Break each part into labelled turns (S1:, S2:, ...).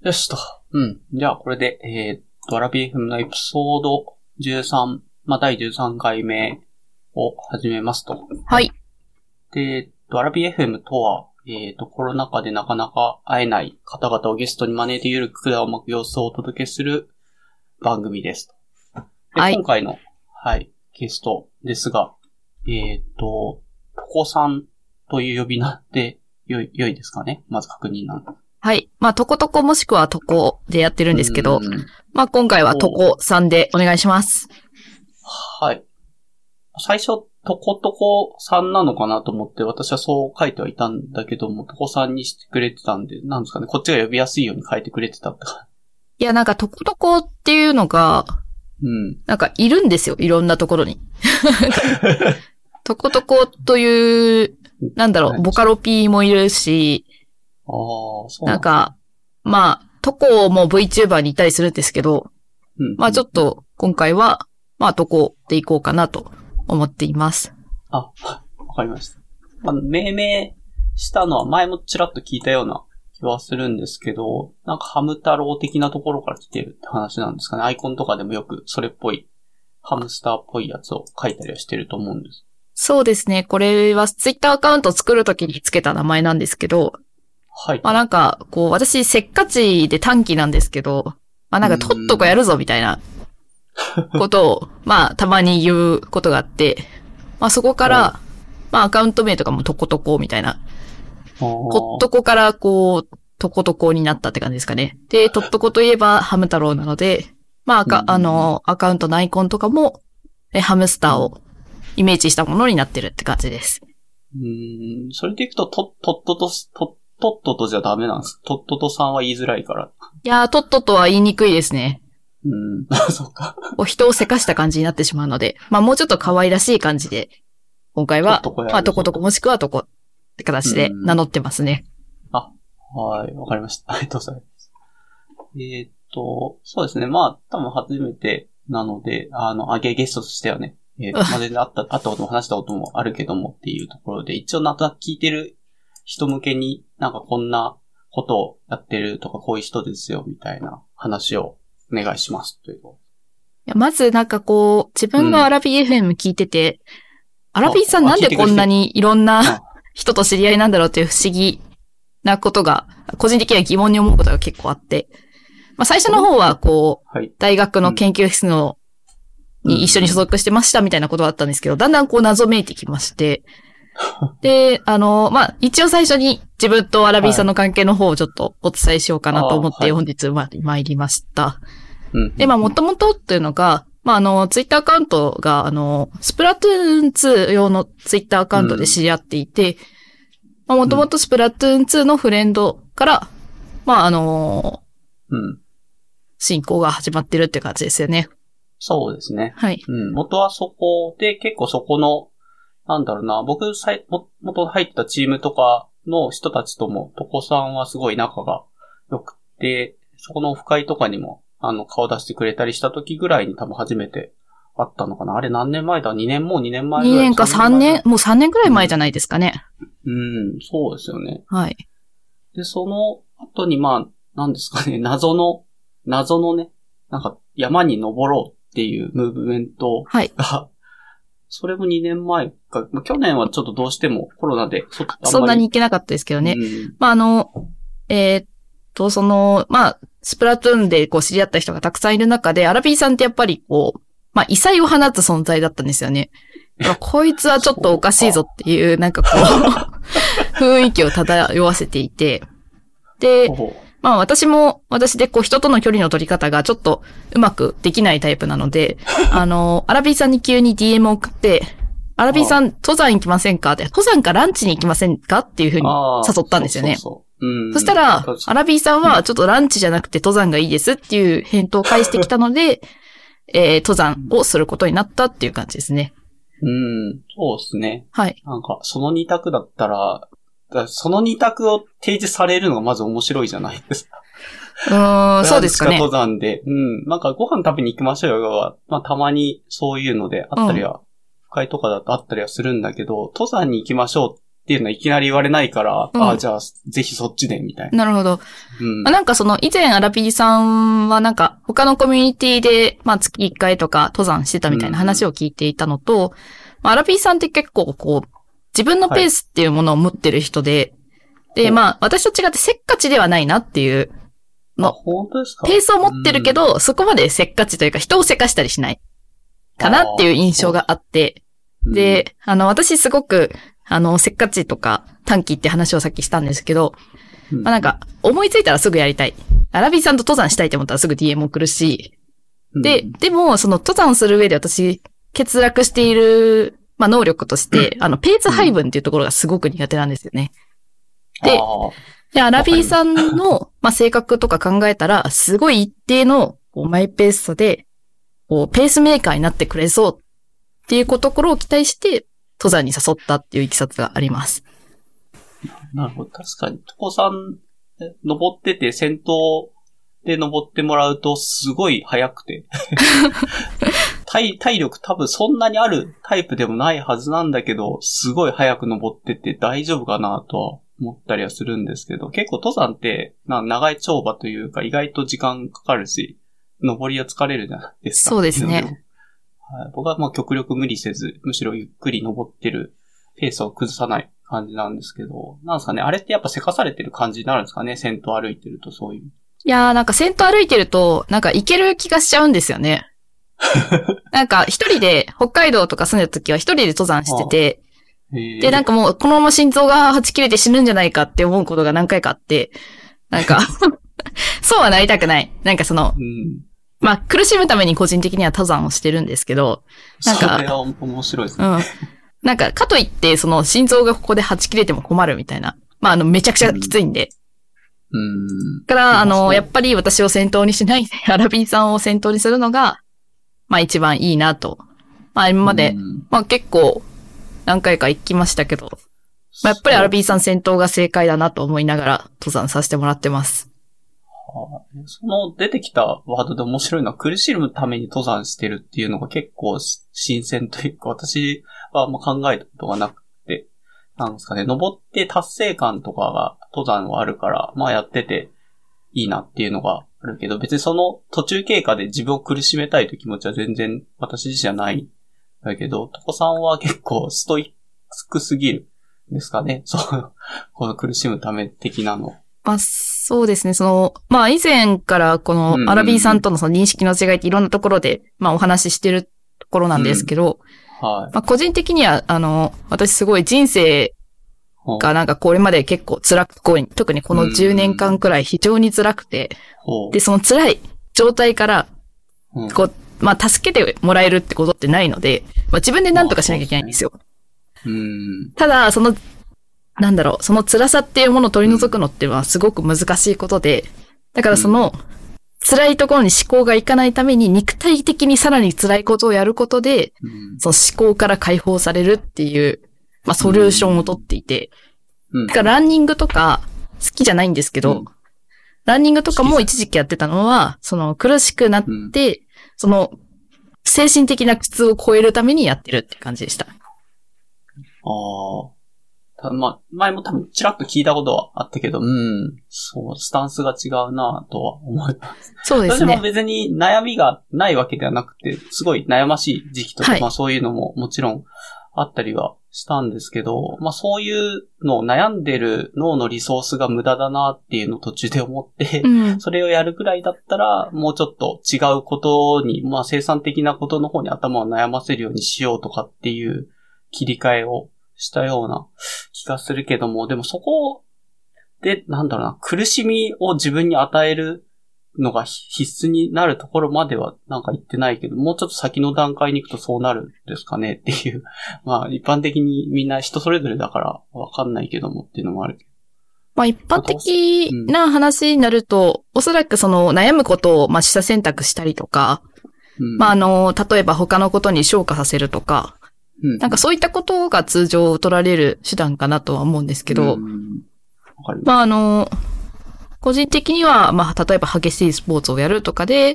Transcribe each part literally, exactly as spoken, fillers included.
S1: よしと。うん。じゃあ、これで、えー、っと、アラビー エフエム のエピソードじゅうさん、まあ、だいじゅうさんかいめを始めますと。
S2: はい。
S1: で、えっと、アラビー エフエム とは、えー、っと、コロナ禍でなかなか会えない方々をゲストに招いてゆるく管を巻く様子をお届けする番組ですと。で、
S2: はい、
S1: 今回の、はい、ゲストですが、えー、っと、トコさんという呼び名で良い、良いですかね？まず確認なんです。
S2: はい。まあ、とことこもしくはとこでやってるんですけど、まあ、今回はとこさんでお願いします。
S1: はい。最初、とことこさんなのかなと思って、私はそう書いてはいたんだけども、とこさんにしてくれてたんで、なんですかね、こっちが呼びやすいように書いてくれてたってか。
S2: いや、なんかとことこっていうのが、
S1: うん。
S2: なんかいるんですよ、いろんなところに。とことこという、なんだろう、ボカロ P もいるし、
S1: ああ、そう
S2: なんか、まあ、とこも VTuber にいたりするんですけど、
S1: うん、
S2: まあちょっと今回は、まあとこでいこうかなと思っています。
S1: あ、わかりました。まあ、命名したのは前もちらっと聞いたような気はするんですけど、なんかハム太郎的なところから来てるって話なんですかね。アイコンとかでもよくそれっぽい、ハムスターっぽいやつを書いたりはしてると思うんです。
S2: そうですね。これはツイッターアカウントを作るときにつけた名前なんですけど、
S1: はい。
S2: まあなんか、こう、私、せっかちで短期なんですけど、まあなんか、とっとこやるぞみたいなことを、まあ、たまに言うことがあって、まあそこから、まあアカウント名とかもとことこみたいな、とっとこからこう、とことこになったって感じですかね。で、とっとこといえばハム太郎なので、まあ、あ, あの、アカウントのアイコンとかも、えハムスターをイメージしたものになってるって感じです。
S1: うーん、それでいくと、と、とっとと、と、とっととじゃダメなんです。とっととさんは言いづらいから。
S2: いやー、とっととは言いにくいですね。
S1: うーん、そうか。
S2: 人をせかした感じになってしまうので、まあもうちょっと可愛らしい感じで、今回は、とまあとことこもしくはとこって形で名乗ってますね。
S1: あ、はい、わかりました。ありがとうございます。えー、っと、そうですね。まあ、多分初めてなので、あの、あげゲストとしてはね、えー、まあ、全然あった、あったことも話したこともあるけどもっていうところで、一応なんとなく聞いてる人向けになんかこんなことをやってるとか、こういう人ですよ、みたいな話をお願いしますという。い
S2: やまずなんかこう、自分がアラビー エフエム 聞いてて、うん、アラビーさんなんでこんなにいろんな人と知り合いなんだろうっていう不思議なことが、個人的には疑問に思うことが結構あって、まあ最初の方はこう、はい、大学の研究室の、うん、に一緒に所属してましたみたいなことだったんですけど、だんだんこう謎めいてきまして、で、あの、まあ、一応最初に自分とアラビーさんの関係の方をちょっとお伝えしようかなと思って本日参りました。で、まあ、もともとっていうのが、まあ、あの、ツイッターアカウントが、あの、スプラトゥーンツー用のツイッターアカウントで知り合っていて、まあ、もともとスプラトゥーンツーのフレンドから、まあ、あの、うん。進行が始まってるって感じですよね。
S1: そうですね。
S2: はい。
S1: うん。元はそこで、結構そこの、なんだろうな、僕、さい、も、元入ったチームとかの人たちとも、とこさんはすごい仲が良くて、そこのオフ会とかにも、あの、顔出してくれたりした時ぐらいに多分初めて会ったのかな。あれ何年前だ ?に 年もうにねんまえぐらい。
S2: にねんかさんねん、もうさんねんぐらい前じゃないですかね。
S1: うん、うん、そうですよね。
S2: はい。
S1: で、その後にまあ、なんですかね、謎の、謎のね、なんか山に登ろうっていうムーブメントが、はい、それもにねんまえか、去年はちょっとどうしてもコロナでそ、
S2: そんなに行けなかったですけどね。うん、まあ、あの、えー、っと、その、まあ、スプラトゥーンでこう知り合った人がたくさんいる中で、アラビーさんってやっぱりこう、まあ、異彩を放つ存在だったんですよね。こいつはちょっとおかしいぞっていう、なんかこう、雰囲気を漂わせていて、で、まあ私も、私でこう人との距離の取り方がちょっとうまくできないタイプなので、あの、アラビーさんに急に ディーエム を送って、アラビーさん登山行きませんかって、登山かランチに行きませんかっていうふうに誘ったんですよね。そうそうそううん、そしたら、アラビーさんはちょっとランチじゃなくて登山がいいですっていう返答を返してきたので、えー、登山をすることになったっていう感じですね。
S1: うん、そうですね。
S2: はい。
S1: なんか、その二択だったら、その二択を提示されるのがまず面白いじゃないですか。
S2: うーん、そうですかね。
S1: 登山で。うん。なんかご飯食べに行きましょうよは、まあたまにそういうのであったりは、うん、深いとかだとあったりはするんだけど、登山に行きましょうっっていうのはいきなり言われないから、
S2: うん、
S1: ああ、じゃあ、ぜひそっちで、みたいな。
S2: なるほど。
S1: うん。
S2: まあ、なんかその、以前アラピーさんはなんか、他のコミュニティで、まあ、月いっかいとか登山してたみたいな話を聞いていたのと、うん、アラピーさんって結構こう、自分のペースっていうものを持ってる人で、はい、で、まあ、私と違ってせっかちではないなっていうの。
S1: あ、本当ですか？
S2: ペースを持ってるけど、うん、そこまでせっかちというか、人をせかしたりしない。かなっていう印象があって、で、あの、私すごく、あの、せっかちとか短期って話をさっきしたんですけど、うん、まあなんか、思いついたらすぐやりたい。アラビーさんと登山したいと思ったらすぐ ディーエム 送るし、うん、で、でも、その登山する上で私、欠落している、まあ能力として、うん、あの、ペース配分っていうところがすごく苦手なんですよね。で、で、アラビーさんの、まあ性格とか考えたら、すごい一定のマイペースで、こう、ペースメーカーになってくれそうっていうところを期待して、登山に誘ったっていういきさつがあります。
S1: なるほど。確かに、トコさん、登ってて、先頭で登ってもらうと、すごい速くて。体、体力多分そんなにあるタイプでもないはずなんだけど、すごい速く登ってて大丈夫かなとは思ったりはするんですけど、結構登山って、な長い跳馬というか、意外と時間かかるし、登りは疲れるじゃないですか。
S2: そうですね。
S1: はい、僕はまあ極力無理せず、むしろゆっくり登ってるペースを崩さない感じなんですけど、なんですかね、あれってやっぱせかされてる感じになるんですかね、先頭歩いてるとそういう。い
S2: やーなんか先頭歩いてると、なんか行ける気がしちゃうんですよね。なんか一人で、北海道とか住んでた時は一人で登山してて、でなんかもうこのまま心臓がはち切れて死ぬんじゃないかって思うことが何回かあって、なんか、そうはなりたくない。なんかその、うんまあ、苦しむために個人的には登山をしてるんですけど、なんか、
S1: それは面白いですね。
S2: うん。なんか、かといって、その心臓がここではち切れても困るみたいな。まあ、あの、めちゃくちゃきついんで。
S1: うん。
S2: だから、あの、やっぱり私を先頭にしないで、アラビーさんを先頭にするのが、まあ一番いいなと。まあ今まで、まあ結構何回か行きましたけど、まあ、やっぱりアラビーさん先頭が正解だなと思いながら登山させてもらってます。
S1: その出てきたワードで面白いのは苦しむために登山してるっていうのが結構新鮮というか、私はあんま考えたことがなくて、なんですかね、登って達成感とかが登山はあるから、まあやってていいなっていうのがあるけど、別にその途中経過で自分を苦しめたいという気持ちは全然私自身はないんだけど、トコさんは結構ストイックすぎるんですかね、そう、この苦しむため的なの。
S2: まあ、そうですね。その、まあ以前からこのアラビーさんとのその認識の違いっていろんなところで、まあお話ししてるところなんですけど、
S1: うんはい、
S2: まあ個人的には、あの、私すごい人生がなんかこれまで結構辛く、特にこのじゅうねんかんくらい非常に辛くて、うん、で、その辛い状態から、こう、まあ助けてもらえるってことってないので、まあ自分で何とかしなきゃいけないんですよ。
S1: うん、
S2: ただ、その、なんだろう、その辛さっていうものを取り除くのっていうのはすごく難しいことで、だからその、辛いところに思考がいかないために肉体的にさらに辛いことをやることで、その思考から解放されるっていう、まあソリューションを取っていて、だからランニングとか好きじゃないんですけど、ランニングとかも一時期やってたのは、その苦しくなって、その精神的な苦痛を超えるためにやってるって感じでした。
S1: ああ。たまあ、前も多分ちらっと聞いたことはあったけど、うん、そう、スタンスが違うなとは思います。
S2: そうですね。
S1: 私も別に悩みがないわけではなくて、すごい悩ましい時期とか、はい、まあそういうのももちろんあったりはしたんですけど、まあそういうのを悩んでる脳のリソースが無駄だなっていうのを途中で思って、うん、それをやるくらいだったら、もうちょっと違うことに、まあ生産的なことの方に頭を悩ませるようにしようとかっていう切り替えをしたような気がするけども、でもそこで、なんだろうな、苦しみを自分に与えるのが必須になるところまではなんか言ってないけど、もうちょっと先の段階に行くとそうなるんですかねっていう。まあ一般的にみんな人それぞれだからわかんないけどもっていうのもあるけど。
S2: まあ一般的な話になると、うん、おそらくその悩むことをまあ取捨選択したりとか、うん、まああの、例えば他のことに昇華させるとか、うん、なんかそういったことが通常取られる手段かなとは思うんですけど、うん、まああの、個人的には、まあ例えば激しいスポーツをやるとかで、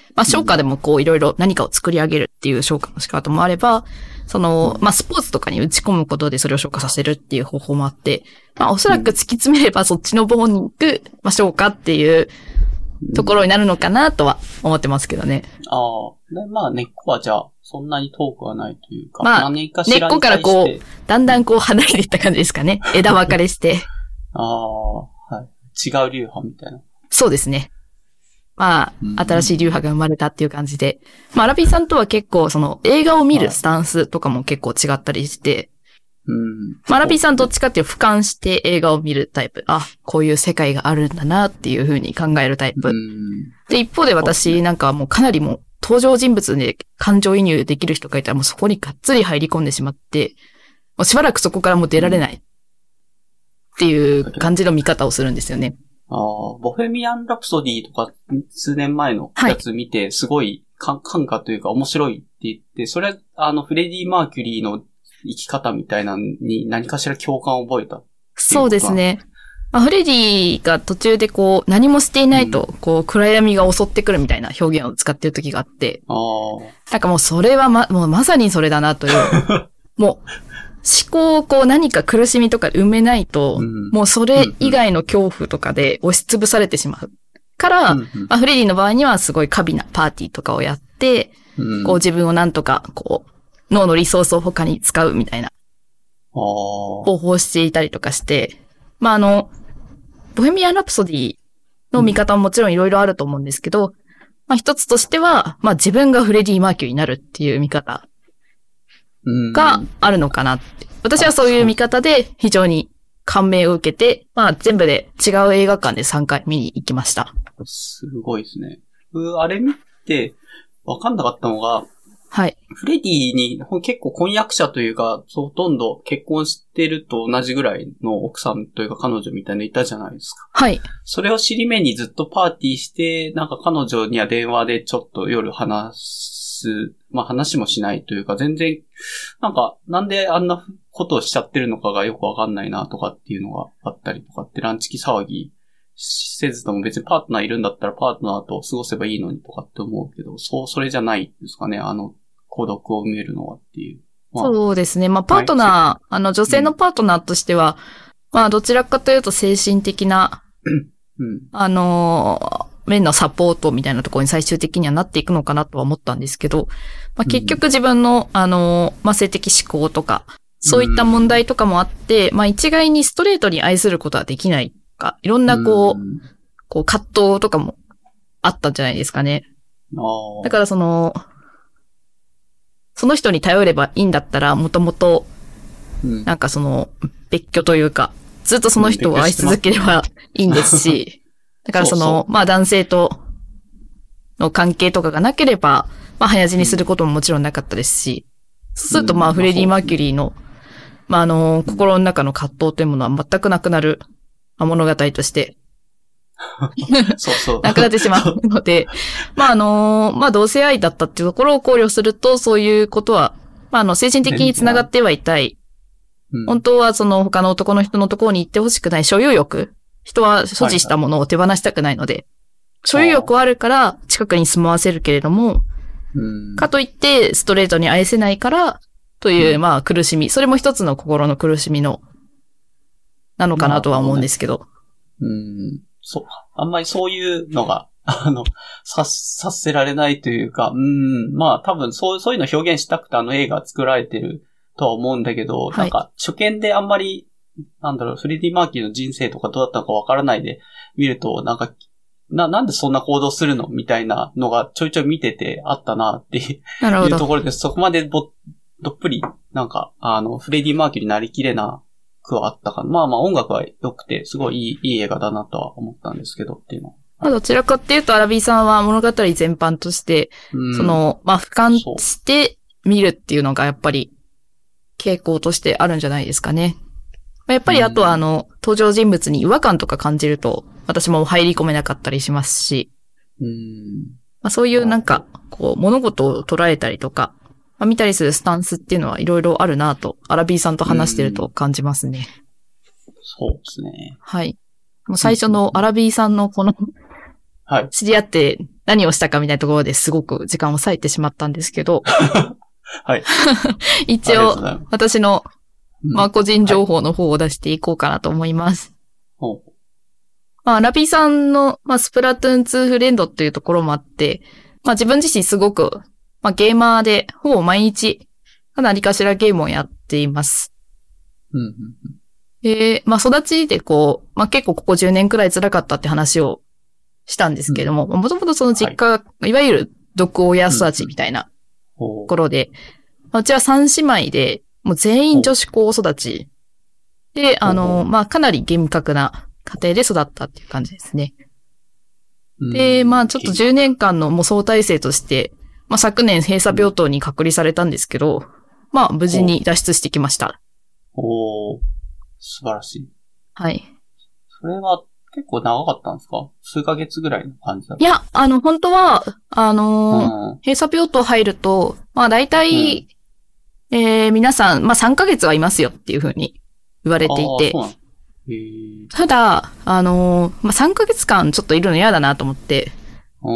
S2: まあ、昇華でもこういろいろ何かを作り上げるっていう昇華の仕方もあれば、その、まあ、スポーツとかに打ち込むことでそれを昇華させるっていう方法もあって、まあ、おそらく突き詰めればそっちの方に行く、まあ、昇華っていうところになるのかなとは思ってますけどね。
S1: ああ。で、まあ、根っこはじゃあ、そんなに遠くはないというか。
S2: まあ、根っこからこう、だんだんこう離れていった感じですかね。枝分かれして。
S1: ああ、はい。違う流派みたいな。
S2: そうですね。まあ、新しい流派が生まれたっていう感じで。まあ、アラビーさんとは結構、その、映画を見るスタンスとかも結構違ったりして、
S1: うん、
S2: まあ、アラビーさんどっちかっていうと俯瞰して映画を見るタイプ。あ、こういう世界があるんだなっていう風に考えるタイプ。
S1: うん、
S2: で、一方で私なんかもうかなりもう登場人物で感情移入できる人がいたらもうそこにがっつり入り込んでしまって、もうしばらくそこからもう出られないっていう感じの見方をするんですよね。
S1: ああ、ボヘミアン・ラプソディとか数年前のやつ見て、すごい感化というか面白いって言って、それはあのフレディ・マーキュリーの生き方みたいなのに何かしら共感を覚えた。
S2: そうですね。まあ、フレディが途中でこう何もしていないと、こう暗闇が襲ってくるみたいな表現を使ってる時があって、
S1: あ
S2: なんかもうそれはま、もうまさにそれだなという。もう思考をこう何か苦しみとか埋めないと、うん、もうそれ以外の恐怖とかで押しつぶされてしまう。から、うんうんまあ、フレディの場合にはすごい過敏なパーティーとかをやって、うん、こう自分をなんとかこう脳のリソースを他に使うみたいな方法をしていたりとかして、まああの、ボヘミアン・ラプソディの見方ももちろんいろいろあると思うんですけど、まあ一つとしては、まあ自分がフレディ・マーキュリーになるっていう見方があるのかなって。私はそういう見方で非常に感銘を受けて、まあ全部で違う映画館でさんかい見に行きました。
S1: すごいですね。あれ見て分かんなかったのが、
S2: はい。
S1: フレディに結構婚約者というか、ほとんど結婚してると同じぐらいの奥さんというか彼女みたいなのいたじゃないですか。
S2: はい。
S1: それを尻目にずっとパーティーして、なんか彼女には電話でちょっと夜話す、まあ話もしないというか、全然、なんかなんであんなことをしちゃってるのかがよくわかんないなとかっていうのがあったりとかってランチキ騒ぎせずとも別にパートナーいるんだったらパートナーと過ごせばいいのにとかって思うけど、そう、それじゃないですかね、あの、孤独を埋めるのはっていう。
S2: まあ、そうですね。まあ、パートナー、はい、あの、女性のパートナーとしては、うん、まあ、どちらかというと精神的な、
S1: うん、
S2: あの、面のサポートみたいなところに最終的にはなっていくのかなとは思ったんですけど、まあ、結局自分の、うん、あの、まあ、性的思考とか、そういった問題とかもあって、うん、まあ、一概にストレートに愛することはできないか、いろんなこう、うん、こう、葛藤とかもあったんじゃないですかね。だからその、その人に頼ればいいんだったら、もともと、なんかその、別居というか、ずっとその人を愛し続ければいいんですし、だからその、そうそうまあ男性との関係とかがなければ、まあ早死にすることももちろんなかったですし、そうするとまあフレディ・マーキュリーの、まああの、心の中の葛藤というものは全くなくなる物語として、
S1: そうそう。
S2: なくなってしまうので、まああの、まあ同性愛だったっていうところを考慮すると、そういうことは、まああの、精神的に繋がってはいたい。うん、本当はその他の男の人のところに行ってほしくない所有欲。人は所持したものを手放したくないので、はいはい、所有欲はあるから近くに住まわせるけれども、
S1: うん、
S2: かといってストレートに愛せないからという、うん、まあ苦しみ。それも一つの心の苦しみの、なのかなとは思うんですけど。
S1: ね、うんそう、あんまりそういうのが、あの、さ、させられないというか、うん、まあ多分そう、そういうの表現したくてあの映画作られてるとは思うんだけど、はい、なんか初見であんまり、なんだろう、フレディ・マーキュリーの人生とかどうだったのかわからないで見ると、なんか、な、なんでそんな行動するのみたいなのがちょいちょい見ててあったなっていうところで、そこまでぼ、どっぷり、なんか、あの、フレディ・マーキュリーになりきれな、はあったかな。まあまあ音楽は良くて、すごいいい、いい映画だなとは思ったんですけどっていうのは。
S2: まあどちらかっていうと、アラビーさんは物語全般として、うん、その、まあ俯瞰して見るっていうのがやっぱり傾向としてあるんじゃないですかね。まあ、やっぱりあとはあの、うん、登場人物に違和感とか感じると、私も入り込めなかったりしますし、
S1: うん
S2: まあ、そういうなんか、こう、物事を捉えたりとか、まあ、見たりするスタンスっていうのはいろいろあるなと、アラビーさんと話してると感じますね。
S1: そうですね。
S2: はい。もう最初のアラビーさんのこの、
S1: はい。
S2: 知り合って、 何をしたかみたいなところですごく時間を割いてしまったんですけど。
S1: はい。
S2: 一応、私の、まあ、個人情報の方を出していこうかなと思います。
S1: はい、
S2: まあ、ラビーさんの、まあ、スプラトゥーンツーフレンドっていうところもあって、まあ、自分自身すごく、まあ、ゲーマーで、ほぼ毎日、何かしらゲームをやっています。
S1: うんうんうん、
S2: で、まあ、育ちでこう、まあ、結構ここじゅうねんくらい辛かったって話をしたんですけれども、もともとその実家、はい、いわゆる毒親育ちみたいなところで、まあ、うちは三姉妹で、もう全員女子高育ち。で、あの、まあ、かなり厳格な家庭で育ったっていう感じですね。で、まあ、ちょっとじゅうねんかんのもう相対生として、まあ、昨年閉鎖病棟に隔離されたんですけど、まあ、無事に脱出してきました。
S1: おー、素晴らしい。
S2: はい。
S1: それは結構長かったんですか？数ヶ月ぐらいの感じだった？
S2: いや、あの、本当は、あのーうん、閉鎖病棟入ると、まあ、大体、うん、えー、皆さん、まあ、さんかげつはいますよっていうふうに言われていて、
S1: あ、へー、
S2: ただ、あのー、まあ、さんかげつかんちょっといるの嫌だなと思って、
S1: うん、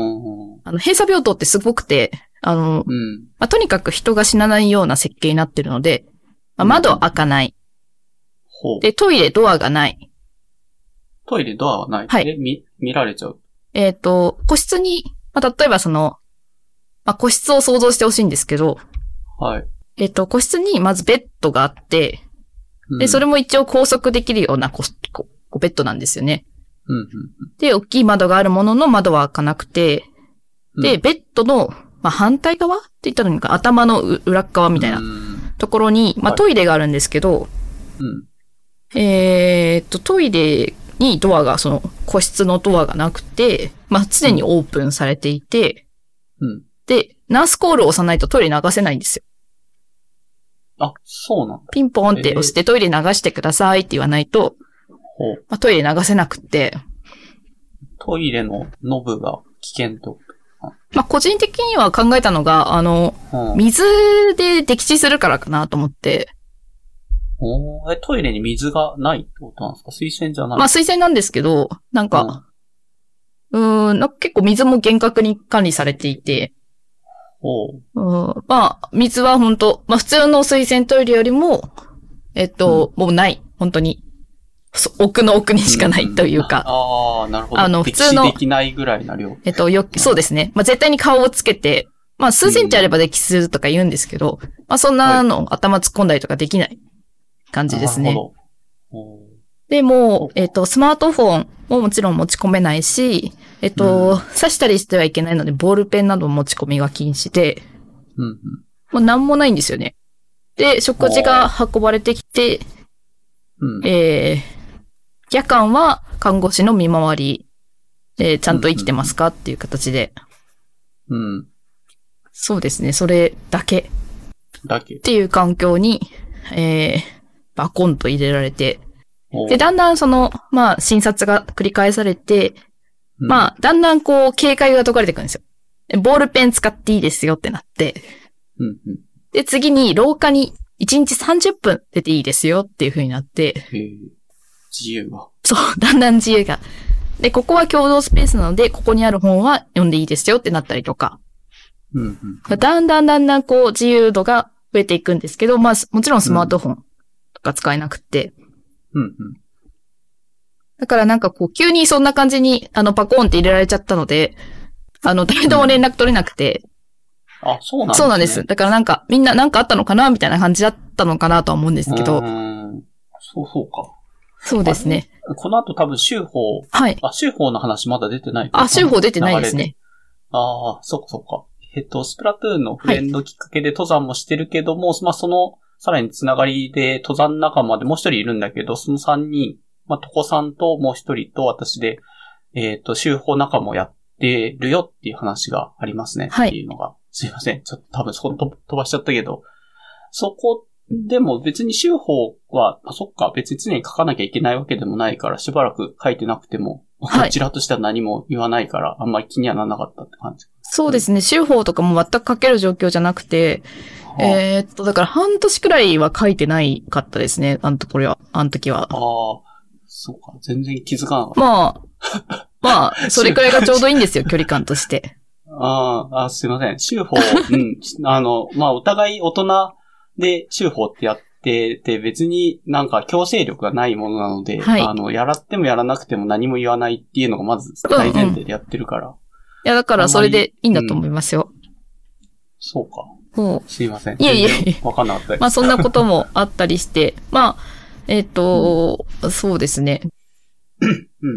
S2: あの、閉鎖病棟ってすごくて、あの、
S1: うん
S2: まあ、とにかく人が死なないような設計になってるので、まあ、窓開かない、
S1: うん。
S2: で、トイレドアがない。
S1: トイレドアはない。
S2: はい。
S1: え、見、見られちゃう。
S2: えっと、個室に、まあ、例えばその、まあ、個室を想像してほしいんですけど、
S1: はい。
S2: えっと、個室にまずベッドがあって、うん、で、それも一応拘束できるようなこここベッドなんですよね。
S1: うんうんうん、
S2: で、大きい窓があるものの窓は開かなくて、で、
S1: うん、
S2: ベッドの、まあ、反対側って言ったのか、頭の裏側みたいなところに、まあ、トイレがあるんですけど、はい、
S1: うん、
S2: えーっと、トイレにドアが、その、個室のドアがなくて、まあ、常にオープンされていて、
S1: うん、
S2: で、ナースコールを押さないとトイレ流せないんですよ。
S1: あ、そうなんだ。
S2: ピンポンって押してトイレ流してくださいって言わないと、
S1: ほう、
S2: まあ、トイレ流せなくて。
S1: トイレのノブが危険と。
S2: まあ、個人的には考えたのが、あの、うん、水で溺死するからかなと思って。
S1: おえ、トイレに水がないってことなんですか？水洗じゃない？
S2: まあ、水洗なんですけど、なんか、うん、うーんなんか結構水も厳格に管理されていて、
S1: お
S2: うん、まあ、水は本当まあ普通の水洗トイレよりも、えっと、うん、もうない。本当に。奥の奥にしかないというか。
S1: うんうん、ああ、なるほど。
S2: あの、普通の。
S1: できないぐらいな量。
S2: えっと、よ、そうですね。まあ絶対に顔をつけて、まあ数センチあれば溺死するとか言うんですけど、うん、まあそんなの、はい、頭突っ込んだりとかできない感じですね。
S1: なるほど。
S2: でも、えっと、スマートフォンももちろん持ち込めないし、えっと、うん、刺したりしてはいけないので、ボールペンなど持ち込みが禁止で、
S1: うんうん、
S2: もうなんもないんですよね。で、食事が運ばれてきて、
S1: うん、
S2: えー、夜間は看護師の見回り、えー、ちゃんと生きてますかっていう形で。
S1: うん。
S2: そうですね、それだけ。
S1: だけ。
S2: っていう環境に、えー、バコンと入れられて、で、だんだんその、まあ、診察が繰り返されて、うん、まあ、だんだんこう、警戒が解かれていくんですよ。ボールペン使っていいですよってなって、
S1: うんうん、
S2: で、次に廊下にいちにちさんじゅっぷん出ていいですよっていう風になって、
S1: へー、自由が。
S2: そう、だんだん自由が。で、ここは共同スペースなので、ここにある本は読んでいいですよってなったりとか。
S1: うんうん、
S2: だんだんだんだんこう、自由度が増えていくんですけど、まあ、もちろんスマートフォンとか使えなくて。
S1: うんうん、
S2: だからなんかこう、急にそんな感じに、あの、パコーンって入れられちゃったので、あの、誰とも連絡取れなくて。
S1: うん、あ、そうなんですね。
S2: そうなんです。だからなんか、みんななんかあったのかなみたいな感じだったのかなとは思うんですけど。
S1: うーん、そうそうか。
S2: そうですね。
S1: この後多分、修法。
S2: はい。
S1: あ、修法の話まだ出てないか。
S2: あ、修法出てないですね。
S1: ああ、そっかそっか。えっと、スプラトゥーンのフレンドきっかけで登山もしてるけども、はい、まあその、さらにつながりで登山仲間でもう一人いるんだけど、その三人、まあ、とこさんともう一人と私で、えっと、修法仲間もやってるよっていう話がありますね。
S2: はい。
S1: っていうのが、すいません。ちょっと多分そこ飛ばしちゃったけど、そこでも別に修法は、あ、そっか、別に常に書かなきゃいけないわけでもないから、しばらく書いてなくても、こちらとしては何も言わないから、あんまり気にはならなかったって感じ。
S2: そうですね。修法とかも全く書ける状況じゃなくて、はあ、えー、っと、だから半年くらいは書いてないかったですね。あのところは、あの時は。
S1: ああ、そうか。全然気づかなかった。
S2: まあ、まあ、それくらいがちょうどいいんですよ、距離感として。
S1: ああ、すいません。州法、うん。あの、まあ、お互い大人で州法ってやってて、別になんか強制力がないものなので、はい、あの、やらってもやらなくても何も言わないっていうのがまず大前提でやってるから。うんうん、い
S2: や、だからそれでいいんだと思いますよ。うん、
S1: そうか。
S2: そう。
S1: すいません。
S2: いえいえ。
S1: わかんなかったです。
S2: まあ、そんなこともあったりして、まあ、えっ、ー、と、うん、そうですね。
S1: うん。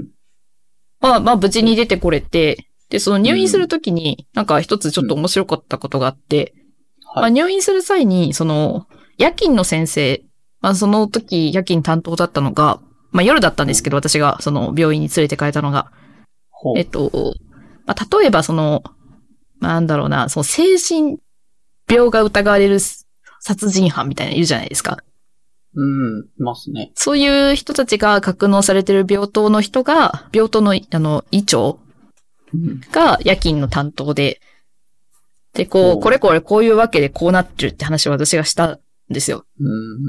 S2: まあ、まあ、無事に出てこれて、で、その入院するときに、なんか一つちょっと面白かったことがあって、うん、まあ、入院する際に、その、夜勤の先生、まあ、その時夜勤担当だったのが、まあ、夜だったんですけど、私がその病院に連れて帰ったのが、えっと、まあ、例えばその、なんだろうな、その精神病が疑われる殺人犯みたいなのいるじゃないですか。
S1: うん、いますね。
S2: そういう人たちが格納されてる病棟の人が、病棟の、あの、医長が夜勤の担当で、で、こう、これこれこういうわけでこうなってるって話を私がしたんですよ。
S1: うん。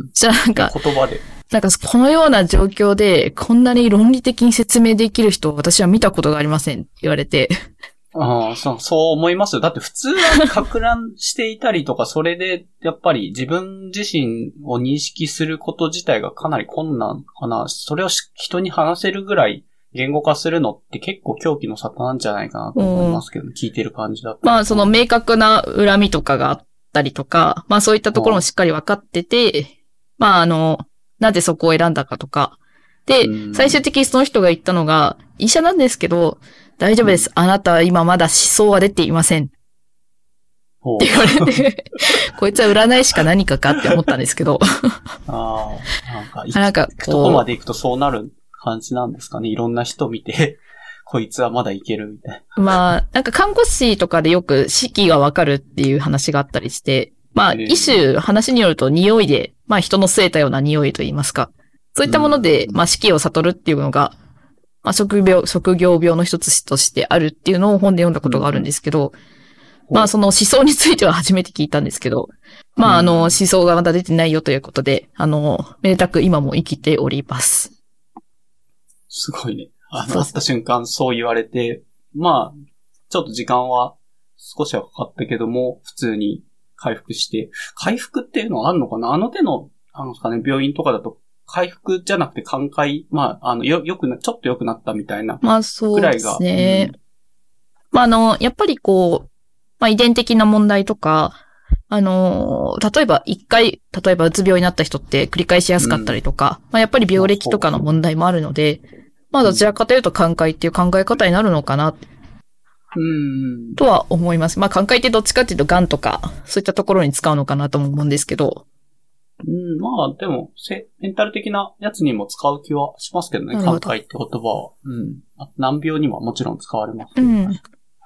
S2: じゃあなんか、
S1: 言葉で。
S2: なんかこのような状況で、こんなに論理的に説明できる人を私は見たことがありませんって言われて。
S1: ああ、そう、そう思いますよ。だって普通は撹乱していたりとか、それで、やっぱり自分自身を認識すること自体がかなり困難かな。それを人に話せるぐらい言語化するのって結構狂気の沙汰なんじゃないかなと思いますけど、聞いてる感じだと。
S2: まあ、その明確な恨みとかがあったりとか、まあそういったところもしっかり分かってて、まああの、なぜそこを選んだかとか。で、最終的にその人が言ったのが、医者なんですけど、大丈夫です。あなたは今まだ思想は出ていません。って言われて、こいつは占い師か何かかって思ったんですけど。
S1: ああ、なんか、
S2: なんか
S1: ここまで行くとそうなる感じなんですかね。いろんな人見て、こいつはまだいけるみたい
S2: な。まあ、なんか看護師とかでよく四季がわかるっていう話があったりして、まあ、一種話によると匂いで、まあ人の吸えたような匂いと言いますか。そういったもので、まあ四季を悟るっていうのが、まあ、職業、職業病の一つとしてあるっていうのを本で読んだことがあるんですけど、うん、まあその思想については初めて聞いたんですけど、まああの思想がまだ出てないよということで、あの、めでたく今も生きております。
S1: すごいね。あの、会った瞬間そう言われて、まあ、ちょっと時間は少しはかかったけども、普通に回復して、回復っていうのはあるのかな？あの手の、あのですかね、病院とかだと、回復じゃなくて寛解、まあ、あの、よ、よくな、ちょっと良くなったみたいな。
S2: まあそうですね。うん、まああの、やっぱりこう、まあ遺伝的な問題とか、あの、例えば一回、例えばうつ病になった人って繰り返しやすかったりとか、うん、まあやっぱり病歴とかの問題もあるので、まあどちらかというと寛解っていう考え方になるのかな、
S1: うん、
S2: とは思います。まあ寛解ってどっちかっていうと癌とか、そういったところに使うのかなとも思うんですけど、
S1: うん、まあ、でも、メンタル的なやつにも使う気はしますけどね、寛解って言葉は。うん。難病にももちろん使われますけど、ね。うん。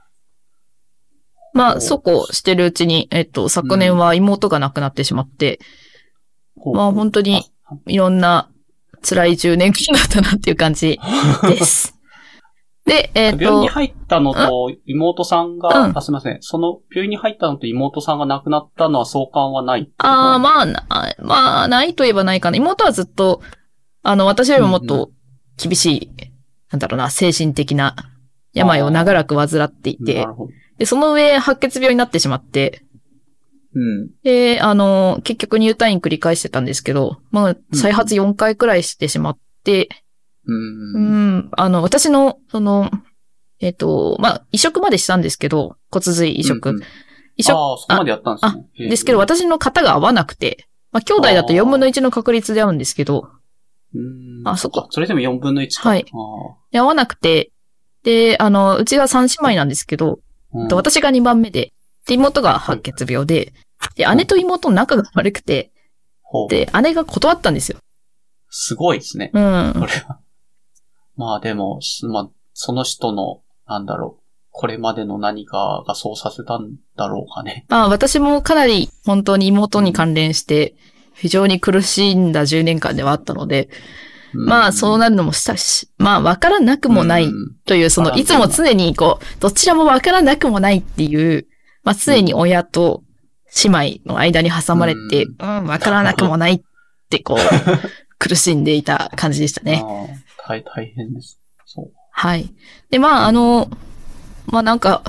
S2: まあ、そうこうしてるうちに、えっと、昨年は妹が亡くなってしまって、うん、まあ本当にいろんな辛いじゅうねんかんだったなっていう感じです。で、えっ、ー、と。
S1: 病院に入ったのと妹さんが、うん、あ、すみません。その病院に入ったのと妹さんが亡くなったのは相関はない
S2: ああ、まあ、まあ、ないと言えばないかな。妹はずっと、あの、私よりももっと厳しい、うんうん、なんだろうな、精神的な病を長らく患っていて、で、その上、白血病になってしまって、
S1: うん、
S2: で、あの、結局入退院繰り返してたんですけど、まあ、再発よんかいくらいしてしまって、
S1: うん、
S2: うん、あの、私の、その、えっ、ー、と、まあ、移植までしたんですけど、骨髄移植。うんうん、
S1: 移植。ああ、そこまでやったんですね。
S2: あ、ですけど、私の型が合わなくて、まあ、兄弟だとよんぶんのいちの確率で合うんですけど、
S1: うん、
S2: あ、そこ。
S1: それでもよんぶんのいちか。
S2: はい。で、合わなくて、で、あの、うちがさん姉妹なんですけど、うん、私がにばんめで、で、妹が白血病で、で、姉と妹の仲が悪くて、で、姉が断ったんですよ。
S1: すごいですね。
S2: うん。
S1: これは。まあでも、まあ、その人の、なんだろう、これまでの何かがそうさせたんだろうかね。
S2: まあ私もかなり本当に妹に関連して、非常に苦しんだじゅうねんかんではあったので、うん、まあそうなるのもしたし、まあわからなくもないという、その、いつも常にこう、どちらもわからなくもないっていう、まあ常に親と姉妹の間に挟まれて、うん、わからなくもないってこう、苦しんでいた感じでしたね。
S1: ああ、大変です。そう。
S2: はい。で、まあ、あの、まあなんか、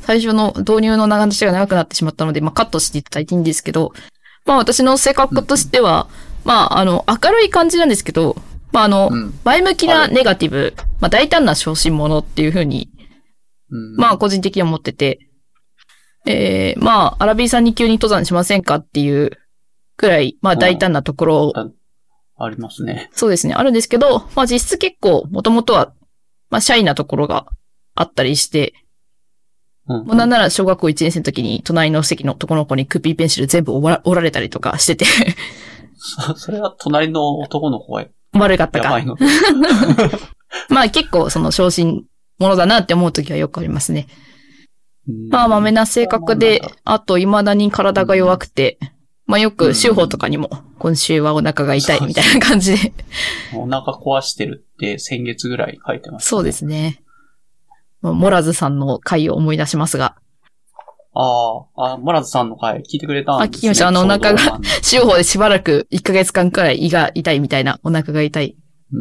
S2: 最初の導入の話が長くなってしまったので、まあカットしていただいていいんですけど、まあ私の性格としては、うん、まああの、明るい感じなんですけど、まああの、うん、前向きなネガティブ、まあ大胆な小心者っていうふうに、うん、まあ個人的には思ってて、えー、まあアラビーさんに急に登山しませんかっていうくらい、まあ大胆なところを、
S1: うん、ありますね。
S2: そうですね、あるんですけど、まあ実質結構もともとは、まあシャイなところがあったりして、うんうん、もうなんなら小学校いちねん生の時に隣の席の男の子にクッピーペンシル全部折ら、折られたりとかしてて
S1: そ。それは隣の男の子が
S2: 悪かったか。
S1: やばいの
S2: まあ結構その小心者だなって思う時はよくありますね。まあ豆な性格で、あと未だに体が弱くて、うん、まあよく週報とかにも今週はお腹が痛いみたいな感じで。
S1: お腹壊してるって先月ぐらい書いてます、ね。
S2: そうですね。モラズさんの回を思い出しますが。
S1: ああ、モラズさんの回聞いてくれたんですね。
S2: あ、聞きました。あの、お腹が、週報でしばらくいっかげつかんくらい胃が痛いみたいな、お腹が痛い。
S1: うん。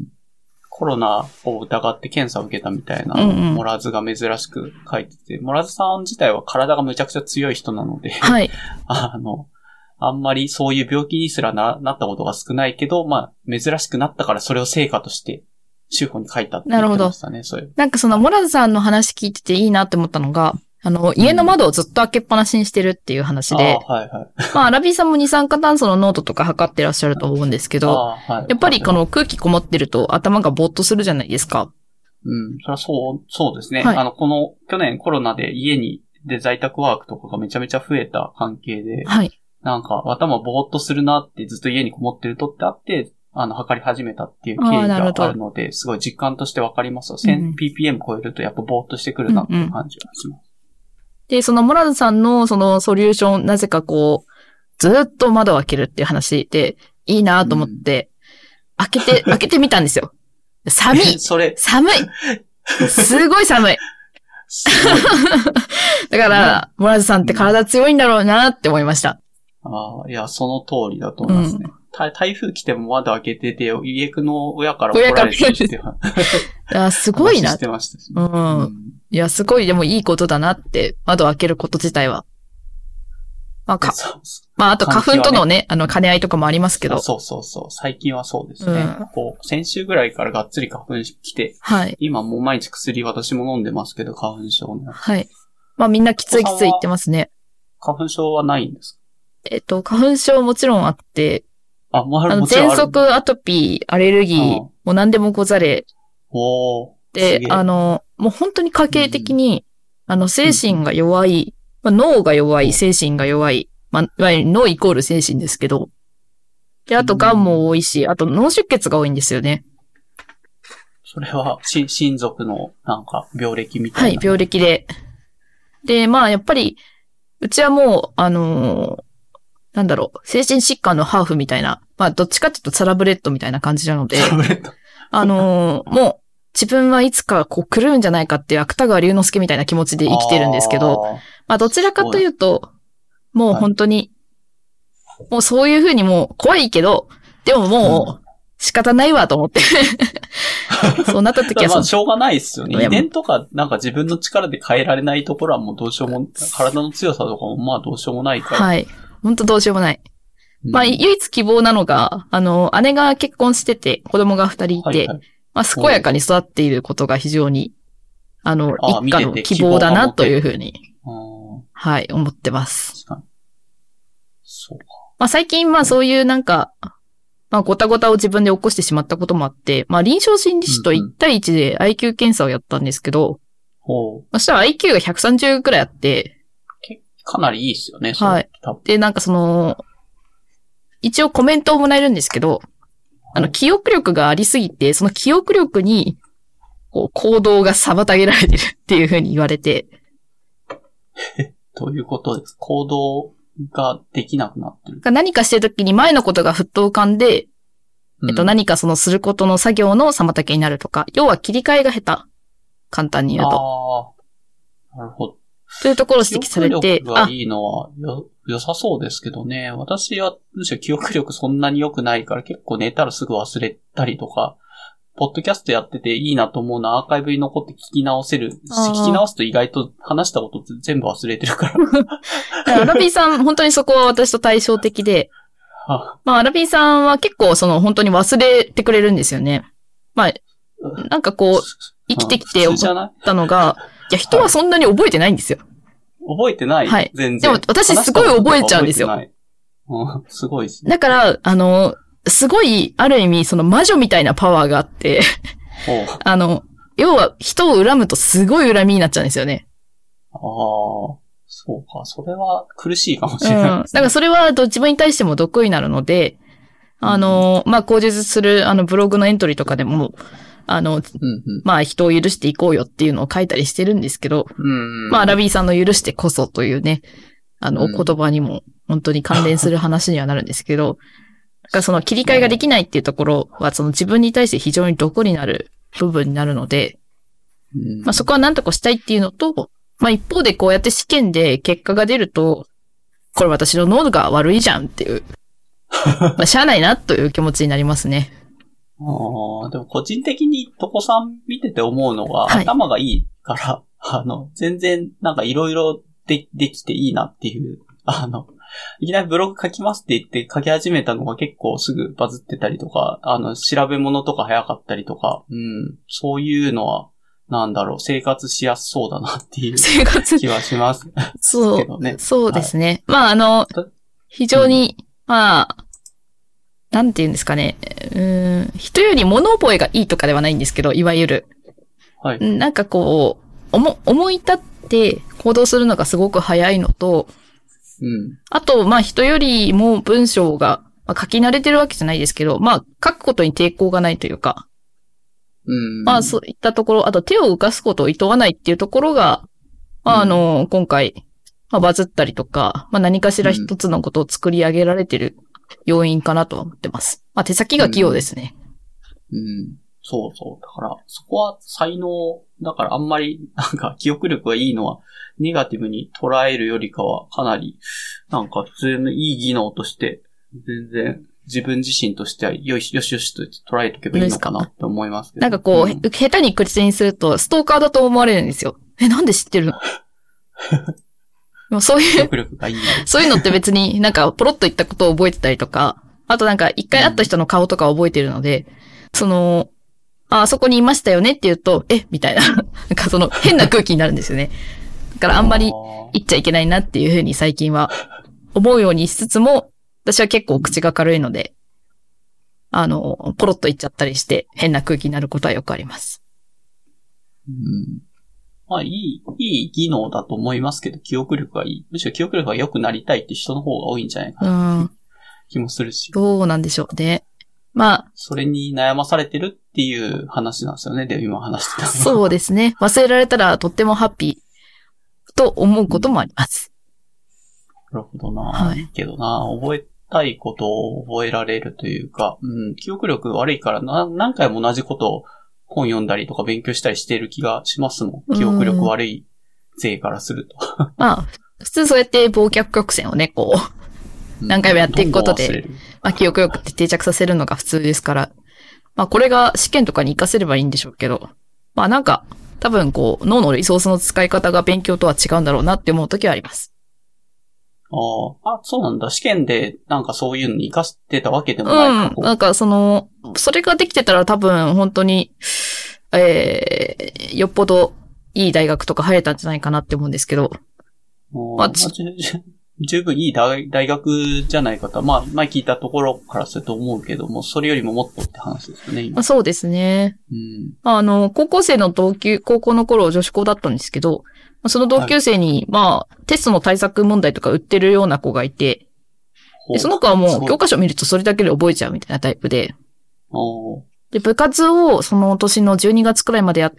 S1: コロナを疑って検査を受けたみたいな、うんうん、モラズが珍しく書いてて、モラズさん自体は体がめちゃくちゃ強い人なので、
S2: はい。
S1: あの、あんまりそういう病気にすら な, なったことが少ないけど、まあ、珍しくなったからそれを成果として、週報に書いたって言ってましたね。なるほど。そういう。
S2: なんかそのモラズさんの話聞いてていいなって思ったのが、あの、家の窓をずっと開けっぱなしにしてるっていう話で、
S1: うん、あはいはい。
S2: まあ、アラビーさんも二酸化炭素の濃度とか測ってらっしゃると思うんですけど、はい、やっぱりこの空気こもってると頭がぼーっとするじゃないですか。
S1: うん、それはそう、そうですね。はい、あの、この、去年コロナで家にで在宅ワークとかがめちゃめちゃ増えた関係で、
S2: はい。
S1: なんか頭ぼーっとするなってずっと家にこもってるとってあって、あの、測り始めたっていう経緯があるので、すごい実感としてわかりますよ。せんピーピーエム 超えるとやっぱぼーっとしてくるなっていう感じがします。うんうん、
S2: で、そのモラズさんのそのソリューション、なぜかこう、ずっと窓を開けるっていう話で、いいなと思って、うん、開けて、開けてみたんですよ。寒い
S1: それ。
S2: 寒いすごい寒い
S1: すごい
S2: だから、モラズさんって体強いんだろうなって思いました。
S1: ああ、いや、その通りだと思いますね。うん、台風来ても窓開けてて、家の親から怒られてるっていう。
S2: いや、すごいな。
S1: してましたし、
S2: ね、うん。うん。いや、すごい、でもいいことだなって、窓開けること自体は。まあ、か、まあ、あと花粉とのね、ねあの、兼ね合いとかもありますけど。
S1: そうそうそう。最近はそうですね。うん、こう、先週ぐらいからがっつり花粉来て。
S2: はい。
S1: 今もう毎日薬私も飲んでますけど、花粉症の。
S2: はい。まあ、みんなきついきつい言ってますね。
S1: 花粉症はないんですか？
S2: えっと、花粉症もちろんあって、
S1: あ、もう
S2: あの、喘息、アトピー、アレルギー、もう何でもござれ。
S1: おー。
S2: で、あの、もう本当に家系的に、うん、あの、精神が弱い、まあ、脳が弱い、精神が弱い、まあ、いわゆる脳イコール精神ですけど、で、あと、癌も多いし、あと、脳出血が多いんですよね。
S1: それは、し、親族の、なんか、病歴みたいな。
S2: はい、病歴で。で、まあ、やっぱり、うちはもう、あのー、なんだろう、精神疾患のハーフみたいな、まあ、どっちかっていうとサラブレッドみたいな感じなので、
S1: サラブレッド
S2: あのー、もう、自分はいつかこう狂うんじゃないかっていう芥川龍之介みたいな気持ちで生きてるんですけど、あまあ、どちらかというと、もう本当に、はい、もうそういうふうにもう怖いけど、でももう仕方ないわと思って。そうなった時は
S1: まあしょうがないですよね。遺伝とかなんか自分の力で変えられないところはもうどうしようも、体の強さとかもまあどうしようもないから。
S2: はい。本当どうしようもない。うん、まあ唯一希望なのが、あの、姉が結婚してて子供が二人いて、はいはい、まあ健やかに育っていることが非常に、あの、一家の希望だなというふうに、はい、思ってます。
S1: 確かに。そうか。
S2: まあ最近まあそういうなんか、まあごたごたを自分で起こしてしまったこともあって、まあ臨床心理士といち対いちで アイキュー 検査をやったんですけど、
S1: ほう。
S2: そしたら アイキュー がひゃくさんじゅうくらいあって、
S1: かなりいいですよね、
S2: はい。で、なんかその、一応コメントをもらえるんですけど、あの、記憶力がありすぎて、その記憶力に、こう、行動が妨げられてるっていう風に言われて。
S1: え、どういうことですか？行動ができなくなってる。
S2: 何かしてるときに前のことがふっと浮かんで、うん、えっと、何かそのすることの作業の妨げになるとか、要は切り替えが下手。簡単に言うと。
S1: ああ、なるほど。
S2: というところを指摘されて。
S1: 記憶力がいいのはよ、良さそうですけどね。私は、むしろ記憶力そんなに良くないから結構寝たらすぐ忘れたりとか、 ポッドキャストやってていいなと思うのはアーカイブに残って聞き直せるし、聞き直すと意外と話したこと全部忘れてるから。
S2: アラビーさん、本当にそこは私と対照的で、まあ、アラビーさんは結構その本当に忘れてくれるんですよね。まあ、なんかこう、生きてきて思ったのが、いや、人はそんなに覚えてないんですよ。
S1: 覚えてない、はい、全然。
S2: でも私すごい覚えちゃうんですよ。
S1: うん、すごいですね。
S2: だから、あの、すごい、ある意味、その魔女みたいなパワーがあってあの、要は人を恨むとすごい恨みになっちゃうんですよね。
S1: ああ、そうか。それは苦しいかもしれないですね。うん。だ
S2: からそれは自分に対しても得意になるので、あの、まあ、口述する、あの、ブログのエントリーとかでも、あの、うんうん、まあ、人を許していこうよっていうのを書いたりしてるんですけど、うんうん、まあ、アラビーさんの許してこそというね、あの、お言葉にも本当に関連する話にはなるんですけど、だからその切り替えができないっていうところは、その自分に対して非常に毒になる部分になるので、うん、まあ、そこは何とかしたいっていうのと、まあ、一方でこうやって試験で結果が出ると、これ私の脳が悪いじゃんっていう、まあ、しゃあないなという気持ちになりますね。
S1: ああ、でも個人的にトコさん見てて思うのが、はい、頭がいいから、あの、全然なんかいろいろで、できていいなっていう、あの、いきなりブログ書きますって言って書き始めたのが結構すぐバズってたりとか、あの、調べ物とか早かったりとか、うん、そういうのは、なんだろう、生活しやすそうだなっていう気はします。
S2: そう、ね、そうですね。はい、まあ、あの、非常に、うん、まあ、なんて言うんですかね。うーん、人より物覚えがいいとかではないんですけど、いわゆる。はい。なんかこう、思、思い立って行動するのがすごく早いのと、うん。あと、まあ人よりも文章が、まあ、書き慣れてるわけじゃないですけど、まあ書くことに抵抗がないというか、うん。まあそういったところ、あと手を動かすことを厭わないっていうところが、まああの、うん、今回、まあ、バズったりとか、まあ何かしら一つのことを作り上げられてる要因かなとは思ってます。まあ手先が器用ですね。
S1: うん。うん、そうそう。だから、そこは才能、だからあんまり、なんか記憶力がいいのは、ネガティブに捉えるよりかは、かなり、なんか普通のいい技能として、全然自分自身としては、よしよしよしと捉えておけばいいのかなって思いますけど。
S2: なんかこう、うん、下手に口にすると、ストーカーだと思われるんですよ。え、なんで知ってるのでもそういう、そういうのって別になんかポロッと言ったことを覚えてたりとか、あとなんか一回会った人の顔とか覚えてるので、うん、その、あ、あそこにいましたよねって言うと、えみたいな、なんかその変な空気になるんですよね。だからあんまり言っちゃいけないなっていうふうに最近は思うようにしつつも、私は結構口が軽いので、あの、ポロッと言っちゃったりして変な空気になることはよくあります。
S1: うん、まあいい、いい技能だと思いますけど、記憶力がいい。むしろ記憶力が良くなりたいって人の方が多いんじゃないかなって気もするし。
S2: どうなんでしょうね。まあ。
S1: それに悩まされてるっていう話なんですよね。で、今話してた。
S2: そうですね。忘れられたらとってもハッピーと思うこともあります。
S1: うん、なるほどな。はい。いいけどな、覚えたいことを覚えられるというか、うん、記憶力悪いからな何回も同じことを本読んだりとか勉強したりしてる気がしますもん。記憶力悪い勢からすると。
S2: まあ、普通そうやって忘却曲線をね、こう、何回もやっていくことで、うん、まあ記憶力って定着させるのが普通ですから、まあこれが試験とかに活かせればいいんでしょうけど、まあなんか、多分こう、脳のリソースの使い方が勉強とは違うんだろうなって思うときはあります。
S1: ああ、そうなんだ。試験でなんかそういうのに活かしてたわけでもないか。
S2: うん。なんかその、それができてたら多分本当に、えー、よっぽどいい大学とか入れたんじゃないかなって思うんですけど。
S1: まあ、十分いい大学じゃないかと。まあ、前聞いたところからすると思うけども、それよりももっとって話ですよね、今。
S2: そうですね。うん。あの、高校生の同級、高校の頃女子校だったんですけど、その同級生に、はい、まあ、テストの対策問題とか売ってるような子がいて、でその子はもう教科書見るとそれだけで覚えちゃうみたいなタイプで、で、部活をその年のじゅうにがつくらいまでやって、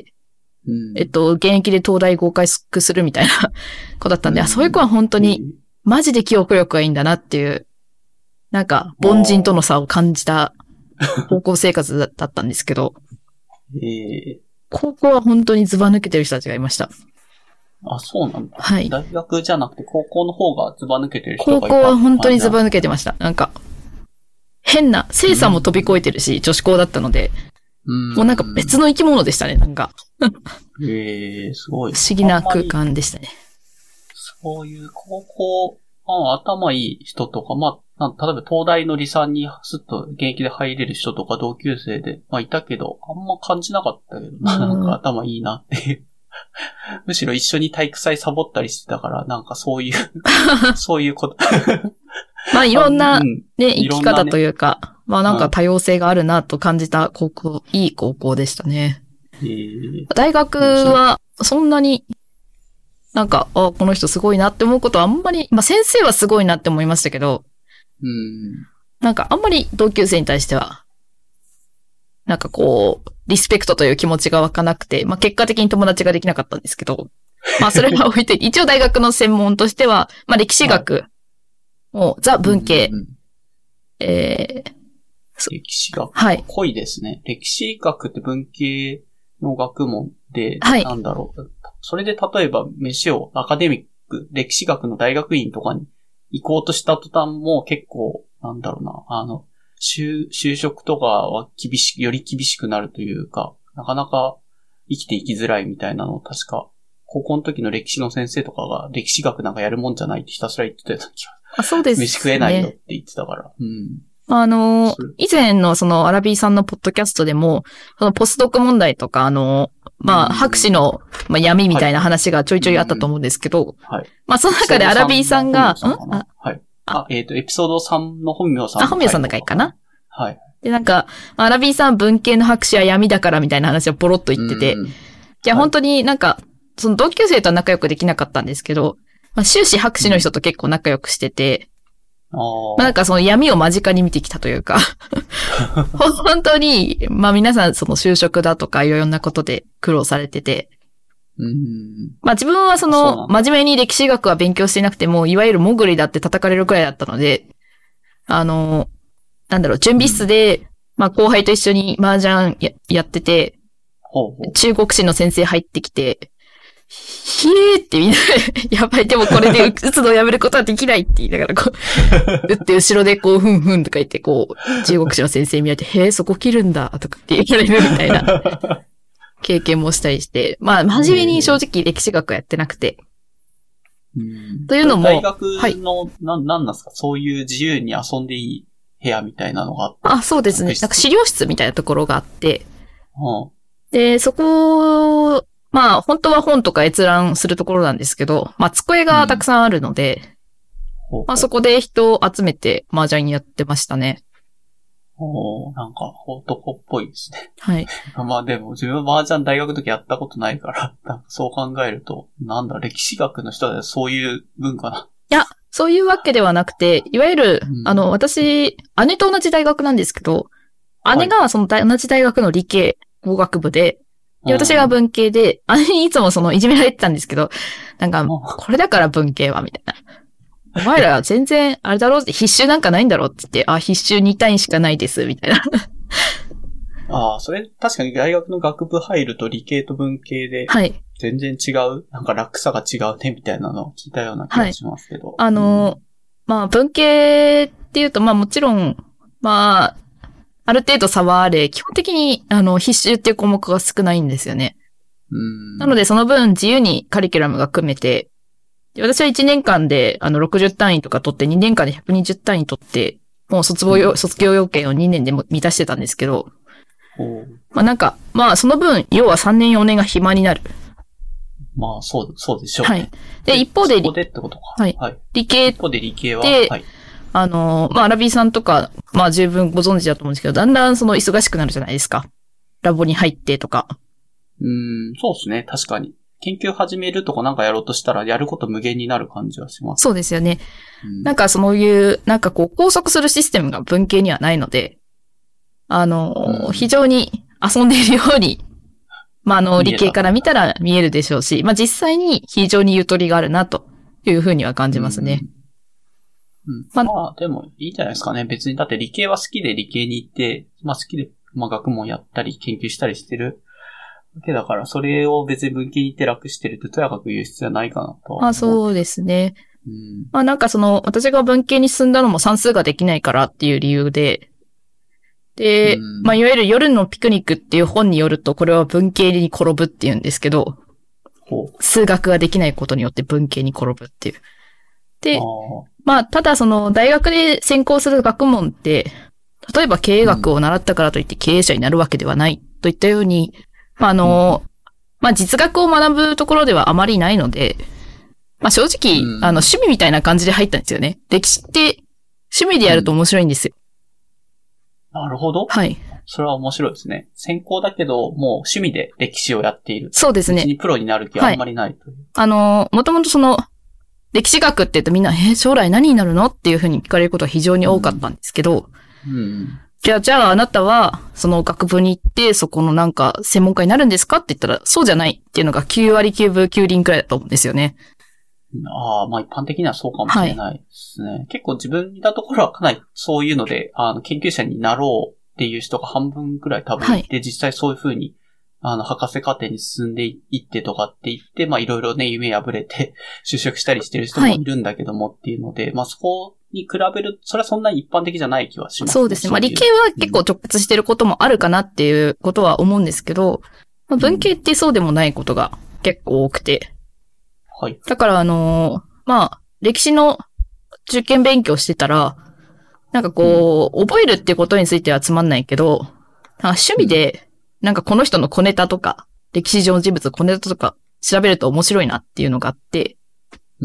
S2: うん、えっと、現役で東大合格するみたいな子だったんで、うん、あ、そういう子は本当に、マジで記憶力がいいんだなっていう、なんか、凡人との差を感じた高校生活だったんですけど、えー、高校は本当にズバ抜けてる人たちがいました。
S1: あ、そうなんだ。
S2: はい。
S1: 大学じゃなくて高校の方がズバ抜けてる人がいた。
S2: 高校は本当にズバ抜けてました。なんか、変な、精査も飛び越えてるし、うん、女子校だったので、
S1: うん。
S2: もうなんか別の生き物でしたね、なんか。
S1: ええー、すごい。
S2: 不思議な空間でしたね。
S1: そういう高校、あ頭いい人とか、まあ、例えば東大の理三にスッと現役で入れる人とか同級生で、まあいたけど、あんま感じなかったけどな、なんか頭いいなっていう。むしろ一緒に体育祭サボったりしてたから、なんかそういう、そういうこと。
S2: まあいろんなね、生き方というか、ね、まあなんか多様性があるなと感じた高校、いい高校でしたね。
S1: えー、
S2: 大学はそんなになんか、あ、この人すごいなって思うことはあんまり、まあ先生はすごいなって思いましたけど、
S1: うん、
S2: なんかあんまり同級生に対しては、なんかこう、リスペクトという気持ちが湧かなくて、まあ結果的に友達ができなかったんですけど、まあそれは置いて、一応大学の専門としては、まあ歴史学を、ザ文系、
S1: うんうん、
S2: えー、
S1: 歴史学、
S2: はい。
S1: 濃いですね。歴史学って文系の学問で、
S2: はい、
S1: なんだろう。それで例えば飯をアカデミック、歴史学の大学院とかに行こうとした途端も結構、なんだろうな、あの、就、就職とかは厳しく、より厳しくなるというか、なかなか生きていきづらいみたいなのを確か、高校の時の歴史の先生とかが歴史学なんかやるもんじゃないってひたすら言ってたような気が。
S2: あ、そうですね。
S1: 飯食えないよって言ってたから。うん。
S2: あの、以前のそのアラビーさんのポッドキャストでも、そのポスドク問題とか、あの、まあ、博士の、まあ、闇みたいな話がちょいちょいあったと思うんですけど、
S1: はい。
S2: まあ、その中でアラビーさんが、ん
S1: あはい。あ、えっと、エピソードさんの本名さん。
S2: あ、本名さんの回かな。
S1: はい。
S2: で、なんか、アラビーさん文系の博士は闇だからみたいな話をポロッと言ってて、いや、本当になんか、その同級生とは仲良くできなかったんですけど、まあ、修士博士の人と結構仲良くしてて、
S1: あ
S2: まあ、なんかその闇を間近に見てきたというか本当に、まあ皆さんその就職だとかいろんなことで苦労されてて、
S1: うん
S2: まあ自分はその真面目に歴史学は勉強していなくても、いわゆるモグリだって叩かれるくらいだったので、あの、なんだろう、準備室で、まあ後輩と一緒に麻雀 や, やってて、
S1: ほうほう
S2: 中国史の先生入ってきて、ひえーってみんな、やばい、でもこれで打つのをやめることはできないって言いながらこう、打って後ろでこう、ふんふんとか言ってこう、中国史の先生見られて、へえ、そこ切るんだ、とかって言われるみたいな経験もしたりして、まあ、真面目に正直歴史学はやってなくて。
S1: うん、
S2: というのも、
S1: 大学の、はい、な、なんなんですか、そういう自由に遊んでいい部屋みたいなのがあって。
S2: あ、そうですね。なんか資料室みたいなところがあって、
S1: うん、で、
S2: そこ、まあ、本当は本とか閲覧するところなんですけど、まあ、机がたくさんあるので、うん、まあ、そこで人を集めて麻雀やってましたね。
S1: おー、なんか、男っぽいですね。
S2: はい。
S1: まあでも、自分は麻雀大学の時やったことないから、なんかそう考えると、なんだ、歴史学の人でそういう文化な。
S2: いや、そういうわけではなくて、いわゆる、うん、あの、私、姉と同じ大学なんですけど、姉がその同じ大学の理系工学部で、で、私が文系で、姉にいつもそのいじめられてたんですけど、なんか、これだから文系は、みたいな。お前ら全然、あれだろうって、必修なんかないんだろうって言って、あ、必修に単位しかないです、みたいな。
S1: ああ、それ、確かに大学の学部入ると理系と文系で、はい。全然違う、なんか落差が違うね、みたいなのを聞いたような気がしますけど。はい、
S2: あの、うん、まあ、文系っていうと、まあもちろん、まあ、ある程度差はあれ、基本的に、あの、必修っていう項目が少ないんですよね。
S1: うん
S2: なので、その分自由にカリキュラムが組めて、私はいちねんかんで、あの、ろくじゅう単位とか取って、にねんかんでひゃくにじゅう単位取って、もう卒業、うん、卒業要件をにねんでも満たしてたんですけど、まあなんか、まあその分、要はさんねんよねんが暇になる。
S1: まあ、そう、そうでしょう、ね。
S2: はい。で、一方で、
S1: そこでってことか。
S2: はい。はい、理系
S1: 一方で理系は、
S2: で、
S1: はい。
S2: あの、まあ、アラビーさんとか、まあ、十分ご存知だと思うんですけど、だんだんその忙しくなるじゃないですか。ラボに入ってとか。
S1: うーん、そうですね。確かに。研究始めるとかなんかやろうとしたら、やること無限になる感じはします。
S2: そうですよね。うん、なんかそういう、なんかこう、拘束するシステムが文系にはないので、あの、うん、非常に遊んでいるように、まあ、あの、理系から見たら見えるでしょうし、まあ、実際に非常にゆとりがあるな、というふうには感じますね。
S1: うんうん、まあ、まあ、でもいいんじゃないですかね。別に、だって理系は好きで理系に行って、まあ好きで、まあ学問やったり研究したりしてるわけだから、それを別に文系に行って楽してるってとやかく言う必要はないかなとは。
S2: まあそうですね。
S1: うん、
S2: まあなんかその、私が文系に進んだのも算数ができないからっていう理由で、 で、
S1: うん、
S2: まあ、いわゆる夜のピクニックっていう本によると、これは文系に転ぶっていうんですけど、数学ができないことによって文系に転ぶっていう。で、まあ、ただその大学で専攻する学問って、例えば経営学を習ったからといって経営者になるわけではないといったように、まあ、あの、うん、まあ、実学を学ぶところではあまりないので、まあ、正直、うん、あの、趣味みたいな感じで入ったんですよね。歴史って趣味でやると面白いんですよ。
S1: うん、なるほど。
S2: はい。
S1: それは面白いですね。専攻だけど、もう趣味で歴史をやっている。
S2: そうですね。
S1: 別にプロになる気はあんまりないという。はい、
S2: あの、もともとその、歴史学って言うとみんな、え、将来何になるのっていうふうに聞かれることが非常に多かったんですけど、
S1: うんうん、
S2: じゃあ、じゃああなたは、その学部に行って、そこのなんか、専門家になるんですかって言ったら、そうじゃないっていうのがきゅうわりきゅうぶきゅうりんくらいだと思うんですよね。
S1: ああ、まあ一般的にはそうかもしれないですね。はい、結構自分いたところはかなりそういうので、あの、研究者になろうっていう人が半分くらい多分いて、はい、実際そういうふうに、あの、博士課程に進んでいってとかって言って、まあいろいろね、夢破れて就職したりしてる人もいるんだけどもっていうので、はい、まあそこに比べる、それはそんなに一般的じゃない気はしますね。
S2: そうですね。まあ理系は結構直結してることもあるかなっていうことは思うんですけど、まあ、文系ってそうでもないことが結構多くて。
S1: うん、はい。
S2: だからあのー、まあ、歴史の受験勉強してたら、なんかこう、うん、覚えるってことについてはつまんないけど、なんか趣味で、なんかこの人の小ネタとか、歴史上の人物の小ネタとか調べると面白いなっていうのがあって、
S1: うん、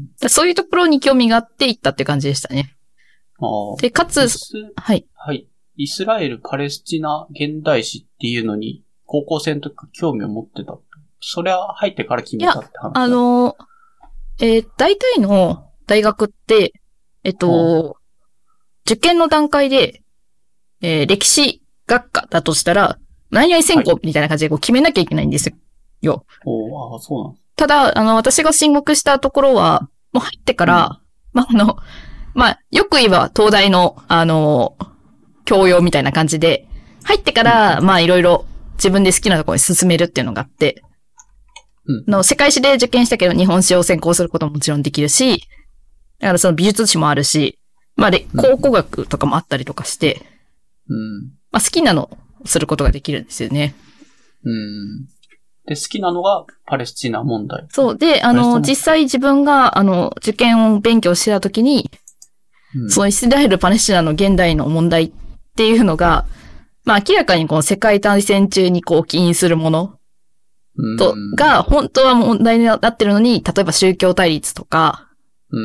S2: そういうところに興味があって行ったって感じでしたね。
S1: あ
S2: で、かつ、はい。
S1: はい。イスラエル・パレスチナ現代史っていうのに高校生の時興味を持ってた。それは入ってから決めたって話。
S2: いや、あの、えー、大体の大学って、えっと、受験の段階で、えー、歴史学科だとしたら、何々専攻みたいな感じでこう決めなきゃいけないんですよ。
S1: おー、あ、そうなんです。
S2: ただ、あの、私が進学したところは、もう入ってから、うん、まあ、あの、まあ、よく言えば東大の、あの、教養みたいな感じで、入ってから、うん、まあ、いろいろ自分で好きなところに進めるっていうのがあって、うん、の世界史で受験したけど日本史を専攻することももちろんできるし、だからその美術史もあるし、まあ、考古学とかもあったりとかして、
S1: うん、
S2: まあ、好きなのをすることができるんですよね。
S1: うん。で、好きなのがパレスチナ問題。
S2: そう。で、あの、実際自分が、あの、受験を勉強してたときに、うん、そのイスラエル・パレスチナの現代の問題っていうのが、まあ明らかにこの世界大戦中にこう起因するものと、が、本当は問題になってるのに、例えば宗教対立とか、
S1: うん、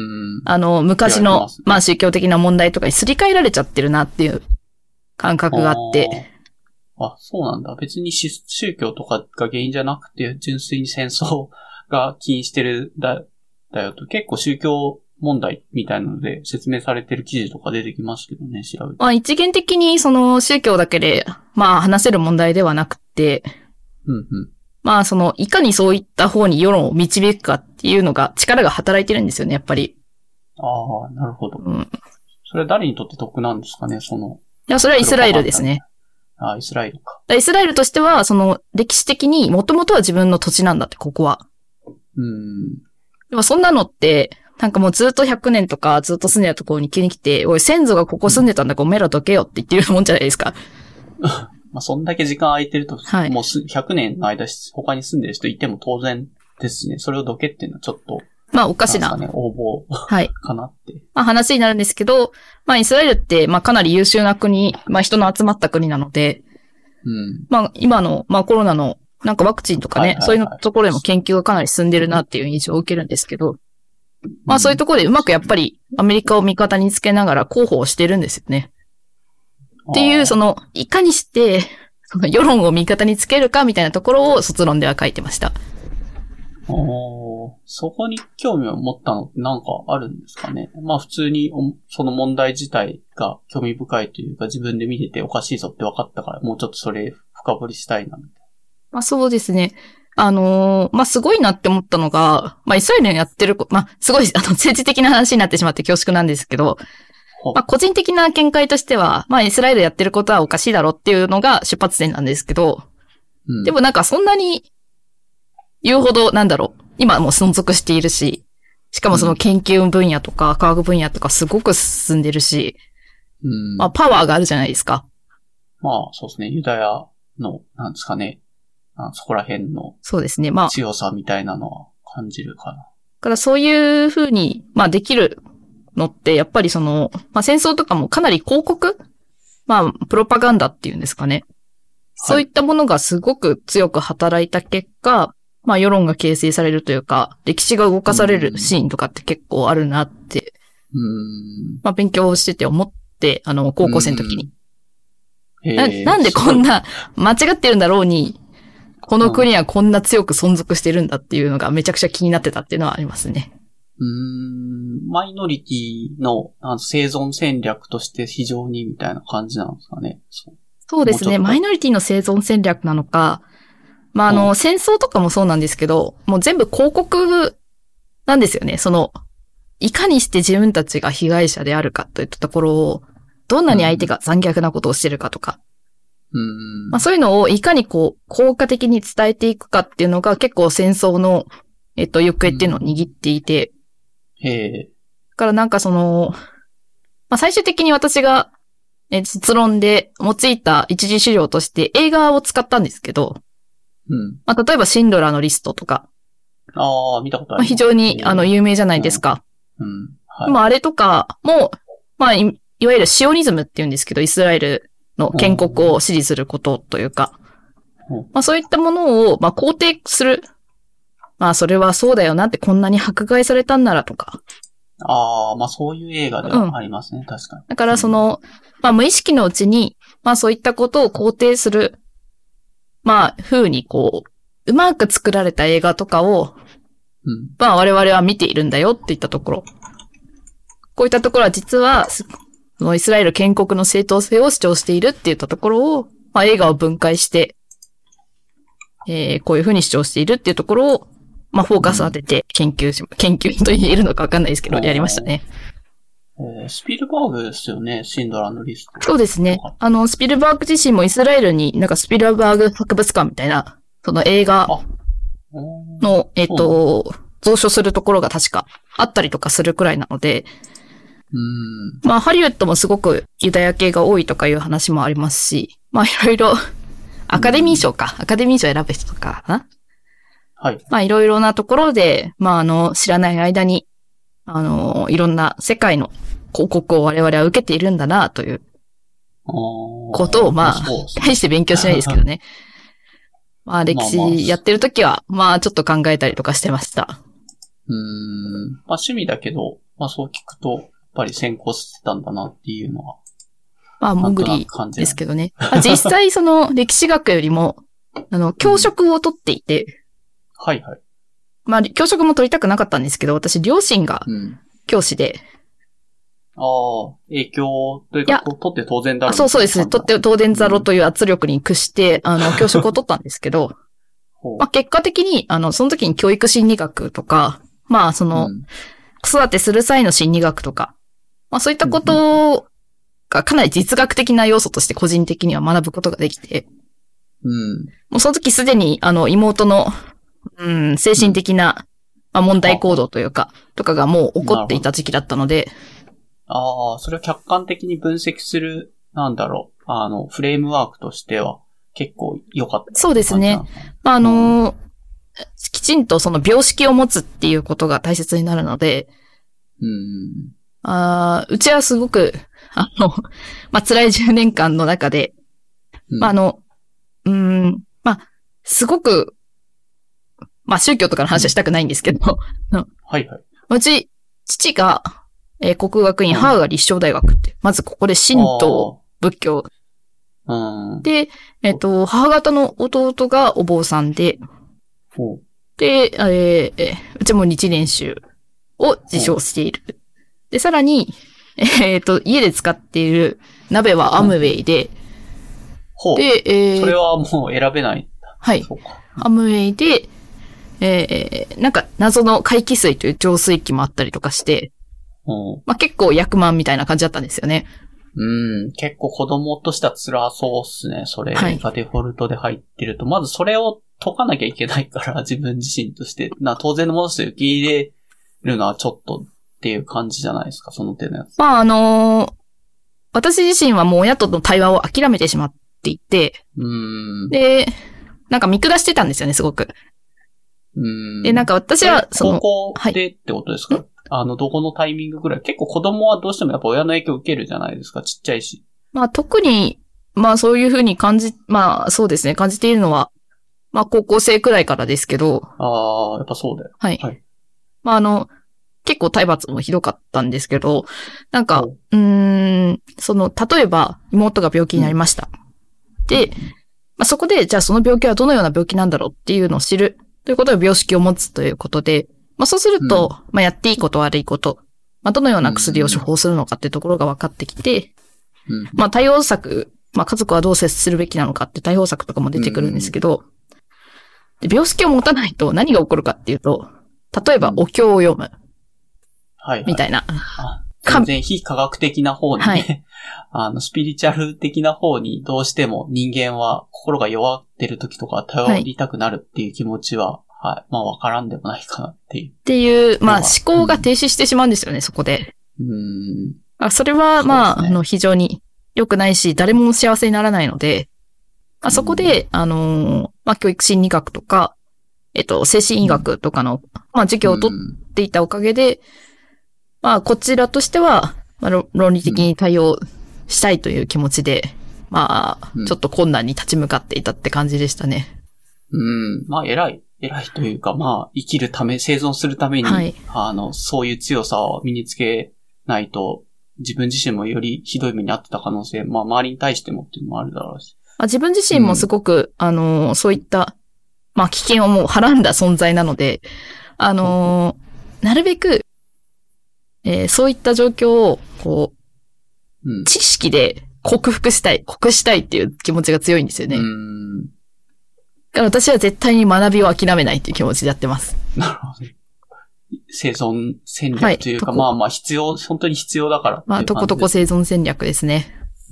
S2: あの、昔の、ま, ね、まあ宗教的な問題とかにすり替えられちゃってるなっていう感覚があって、
S1: あ、そうなんだ。別に宗教とかが原因じゃなくて、純粋に戦争が起因してるだ、だよと、結構宗教問題みたいなので説明されてる記事とか出てきますけどね、調べて。
S2: まあ一元的にその宗教だけで、まあ話せる問題ではなくて、
S1: うんうん。
S2: まあその、いかにそういった方に世論を導くかっていうのが力が働いてるんですよね、やっぱり。
S1: ああ、なるほど。
S2: うん。
S1: それは誰にとって得なんですかね、その。
S2: いや、それはイスラエルですね。
S1: ああ、イスラエルか。
S2: イスラエルとしては、その、歴史的にもともとは自分の土地なんだって、ここは。
S1: うん。
S2: でもそんなのって、なんかもうずっとひゃくねんとかずっと住んでたところに急に来て、おい、先祖がここ住んでたんだからおめえらどけよって言ってるもんじゃないですか。
S1: まあ、そんだけ時間空いてると、
S2: はい、
S1: もうひゃくねんの間、他に住んでる人いても当然ですしね、それをどけっていうのはちょっと、
S2: まあ、おかしな。
S1: なんですかね、応募。
S2: はい。
S1: かなって。
S2: まあ、話になるんですけど、まあ、イスラエルって、まあ、かなり優秀な国、まあ、人の集まった国なので、
S1: うん。
S2: まあ、今の、まあ、コロナの、なんかワクチンとかね、はいはいはい、そういうところでも研究がかなり進んでるなっていう印象を受けるんですけど、まあ、そういうところでうまくやっぱりアメリカを味方につけながら広報をしてるんですよね。っていう、その、いかにして、その世論を味方につけるかみたいなところを卒論では書いてました。
S1: おー、そこに興味を持ったのってなんかあるんですかね。まあ普通にその問題自体が興味深いというか自分で見てておかしいぞって分かったからもうちょっとそれ深掘りしたいなみたいな。
S2: まあそうですね。あのー、まあすごいなって思ったのが、まあイスラエルのやってるこ、まあすごいあの政治的な話になってしまって恐縮なんですけど、まあ個人的な見解としては、まあイスラエルやってることはおかしいだろうっていうのが出発点なんですけど、うん、でもなんかそんなに言うほど、なんだろう。今もう存続しているし、しかもその研究分野とか科学分野とかすごく進んでるし、
S1: うん、
S2: まあパワーがあるじゃないですか。
S1: まあ、そうですね。ユダヤの、なんですかね。あそこら辺の
S2: そうですね。まあ、
S1: 強さみたいなのは感じるかな。
S2: だからそういう風に、まあできるのって、やっぱりその、まあ戦争とかもかなり広告まあ、プロパガンダっていうんですかね。そういったものがすごく強く働いた結果、まあ世論が形成されるというか、歴史が動かされるシーンとかって結構あるなって、
S1: うん
S2: まあ勉強してて思って、あの、高校生の時に。な
S1: へ
S2: なんでこんな間違ってるんだろうに、この国はこんな強く存続してるんだっていうのがめちゃくちゃ気になってたっていうのはありますね。
S1: うーん、マイノリティのあの生存戦略として非常にみたいな感じなんですかね。そう、
S2: そうですね。マイノリティの生存戦略なのか、まあ、あの、うん、戦争とかもそうなんですけど、もう全部広告なんですよね。その、いかにして自分たちが被害者であるかといったところを、どんなに相手が残虐なことをしてるかとか、
S1: うん
S2: まあ、そういうのをいかにこう、効果的に伝えていくかっていうのが結構戦争の、えっと、行方っていうのを握っていて、
S1: うん、へえ。
S2: だからなんかその、まあ、最終的に私が、え、実論で用いた一次資料として映画を使ったんですけど、
S1: うん。
S2: まあ、例えばシンドラーのリストとか。
S1: ああ、見たことある。
S2: まあ、非常に、あの、有名じゃないですか。
S1: うん。うん、はい。
S2: まあ、あれとかも、まあい、いわゆるシオニズムって言うんですけど、イスラエルの建国を支持することというか、
S1: うん、
S2: まあ、そういったものを、まあ、肯定する。まあ、それはそうだよなってこんなに迫害されたんならとか。
S1: ああ、まあそういう映画ではありますね、うん、確かに。
S2: だからその、まあ無意識のうちに、まあそういったことを肯定する、まあ風にこう、うまく作られた映画とかを、
S1: うん、
S2: まあ我々は見ているんだよっていったところ。こういったところは実は、そのイスラエル建国の正当性を主張しているっていったところを、まあ映画を分解して、えー、こういう風に主張しているっていうところを、まあフォーカスを当てて研究し、うん、研究と言えるのかわかんないですけど、やりましたね。
S1: えー、スピルバーグですよね、シンドラーのリスト。
S2: そうですね。あの、スピルバーグ自身もイスラエルになんかスピルバーグ博物館みたいな、その映画の、えっと、蔵書するところが確かあったりとかするくらいなので、
S1: うん
S2: まあ、ハリウッドもすごくユダヤ系が多いとかいう話もありますし、まあ、いろいろ、アカデミー賞か、アカデミー賞選ぶ人とかな。
S1: はい。
S2: まあ、いろいろなところで、まあ、あの、知らない間に、あの、いろんな世界の広告を我々は受けているんだな、ということを、まあ、大して勉強しないですけどね。まあ、歴史やってるときは、まあ、ちょっと考えたりとかしてました。
S1: うーん。まあ、趣味だけど、まあ、そう聞くと、やっぱり先行してたんだなっていうのは。
S2: まあ、もぐりですけどね。まあ、実際、その、歴史学よりも、あの、教職を取っていて、
S1: うん、はいはい。
S2: まあ、教職も取りたくなかったんですけど、私、両親が教師で。
S1: うん、ああ、影響というか、取って当然だろう。
S2: そうそうです。取って当然だろうという圧力に屈して、うん、あの、教職を取ったんですけど、まあ、結果的に、あの、その時に教育心理学とか、まあ、その、うん、子育てする際の心理学とか、まあ、そういったことがかなり実学的な要素として個人的には学ぶことができて、
S1: うん、
S2: もうその時すでに、あの、妹の、うん、精神的な、まあ、問題行動というか、とかがもう起こっていた時期だったので。
S1: ああ、それを客観的に分析する、なんだろう、あの、フレームワークとしては結構良かった。
S2: そうですね。まあ、あのー、うん、きちんとその病識を持つっていうことが大切になるので、
S1: うん、
S2: あうちはすごく、あの、まあ、辛いじゅうねんかんの中で、うん、まあ、あの、うん、まあ、すごく、まあ宗教とかの話はしたくないんですけど、
S1: うん、はいはい。
S2: うち、父が、えー、国学院、母が立正大学って、まずここで神道、仏教。
S1: うん、
S2: で、えっ、ー、と、母方の弟がお坊さんで、で、えー、うちも日蓮宗を自称している。で、さらに、えっ、ー、と、家で使っている鍋はアムウェイで、
S1: で、えー、それはもう選べない。
S2: はい。アムウェイで、えー、なんか謎の回帰水という浄水器もあったりとかして、
S1: うん、
S2: まあ、結構役満みたいな感じだったんですよね。
S1: うん、結構子供としては辛そうっすね。それがデフォルトで入ってると。はい、まずそれを解かなきゃいけないから、自分自身として。な当然のものとして受け入れるのはちょっとっていう感じじゃないですか、その手のやつ。
S2: まあ、あのー、私自身はもう親との対話を諦めてしまっっていて、
S1: うーん。
S2: で、なんか見下してたんですよね、すごく。
S1: うーん。
S2: で、なんか私は、その、
S1: 高校でってことですか、
S2: はい、
S1: あの、どこのタイミングぐらい結構子供はどうしてもやっぱ親の影響を受けるじゃないですか、ちっちゃいし。
S2: まあ特に、まあそういうふうに感じ、まあそうですね、感じているのは、まあ高校生くらいからですけど。
S1: ああ、やっぱそうだよ。
S2: はい。
S1: はい、
S2: まああの、結構体罰もひどかったんですけど、なんか、うーん、その、例えば妹が病気になりました。うん、で、まあそこで、じゃあその病気はどのような病気なんだろうっていうのを知るということで病識を持つということで、まあそうすると、うん、まあやっていいこと悪いこと、まあどのような薬を処方するのかっていうところが分かってきて、うん、まあ対応策、まあ家族はどう接するべきなのかって対応策とかも出てくるんですけど、で病識を持たないと何が起こるかっていうと、例えばお経を読む。
S1: はい、はい。
S2: みたいな。
S1: 全然非科学的な方にね、はい、あの、スピリチュアル的な方にどうしても人間は心が弱ってる時とか頼りたくなるっていう気持ちは、はい、はい、まあわからんでもないかなっていう。
S2: っていう、まあ思考が停止してしまうんですよね、うん、そこで。
S1: うーん
S2: あそれは、まあ、ね、あの、非常に良くないし、誰も幸せにならないので、まあ、そこで、あのー、まあ、教育心理学とか、えっと、精神医学とかの、まあ、授業を取っていたおかげで、まあ、こちらとしては、まあ、論理的に対応したいという気持ちで、まあ、ちょっと困難に立ち向かっていたって感じでしたね。
S1: うん。まあ、偉い。偉いというか、まあ、生きるため、生存するために、はい、あの、そういう強さを身につけないと、自分自身もよりひどい目に遭ってた可能性、まあ、周りに対してもっていうのもあるだろうし。
S2: まあ、自分自身もすごく、うん、あの、そういった、まあ、危険をもうはらんだ存在なので、あの、なるべく、えー、そういった状況を、こう、うん、知識で克服したい、克したいっていう気持ちが強いんですよね。うん。だから私は絶対に学びを諦めないっていう気持ちでやってます。
S1: なるほど。生存戦略というか、はい、まあまあ必要、本当に必要だからっていう感じです。
S2: まあ、とことこ生存戦略ですね。
S1: うん。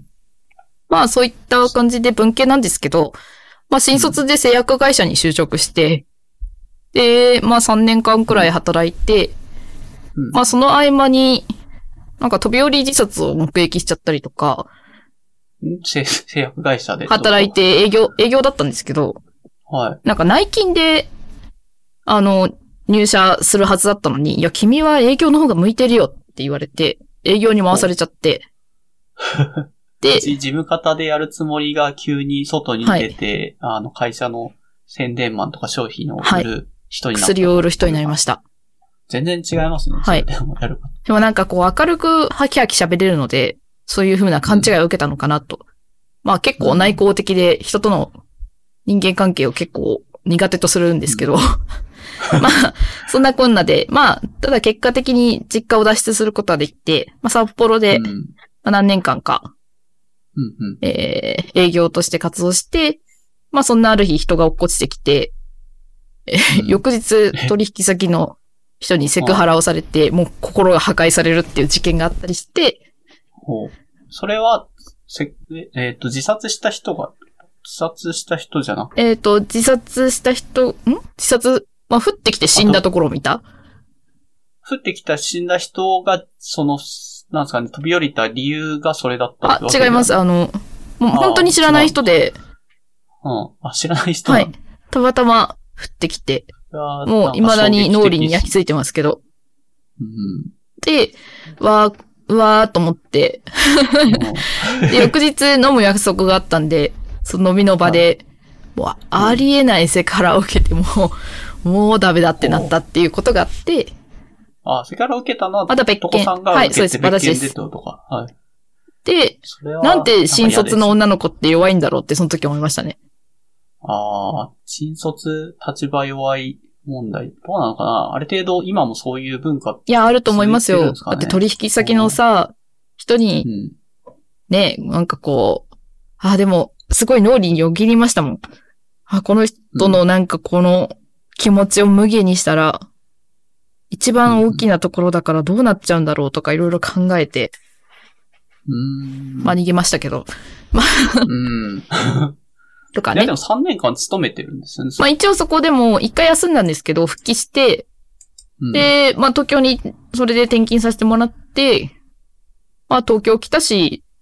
S2: まあそういった感じで文系なんですけど、まあ新卒で製薬会社に就職して、うん、で、まあさんねんかんくらい働いて、うん、まあその合間に、なんか飛び降り自殺を目撃しちゃったりとか、
S1: 製薬会社で
S2: 働いて営業、営業だったんですけど、
S1: はい。
S2: なんか内勤で、あの、入社するはずだったのに、いや、君は営業の方が向いてるよって言われて、営業に回されちゃって、
S1: で、事務方でやるつもりが急に外に出て、はい、あの、会社の宣伝マンとか商品を売る人になった、はい。薬
S2: を売る人になりました。
S1: 全然違いますね。
S2: はい。でもやるでもなんかこう明るくハキハキ喋れるので、そういう風な勘違いを受けたのかなと。うん、まあ結構内向的で人との人間関係を結構苦手とするんですけど、うん、まあ、そんなこんなで、まあ、ただ結果的に実家を脱出することはできて、まあ札幌で何年間か、
S1: うんうん
S2: えー、営業として活動して、まあそんなある日人が落っこちてきて、うん、翌日取引先の人にセクハラをされて、もう心が破壊されるっていう事件があったりして、
S1: ほう。それは、せえっ、ー、と、自殺した人が、自殺した人じゃなくて
S2: えっ、ー、と、自殺した人、ん自殺、まあ、降ってきて死んだところを見た
S1: 降ってきた死んだ人が、その、なんですかね、飛び降りた理由がそれだったってわけ
S2: あ、違います。あの、もう本当に知らない人で。
S1: うん。あ、知らない人
S2: はい。たまたま降ってきて。もう未だに脳裏に焼き付いてますけど。
S1: うん、
S2: で、わー、うわーと思って。で、翌日飲む約束があったんで、その飲みの場で、はい、もうありえないセクハラを受けても、もうダメだってなったっていうことがあって。
S1: あ、セクハラを受けたのは、
S2: まだ別件。
S1: さんが受けて、はい、そうです。私です。はい。
S2: で、なんで新卒の女の子って弱いんだろうってその時思いましたね。
S1: ああ、新卒立場弱い問題。どうなのかなある程度今もそういう文化、ね、
S2: いや、あると思いますよ。だって取引先のさ、人に、うん、ね、なんかこう、あ、でも、すごい脳裏によぎりましたもん。あ、この人のなんかこの気持ちを無下にしたら、一番大きなところだからどうなっちゃうんだろうとかいろいろ考えて、
S1: うーん
S2: まあ逃げましたけど。まあ
S1: うん
S2: とかね。
S1: いやでもさんねんかん勤めてるんですよね。
S2: まあ一応そこでも一回休んだんですけど、復帰して、うん、で、まあ東京にそれで転勤させてもらって、まあ東京来たし、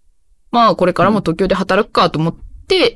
S2: まあこれからも東京で働くかと思って、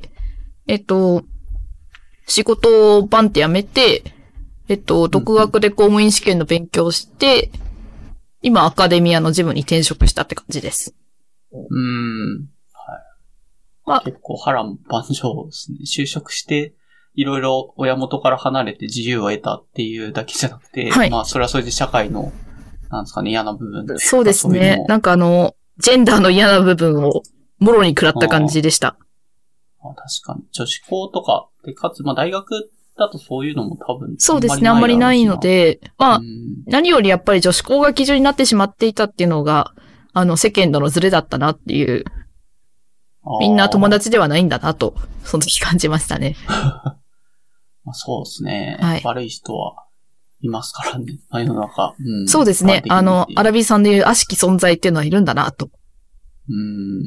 S2: えっと、仕事をバンって辞めて、えっと、独学で公務員試験の勉強をして、今アカデミアのジムに転職したって感じです。
S1: うーん。はい。まあ、結構波乱万丈ですね。就職して、いろいろ親元から離れて自由を得たっていうだけじゃなくて、はい、まあ、それはそれで社会の、なんですかね、嫌な部分。
S2: そうですね。ううなんかあの、ジェンダーの嫌な部分を、もろに食らった感じでした。
S1: ああ、確かに。女子校とか、で、かつ、まあ、大学だとそういうのも多分。
S2: そうですね、あんまりないので、まあ、何よりやっぱり女子校が基準になってしまっていたっていうのが、あの、世間とのズレだったなっていう、みんな友達ではないんだなと、その時感じましたね。
S1: まあ、そうですね、はい。悪い人はいますからね、世の中。
S2: うん、そうですね。あの、アラビーさんでいう悪しき存在っていうのはいるんだなと。
S1: うん。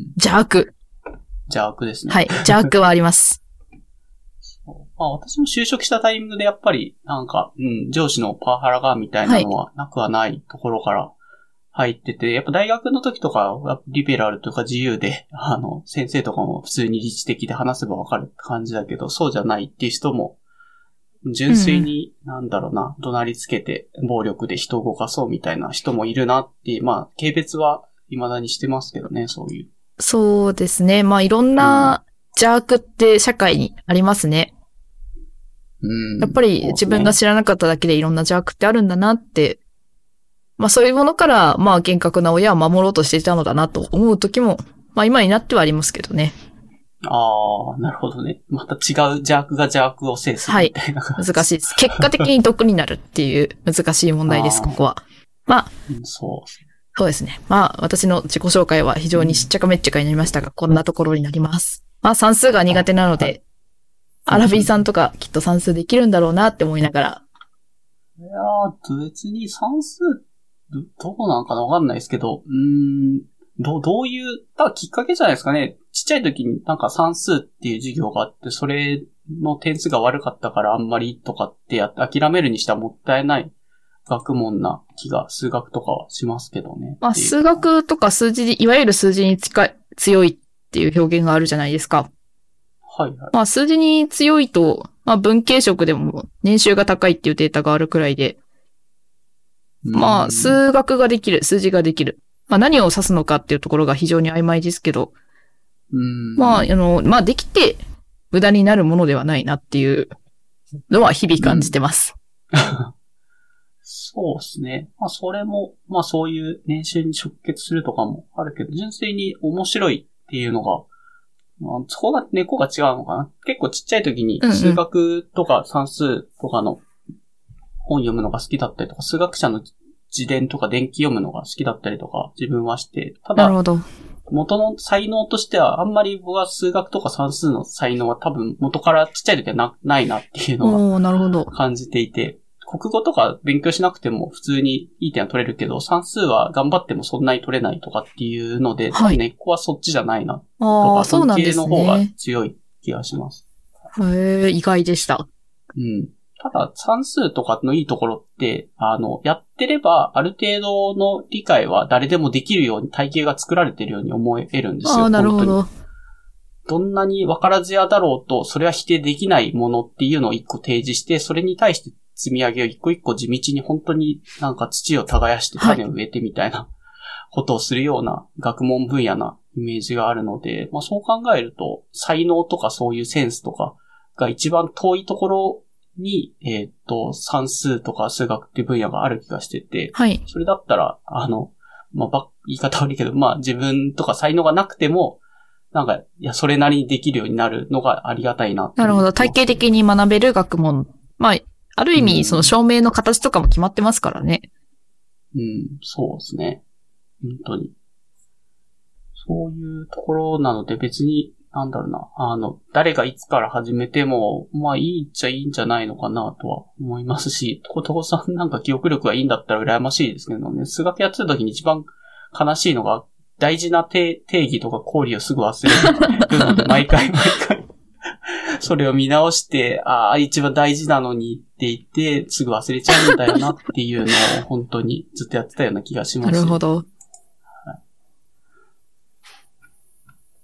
S2: 邪悪。
S1: 邪悪ですね。
S2: はい。邪悪はあります。
S1: まあ、私も就職したタイミングでやっぱり、なんか、うん、上司のパワハラがみたいなのはなくはないところから入ってて、はい、やっぱ大学の時とか、リベラルというか自由で、あの、先生とかも普通に理知的で話せばわかるって感じだけど、そうじゃないっていう人も、純粋に、なんだろうな、怒鳴りつけて、暴力で人を動かそうみたいな人もいるなって、まあ、軽蔑は未だにしてますけどね、そういう。
S2: そうですね。まあ、いろんな邪悪って社会にありますね。
S1: うん、
S2: やっぱり自分が知らなかっただけでいろんな邪悪ってあるんだなって、まあそういうものから、まあ厳格な親を守ろうとしていたのだなと思う時も、まあ今になってはありますけどね。
S1: ああ、なるほどね。また違う邪悪が邪悪を制するみたいな感じ。
S2: はい。難しいです。結果的に毒になるっていう難しい問題です、ここは。まあ、
S1: うん、そう。
S2: そうですね。まあ私の自己紹介は非常にしっちゃかめっちゃかになりましたが、こんなところになります。まあ算数が苦手なので、はい、アラビーさんとかきっと算数できるんだろうなって思いながら。
S1: いやー、別に算数、どうなんかなわかんないですけど、うーん、どう、どういう、ただきっかけじゃないですかね。ちっちゃい時になんか算数っていう授業があって、それの点数が悪かったからあんまりとかってやって諦めるにしてはもったいない学問な気が、数学とかはしますけどね。
S2: まあ、数学とか数字、いわゆる数字に近い、強いっていう表現があるじゃないですか。
S1: はいはい。
S2: まあ数字に強いと、まあ文系職でも年収が高いっていうデータがあるくらいで、まあ数学ができる、数字ができる。まあ何を指すのかっていうところが非常に曖昧ですけど、
S1: うん
S2: まああの、まあできて無駄になるものではないなっていうのは日々感じてます。
S1: うん、そうですね。まあそれも、まあそういう年収に直結するとかもあるけど、純粋に面白いっていうのが、そこが根っこが違うのかな。結構ちっちゃい時に数学とか算数とかの本読むのが好きだったりとか、数学者の自伝とか伝記読むのが好きだったりとか自分はして、ただ、元の才能としてはあんまり僕は数学とか算数の才能は多分元からちっちゃい時は な, ないなっていうのを感じていて、国語とか勉強しなくても普通にいい点は取れるけど、算数は頑張ってもそんなに取れないとかっていうので、はい、根っこはそっちじゃないなとか、
S2: そうなんですね。
S1: 文系の方が強い気がします。
S2: へえ、意外でした。
S1: うん。ただ算数とかのいいところって、あの、やってればある程度の理解は誰でもできるように体系が作られているように思えるんですよ。
S2: ああ、なるほど。
S1: どんなに分からずやだろうと、それは否定できないものっていうのを一個提示して、それに対して積み上げを一個一個地道に本当になんか土を耕して種を植えてみたいなことをするような学問分野なイメージがあるので、まあそう考えると才能とかそういうセンスとかが一番遠いところに、えっと、算数とか数学っていう分野がある気がしてて、
S2: はい。
S1: それだったら、あの、まあ、ば、言い方悪いけど、まあ自分とか才能がなくても、なんか、いや、それなりにできるようになるのがありがたいな。
S2: なるほど。体系的に学べる学問。まあ、ある意味、その証明の形とかも決まってますからね。
S1: うん、うん、そうですね。本当に。そういうところなので別に、なんだろうな、あの、誰がいつから始めても、まあいいっちゃいいんじゃないのかなとは思いますし、とことこさんなんか記憶力がいいんだったら羨ましいですけどね。数学やってた時に一番悲しいのが、大事な定義とか公理をすぐ忘れるので、毎回毎回それを見直して、ああ、一番大事なのにって言って、すぐ忘れちゃうんだよなっていうのを本当にずっとやってたような気がします。
S2: なるほど。はい、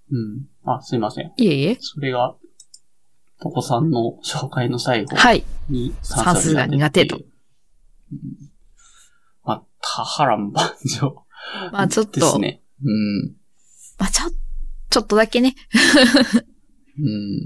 S1: うん。あ、すいません。
S2: いえいえ。
S1: それが、とこさんの紹介の最後
S2: はい。
S1: に
S2: 算数が苦手と。
S1: うん、まあ、多波乱万丈。
S2: まあちょっと。
S1: ですね。うん。
S2: まあちょ、ちょっとだけね。
S1: うん。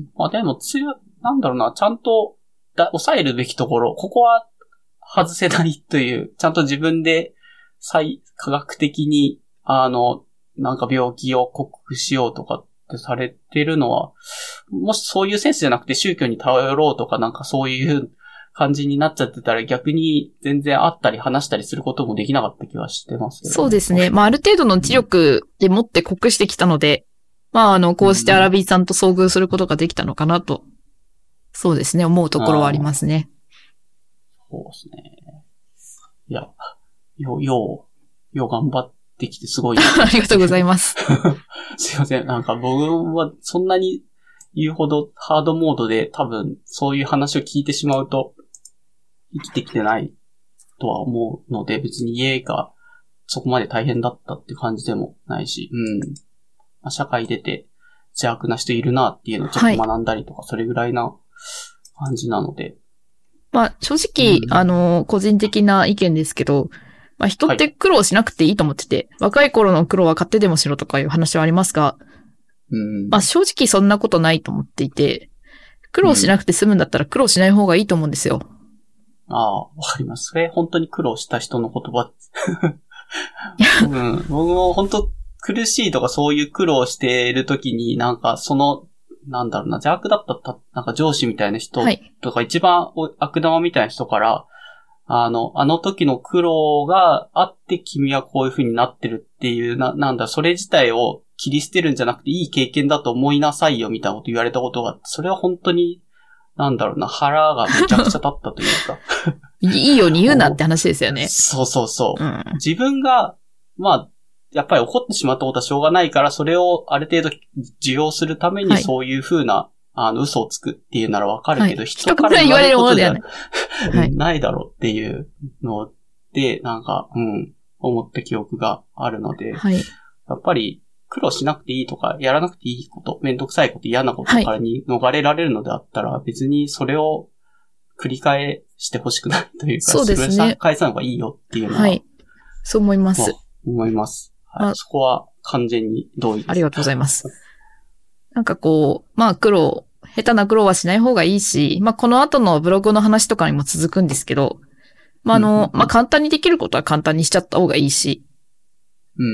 S1: まあでも、つよ、なんだろうな、ちゃんとだ抑えるべきところ、ここは外せないという、ちゃんと自分で再科学的に、あの、なんか病気を克服しようとかってされてるのは、もしそういうセンスじゃなくて宗教に頼ろうとかなんかそういう感じになっちゃってたら逆に全然会ったり話したりすることもできなかった気はしてますけど、ね。
S2: そうですね。まあある程度の知力でもって克服してきたので、うん、まああの、こうしてアラビーさんと遭遇することができたのかなと、そうですね、思うところはありますね。
S1: そうですね。いや、よ、よう、よう頑張ってきてすごい。
S2: ありがとうございます。
S1: すいません。なんか僕はそんなに言うほどハードモードで多分そういう話を聞いてしまうと生きてきてないとは思うので、別に家がそこまで大変だったって感じでもないし、うん。まあ、社会出て邪悪な人いるなっていうのをちょっと学んだりとか、それぐらいな感じなので。
S2: まあ正直、うん、あの、個人的な意見ですけど、まあ人って苦労しなくていいと思ってて、はい、若い頃の苦労は買ってでもしろとかいう話はありますが、
S1: うん、
S2: まあ正直そんなことないと思っていて、苦労しなくて済むんだったら苦労しない方がいいと思うんですよ。
S1: うん、ああ、わかります。それ本当に苦労した人の言葉です。うん、僕も本当苦しいとかそういう苦労しているときになんかその、なんだろうな、邪悪だった、なんか上司みたいな人とか、はい、一番悪玉みたいな人から、あの、あの時の苦労があって君はこういう風になってるっていう、な、なんだ、それ自体を切り捨てるんじゃなくていい経験だと思いなさいよみたいなこと言われたことがあって、それは本当に、なんだろうな、腹がめちゃくちゃ立ったというか。
S2: いいように言うなって話ですよね。
S1: そうそうそう、
S2: うん。
S1: 自分が、まあ、やっぱり怒ってしまったことはしょうがないから、それをある程度受容するためにそういう風な、はい、あの、嘘をつくっていうならわかるけど、はい、人から言われることじゃないだろうっていうので、なんか、うん、思った記憶があるので、
S2: はい、
S1: やっぱり苦労しなくていいとか、やらなくていいこと、めんどくさいこと、嫌なことからに逃れられるのであったら、はい、別にそれを繰り返してほしくないというか、
S2: そうですね。それ
S1: 返さない方がいいよっていうのは、
S2: はい、そう思います。
S1: まあ、思います。はい、そこは完全に同意です。
S2: ありがとうございます。なんかこう、まあ苦労、下手な苦労はしない方がいいし、まあこの後のブログの話とかにも続くんですけど、まああの、うんうんうん、まあ簡単にできることは簡単にしちゃった方がいいし、
S1: うん、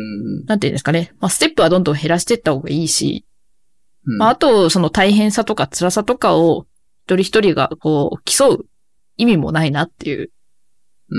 S2: なんていうんですかね、まあステップはどんどん減らしていった方がいいし、
S1: うん、
S2: まああとその大変さとか辛さとかを一人一人がこう競う意味もないなっていう。
S1: うん、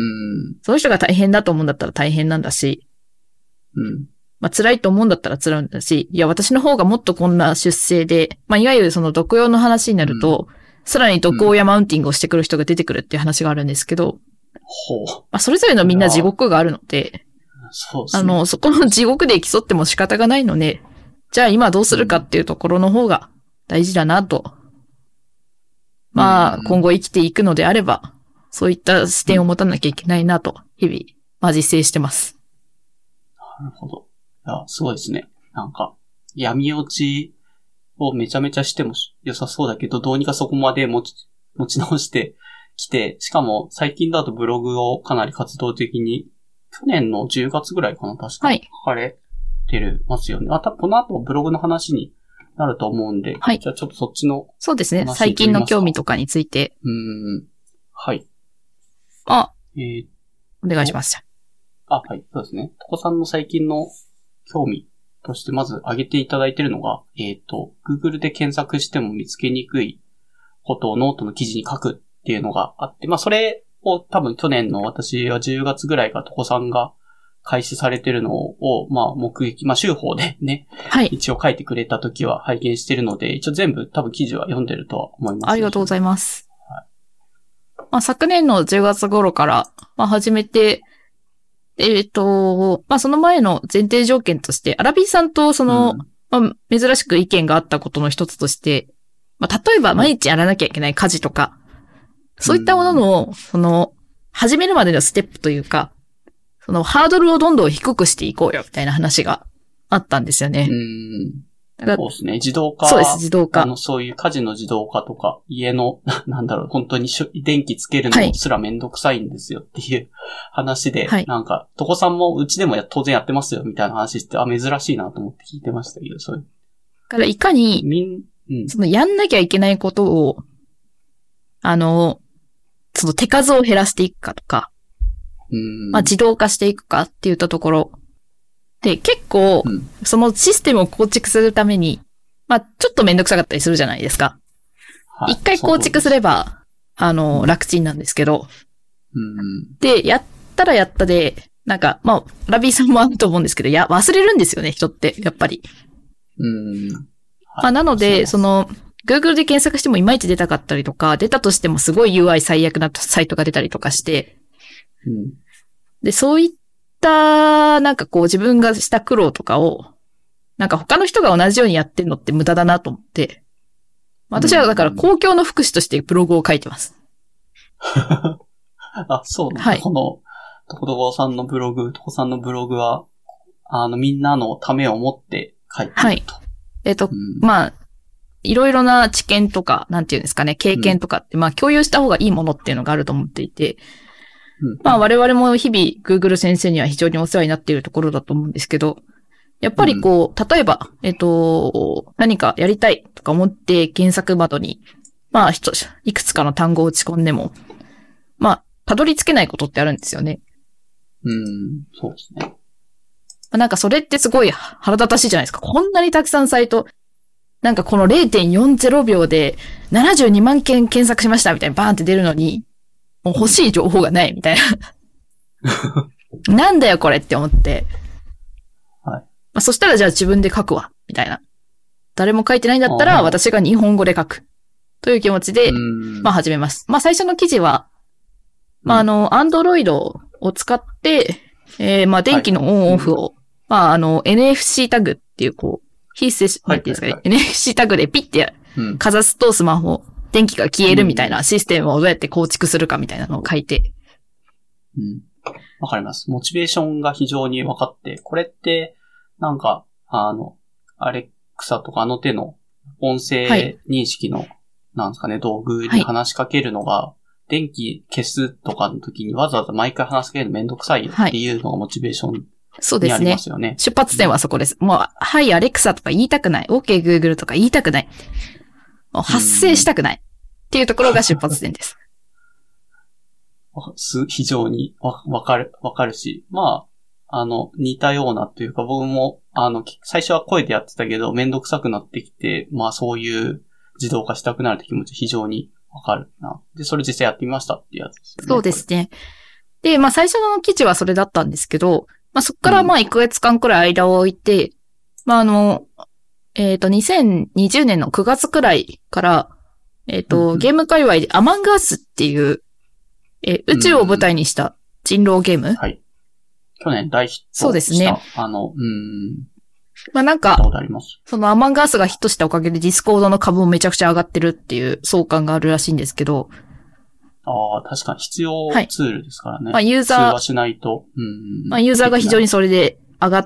S2: その人が大変だと思うんだったら大変なんだし、
S1: うん、
S2: まあ辛いと思うんだったら辛いんだし、いや私の方がもっとこんな出世で、まあいわゆるその毒用の話になると、うん、さらに毒親マウンティングをしてくる人が出てくるっていう話があるんですけど、
S1: ほう。
S2: まあそれぞれのみんな地獄があるので、
S1: そうですね。
S2: あの、そこの地獄で競っても仕方がないので、じゃあ今どうするかっていうところの方が大事だなと。うん、まあ今後生きていくのであれば、そういった視点を持たなきゃいけないなと、日々、まあ実践してます。
S1: なるほど。いや、すごいですね。なんか、闇落ちをめちゃめちゃしても良さそうだけど、どうにかそこまで持ち、持ち直してきて、しかも最近だとブログをかなり活動的に、去年のじゅうがつぐらいかな、確か。
S2: はい。
S1: 書かれてるますよね。あ、たこの後ブログの話になると思うんで、
S2: はい。
S1: じゃあちょっとそっちの。
S2: そうですね。最近の興味とかについて。
S1: うーん。はい。
S2: あ、
S1: えー、
S2: お願いします。
S1: あ、はい。そうですね。とこさんの最近の興味としてまず挙げていただいているのが、えっと、Google で検索しても見つけにくいことをノートの記事に書くっていうのがあって、まあそれを多分去年の私はじゅうがつぐらいからとこさんが開始されてるのを、まあ目撃、まあ週報でね、
S2: はい。
S1: 一応書いてくれた時は拝見してるので、一応全部多分記事は読んでるとは思います。
S2: ありがとうございます。はい、まあ昨年のじゅうがつ頃から、まあ始めて、えっと、まあ、その前の前提条件として、アラビーさんとその、うんまあ、珍しく意見があったことの一つとして、まあ、例えば毎日やらなきゃいけない家事とか、そういったものの、その、始めるまでのステップというか、そのハードルをどんどん低くしていこうよ、みたいな話があったんですよね。
S1: うんそうですね。自動化。
S2: そうです、自動化。
S1: あの、そういう家事の自動化とか、家の、なんだろう、本当に電気つけるのすらめんどくさいんですよっていう話で、はい、なんか、とこさんもうちでもや当然やってますよみたいな話して、あ、珍しいなと思って聞いてましたけど、そういう。
S2: だからいかに、みん、うん、そのやんなきゃいけないことを、あの、その手数を減らしていくかとか、うんまあ自動化していくかって言ったところ、で、結構、うん、そのシステムを構築するために、まあ、ちょっとめんどくさかったりするじゃないですか。はい、一回構築すれば、あの、楽ちんなんですけど、うん、で、やったらやったで、なんか、まあ、ラビーさんもあると思うんですけど、いや、忘れるんですよね、人って、やっぱり。うんはい、まあ、なので、その、Google で検索してもいまいち出たかったりとか、出たとしてもすごい ユーアイ 最悪なサイトが出たりとかして、うん、で、そういった、なんかこう自分がした苦労とかを、なんか他の人が同じようにやってんのって無駄だなと思って、私はだから公共の福祉としてブログを書いてます。
S1: あ、そうなんだ。はい、この、とことこさんのブログ、とこさんのブログは、あの、みんなのためを思って書いてると。はい。えっと、うん、
S2: まあ、いろいろな知見とか、なんていうんですかね、経験とかって、うん、まあ共有した方がいいものっていうのがあると思っていて、うん、まあ我々も日々 Google 先生には非常にお世話になっているところだと思うんですけど、やっぱりこう、例えば、えっと、何かやりたいとか思って検索窓に、まあ、いくつかの単語を打ち込んでも、まあ、たどり着けないことってあるんですよね。
S1: うん、そうですね。
S2: なんかそれってすごい腹立たしいじゃないですか。こんなにたくさんサイト、なんかこの れいてんよんぜろびょうでななじゅうにまんけん検索しましたみたいなバーンって出るのに、もう欲しい情報がないみたいな。なんだよこれって思って。はい。まあ、そしたらじゃあ自分で書くわ、みたいな。誰も書いてないんだったら私が日本語で書く。という気持ちで、まあ始めます。まあ最初の記事は、まああの、アンドロイドを使って、えー、まあ電気のオンオフを、はい、まああの、エヌエフシー タグっていうこう、非接触、なんていうんですかね、はいはいはい、エヌエフシー タグでピッてかざすとスマホ、電気が消えるみたいなシステムをどうやって構築するかみたいなのを書いて。
S1: うん。わかります。モチベーションが非常に分かって、これって、なんか、あの、アレクサとかあの手の音声認識の、はい、なんですかね、道具に話しかけるのが、はい、電気消すとかの時にわざわざ毎回話しかけるのめんどくさいっていうのがモチベーション、はい、
S2: そうですね。出発点はそこです。もう、はい、アレクサとか言いたくない。OK、Google とか言いたくない。もう発生したくない。っていうところが出発点です。
S1: す非常にわ、わかる、わかるし、まあ、あの、似たようなというか、僕も、あの、最初は声でやってたけど、めんどくさくなってきて、まあそういう自動化したくなるって気持ち非常にわかるな。で、それ実際やってみましたっていうやつですよね。
S2: そうですね。で、まあ最初の記事はそれだったんですけど、まあそこからまあいっかげつかんくらい間を置いて、うん、まああの、えっと、にせんにじゅうねんのくがつくらいから、えっと、うん、ゲーム界隈でアマンガースっていう、えー、宇宙を舞台にした人狼ゲーム、うん、
S1: はい。去年大ヒットした。
S2: そうですね。
S1: あの、うん。
S2: まあなんか、そのアマンガースがヒットしたおかげでディスコードの株もめちゃくちゃ上がってるっていう相関があるらしいんですけど。
S1: ああ、確かに必要ツールですからね。はい、
S2: まあユーザー。
S1: 通話しないと。うん。
S2: まあユーザーが非常にそれで上がって、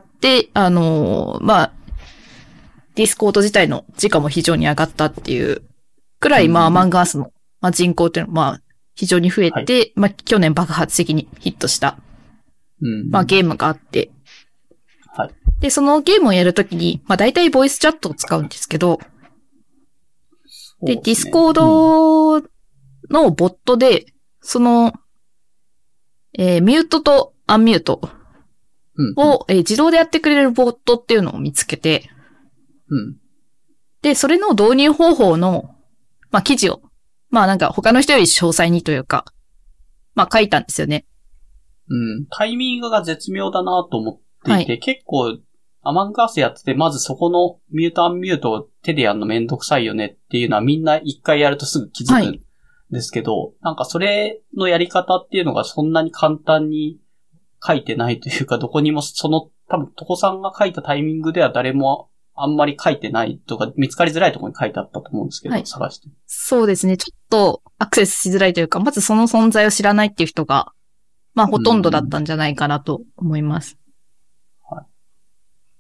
S2: あのー、まあ、ディスコード自体の時価も非常に上がったっていうくらい、まあアマンガースの、まあ、人口っていうのは、まあ、非常に増えて、はい、まあ去年爆発的にヒットした、うん、まあゲームがあって、はい。で、そのゲームをやるときに、まあ大体ボイスチャットを使うんですけど、で、でね、ディスコードのボットで、その、えー、ミュートとアンミュートを、うんうんえー、自動でやってくれるボットっていうのを見つけて、うん、で、それの導入方法の、まあ記事を、まあなんか他の人より詳細にというか、まあ書いたんですよね。
S1: うん。タイミングが絶妙だなと思っていて、はい、結構、アマンガースやってて、まずそこのミュートアンミュートを手でやるのめんどくさいよねっていうのはみんな一回やるとすぐ気づくんですけど、はい、なんかそれのやり方っていうのがそんなに簡単に書いてないというか、どこにもその、多分、トコさんが書いたタイミングでは誰もあんまり書いてないとか、見つかりづらいところに書いてあったと思うんですけど、はい、探して。
S2: そうですね。ちょっとアクセスしづらいというか、まずその存在を知らないっていう人が、まあほとんどだったんじゃないかなと思います。はい。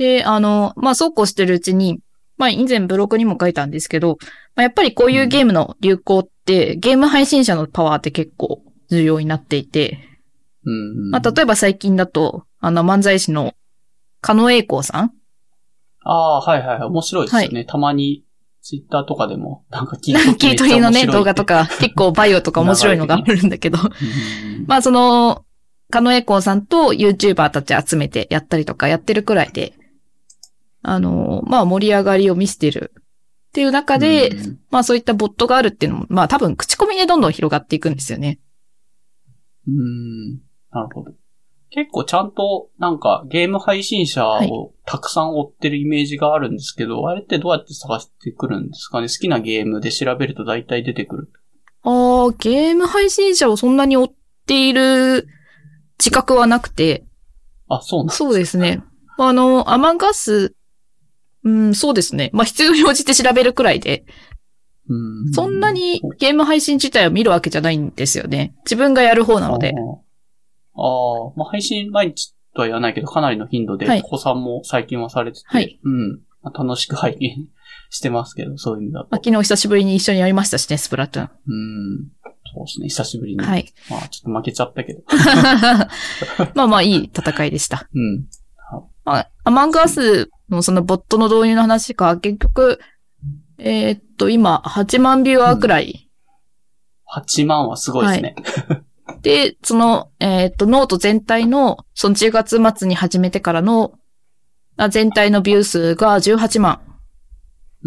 S2: で、あの、まあ、そうこうしてるうちに、まあ、以前ブログにも書いたんですけど、まあ、やっぱりこういうゲームの流行って、うん、ゲーム配信者のパワーって結構重要になっていて、
S1: うん、
S2: まあ、例えば最近だと、あの、漫才師の狩野英孝さん。
S1: ああ、はいはいはい。面白いですよね。はい、たまに、ツイッターとかでも、なんか切り取り
S2: 切り取りのね、動画とか、結構バイオとか面白いのがあるんだけど。まあ、その、狩野英孝さんと YouTuber たち集めてやったりとかやってるくらいで、あの、まあ、盛り上がりを見せてるっていう中で、まあ、そういったボットがあるっていうのも、まあ、多分口コミでどんどん広がっていくんですよね。
S1: うーん、なるほど。結構ちゃんとなんかゲーム配信者をたくさん追ってるイメージがあるんですけど、はい、あれってどうやって探してくるんですかね。好きなゲームで調べると大体出てくる。
S2: ああ、ゲーム配信者をそんなに追っている自覚はなくて。
S1: あ、そうなんですか。
S2: そうですね。あの、アマンガス、うん、そうですね。まあ、必要に応じて調べるくらいで。
S1: うん、
S2: そんなにゲーム配信自体を見るわけじゃないんですよね。自分がやる方なので。
S1: ああ、まあ、配信毎日とは言わないけど、かなりの頻度で、お子さんも最近はされてて、はい、うん。まあ、楽しく拝見してますけど、そういう意味だと。
S2: まあ、昨日久しぶりに一緒にやりましたしね、スプラトゥーン。
S1: うん。そうですね、久しぶりに。
S2: はい。
S1: まあ、ちょっと負けちゃったけど。
S2: まあまあ、いい戦いでした。
S1: うん。
S2: まあ、アマンガースのそのボットの導入の話か、結局、えー、っと、今、はちまんビューアーくらい。うん、
S1: はちまんはすごいですね。
S2: はいで、その、えっと、ノート全体の、そのじゅうがつ末に始めてからの、全体のビュー数がじゅうはちまん。
S1: うん。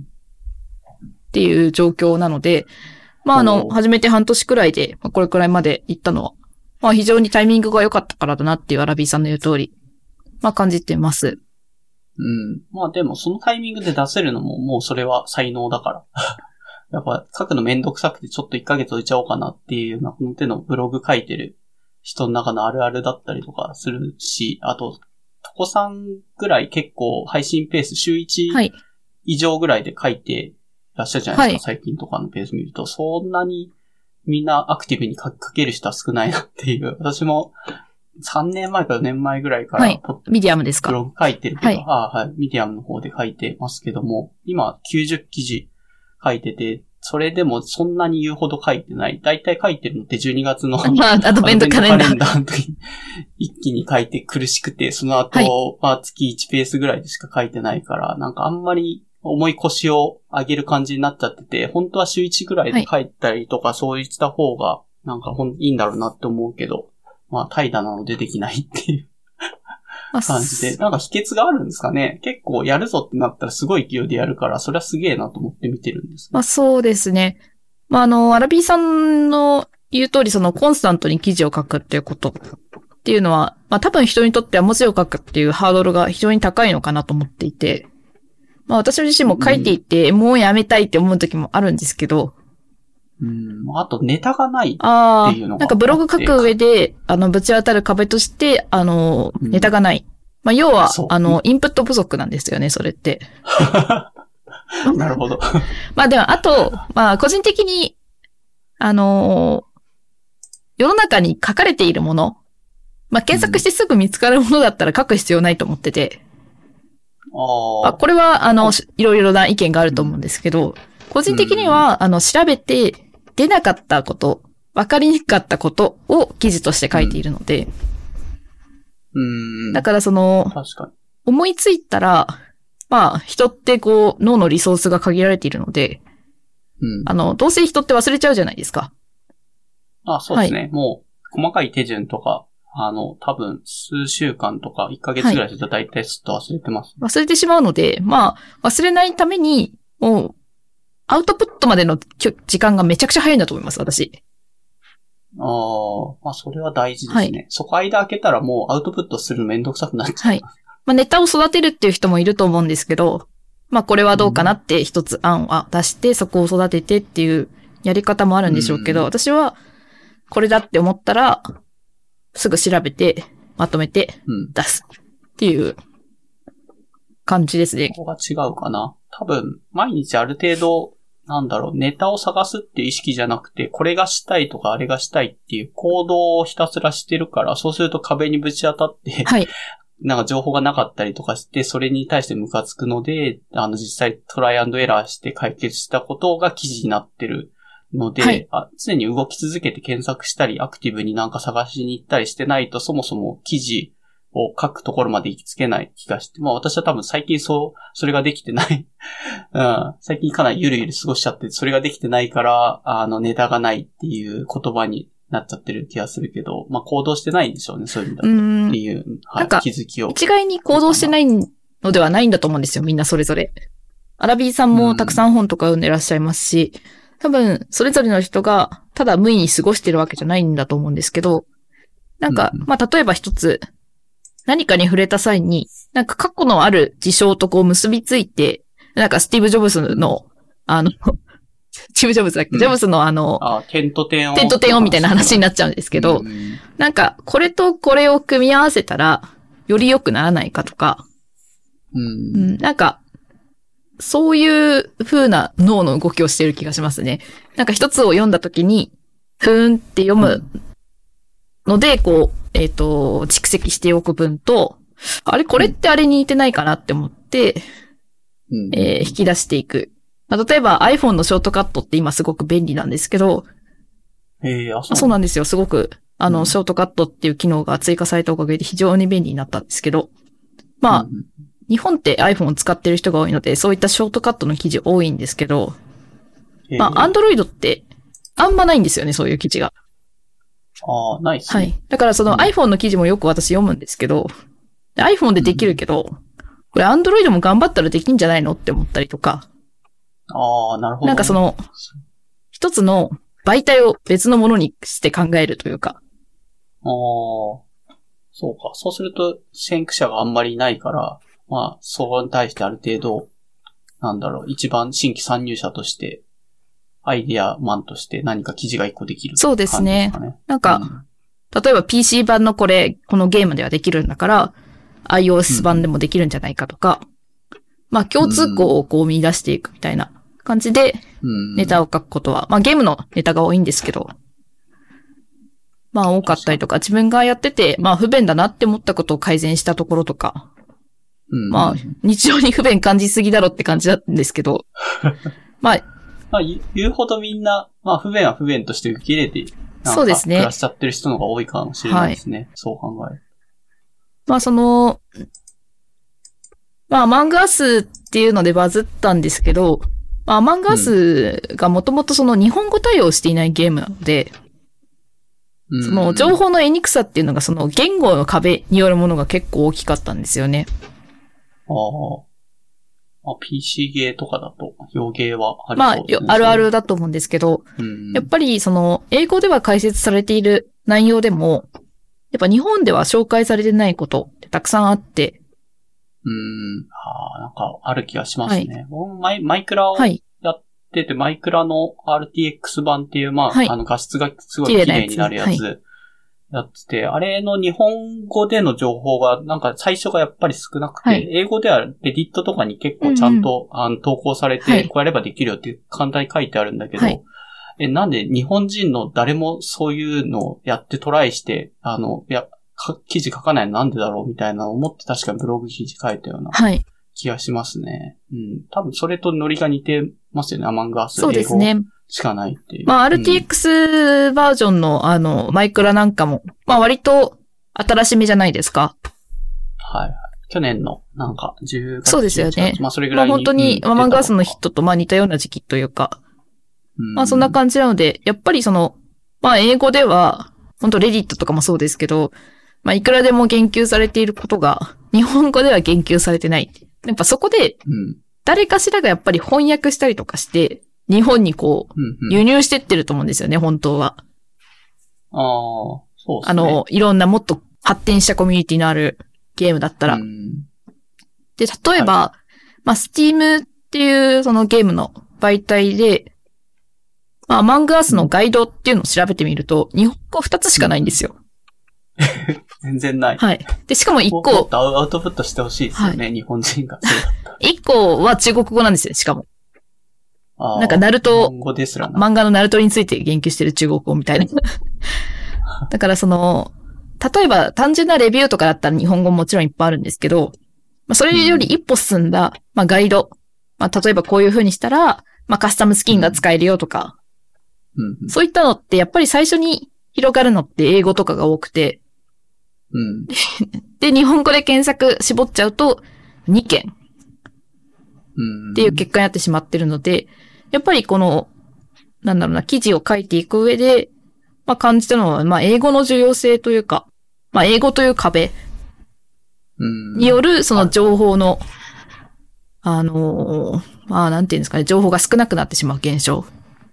S2: っていう状況なので、まあ、あの、始めて半年くらいで、これくらいまで行ったのは、まあ、非常にタイミングが良かったからだなっていうアラビーさんの言う通り、まあ、感じてます。
S1: うん。まあ、でも、そのタイミングで出せるのも、もうそれは才能だから。やっぱ書くのめんどくさくてちょっといっかげつ置いちゃおうかなっていうような、この手のブログ書いてる人の中のあるあるだったりとかするし、あと、トコさんぐらい結構配信ペース週いち以上ぐらいで書いてらっしゃるじゃないですか、はい、最近とかのペース見ると。そんなにみんなアクティブに書ける人は少ないなっていう。私もさんねんまえかよねんまえぐらいから、はい、
S2: ミディアムですか。
S1: ブログ書いてるけど、はい、あはい、ミディアムの方で書いてますけども、今きゅうじゅうきじ書いてて、それでもそんなに言うほど書いてない。だいたい書いてるのってじゅうにがつの
S2: まあ、アドベントカレンダー。
S1: アドベントカレンダーの時に一気に書いて苦しくて、その後、はい、まあ月いちペースぐらいでしか書いてないから、なんかあんまり重い腰を上げる感じになっちゃってて、本当は週いちぐらいで書いたりとか、はい、そういった方がなんかほんいいんだろうなって思うけど、まあ怠惰なのでできないっていう。感じで。なんか秘訣があるんですかね。結構やるぞってなったらすごい勢いでやるから、それはすげえなと思って見てるんです、ね。
S2: まあそうですね。まああの、アラビーさんの言う通り、そのコンスタントに記事を書くっていうことっていうのは、まあ多分人にとっては文字を書くっていうハードルが非常に高いのかなと思っていて、まあ私自身も書いていて、うん、もうやめたいって思う時もあるんですけど、
S1: うん、あとネタがないっていうのが
S2: ああ、なんかブログ書く上で、あの、ぶち当たる壁として、あの、ネタがない。うん、まあ、要は、あの、インプット不足なんですよね、それって。
S1: なるほど。
S2: まあでも、あと、まあ、個人的に、あの、世の中に書かれているもの、まあ、検索してすぐ見つかるものだったら書く必要ないと思ってて。
S1: うん、あ
S2: あこれは、あの、いろいろな意見があると思うんですけど、個人的には、うん、あの、調べて出なかったこと、わかりにくかったことを記事として書いているので、
S1: うん、
S2: だからその、
S1: 確かに
S2: 思いついたら、まあ、人ってこう、脳のリソースが限られているので、
S1: うん、
S2: あの、どうせ人って忘れちゃうじゃないですか。
S1: あ、そうですね。はい、もう、細かい手順とか、あの、多分、数週間とか、いっかげつぐらいすると大体すっと忘れてます、ね
S2: はい。忘れてしまうので、まあ、忘れないために、もう、アウトプットまでの時間がめちゃくちゃ早いんだと思います、私。
S1: ああ、まあそれは大事ですね。はい、そこ間開けたらもうアウトプットするのめんどくさくなっちゃう。
S2: はい。まあネタを育てるっていう人もいると思うんですけど、まあこれはどうかなって一つ案を出して、そこを育ててっていうやり方もあるんでしょうけど、うん、私はこれだって思ったら、すぐ調べて、まとめて出すっていう感じですね。
S1: ここが違うかな。多分、毎日ある程度、なんだろう、ネタを探すっていう意識じゃなくて、これがしたいとかあれがしたいっていう行動をひたすらしてるから、そうすると壁にぶち当たって、
S2: はい、
S1: なんか情報がなかったりとかして、それに対してムカつくので、あの実際トライアンドエラーして解決したことが記事になってるので、はい、あ常に動き続けて検索したり、アクティブになんか探しに行ったりしてないと、そもそも記事を書くところまで行きつけない気がして、まあ私は多分最近そう、それができてない、うん。最近かなりゆるゆる過ごしちゃって、それができてないから、あのネタがないっていう言葉になっちゃってる気がするけど、まあ行動してないんでしょうね、そういう意味だと。っていう、はい、なんか気づきを。
S2: 一概に行動してないのではないんだと思うんですよ、みんなそれぞれ。アラビーさんもたくさん本とか読んでらっしゃいますし、多分、それぞれの人が、ただ無意に過ごしてるわけじゃないんだと思うんですけど、なんか、うん、まあ、例えば一つ、何かに触れた際に、なんか過去のある事象とこう結びついて、なんかスティーブ・ジョブズの、あの、スティーブ・ジョブズだっけ、うん、ジョブズのあの、
S1: あ、点と点を。
S2: 点と点をみたいな話になっちゃうんですけど、うん、なんか、これとこれを組み合わせたら、より良くならないかとか、
S1: うん、
S2: うん、なんか、そういう風な脳の動きをしている気がしますね。なんか一つを読んだときに、ふーんって読むので、こう、えっと、蓄積しておく分と、あれこれってあれに似てないかなって思って、
S1: うん、
S2: えー、引き出していく。まあ、例えば iPhone のショートカットって今すごく便利なんですけど、
S1: えー、あ、そう。
S2: そうなんですよ。すごく、あの、うん、ショートカットっていう機能が追加されたおかげで非常に便利になったんですけど、まあ、うん、日本って iPhone を使ってる人が多いので、そういったショートカットの記事多いんですけど、まあ、Android ってあんまないんですよね、そういう記事が。
S1: ああ、ないっすね。
S2: はい。だからその iPhone の記事もよく私読むんですけど、iPhone でできるけど、うん、これ Android も頑張ったらできんじゃないのって思ったりとか。
S1: ああ、なるほど、ね。
S2: なんかその、一つの媒体を別のものにして考えるというか。あ
S1: あ、そうか。そうすると先駆者があんまりいないから、まあ、そこに対してある程度、なんだろう、一番新規参入者として、アイディアマンとして何か記事が一個できる、ね。
S2: そうですね。なんか、うん、例えば ピーシー 版のこれ、このゲームではできるんだから、iOS 版でもできるんじゃないかとか、うん、まあ共通項をこう見出していくみたいな感じで、ネタを書くことは、まあゲームのネタが多いんですけど、まあ多かったりとか、自分がやってて、まあ不便だなって思ったことを改善したところとか、
S1: うん、
S2: まあ、日常に不便感じすぎだろって感じなんですけど。まあ、
S1: まあ、言うほどみんな、まあ不便は不便として受け入れて、
S2: そうですね。
S1: 暮らしちゃってる人の方が多いかもしれないですね。はい、そう考える。
S2: まあその、まあアマングアスっていうのでバズったんですけど、まあアマングアスがもともとその日本語対応していないゲームなので、
S1: うん、
S2: その情報の得にくさっていうのがその言語の壁によるものが結構大きかったんですよね。
S1: ああ。ピーシー ゲーとかだと、洋ゲーはありそうですね。
S2: まあ、あるあるだと思うんですけど、
S1: うん、
S2: やっぱりその、英語では解説されている内容でも、やっぱ日本では紹介されてないことってたくさんあって、
S1: うーん、ああ、なんかある気がしますね。はい、マイ、マイクラをやってて、はい、マイクラの アールティーエックス 版っていう、まあ、はい、あの画質がすごい綺麗になるやつ。やってて、あれの日本語での情報が、なんか最初がやっぱり少なくて、はい、英語ではレディットとかに結構ちゃんと、うんうん、あの投稿されて、はい、こうやればできるよって簡単に書いてあるんだけど、はい、え、なんで日本人の誰もそういうのをやってトライして、あの、いや、記事書かないのなんでだろうみたいな思って確かにブログ記事書いたような気がしますね。はい、うん。多分それとノリが似てますよね、アマングアス。
S2: そうですね。
S1: しかないっていう。
S2: まあ、アールティーエックス バージョンの、あの、マイクラなんかも、まあ、割と新しめじゃないですか。
S1: はい。去年の、なんか、じゅうがつ。
S2: そうですよね。
S1: まあ、それぐらいに。
S2: まあ、本当に、アマングアスのヒットと、まあ、似たような時期というか。うん、まあ、そんな感じなので、やっぱりその、まあ、英語では、本当レディットとかもそうですけど、まあ、いくらでも言及されていることが、日本語では言及されてない。やっぱそこで、誰かしらがやっぱり翻訳したりとかして、日本にこう、輸入してってると思うんですよね、本当は。
S1: ああ、そうですね。
S2: あの、いろんなもっと発展したコミュニティのあるゲームだったら。で、例えば、はい、まあ、Steam っていうそのゲームの媒体で、まあ、アマングアスのガイドっていうのを調べてみると、日本語ふたつしかないんですよ。
S1: 全然ない。
S2: はい。で、しかもいっこ。
S1: もっとアウトプットしてほしいですよね、はい、日本人が。
S2: いっこは中国語なんですよ、しかも。
S1: あ
S2: なんか、ナルト、
S1: 漫
S2: 画のナルトについて言及してる中国語みたいな。だからその、 例えば単純なレビューとかだったら日本語ももちろんいっぱいあるんですけど、まあ、それより一歩進んだ、まあ、ガイド。まあ、例えばこういう風にしたら、まあ、カスタムスキンが使えるよとか、
S1: うんうん、
S2: そういったのってやっぱり最初に広がるのって英語とかが多くて、
S1: うん、
S2: で、日本語で検索絞っちゃうとにけんっていう結果になってしまってるので、やっぱりこの、なんだろうな、記事を書いていく上で、まあ、感じたのは、まあ、英語の重要性というか、まあ、英語という壁によるその情報の、あのー、まあ、なんていうんですかね、情報が少なくなってしまう現象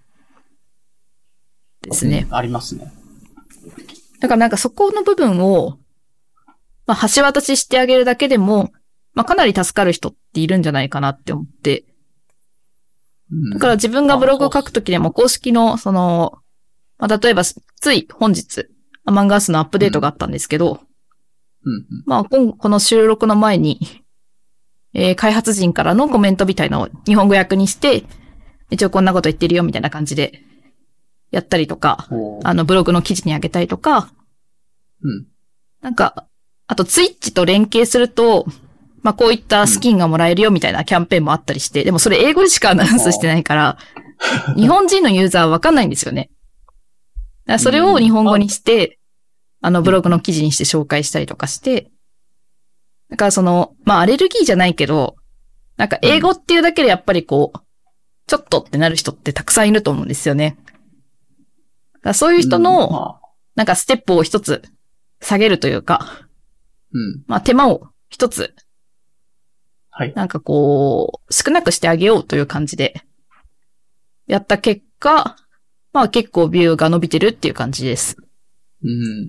S2: ですね。
S1: うん、ありますね。
S2: だからなんかそこの部分を、まあ、橋渡ししてあげるだけでも、まあ、かなり助かる人っているんじゃないかなって思って。だから自分がブログを書くときでも公式の、その、まあ、例えば、つい本日、アマンガースのアップデートがあったんですけど、
S1: うんうん、
S2: まあ、今、この収録の前に、えー、開発陣からのコメントみたいなのを日本語訳にして、一応こんなこと言ってるよみたいな感じで、やったりとか、あの、ブログの記事にあげたりとか、
S1: うん。
S2: なんか、あとツイッチと連携すると、まあ、こういったスキンがもらえるよみたいなキャンペーンもあったりして、でもそれ英語でしかアナウンスしてないから、日本人のユーザーはわかんないんですよね。だからそれを日本語にして、あの、ブログの記事にして紹介したりとかして、だからその、まあ、アレルギーじゃないけど、なんか英語っていうだけでやっぱりこう、ちょっとってなる人ってたくさんいると思うんですよね。だからそういう人の、なんかステップを一つ下げるというか、
S1: うん、
S2: まあ手間を一つ、
S1: はい。
S2: なんかこう、少なくしてあげようという感じで、やった結果、まあ結構ビューが伸びてるっていう感じです。
S1: うん。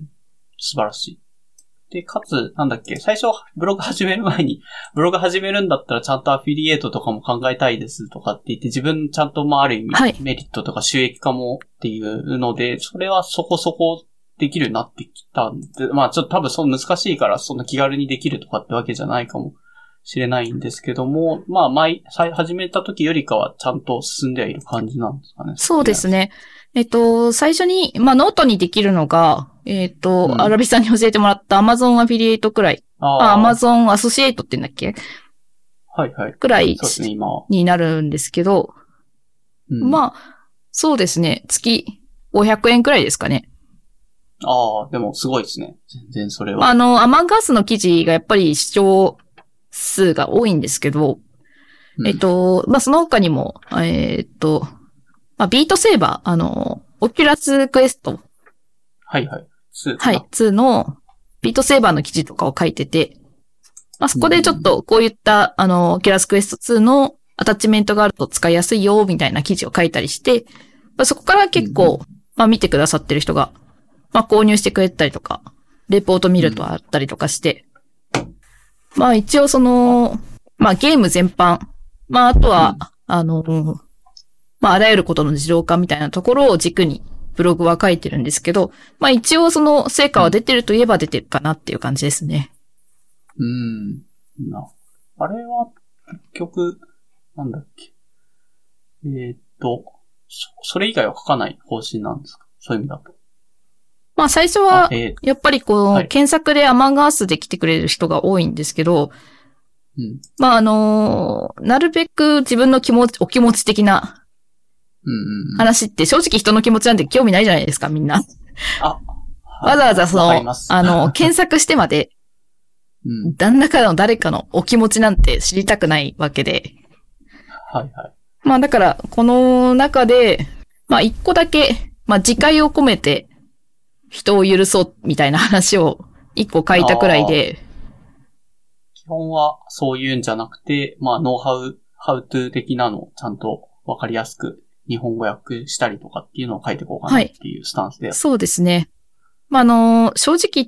S1: 素晴らしい。で、かつ、なんだっけ、最初、ブログ始める前に、ブログ始めるんだったらちゃんとアフィリエイトとかも考えたいですとかって言って、自分ちゃんと、まあある意味、はい、メリットとか収益化もっていうので、それはそこそこできるようになってきたんで、まあちょっと多分その難しいからそんな気軽にできるとかってわけじゃないかもしれないんですけども、まあ前、始めた時よりかはちゃんと進んではいる感じなんですかね。
S2: そうですね。えっと、最初に、まあノートにできるのが、えっと、うん、アラビさんに教えてもらった Amazon アフィリエイトくらい。あ、Amazon アソシエイトって言うんだっけ？
S1: はいはい。
S2: くらい
S1: そうですね、今
S2: になるんですけど、うん、まあ、そうですね。月ごひゃくえんくらいですかね。
S1: ああ、でもすごいですね。全然それは。
S2: まあ、あの、アマンガースの記事がやっぱり視聴数が多いんですけど、うん、えっと、まあその他にも、えー、っと、まあビートセーバー、あの、オキュラスクエスト。
S1: はいはい。
S2: はい、ツーのビートセーバーの記事とかを書いてて、まあ、そこでちょっとこういった、あの、オキュラスクエストツーのアタッチメントがあると使いやすいよ、みたいな記事を書いたりして、まあ、そこから結構、まあ見てくださってる人が、まあ購入してくれたりとか、レポート見るとあったりとかして、まあ一応その、まあゲーム全般、まああとは、あの、まああらゆることの自動化みたいなところを軸に、ブログは書いてるんですけど、まあ一応その成果は出てるといえば出てるかなっていう感じですね。
S1: うーん。な。あれは、結局、なんだっけ。えー、っとそ、それ以外は書かない方針なんですか？そういう意味だと。
S2: まあ最初は、やっぱりこう、はい、検索でアマンガースで来てくれる人が多いんですけど、うん、まああのー、なるべく自分の気持ち、お気持ち的な、話って正直人の気持ちなんて興味ないじゃないですか、みんな。
S1: あ、
S2: わざわざその、あの、検索してまで、うん、何らかの誰かのお気持ちなんて知りたくないわけで。
S1: はいはい。
S2: まあだから、この中で、まあ一個だけ、まあ自戒を込めて人を許そうみたいな話を一個書いたくらいで。
S1: 基本はそういうんじゃなくて、まあノウハウ、ハウトゥー的なのをちゃんとわかりやすく日本語訳したりとかっていうのを書いていこうかなっていうスタンスで、はい。
S2: そうですね。まあ、あの、正直言って、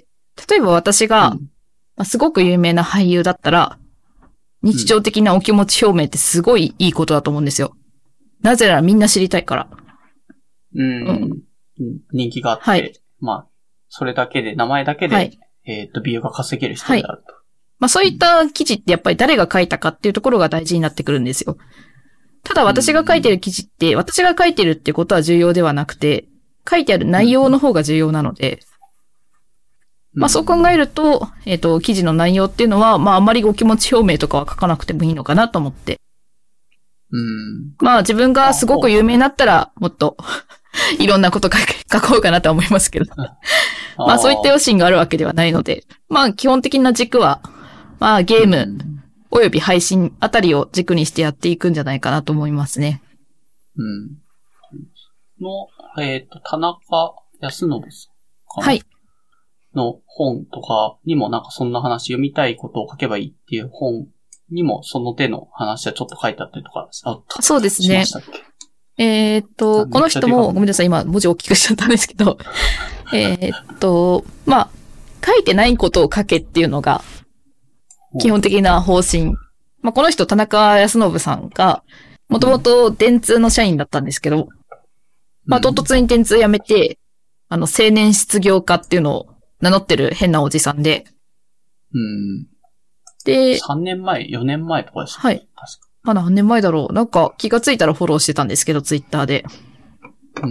S2: 例えば私が、うんまあ、すごく有名な俳優だったら、日常的なお気持ち表明ってすごいいいことだと思うんですよ。なぜならみんな知りたいから。
S1: うん。うん、人気があって、はい、まあ、それだけで、名前だけで、はい、えっと、ビューが稼げる人であると。はい、まあ、そういった記事ってやっぱり誰が書いたかっていうところが大事になってくるんですよ。ただ私が書いてる記事って、私が書いてるってことは重要ではなくて、書いてある内容の方が重要なので、
S2: まあそう考えると、えっと、記事の内容っていうのは、まああんまりご気持ち表明とかは書かなくてもいいのかなと思って。
S1: うん。
S2: まあ自分がすごく有名になったら、もっといろんなこと書書こうかなとは思いますけど。まあそういった良心があるわけではないので、まあ基本的な軸は、まあゲームおよび配信あたりを軸にしてやっていくんじゃないかなと思いますね。
S1: うん。の、えっと、田中康信さんかな。
S2: はい。
S1: の本とかにもなんかそんな話、読みたいことを書けばいいっていう本にもその手の話はちょっと書いてあったりとかあった。
S2: そうですね。えー、っと、この人も、ごめんなさい、今文字大きくしちゃったんですけど、えーっと、まあ、書いてないことを書けっていうのが、基本的な方針。まあ、この人、田中康信さんが、もともと電通の社員だったんですけど、まあ、唐突に電通辞めて、あの、青年失業家っていうのを名乗ってる変なおじさんで、
S1: うん。
S2: で、
S1: さんねんまえ、よねんまえとかですね。
S2: はい。
S1: 確か。
S2: まだ何年前だろう。なんか気がついたらフォローしてたんですけど、ツイッターで。
S1: うん。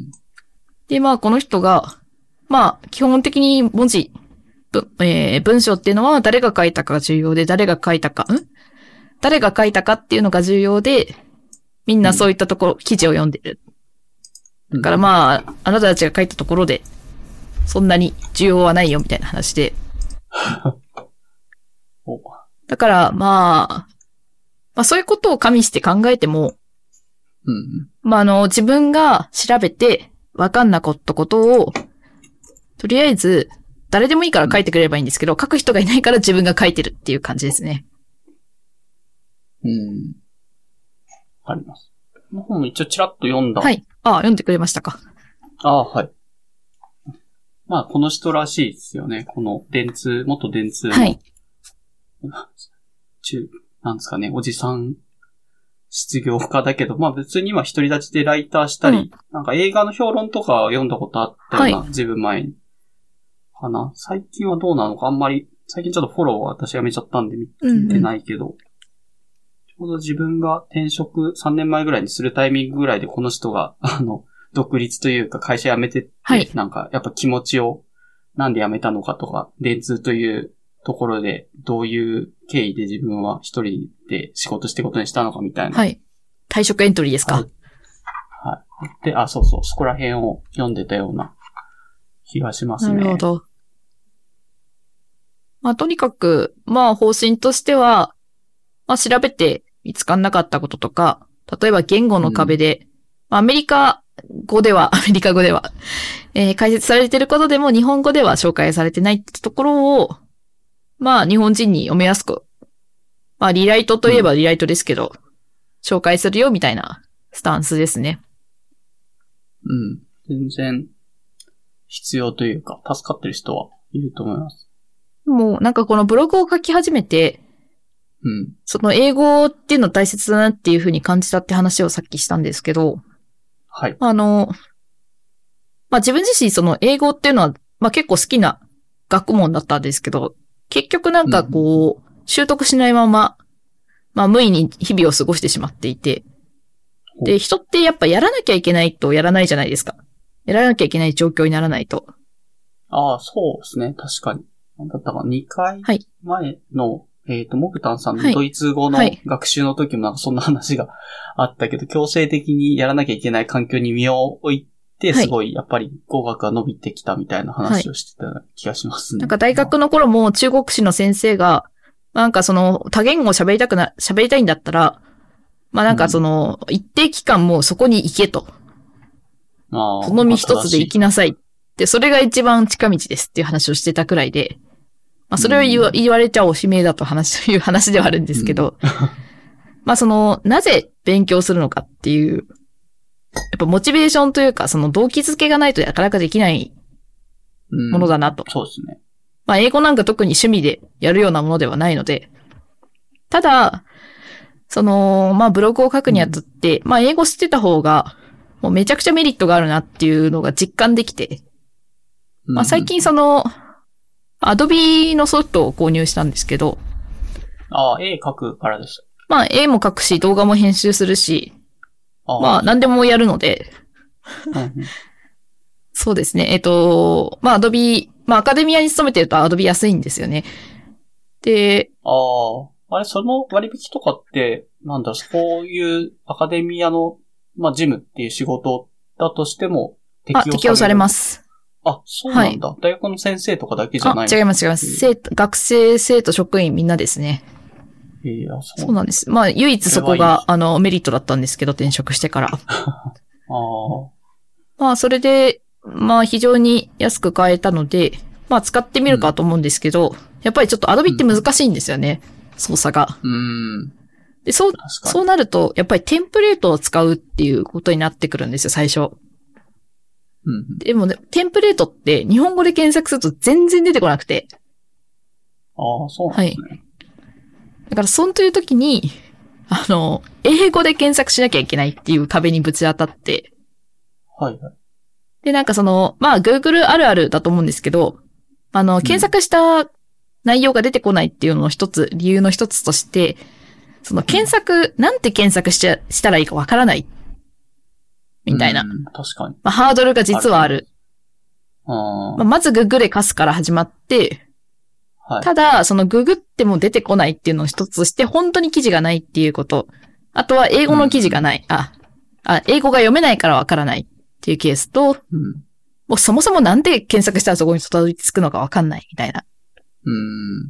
S2: で、まあ、この人が、まあ、基本的に文字、えー、文章っていうのは誰が書いたかが重要で、誰が書いたか、ん誰が書いたかっていうのが重要で、みんなそういったところ、うん、記事を読んでる。だからまあ、あなたたちが書いたところで、そんなに重要はないよみたいな話で。だからまあ、まあそういうことを加味して考えても、
S1: うん、
S2: まああの、自分が調べてわかんなかったことを、とりあえず、誰でもいいから書いてくれればいいんですけど、書く人がいないから自分が書いてるっていう感じですね。
S1: うん。わかります。この本一応ちらっと読んだ。
S2: はい。ああ、読んでくれましたか。
S1: ああ、はい。まあ、この人らしいですよね。この電通、元電通の。はい。中、なんですかね、おじさん、失業家だけど、まあ別に今一人立ちでライターしたり、うん、なんか映画の評論とか読んだことあったような、はい、自分前に。かな。最近はどうなのかあんまり、最近ちょっとフォローは私やめちゃったんで見てないけど、うんうん、ちょうど自分が転職さんねんまえぐらいにするタイミングぐらいでこの人が、あの、独立というか会社辞めてって、はい、なんかやっぱ気持ちをなんで辞めたのかとか、電通というところでどういう経緯で自分は一人で仕事してことにしたのかみたいな。
S2: はい。退職エントリーですか？
S1: はい。で、あ、そうそう、そこら辺を読んでたような気がしますね。
S2: なるほど。まあとにかく、まあ方針としては、まあ調べて見つかんなかったこととか、例えば言語の壁で、うん、アメリカ語では、アメリカ語では、えー、解説されていることでも日本語では紹介されてないってところを、まあ日本人に読みやすく、まあリライトといえばリライトですけど、うん、紹介するよみたいなスタンスですね。
S1: うん。全然必要というか、助かってる人はいると思います。
S2: もうなんかこのブログを書き始めて、
S1: うん。
S2: その英語っていうの大切だなっていうふうに感じたって話をさっきしたんですけど、
S1: はい。
S2: あの、まあ、自分自身その英語っていうのは、まあ、結構好きな学問だったんですけど、結局なんかこう、うん、習得しないまま、まあ、無意に日々を過ごしてしまっていて、で、人ってやっぱやらなきゃいけないとやらないじゃないですか。やらなきゃいけない状況にならないと。
S1: ああ、そうですね。確かに。なんだったか、にかいまえの、はい、えっと、モグタンさんのドイツ語の学習の時もなんかそんな話があったけど、はい、強制的にやらなきゃいけない環境に身を置いて、すごいやっぱり語学が伸びてきたみたいな話をしてた気がしますね。はい、
S2: なんか大学の頃も中国史の先生が、なんかその多言語喋りたくな、喋りたいんだったら、まあなんかその、一定期間もうそこに行けと。
S1: うん、あ
S2: その身一つで行きなさい。で、それが一番近道ですっていう話をしてたくらいで、まあそれを言わ、言われちゃおしめだと話、という話ではあるんですけど、うん、まあその、なぜ勉強するのかっていう、やっぱモチベーションというか、その動機づけがないとなかなかできないものだなと。
S1: うん、そうですね。
S2: まあ英語なんか特に趣味でやるようなものではないので、ただ、その、まあブログを書くにあたって、うん、まあ英語知ってた方が、もうめちゃくちゃメリットがあるなっていうのが実感できて、まあ最近その、アドビのソフトを購入したんですけど。
S1: ああ、絵描くからです。
S2: まあ絵も描くし、動画も編集するし、あまあ何でもやるので、そうですね。えっと、まあアドビまあアカデミアに勤めてると Adobe 安いんですよね。で、
S1: ああ、あれ、その割引とかって、なんだろう、そういうアカデミアの、まあ、ジムっていう仕事だとしても適用される。
S2: あ、適用されます。
S1: あ、そうなんだ。はい、大学の先生とかだけじゃない
S2: あ、違います違います。生徒、学生、生徒、職員みんなですね。
S1: えー、あそう、
S2: そうなんです。まあ、唯一そこが、あの、メリットだったんですけど、転職してから。あ
S1: あ。
S2: まあ、それで、まあ、非常に安く買えたので、まあ、使ってみるかと思うんですけど、うん、やっぱりちょっと Adobe って難しいんですよね。うん、操作が。
S1: うん。
S2: で、そう、そうなると、やっぱりテンプレートを使うっていうことになってくるんですよ、最初。
S1: うん、
S2: でもね、テンプレートって日本語で検索すると全然出てこなくて。
S1: ああ、そうなんですね。はい。
S2: だから、そんという時に、あの、英語で検索しなきゃいけないっていう壁にぶち当たって。
S1: はいはい。
S2: で、なんかその、まあ、Google あるあるだと思うんですけど、あの、検索した内容が出てこないっていうのを一つ、理由の一つとして、その検索、うん、なんて検索しちゃ、したらいいかわからない。みたいな。うん、
S1: 確かに。
S2: まあ、ハードルが実はある。
S1: あ
S2: まあ、まずググれ貸すから始まって、
S1: はい、
S2: ただ、そのググっても出てこないっていうのを一つとして、本当に記事がないっていうこと。あとは英語の記事がない。うん、あ、あ、英語が読めないからわからないっていうケースと、
S1: うん、
S2: もうそもそもなんで検索したらそこにたどり着くのかわかんないみたいな。
S1: うん、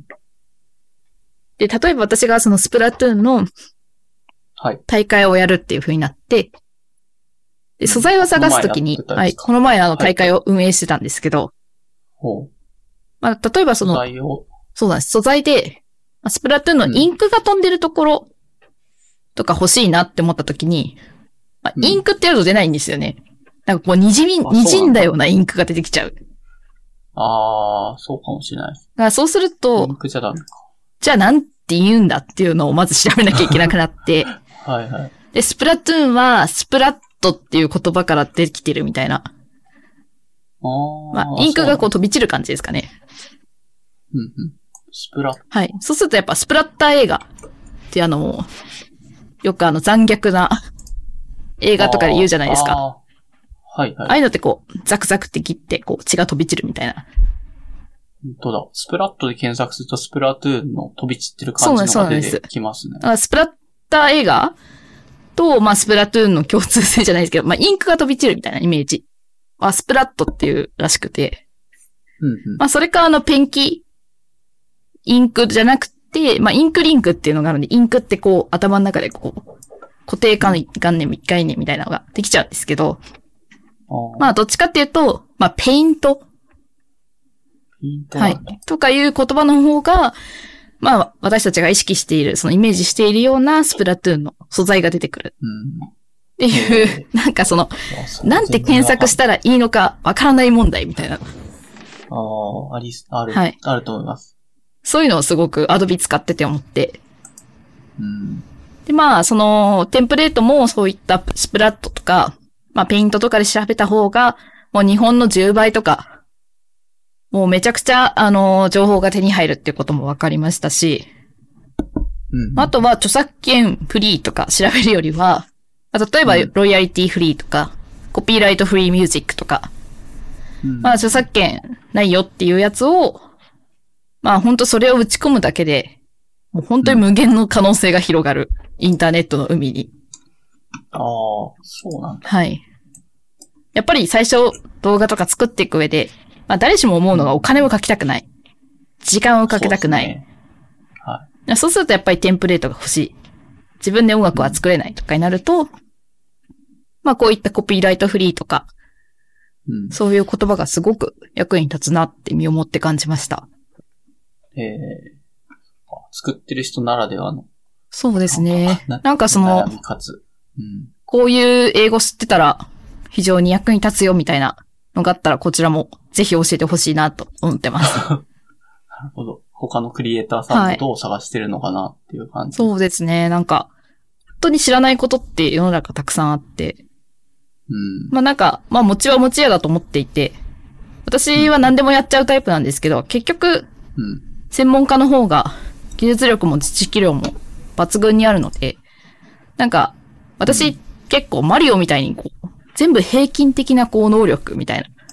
S2: で、例えば私がそのスプラトゥーンの大会をやるっていう風になって、で、素材を探すときに、はい、この前あの大会を運営してたんですけど、
S1: ほう。
S2: まあ、例えばその、そうなんです。素材で、スプラトゥーンのインクが飛んでるところとか欲しいなって思ったときに、まあ、インクってやると出ないんですよね。なんかこう、にじみ、にじんだようなインクが出てきちゃう。
S1: ああ、そうかもしれない。
S2: だからそうすると、
S1: インクじゃダメか。
S2: じゃあなんて言うんだっていうのをまず調べなきゃいけなくなって、
S1: はいはい。
S2: で、スプラトゥーンは、スプラットっていう言葉から出てきてるみたいな。
S1: ああ。
S2: まあ、インクがこう飛び散る感じですかね。
S1: うんうん。スプラッター。
S2: はい。そうするとやっぱスプラッター映画ってあの、よくあの残虐な映画とかで言うじゃないですか。
S1: ああ。はいはい。
S2: ああいうのってこう、ザクザクって切って、こう血が飛び散るみたいな。
S1: 本当だ。スプラットで検索するとスプラトゥーンの飛び散ってる感じのが出てきますね。
S2: だからスプラッター映画と、まあ、スプラトゥーンの共通性じゃないですけど、まあ、インクが飛び散るみたいなイメージ。まあ、スプラットっていうらしくて。
S1: うんうん、
S2: まあ、それかあの、ペンキ、インクじゃなくて、まあ、インクリンクっていうのがあるんで、インクってこう、頭の中でこう、固定概念、概念みたいなのができちゃうんですけど、まあ、どっちかっていうと、まあ、ペイント。
S1: ペイント
S2: はい。とかいう言葉の方が、まあ、私たちが意識している、そのイメージしているようなスプラトゥーンの素材が出てくる。
S1: うん、
S2: っていう、なんかその、なんて検索したらいいのかわからない問題みたいな。
S1: ああ、あり、ある、
S2: はい。
S1: あると思います。
S2: そういうのをすごく Adobe 使ってて思って。
S1: うん、
S2: で、まあ、その、テンプレートもそういったスプラットとか、まあ、ペイントとかで調べた方が、もう日本のじゅうばいとか、もうめちゃくちゃ、あの、情報が手に入るっていうことも分かりましたし、
S1: うん、
S2: あとは著作権フリーとか調べるよりは、例えばロイヤリティフリーとか、うん、コピーライトフリーミュージックとか、うん、まあ著作権ないよっていうやつを、まあ本当それを打ち込むだけで、もう本当に無限の可能性が広がる、インターネットの海に。
S1: ああ、そうなんだ。
S2: はい。やっぱり最初動画とか作っていく上で、まあ誰しも思うのがお金をかけたくない。時間をかけたくない。そうですね。はい。そうするとやっぱりテンプレートが欲しい。自分で音楽は作れないとかになると、うん、まあこういったコピーライトフリーとか、うん、そういう言葉がすごく役に立つなって身をもって感じました。
S1: ええー、作ってる人ならではの。
S2: そうですね。な, なんかその、
S1: 悩みかつ、うん、
S2: こういう英語知ってたら非常に役に立つよみたいなのがあったらこちらもぜひ教えてほしいなと思ってます。
S1: なるほど。他のクリエイターさんもどう探してるのかなっていう感じ、
S2: はい。そうですね。なんか、本当に知らないことって世の中たくさんあって、
S1: うん、
S2: まあなんか、まあ持ちは持ちやだと思っていて、私は何でもやっちゃうタイプなんですけど、結局、
S1: うん、
S2: 専門家の方が技術力も知識量も抜群にあるので、なんか、私、うん、結構マリオみたいにこう、全部平均的なこう能力みたいな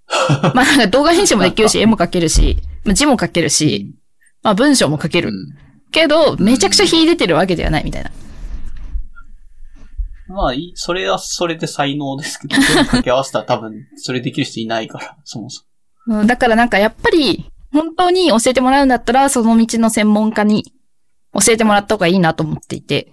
S2: まあなんか動画編集もできるし、絵も描けるし、字も書けるし、
S1: うん、
S2: まあ文章も書ける。うん、けど、めちゃくちゃ秀でてるわけではないみたいな。
S1: まあ、それはそれで才能ですけど、それに掛け合わせたら多分、それできる人いないから、そもそ
S2: も。うん、だからなんかやっぱり、本当に教えてもらうんだったら、その道の専門家に教えてもらった方がいいなと思っていて。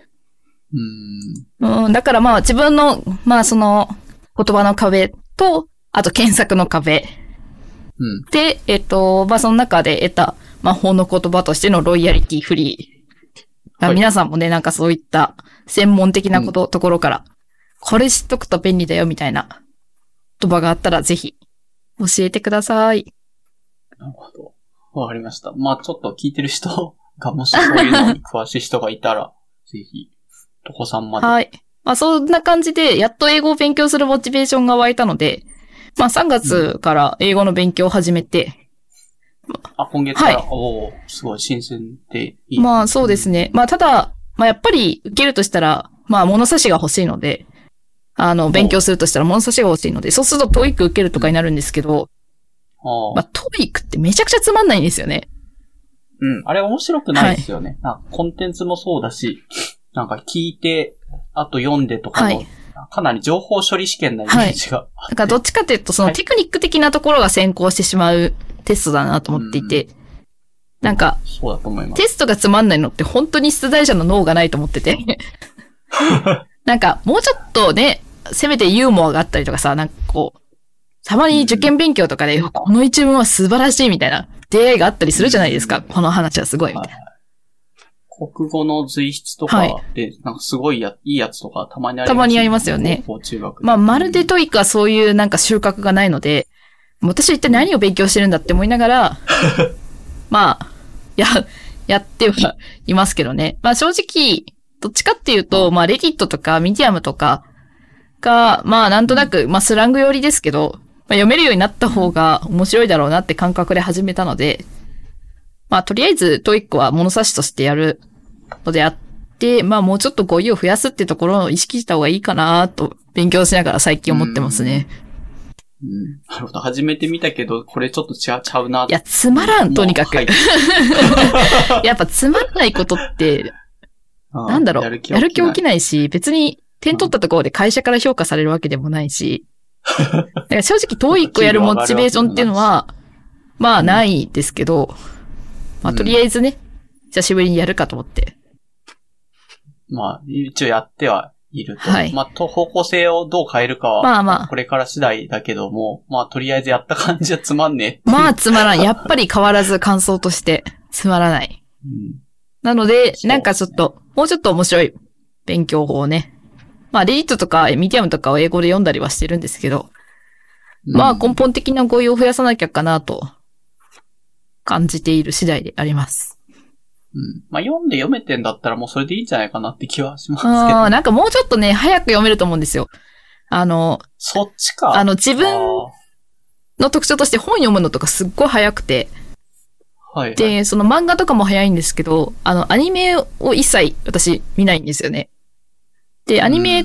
S1: うーん。
S2: うん、だからまあ自分の、まあその言葉の壁と、あと検索の壁。
S1: うん。
S2: で、えっと、まあその中で得た魔法の言葉としてのロイヤリティフリー。はい、皆さんもね、なんかそういった専門的なこと、うん、ところから、これ知っとくと便利だよみたいな言葉があったらぜひ教えてください。
S1: なるほど。わかりました。まあちょっと聞いてる人がもしそういうのに詳しい人がいたら、ぜひ、とこさんまで。
S2: はい。まあそんな感じで、やっと英語を勉強するモチベーションが湧いたので、まあさんがつから英語の勉強を始めて。
S1: うん、あ、今月から、はい、おー、すごい新鮮でいい。
S2: まあそうですね。まあただ、まあやっぱり受けるとしたら、まあ物差しが欲しいので、あの、勉強するとしたら物差しが欲しいので、そうするとトーイック受けるとかになるんですけど、
S1: うん、
S2: まあトーイックってめちゃくちゃつまんないんですよね。
S1: うん。あれ面白くないですよね。はい、コンテンツもそうだし、なんか聞いて、あと読んでとかの、はい、かなり情報処理試験なイメージがあって。
S2: はい。だからどっちかというと、そのテクニック的なところが先行してしまうテストだなと思っていて、うん、なんか、
S1: そうだと思います。
S2: テストがつまんないのって本当に出題者の脳がないと思ってて。なんか、もうちょっとね、せめてユーモアがあったりとかさ、なんかこう、たまに受験勉強とかで、うん、この一文は素晴らしいみたいな出会いがあったりするじゃないですか。うん、この話はすごいみたいな。
S1: 国語の随筆とかで、はい、なんかすごいや、いいやつとかたまにありますよね。
S2: たまにありますよね。
S1: 中学
S2: まあ、まるでトイックはそういうなんか収穫がないので、私は一体何を勉強してるんだって思いながら、まあ、や、やってはいますけどね。まあ正直、どっちかっていうと、まあレディットとかミディアムとかが、まあなんとなく、まあスラング寄りですけど、まあ、読めるようになった方が面白いだろうなって感覚で始めたので、まあとりあえずトイックは物差しとしてやるのであって、まあもうちょっと語彙を増やすってところを意識した方がいいかなと勉強しながら最近思ってますね。
S1: うん。なるほど。初めて見たけど、これちょっとちゃ、ちゃうな。
S2: いや、つまらん、とにかく。はい、やっぱつまらないことって、なんだろう、やる気起きないし、別に点取ったところで会社から評価されるわけでもないし、だから正直、トーイックをやるモチベーションっていうのは、まあないですけど、まあとりあえずね、久しぶりにやるかと思って。
S1: まあ、一応やってはいると。はい。まあ、と、方向性をどう変えるかは、まあまあ、これから次第だけども、まあ、とりあえずやった感じはつまんね
S2: え。まあ、つまらん。やっぱり変わらず感想として、つまらない。
S1: うん。
S2: なので、なんかちょっと、もうちょっと面白い勉強法をね。まあ、レディットとかミディアムとかを英語で読んだりはしてるんですけど、うん、まあ、根本的な語彙を増やさなきゃかなと、感じている次第であります。
S1: うん。まあ、読んで読めてんだったらもうそれでいいんじゃないかなって気はしますけど。
S2: ああ、なんかもうちょっとね、早く読めると思うんですよ。あの、
S1: そっちか。
S2: あの、自分の特徴として本読むのとかすっごい早くて。
S1: はい、はい。
S2: で、その漫画とかも早いんですけど、あの、アニメを一切私見ないんですよね。で、アニメって、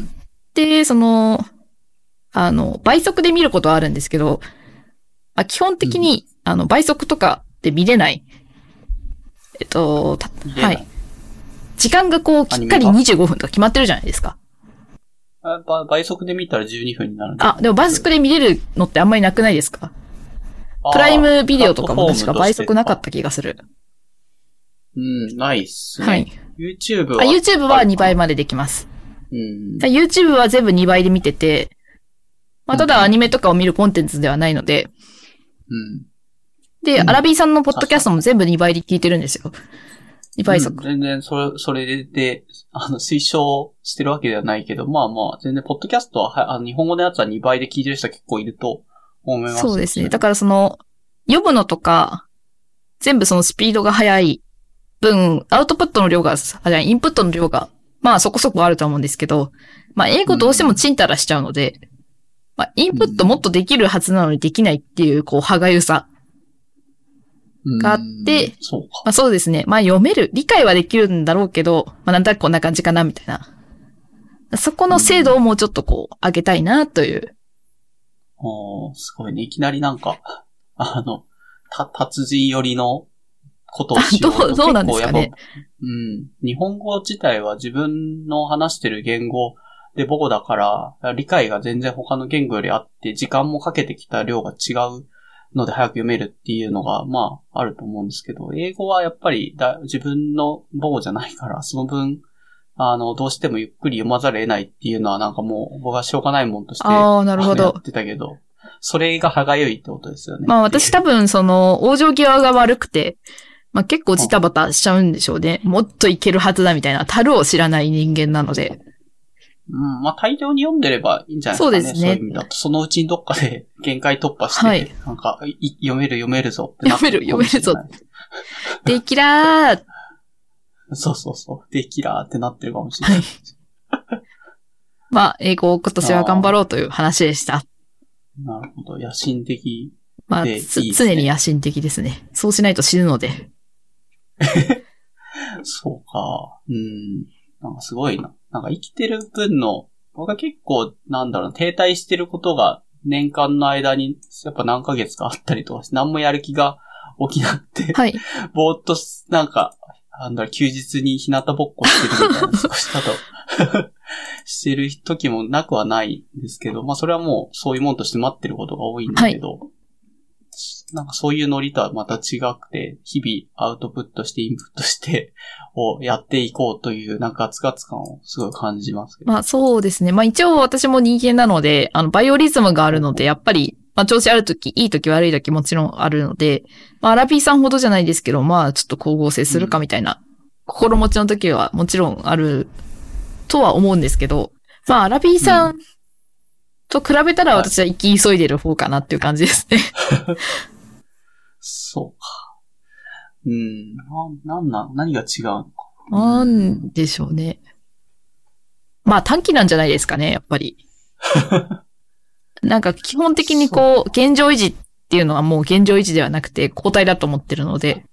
S2: その、あの、倍速で見ることはあるんですけど、まあ、基本的に、うん、あの、倍速とかで見れない。えっと、はい。時間がこう、きっかりにじゅうごふんとか決まってるじゃないですか。
S1: あ、倍速で見たらじゅうにふんになるん
S2: だ。あ、でも倍速で見れるのってあんまりなくないですか？プライムビデオとかも確か倍速なかった気がする。
S1: うん、ないっすね。
S2: はい。
S1: YouTube は
S2: あ、YouTube はにばいまでできます。
S1: うん。
S2: YouTube は全部にばいで見てて、まあ、ただアニメとかを見るコンテンツではないので、
S1: うん。
S2: で、うん、アラビーさんのポッドキャストも全部にばいで聞いてるんですよ。にばい速。
S1: うん、全然、それ、それで、あの、推奨してるわけではないけど、まあまあ、全然、ポッドキャストは、あの日本語のやつはにばいで聞いてる人結構いると思います。
S2: そうですね。だからその、読むのとか、全部そのスピードが速い分、アウトプットの量が、あ、じゃあインプットの量が、まあそこそこあると思うんですけど、まあ英語どうしてもチンタラしちゃうので、うん、まあインプットもっとできるはずなのにできないっていう、こう、歯がゆさ。があって、
S1: そうか。
S2: まあそうですね。まあ読める、理解はできるんだろうけど、まあなんとなくこんな感じかな、みたいな。そこの精度をもうちょっとこう、上げたいな、という
S1: おー、すごいね。いきなりなんか、あの、た、達人寄りのことをしようと。
S2: どう、どうなんですかね。
S1: うん。日本語自体は自分の話してる言語で母語だから、理解が全然他の言語よりあって、時間もかけてきた量が違うので早く読めるっていうのが、まあ、あると思うんですけど、英語はやっぱりだ自分の母語じゃないから、その分、あの、どうしてもゆっくり読まざるを得ないっていうのはなんかもう、僕はしょうがないもんとして、
S2: ああ、なるほど。
S1: やってたけど、それが歯がゆいってことですよね。
S2: まあ私多分その、往生際が悪くて、まあ結構ジタバタしちゃうんでしょうね。もっといけるはずだみたいな、樽を知らない人間なので。
S1: うん、まあ大量に読んでればいいんじゃないですかね。
S2: そうですね。
S1: そういう意味だと、そのうちにどっかで限界突破して、はい、なんかい、読める読めるぞってなってるかもしれない。読める読めるぞ。
S2: できらー。
S1: そうそうそう。できらーってなってるかもしれない。はい、
S2: まあ、英語を今年は頑張ろうという話でした。
S1: なるほど。野心的でいいですね。
S2: まあ、常に野心的ですね。そうしないと死ぬので。
S1: そうか。うん。なんかすごいな。なんか生きてる分の、僕は結構、なんだろう、停滞してることが年間の間に、やっぱ何ヶ月かあったりとかして、何もやる気が起きなくて、
S2: はい。
S1: ぼーっと、なんか、なんだろう、休日に日向ぼっこしてるみたいな、少しだと、してる時もなくはないんですけど、まあそれはもうそういうもんとして待ってることが多いんだけど、はい、なんかそういうノリとはまた違くて、日々アウトプットしてインプットしてをやっていこうというなんかガツガツ感をすごい感じますけど。
S2: まあそうですね。まあ一応私も人間なので、あのバイオリズムがあるので、やっぱり、まあ調子あるとき、いいとき悪いときもちろんあるので、まあアラビーさんほどじゃないですけど、まあちょっと光合成するかみたいな、うん、心持ちのときはもちろんあるとは思うんですけど、まあアラビーさんと比べたら私は生き急いでる方かなっていう感じですね。
S1: そうか。うん。な、なんな、何が違うのか。
S2: なんでしょうね。まあ短期なんじゃないですかね、やっぱり。なんか基本的にこう、現状維持っていうのはもう現状維持ではなくて交代だと思ってるので。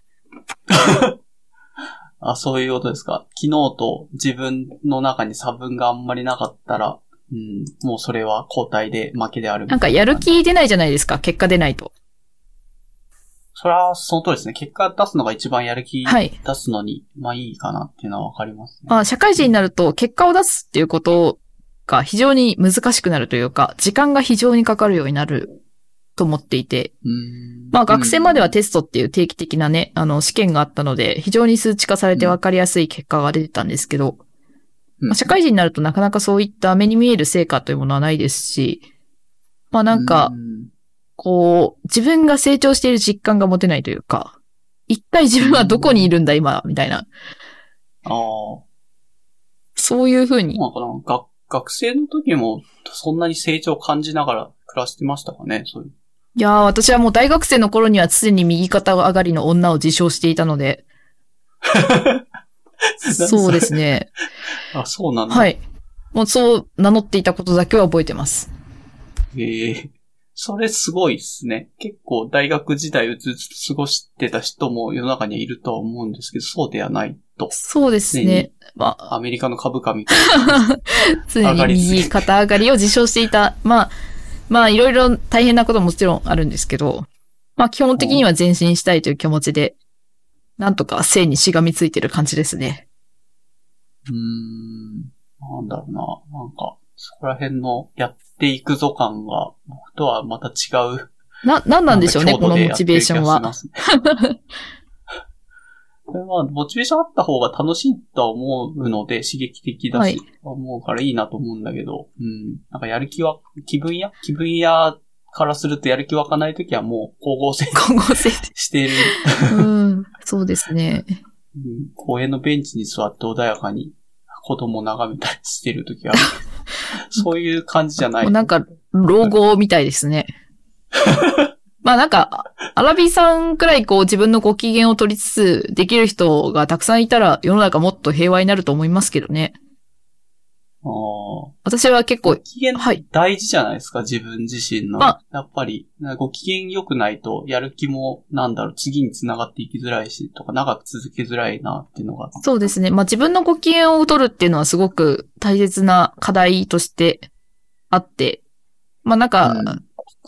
S1: あ、そういうことですか。昨日と自分の中に差分があんまりなかったら、うん、もうそれは交代で負けであるみたいな。
S2: なんかやる気出ないじゃないですか、結果出ないと。
S1: それはその通りですね。結果出すのが一番やる気出すのに、はい、まあいいかなっていうのはわかりますね。
S2: まあ社会人になると結果を出すっていうことが非常に難しくなるというか、時間が非常にかかるようになると思っていて。
S1: うーん
S2: まあ学生まではテストっていう定期的なね、あの試験があったので、非常に数値化されてわかりやすい結果が出てたんですけど、うんまあ、社会人になるとなかなかそういった目に見える成果というものはないですし、まあなんか、こう、自分が成長している実感が持てないというか、一体自分はどこにいるんだ今、みたいな。
S1: ああ。
S2: そういうふうに。
S1: なんかな、学、学生の時もそんなに成長を感じながら暮らしてましたかね、そういう。
S2: いやー、私はもう大学生の頃には常に右肩上がりの女を自称していたので。そうですね。
S1: あ、そうなんだ。
S2: はい。もうそう名乗っていたことだけは覚えてます。
S1: へえ。それすごいですね。結構大学時代うつうつと過ごしてた人も世の中にはいるとは思うんですけど、そうではないと。
S2: そうですね。
S1: まあ、アメリカの株価みたいな。
S2: 常に右肩上がりを自称していた。まあ、まあいろいろ大変なことももちろんあるんですけど、まあ基本的には前進したいという気持ちで、なんとか生にしがみついてる感じですね。
S1: うーん。なんだろうな。なんか、そこら辺のやっていくぞ感が、僕とはまた違う。
S2: な、なんなんでしょうね、このモチベーションは。
S1: これは、モチベーションあった方が楽しいとは思うので、刺激的だし、はい、思うからいいなと思うんだけど、うん。なんかやる気は、気分や気分やからするとやる気湧かないときはもう、光合成。
S2: 光合成
S1: している。
S2: うん、そうですね。
S1: うん、公園のベンチに座って穏やかに子供を眺めたりしてるときは、そういう感じじゃない。
S2: なんか、老後みたいですね。まあなんか、アラビーさんくらいこう自分のご機嫌を取りつつできる人がたくさんいたら世の中もっと平和になると思いますけどね。
S1: ああ。
S2: 私は結構、
S1: ご機嫌大事じゃないですか、はい、自分自身の。まあ、やっぱり、ご機嫌良くないとやる気もなんだろう、次に繋がっていきづらいし、とか長く続けづらいなっていうのが。
S2: そうですね。まあ自分のご機嫌を取るっていうのはすごく大切な課題としてあって、まあなんか、うん、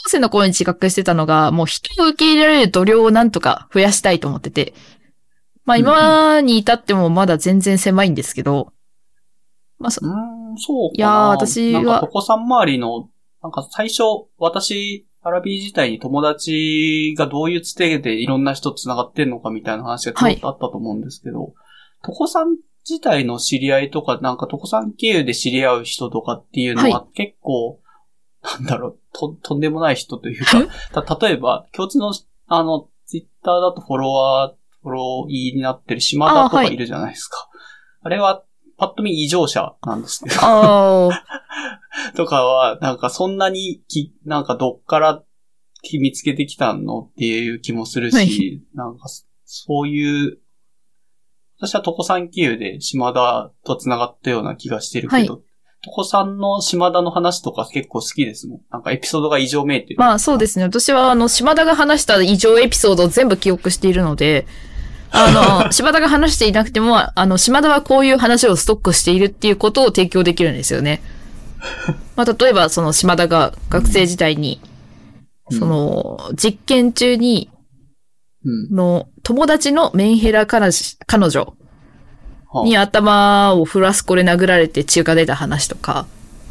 S2: 校生の頃に自覚してたのが、もう人を受け入れられる度量をなんとか増やしたいと思ってて。まあ今に至ってもまだ全然狭いんですけど。まあそ、
S1: うーん、そうかな。
S2: いやー、私は。
S1: なんか、トコさん周りの、なんか最初、私、アラビー自体に友達がどういうつてでいろんな人と繋がってんのかみたいな話がちょっとあったと思うんですけど、はい、トコさん自体の知り合いとか、なんかトコさん経由で知り合う人とかっていうのは結構、はい、なんだろう、と、とんでもない人というか、た、例えば、共通の、あの、ツイッターだとフォロワー、フォローイーになってる島田とかいるじゃないですか。あ、はい、あれは、パッと見異常者なんですけど。とかは、なんかそんなにき、なんかどっから見つけてきたのっていう気もするし、はい、なんかそういう、私はトコさん経由で島田と繋がったような気がしてるけど、はい、トコさんの島田の話とか結構好きですもん。なんかエピソードが異常めいてる。
S2: まあそうですね。私はあの島田が話した異常エピソードを全部記憶しているので、あの、島田が話していなくても、あの、島田はこういう話をストックしているっていうことを提供できるんですよね。まあ、例えば、その島田が学生時代に、うん、その、実験中に、うん、の、友達のメンヘラ彼彼女に頭をフラスコで殴られて血が出た話とか。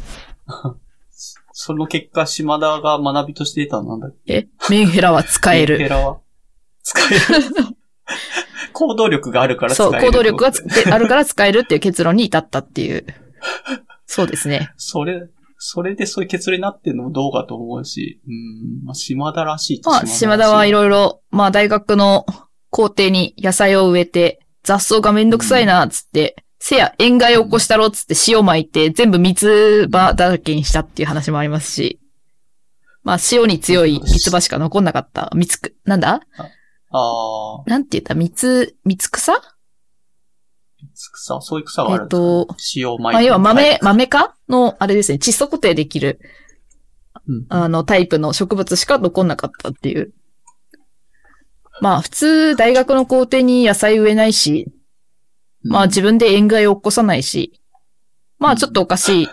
S1: その結果、島田が学びとして得たのなんだっけ？
S2: え、メンヘラは使える。
S1: メンヘラは使える。行動力があるから使える。
S2: そう、行動力があるから使えるっていう結論に至ったっていう。そうですね。
S1: それ、それでそういう結論になってるのもどうかと思うし、うん、まあ、島田らしいって島田らしい。まあ、
S2: 島田はいろいろ、まあ、大学の校庭に野菜を植えて、雑草がめんどくさいな、つって、うん、せや、塩害を起こしたろ、つって塩撒いて、全部三つ葉だらけにしたっていう話もありますし、まあ、塩に強い三つ葉しか残んなかった。三つく、なんだ
S1: ああ。
S2: なんて言った三つ、三つ草
S1: 三つ草そういう草があるんですか、ね、
S2: えっと、
S1: 塩米。
S2: まあ、要は豆、豆科の、あれですね、窒素固定できる、うん、あの、タイプの植物しか残んなかったっていう。まあ、普通、大学の校庭に野菜植えないし、うん、まあ、自分で塩害を起こさないし、まあ、ちょっとおかしい。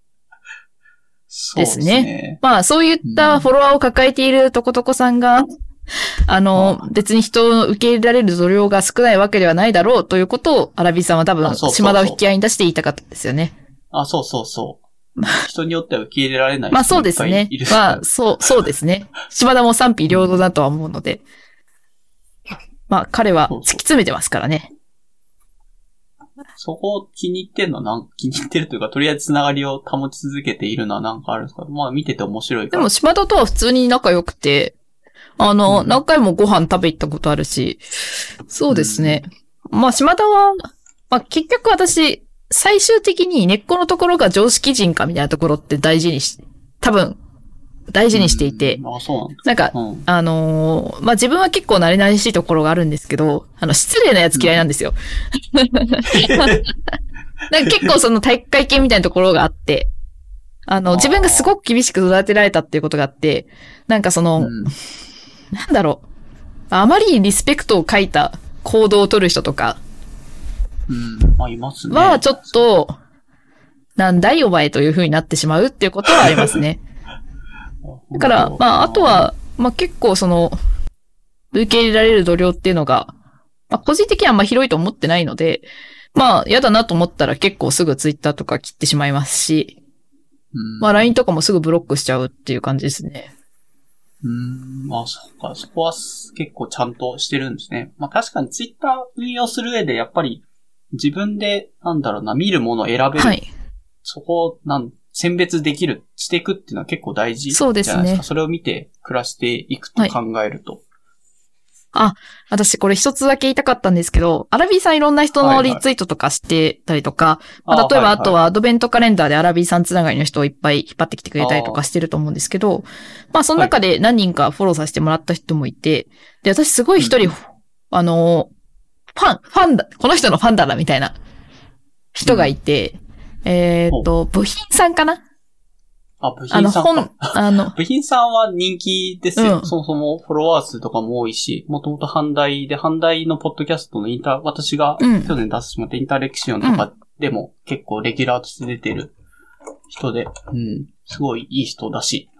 S2: ですね。そうですね。まあ、そういったフォロワーを抱えているとことこさんが、あの、ああ別に人を受け入れられる度量が少ないわけではないだろうということを、アラビーさんは多分、そうそうそう島田を引き合いに出して言いたかったですよね。
S1: あ、そうそうそう。人によっては受け入れられない人
S2: まあそうですね。まあ、そう、そうですね。島田も賛否両論だとは思うので。まあ、彼は突き詰めてますからね。
S1: そこを気に入ってんのはなん気に入ってるというか、とりあえずつながりを保ち続けているのはなんかあるんですか？まあ見てて面白いから。
S2: でも島田とは普通に仲良くて、あの、うん、何回もご飯食べ行ったことあるし、そうですね。うん、まあ、島田は、まあ、結局私、最終的に根っこのところが常識人かみたいなところって大事にし、多分、大事にしていて。
S1: うん、あ、そうなんです
S2: なんか、うん、あのー、まあ、自分は結構慣れ慣れしいところがあるんですけど、あの、失礼なやつ嫌いなんですよ。うん、なんか結構その体育会系みたいなところがあって、あの、自分がすごく厳しく育てられたっていうことがあって、なんかその、うんなんだろう。あまりにリスペクトを書いた行動を取る人とか。
S1: うん。まあ、いますね。
S2: は、ちょっと、なんだいお前という風になってしまうっていうことはありますね。だから、まあ、あとは、まあ結構その、受け入れられる度量っていうのが、まあ個人的にはあんま広いと思ってないので、まあ、嫌だなと思ったら結構すぐツイッターとか切ってしまいますし、うん、まあ ライン とかもすぐブロックしちゃうっていう感じですね。
S1: うーん、まあそっか、そこは結構ちゃんとしてるんですね。まあ確かにツイッター運用する上でやっぱり自分でなんだろうな、見るものを選べる。はい。そこをなん選別できる、していくっていうのは結構大事じゃないですか。そうですね。それを見て暮らしていくと考えると。はい、
S2: あ、私これ一つだけ言いたかったんですけど、アラビーさんいろんな人のリツイートとかしてたりとか、はいはいまあ、例えばあとはアドベントカレンダーでアラビーさんつながりの人をいっぱい引っ張ってきてくれたりとかしてると思うんですけど、まあその中で何人かフォローさせてもらった人もいて、で、私すごい一人、うん、あの、ファン、ファンだ、この人のファンだなみたいな人がいて、うん、えっと、部品さんかな
S1: あ、部品さんか。あの、本、
S2: あの、
S1: 部品さんは人気ですよ、うん。そもそもフォロワー数とかも多いし、もともと阪大で、阪大のポッドキャストのインター、私が去年出してしまったインターレクションとかでも結構レギュラーとして出てる人で、うん、すごいいい人だし、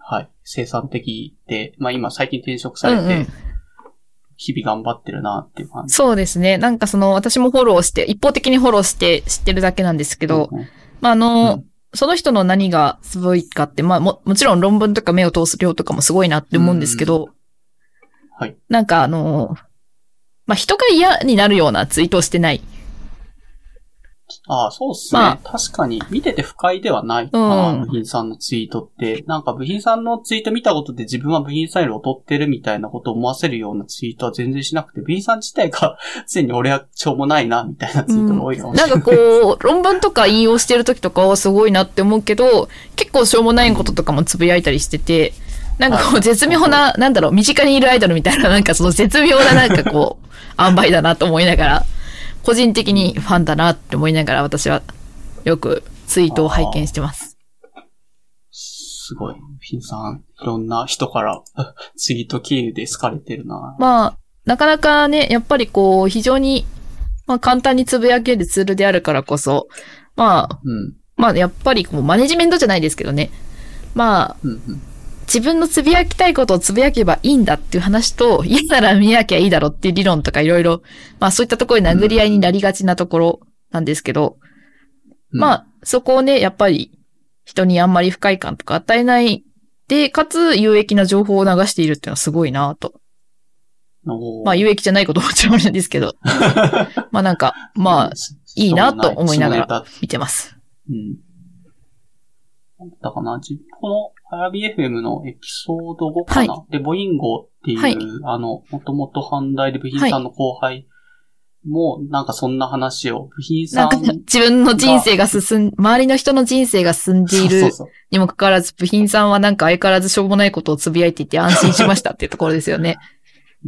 S1: はい、生産的で、まあ今最近転職されて、うんうん、日々頑張ってるなっていう感じ。
S2: そうですね。なんかその、私もフォローして、一方的にフォローして知ってるだけなんですけど、うんうん、まああの、うん、その人の何がすごいかって、まあも、もちろん論文とか目を通す量とかもすごいなって思うんですけど、うん、
S1: はい。
S2: なんかあの、まあ人が嫌になるようなツイートをしてない。
S1: ああ、そうっすね。まあ、確かに、見てて不快ではないかな、うん、部品さんのツイートって。なんか部品さんのツイート見たことで自分は部品さんより劣ってるみたいなことを思わせるようなツイートは全然しなくて、部品さん自体が常に俺はしょうもないな、みたいなツイートが多いかもしれない。
S2: うん、なんかこう、論文とか引用してる時とかはすごいなって思うけど、結構しょうもないこととかもつぶやいたりしてて、なんかこう絶妙な、はい、なんだろう、身近にいるアイドルみたいな、なんかその絶妙ななんかこう、塩梅だなと思いながら、個人的にファンだなって思いながら私はよくツイートを拝見してます。
S1: すごい。フィンさん、いろんな人からツイート経由で好かれてるな。
S2: まあ、なかなかね、やっぱりこう、非常に、まあ簡単につぶやけるツールであるからこそ、まあ、うん、まあやっぱりこうマネジメントじゃないですけどね。まあ、うんうん、自分のつぶやきたいことをつぶやけばいいんだっていう話と、嫌なら見なきゃいいだろっていう理論とかいろいろ、まあそういったところで殴り合いになりがちなところなんですけど、うん、まあそこをね、やっぱり人にあんまり不快感とか与えないで、かつ有益な情報を流しているっていうのはすごいなと。まあ有益じゃないことももちろんあるんですけど、まあなんか、まあいいなと思いながら見てます。うん。
S1: なんだかな、このアラビ エフエム のエピソードごかな、はい、で、ボインゴっていう、はい、あの、もともと阪大で部品さんの後輩も、なんかそんな話を、部品さんが。なんか
S2: 自分の人生が進ん、周りの人の人生が進んでいるにもかかわらず、部品さんはなんか相変わらずしょうもないことをつぶやいていて安心しましたっていうところですよね。
S1: うん、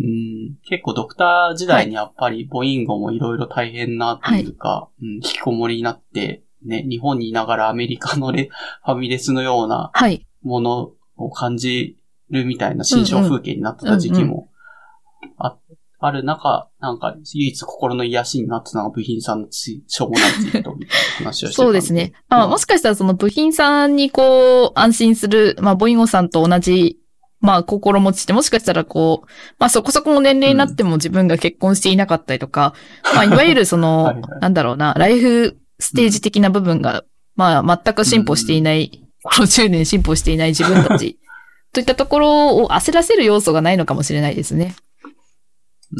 S1: 結構ドクター時代にやっぱりボインゴもいろいろ大変なというか、はい、うん、引きこもりになって、ね、日本にいながらアメリカのレファミレスのようなものを感じるみたいな新象風景になってた時期も あ,、うんうん、ある中、なんか唯一心の癒しになってたのが部品さんのつしょうもないツイートみたいな話をしてた。
S2: そうですね。まあ、もしかしたらその部品さんにこう安心する、まあボインゴさんと同じまあ心持ちってもしかしたらこう、まあそこそこの年齢になっても自分が結婚していなかったりとか、うん、まあいわゆるその、はいはい、なんだろうな、ライフステージ的な部分が、うん、まあ全く進歩していない、うん、このじゅうねん進歩していない自分たちといったところを焦らせる要素がないのかもしれないですね。
S1: うん。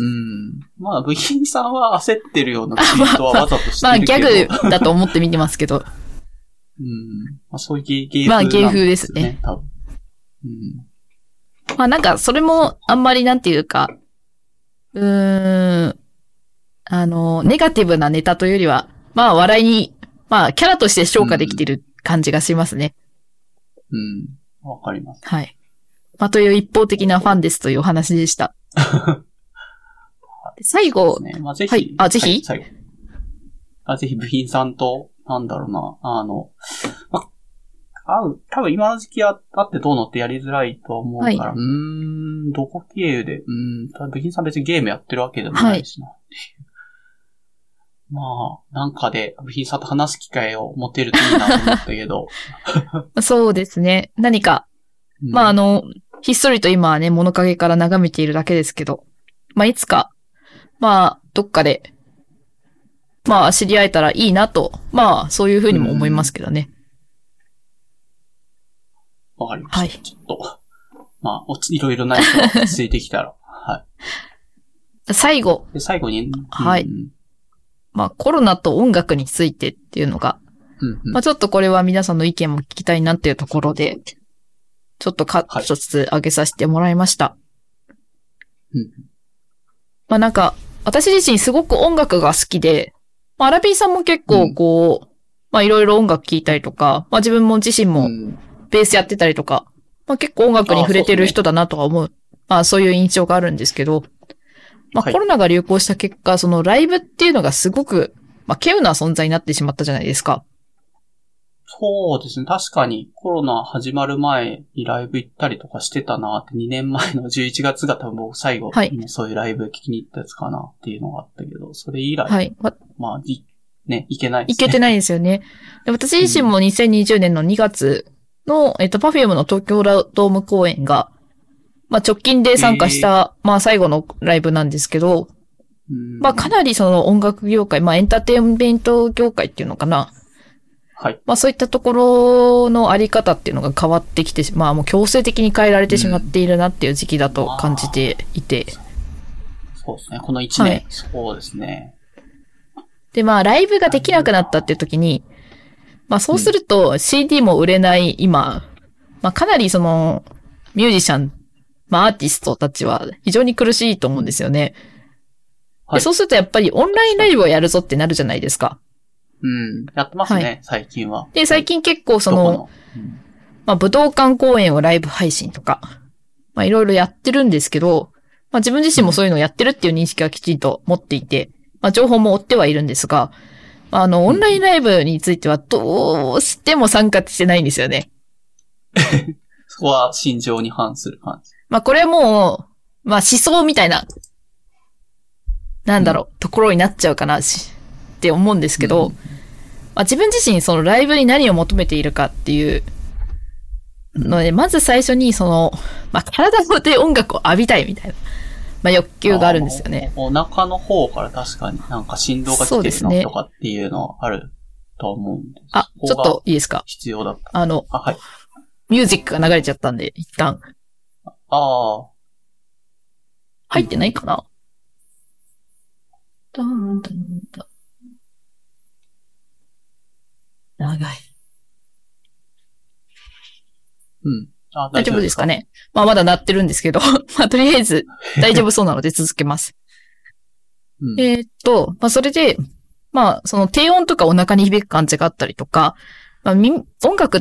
S1: まあ部品さんは焦ってるようなツイートはわざとしてるけど。
S2: まあ、まあ、ギャグだと思って見てますけど。
S1: うん。まあそういう芸風、
S2: ね。まあ芸風ですね。多分。うん。まあなんかそれもあんまりなんていうか、うーん、あの、ネガティブなネタというよりは、まあ笑いに、まあキャラとして消化できてる感じがしますね。
S1: うん。わ、うん、かります。
S2: はい。まあという一方的なファンですというお話でした。最後、
S1: ね、まあぜひ、
S2: はい、あ、ぜひ、はい、
S1: 最後あ、ぜひ部品さんと、なんだろうな、あの、まあ会う、多分今の時期あってどうのってやりづらいと思うから、はい、うーん、どこ経由で、うーん、ただ部品さん別にゲームやってるわけでもないしな、はい、まあ、なんかで部品さんと話す機会を持てるといいなと思ったけど。
S2: そうですね。何か、うん、まああの、ひっそりと今はね、物陰から眺めているだけですけど、まあいつか、まあ、どっかで、まあ知り合えたらいいなと、まあそういうふうにも思いますけどね。
S1: わかりました。はい。ちょっと、まあ、いろいろ何かついてきたら。はい。
S2: 最後。
S1: で最後に、
S2: はい。うん、まあ、コロナと音楽についてっていうのが、うんうん、まあ、ちょっとこれは皆さんの意見も聞きたいなっていうところで、ちょっとか、はい、一つ挙げさせてもらいました。うん。まあ、なんか、私自身すごく音楽が好きで、まあ、アラビーさんも結構こう、うん、まあ、いろいろ音楽聴いたりとか、まあ、自分も自身も、うんベースやってたりとか、まあ結構音楽に触れてる人だなとは思う。ああ、そうですね。まあそういう印象があるんですけど、まあコロナが流行した結果、はい、そのライブっていうのがすごく、まあ稀有な存在になってしまったじゃないですか。
S1: そうですね。確かにコロナ始まる前にライブ行ったりとかしてたなってにねんまえのじゅういちがつが多分僕最後にそういうライブ聞きに行ったやつかなっていうのがあったけど、それ以来、はい、ま、まあ、ね、行けないですね。
S2: 行けてないですよね。で私自身もにせんにじゅうねんのにがつの、えっと、Perfume の東京ドーム公演が、まあ、直近で参加した、まあ、最後のライブなんですけど、まあ、かなりその音楽業界、まあ、エンターテインメント業界っていうのかな。
S1: はい。
S2: まあ、そういったところのあり方っていうのが変わってきて、まあ、もう強制的に変えられてしまっているなっていう時期だと感じていて。
S1: うん、そうですね。この一年、はい、そうですね。
S2: で、まあ、ライブができなくなったっていう時に、まあ、そうすると シーディー も売れない今、まあ、かなりその、ミュージシャン、まあ、アーティストたちは非常に苦しいと思うんですよね。はい、でそうするとやっぱりオンラインライブをやるぞってなるじゃないですか。
S1: うん。やってますね、はい、最近は。
S2: で、最近結構その、うん、まあ、武道館公演をライブ配信とか、まあ、いろいろやってるんですけど、まあ、自分自身もそういうのをやってるっていう認識はきちんと持っていて、まあ、情報も追ってはいるんですが、あの、オンラインライブについてはどうしても参加してないんですよね。
S1: そこは心情に反する感じ。
S2: まあ、これはもう、まあ、思想みたいな、なんだろう、うん、ところになっちゃうかな、って思うんですけど、うん、まあ、自分自身そのライブに何を求めているかっていうので、まず最初にその、まあ、体で音楽を浴びたいみたいな、まあ、欲求があるんですよね。
S1: お腹の方から確かになんか振動が来てるなとかっていうのはあると思うんです。
S2: あ、ちょっといいですか？
S1: 必要だった。
S2: あの、
S1: あ、はい。
S2: ミュージックが流れちゃったんで、一旦。
S1: ああ。
S2: 入ってないかな？だんだんだ。長い。
S1: うん。あ、
S2: 大丈夫ですかね。まあまだ鳴ってるんですけど、まあとりあえず大丈夫そうなので続けます。うん、えー、っと、まあそれで、まあその低音とかお腹に響く感じがあったりとか、まあ耳、音楽って、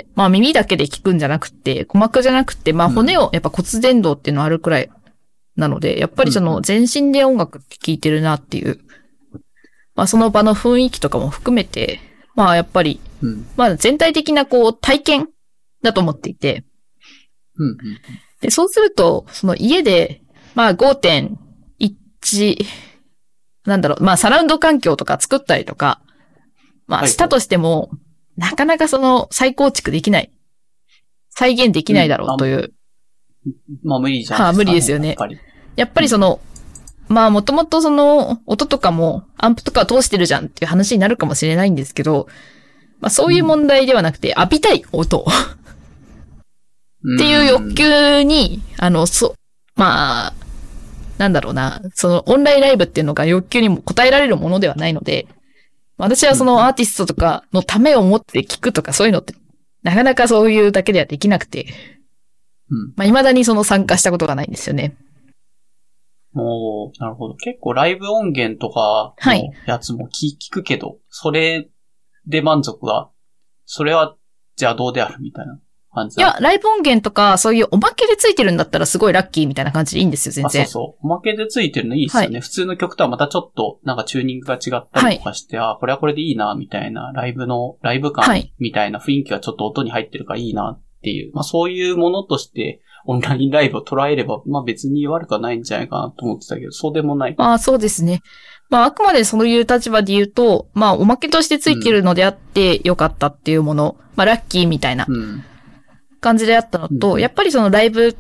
S2: まあ耳だけで聞くんじゃなくて、鼓膜じゃなくて、まあ骨をやっぱ骨伝導っていうのあるくらいなので、やっぱりその全身で音楽って聞いてるなっていう、まあその場の雰囲気とかも含めて、まあやっぱり、まあ全体的なこう体験だと思っていて、
S1: うんうん、
S2: で、そうすると、その家で、まあ ごてんいち、なんだろう、まあサラウンド環境とか作ったりとか、まあしたとしても、なかなかその再構築できない。再現できないだろうという。
S1: うん、まあ無理じゃん。
S2: はあ、無理ですよね。やっぱり、やっぱりその、うん、まあもともとその音とかもアンプとか通してるじゃんっていう話になるかもしれないんですけど、まあそういう問題ではなくて、浴びたい音。っていう欲求に、あの、そ、まあ、なんだろうな、そのオンラインライブっていうのが欲求にも応えられるものではないので、私はそのアーティストとかのためを持って聞くとかそういうのって、なかなかそういうだけではできなくて、うん、まあ未だにその参加したことがないんですよね。
S1: おー、なるほど。結構ライブ音源とかのやつも聞、聞くけど、それで満足は、それはじゃあどうであるみたいな。
S2: いや、ライブ音源とか、そういうおまけでついてるんだったらすごいラッキーみたいな感じでいいんですよ、全然。
S1: あ、そうそう。おまけでついてるのいいっすよね。はい、普通の曲とはまたちょっと、なんかチューニングが違ったりとかして、はい、あ、これはこれでいいな、みたいな、ライブの、ライブ感みたいな雰囲気がちょっと音に入ってるからいいなっていう、まあそういうものとして、オンラインライブを捉えれば、まあ別に悪くはないんじゃないかなと思ってたけど、そうでもない。
S2: ああ、そうですね。まああくまでそういう立場で言うと、まあおまけとしてついてるのであってよかったっていうもの、うん、まあラッキーみたいな。うん感じであったのと、うん、やっぱりそのライブって、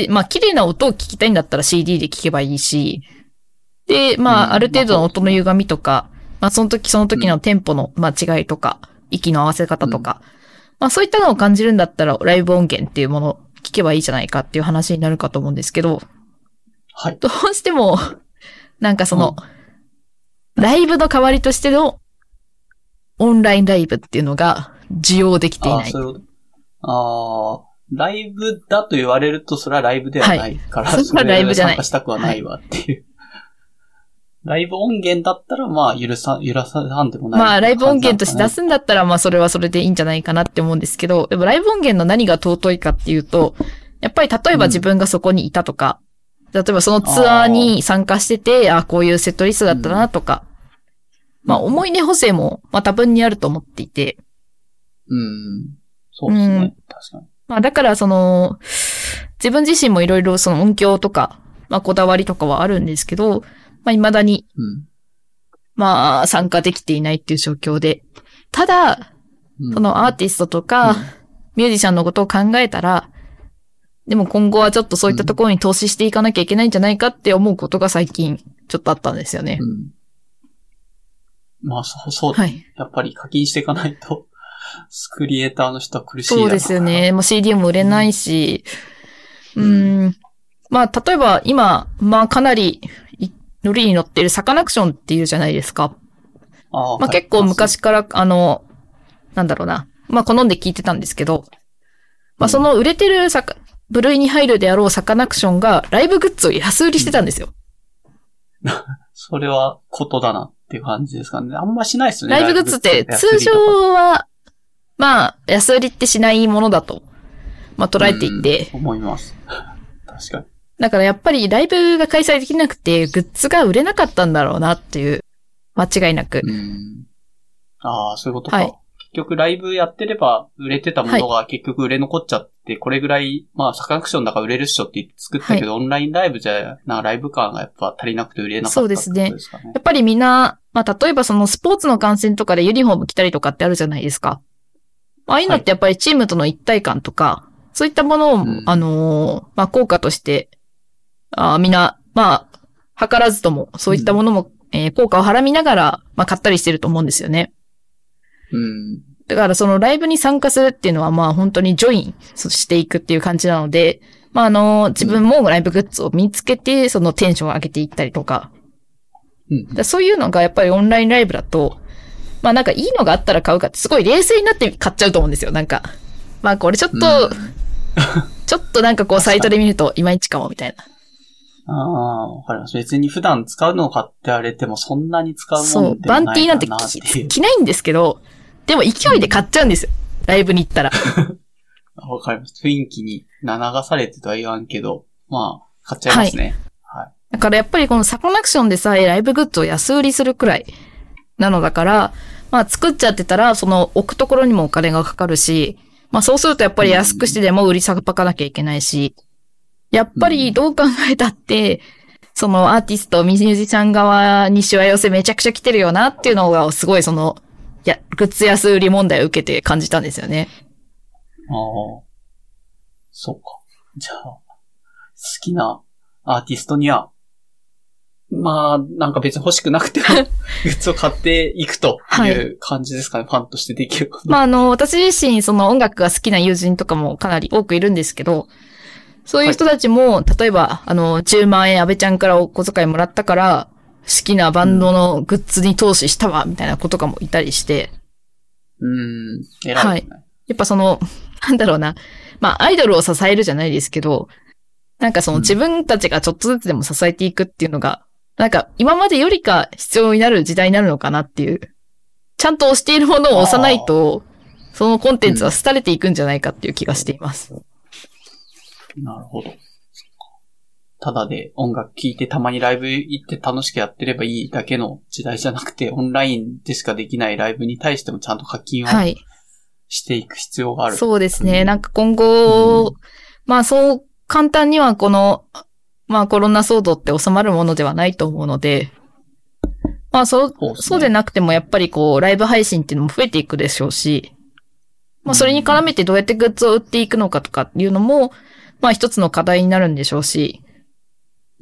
S2: まあ綺麗な音を聞きたいんだったら シーディー で聞けばいいし、で、まあある程度の音の歪みとか、まあその時その時のテンポのまあ違いとか、息の合わせ方とか、まあそういったのを感じるんだったらライブ音源っていうものを聞けばいいじゃないかっていう話になるかと思うんですけど、
S1: はい。
S2: どうしても、なんかその、うん、ライブの代わりとしてのオンラインライブっていうのが需要できていない。
S1: あ、そういうこと。ああ、ライブだと言われるとそれはライブではないから、はい、
S2: それはライブじゃない。
S1: 参加したくはないわっていう。はい、ライブ音源だったらまあ許さ、許さんでもない、
S2: ね。まあライブ音源として出すんだったらまあそれはそれでいいんじゃないかなって思うんですけど、でもライブ音源の何が尊いかっていうと、やっぱり例えば自分がそこにいたとか、うん、例えばそのツアーに参加してて、ああ、こういうセットリストだったなとか、うん、まあ思い出補正もまあ多分にあると思っていて、
S1: うん。そうですね。うん、確かに。
S2: まあだからその、自分自身もいろいろその音響とか、まあこだわりとかはあるんですけど、まあ未だに、うん、まあ参加できていないっていう状況で、ただ、うん、そのアーティストとか、うん、 ミュージシャンのことを考えたら、でも今後はちょっとそういったところに投資していかなきゃいけないんじゃないかって思うことが最近ちょっとあったんですよね。
S1: うん、まあそう、そう、
S2: はい。
S1: やっぱり課金していかないと、クリエイターの人は苦しいだろう。
S2: そうですよね。もう シーディー も売れないし、うん、うーん。まあ例えば今、まあかなり乗りに乗ってるサカナクションっていうじゃないですか。
S1: ああ、
S2: まあ結構昔から、あの、なんだろうな。まあ好んで聞いてたんですけど、まあその売れてるサカ、部類に入るであろうサカナクションがライブグッズを安売りしてたんですよ。
S1: うん、それはことだなっていう感じですかね。あんましないですよね。
S2: ライブグッズって通常は、まあ安売りってしないものだと、まあ捉えていて。
S1: うん、思います。確かに。
S2: だからやっぱりライブが開催できなくてグッズが売れなかったんだろうなっていう、間違いなく。
S1: うん、ああ、そういうことか。
S2: はい。
S1: 結局ライブやってれば売れてたものが結局売れ残っちゃって、はい、これぐらい、まあサカナクションだから売れるっしょって言って作ったけど、はい、オンラインライブじゃ、なんかライブ感がやっぱ足りなくて売れなかったってことですかね。そうですね。
S2: やっぱりみんな、まあ例えばそのスポーツの観戦とかでユニフォーム着たりとかってあるじゃないですか。ああいうのってやっぱりチームとの一体感とか、はい、そういったものを、うん、あのー、まあ効果として、あみんな、まあ、図らずとも、そういったものも、うん、えー、効果をはらみながら、まあ買ったりしてると思うんですよね。
S1: うん。
S2: だからそのライブに参加するっていうのはまあ本当にジョインしていくっていう感じなので、まああの、自分もライブグッズを見つけて、そのテンションを上げていったりとか。うん、だそういうのがやっぱりオンラインライブだと、まあなんかいいのがあったら買うかってすごい冷静になって買っちゃうと思うんですよ、なんか。まあこれちょっと、うん、ちょっとなんかこうサイトで見るといまいちかもみたいな。
S1: ああ、わかります。別に普段使うのを買ってあれてもそんなに使うもんでもないかなっていう。
S2: そう、バンティーなんて着、着ないんですけど、でも勢いで買っちゃうんですよ。うん、ライブに行ったら。
S1: わかります。雰囲気に流されてとは言わんけど、まあ、買っちゃいますね。はい。はい、
S2: だからやっぱりこのサカナクションでさえライブグッズを安売りするくらいなのだから、まあ作っちゃってたら、その置くところにもお金がかかるし、まあそうするとやっぱり安くしてでも売りさばかなきゃいけないし、やっぱりどう考えたって、そのアーティスト、ミュージシャン側にしわ寄せめちゃくちゃ来てるよなっていうのがすごいその、いや、グッズ安売り問題を受けて感じたんですよね。
S1: ああ。そうか。じゃあ、好きなアーティストには、まあ、なんか別に欲しくなくても、グッズを買っていくという感じですかね、はい、ファンとしてできること。
S2: まあ、あの、私自身、その音楽が好きな友人とかもかなり多くいるんですけど、そういう人たちも、はい、例えば、あの、じゅうまんえん安倍ちゃんからお小遣いもらったから、好きなバンドのグッズに投資したわ、みたいな子とかもいたりして。
S1: うーん、偉いですね。はい。
S2: やっぱその、なんだろうな。まあ、アイドルを支えるじゃないですけど、なんかその自分たちがちょっとずつでも支えていくっていうのが、うん、なんか今までよりか必要になる時代になるのかなっていう。ちゃんと推しているものを押さないと、そのコンテンツは廃れていくんじゃないかっていう気がしています。
S1: うん、なるほど。ただで音楽聴いてたまにライブ行って楽しくやってればいいだけの時代じゃなくて、オンラインでしかできないライブに対してもちゃんと課金をしていく必要がある。はい、
S2: そうですね。なんか今後、うん、まあそう簡単にはこの、まあコロナ騒動って収まるものではないと思うので、まあそう、そうですね、そうでなくてもやっぱりこうライブ配信っていうのも増えていくでしょうし、まあそれに絡めてどうやってグッズを売っていくのかとかいうのも、まあ一つの課題になるんでしょうし、
S1: うん、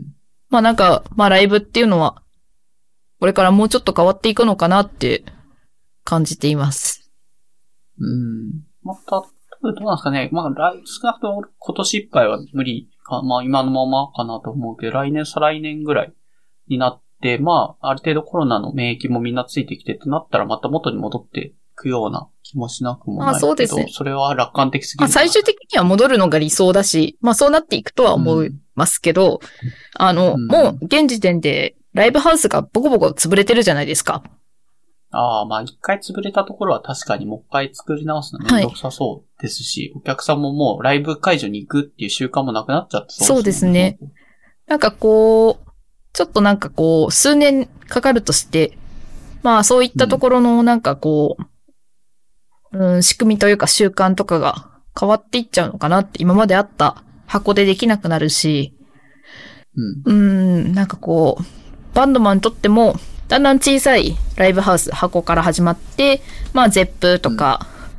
S2: まあなんか、まあライブっていうのは、これからもうちょっと変わっていくのかなって感じています。
S1: うん。また、どうなんですかね。まあ、少なくとも今年いっぱいは無理か、まあ今のままかなと思うけど、来年、再来年ぐらいになって、まあ、ある程度コロナの免疫もみんなついてきてってなったらまた元に戻っていくような気もしなくもないけど、あ、そうですね。それは楽観的すぎる。
S2: まあ最終的には戻るのが理想だし、まあそうなっていくとは思う。うんますけど、あの、うん、もう現時点でライブハウスがボコボコ潰れてるじゃないですか。
S1: ああ、まあ一回潰れたところは確かにもう一回作り直すのめんどくさそうですし、はい、お客さんももうライブ会場に行くっていう習慣もなくなっちゃって
S2: そうですね。そうですね。なんかこう、ちょっとなんかこう、数年かかるとして、まあそういったところのなんかこう、うん、うん、仕組みというか習慣とかが変わっていっちゃうのかなって今まであった箱でできなくなるし、うん、うーん、なんかこう、バンドマンにとっても、だんだん小さいライブハウス、箱から始まって、まあ、ゼップとか、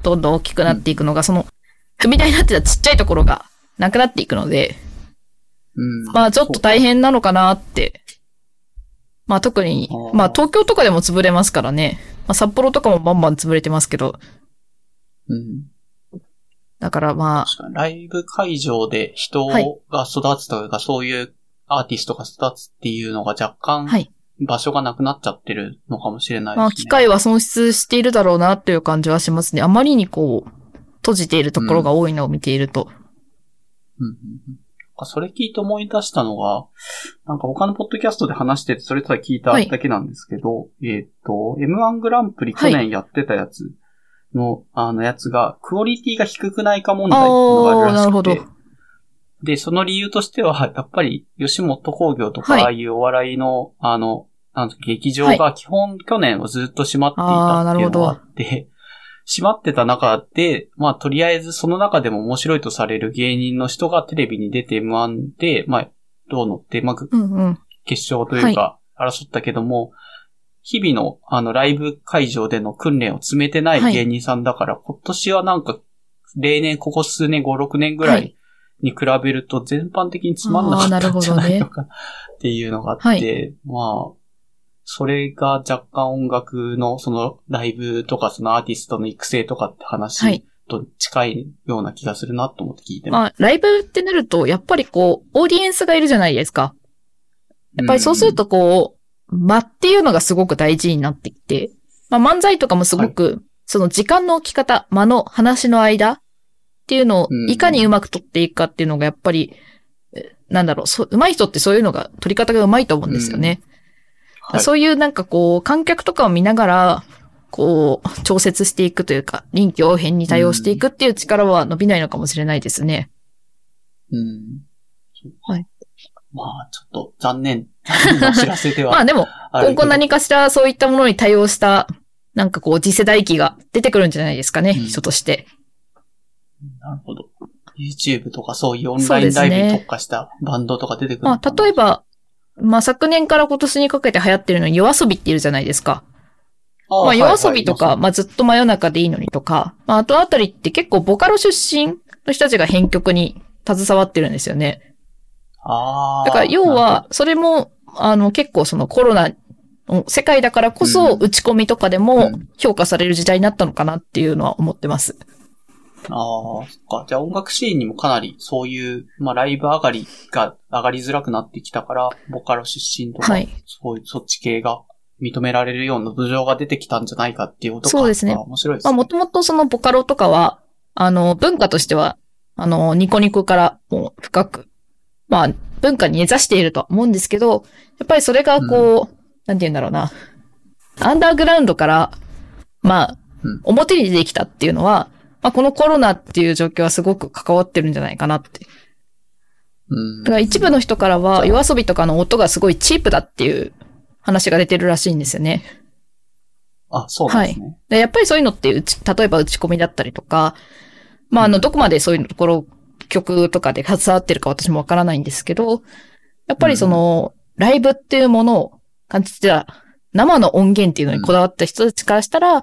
S2: どんどん大きくなっていくのが、うん、その、踏み台になってたちっちゃいところがなくなっていくので、
S1: うん、
S2: まあちょっと大変なのかなって。まあ特に、まあ東京とかでも潰れますからね。まあ札幌とかもバンバン潰れてますけど。
S1: うん。
S2: だからまあ。
S1: 確かにライブ会場で人が育つというか、はい、そういうアーティストが育つっていうのが若干、場所がなくなっちゃってるのかもしれないですね。
S2: まあ機会は損失しているだろうなっていう感じはしますね。あまりにこう、閉じているところが多いのを見ていると。
S1: うん。うんうんうん、それ聞いて思い出したのが、なんか他のポッドキャストで話してて、それただ聞いただけなんですけど、はい、えっと、エムワン グランプリ去年やってたやつの、はい、あのやつが、クオリティが低くないか問題っていうのがあるらしくて。なるほど。で、その理由としては、やっぱり吉本興業とか、はい、ああいうお笑いの、あの、なんか劇場が基本、はい、去年はずっと閉まっていたっていうのがあって、閉まってた中で、まあとりあえずその中でも面白いとされる芸人の人がテレビに出て エムワン で、まあどうのって、まあ、うんうん、決勝というか争ったけども、はい、日々のあのライブ会場での訓練を積めてない芸人さんだから、はい、今年はなんか例年ここ数年ご、ろくねんぐらいに比べると全般的につまんなかったんじゃないのかっていうのがあって、はい、まあそれが若干音楽のそのライブとかそのアーティストの育成とかって話と近いような気がするなと思って聞いてます。
S2: まあ、ライブってなると、やっぱりこう、オーディエンスがいるじゃないですか。やっぱりそうするとこう、間っていうのがすごく大事になってきて、まあ漫才とかもすごく、その時間の置き方、間の話の間っていうのをいかにうまく取っていくかっていうのがやっぱり、なんだろう、そう、上手い人ってそういうのが、取り方が上手いと思うんですよね。はい、そういうなんかこう、観客とかを見ながら、こう、調節していくというか、臨機応変に対応していくっていう力は伸びないのかもしれないですね。
S1: うん。はい。まあ、ちょっと残念、残念なお知らせでは。
S2: まあでも、今後何かしらそういったものに対応した、なんかこう、次世代機が出てくるんじゃないですかね、うん、人として。
S1: なるほど。YouTube とかそういうオンラインライブに特化したバンドとか出てくる、
S2: ね、まあ、例えば、まあ昨年から今年にかけて流行ってるのに夜遊びっているじゃないですか。あまあ夜遊びとか、はいはい、まあずっと真夜中でいいのにとか、まああとあたりって結構ボカロ出身の人たちが編曲に携わってるんですよね。
S1: ああ。
S2: だから要は、それも、あの結構そのコロナの世界だからこそ打ち込みとかでも評価される時代になったのかなっていうのは思ってます。
S1: ああ、そっか。じゃあ音楽シーンにもかなりそういう、まあライブ上がりが上がりづらくなってきたから、ボカロ出身とか、はい、そういうそっち系が認められるような土壌が出てきたんじゃないかっていうことか。
S2: そうですね。
S1: 面白いですね。
S2: まあもともとそのボカロとかは、あの文化としては、あのニコニコからもう深く、まあ文化に根ざしているとは思うんですけど、やっぱりそれがこう、うん、なんて言うんだろうな、アンダーグラウンドから、まあ、うん、表に出てきたっていうのは、まあ、このコロナっていう状況はすごく関わってるんじゃないかなって。
S1: うん、
S2: だから一部の人からは夜遊びとかの音がすごいチープだっていう話が出てるらしいんですよね。
S1: あ、そうなんですね。
S2: はい。でやっぱりそういうのってうち、例えば打ち込みだったりとか、まあ、あの、どこまでそういうところ、曲とかで携わってるか私もわからないんですけど、やっぱりその、うん、ライブっていうものを感じてた、生の音源っていうのにこだわった人たちからしたら、うん、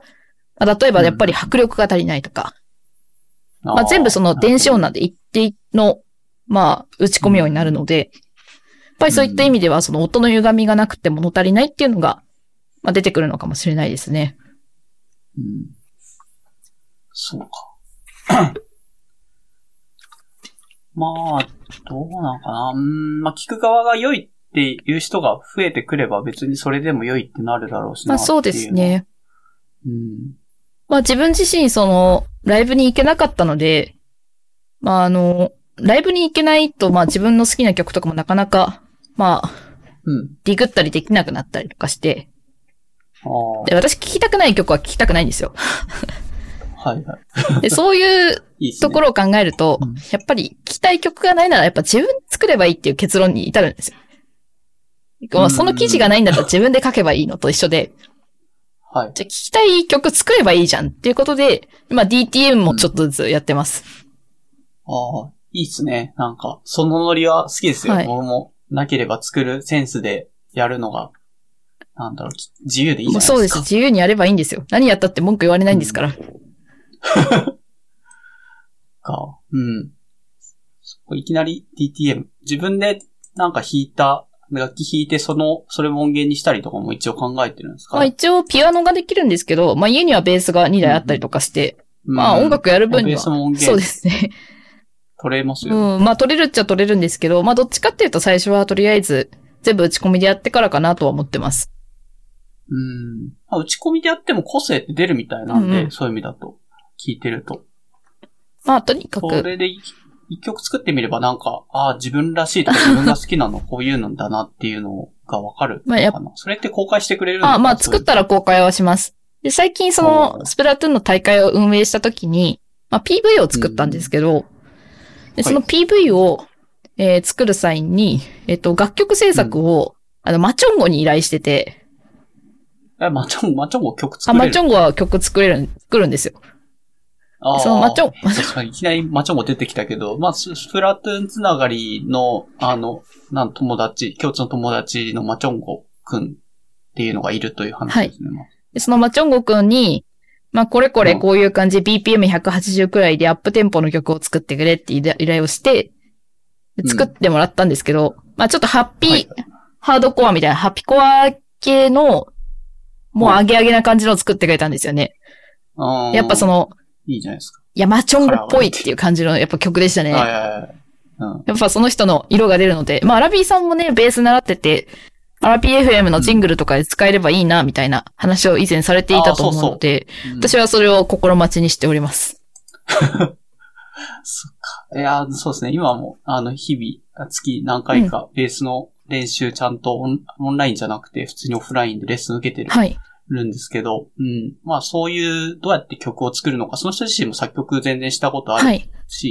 S2: 例えばやっぱり迫力が足りないとか、うん、まあ、全部その電子音なんで一定の、まあ、打ち込み音になるので、やっぱりそういった意味ではその音の歪みがなくて物足りないっていうのが、まあ、出てくるのかもしれないですね。
S1: うん。そうか。まあ、どうなのかな。うん、まあ、聞く側が良いっていう人が増えてくれば別にそれでも良いってなるだろうしな。
S2: まあそうですね。
S1: うん。
S2: まあ自分自身その、ライブに行けなかったので、まああの、ライブに行けないと、まあ自分の好きな曲とかもなかなか、まあ、
S1: うん。
S2: ディグったりできなくなったりとかして、
S1: あ
S2: で、私聴きたくない曲は聴きたくないんですよ。
S1: はいはい。
S2: で、そういうところを考えると、いいね、うん、やっぱり聴きたい曲がないならやっぱ自分作ればいいっていう結論に至るんですよ。まあ、その記事がないんだったら自分で書けばいいのと一緒で、
S1: はい。
S2: じゃあ聴きたい曲作ればいいじゃんっていうことで、今 ディーティーエム もちょっとずつやってます。
S1: うん、ああ、いいっすね。なんか、そのノリは好きですよ。はい、僕もなければ作るセンスでやるのが、なんだろう、自由でいいじゃないですか。
S2: そうです。自由にやればいいんですよ。何やったって文句言われないんですから。うん、
S1: か。うん。いきなり ディーティーエム。自分でなんか弾いた、楽器弾いてその、それも音源にしたりとかも一応考えてるんですか、ね、
S2: まあ一応ピアノができるんですけど、まあ家にはベースがにだいあったりとかして、うん、まあ音楽やる分には、ベースも音源そうですね。
S1: 取れますよ、ね。
S2: うん。まあ取れるっちゃ取れるんですけど、まあどっちかっていうと最初はとりあえず全部打ち込みでやってからかなとは思ってます。
S1: うん。まあ、打ち込みでやっても個性って出るみたいなんで、うんうん、そういう意味だと聞いてると。
S2: まあとにかく。
S1: それで一曲作ってみればなんか、ああ、自分らしいとか自分が好きなのこういうのだなっていうのがわかるのかな。まあ、やそれって公開してくれるんですか？
S2: あ、まあ作ったら公開はします。で、最近そのスプラトゥーンの大会を運営したときに、まあ ピーブイ を作ったんですけど、うん、でその ピーブイ を、えー、作る際に、えっと、楽曲制作を、うん、あの、マチョンゴに依頼してて。
S1: え、マチョンゴ、マチョンゴ曲作れる？
S2: あ、マチョンゴは曲作れる、作るんですよ。
S1: ああ。
S2: そのマチョン、
S1: 確かにいきなりマチョンゴ出てきたけど、まあ、スプラトゥーンつながりの、あの、なん友達、共通の友達のマチョンゴくんっていうのがいるという話ですね。はい、
S2: でそのマチョンゴくんに、まあ、これこれこういう感じで ビーピーエムひゃくはちじゅう くらいでアップテンポの曲を作ってくれって依頼をして、作ってもらったんですけど、うん、まあ、ちょっとハッピー、はい、ハードコアみたいな、ハッピコア系の、もう上げ上げな感じのを作ってくれたんですよね。
S1: うん、
S2: やっぱその、
S1: いいじゃないですか。
S2: いや、マチョンゴっぽいっていう感じのやっぱ曲でしたね。
S1: はいはいはいうん、
S2: やっぱその人の色が出るので、まあ、アラビーさんもね、ベース習ってて、アラビー エフエム のジングルとかで使えればいいな、みたいな話を以前されていたと思うので、そうそううん、私はそれを心待ちにしております。
S1: そっか。いや、そうですね。今も、あの、日々、月何回か、ベースの練習ちゃんとオン、オンラインじゃなくて、普通にオフラインでレッスン受けてる。
S2: はい。
S1: るんですけど、うん。まあそういう、どうやって曲を作るのか、その人自身も作曲全然したことあるし、はい、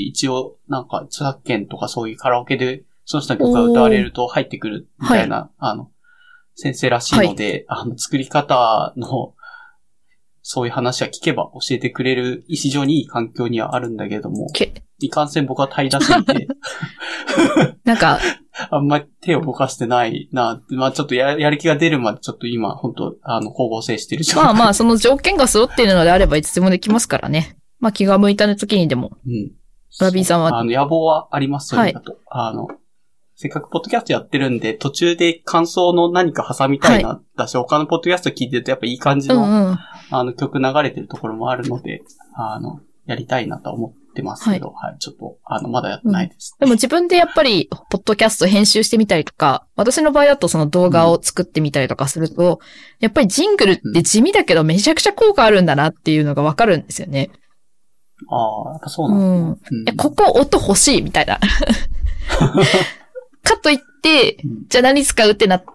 S1: 一応なんか著作権とかそういうカラオケでその人の曲が歌われると入ってくるみたいな、はい、あの、先生らしいので、はい、あの、作り方の、そういう話は聞けば教えてくれる、非常にいい環境にはあるんだけども、いかんせん僕は平らすぎて、
S2: なんか、
S1: あんまり手を動かしてないなって、まあちょっと や, やる気が出るまでちょっと今、本当あの、光合成してる状態。
S2: まあまあ、その条件が揃っているのであればいつでもできますからね。まあ気が向いた時にでも。
S1: うん。
S2: ラビーさんは。
S1: あの、野望はありますよね、だと。あの、せっかくポッドキャストやってるんで、途中で感想の何か挟みたいな、はい、だし、他のポッドキャスト聞いてるとやっぱいい感じの、うんうん、あの、曲流れてるところもあるので、あの、やりたいなと思ってますけど、はい、はい、ちょっと、あの、まだやってないです、
S2: うん。でも自分でやっぱり、ポッドキャスト編集してみたりとか、私の場合だとその動画を作ってみたりとかすると、うん、やっぱりジングルって地味だけどめちゃくちゃ効果あるんだなっていうのがわかるんですよね。
S1: ああ、やっぱそうなんですね。
S2: うん。ここ音欲しいみたいな。かといって、じゃあ何使うってなって、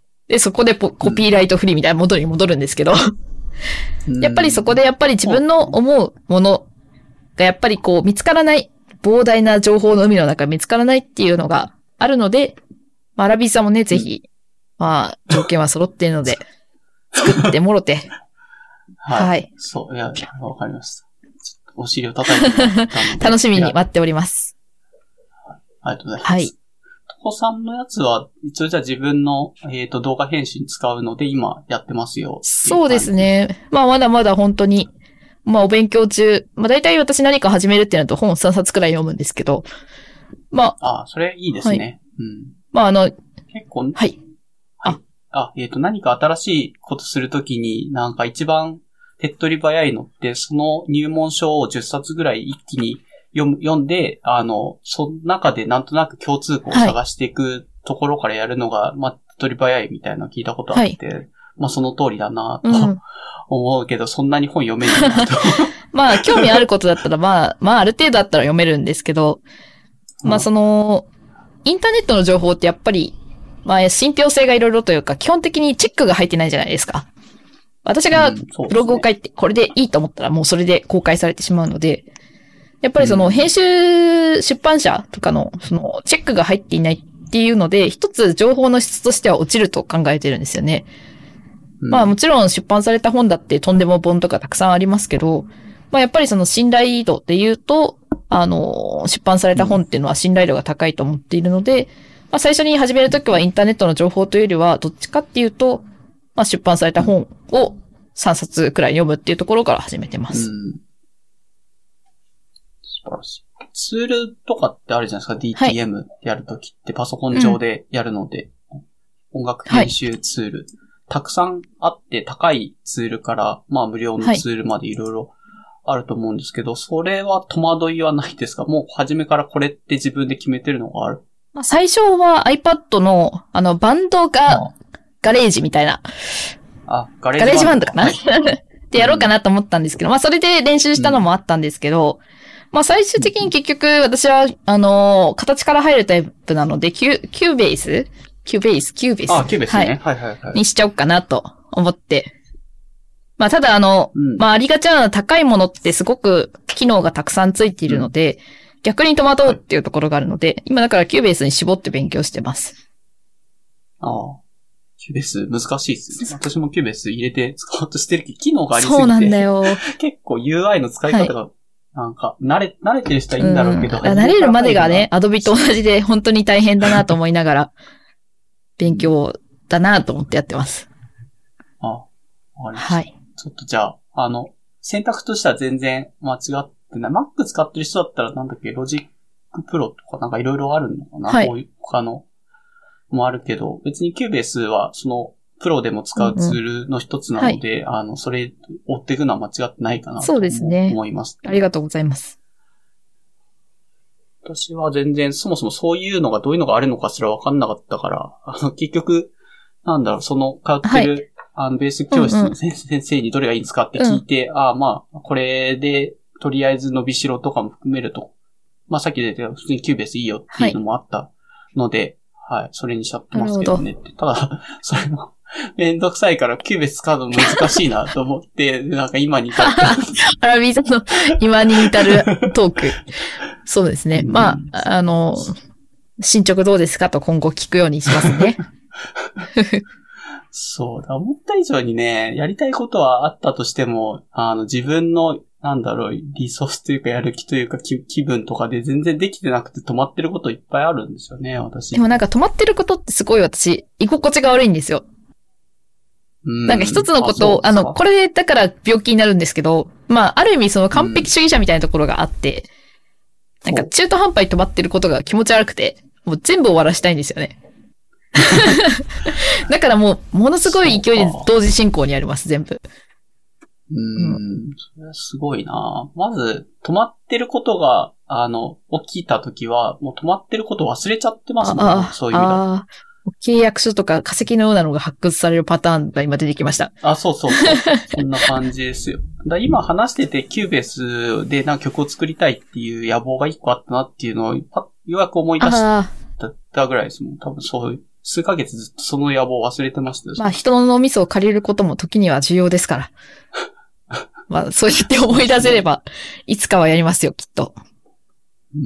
S2: で、そこでポコピーライトフリーみたいな元に戻るんですけど、やっぱりそこでやっぱり自分の思うものがやっぱりこう見つからない、膨大な情報の海の中見つからないっていうのがあるので、まあ、アラビーさんもね、ぜひ、うん、まあ、条件は揃っているので、作ってもろて。
S1: はい。はい。そう、いや、わかりました。お尻を叩いてもらったので
S2: 楽しみに待っております。
S1: ありがとうございます。
S2: はい。
S1: とこさんのやつは、一応じゃあ自分の、えっと、動画編集に使うので、今やってますよ。
S2: そうですね。まあ、まだまだ本当に、まあ、お勉強中。まあ、大体私何か始めるってなると本さんさつくらい読むんですけど。まあ。
S1: ああ、それいいですね。はい、うん。
S2: まあ、あの、
S1: 結構、
S2: はい。
S1: あ、あ、えっと、何か新しいことするときに、なんか一番手っ取り早いのって、その入門書をじゅっさつぐらい一気に読む、読んで、あの、その中でなんとなく共通項を探していくところからやるのが、はい、まあ、手っ取り早いみたいなのを聞いたことあって、はい、まあ、その通りだなと、うん、思うけど、そんなに本読めないなと。
S2: まあ、興味あることだったら、まあ、まあ、ある程度だったら読めるんですけど、まあ、その、インターネットの情報ってやっぱり、まあ、信憑性がいろいろというか、基本的にチェックが入ってないじゃないですか。私がブログを書いて、これでいいと思ったらもうそれで公開されてしまうので、やっぱりその編集出版社とかのそのチェックが入っていないっていうので、一つ情報の質としては落ちると考えてるんですよね。うん、まあもちろん出版された本だってとんでも本とかたくさんありますけど、まあやっぱりその信頼度で言うと、あの、出版された本っていうのは信頼度が高いと思っているので、まあ最初に始めるときはインターネットの情報というよりは、どっちかっていうと、まあ出版された本をさんさつくらい読むっていうところから始めてます。
S1: うん、 晴らしい。ツールとかってあるじゃないですか。ディーティーエム やるときってパソコン上でやるので、うん、音楽編集ツール、はい、たくさんあって高いツールから、まあ無料のツールまでいろいろあると思うんですけど、はい、それは戸惑いはないですか？もう初めからこれって自分で決めてるのがある？
S2: まあ、最初は iPad の、あの、バンドが、ガレージみたいな。
S1: あ、ガレージバンド。
S2: ガレージバンドかなってやろうかなと思ったんですけど、まあそれで練習したのもあったんですけど、うん、まあ最終的に結局私は、あの、形から入るタイプなので、キュ、キューベースキューベースキューベース
S1: あ、キューベースね。はい、はい、はいはい。
S2: にしちゃおうかなと思って。まあただあの、うん、まあありがちなのは高いものってすごく機能がたくさんついているので、うん、逆に戸惑うっていうところがあるので、はい、今だからキューベースに絞って勉強してます。
S1: ああ。キューベース難しいですね。私もキューベース入れて使おうとしてるけど、機能がありすぎて。
S2: そうなんだよ。
S1: 結構 ユーアイ の使い方が、なんか、慣れ、慣れてる人はいいんだろうけど。
S2: うん、慣れるまでがね、アドビと同じで本当に大変だなと思いながら、勉強だなと思ってやってます。
S1: あ、わかりました。はい。ちょっとじゃあ、あの、選択としては全然間違ってない。Mac 使ってる人だったらなんだっけ、ロジックプロとかなんかいろいろあるのかな、はい、こういう他の。もあるけど、別にキューベースはそのプロでも使うツールの一つなので、うんうん、はい、あの、それ追っていくのは間違ってないかなと思います。そうですね。思います。
S2: ありがとうございます。
S1: 私は全然そもそもそういうのがどういうのがあるのかすら分かんなかったから、あの、結局、なんだろう、その通ってる、はい、あの、ベース教室の先生、うんうん、先生にどれがいいんですかって聞いて、うん、ああ、まあ、これで、とりあえず伸びしろとかも含めると、まあさっき出てた普通にキューベースいいよっていうのもあったので、はいはい。それにしちゃってますけどねって。ただ、それも、めんどくさいからキューベース使うの難しいなと思って、なんか今に至って。
S2: アラビーさんの今に至るトーク。そうですね。まあ、あの、進捗どうですかと今後聞くようにしますね。
S1: そうだ。思った以上にね、やりたいことはあったとしても、あの、自分の、なんだろう、リソースというかやる気というか気、気分とかで全然できてなくて止まってることいっぱいあるんですよね、私。
S2: でもなんか止まってることってすごい私、居心地が悪いんですよ。うん、なんか一つのことを、あ, あの、これだから病気になるんですけど、まあ、ある意味その完璧主義者みたいなところがあって、うん、なんか中途半端に止まってることが気持ち悪くて、もう全部終わらしたいんですよね。だからもう、ものすごい勢いで同時進行にやります、全部。
S1: うーん、それはすごいな。まず、止まってることが、あの、起きたときは、もう止まってることを忘れちゃってますもんね。あそういう意味だと。
S2: 契約書とか化石のようなのが発掘されるパターンが今出てきました。
S1: あ、そうそうそう。そんな感じですよ。だ今話してて、キューベースでなんか曲を作りたいっていう野望が一個あったなっていうのを、ようやく思い出したぐらいですもん。多分そういう。数ヶ月ずっとその野望を忘れてましたよ。
S2: まあ人の脳みそを借りることも時には重要ですから。まあそう言って思い出せれば、いつかはやりますよ、きっと。
S1: うん。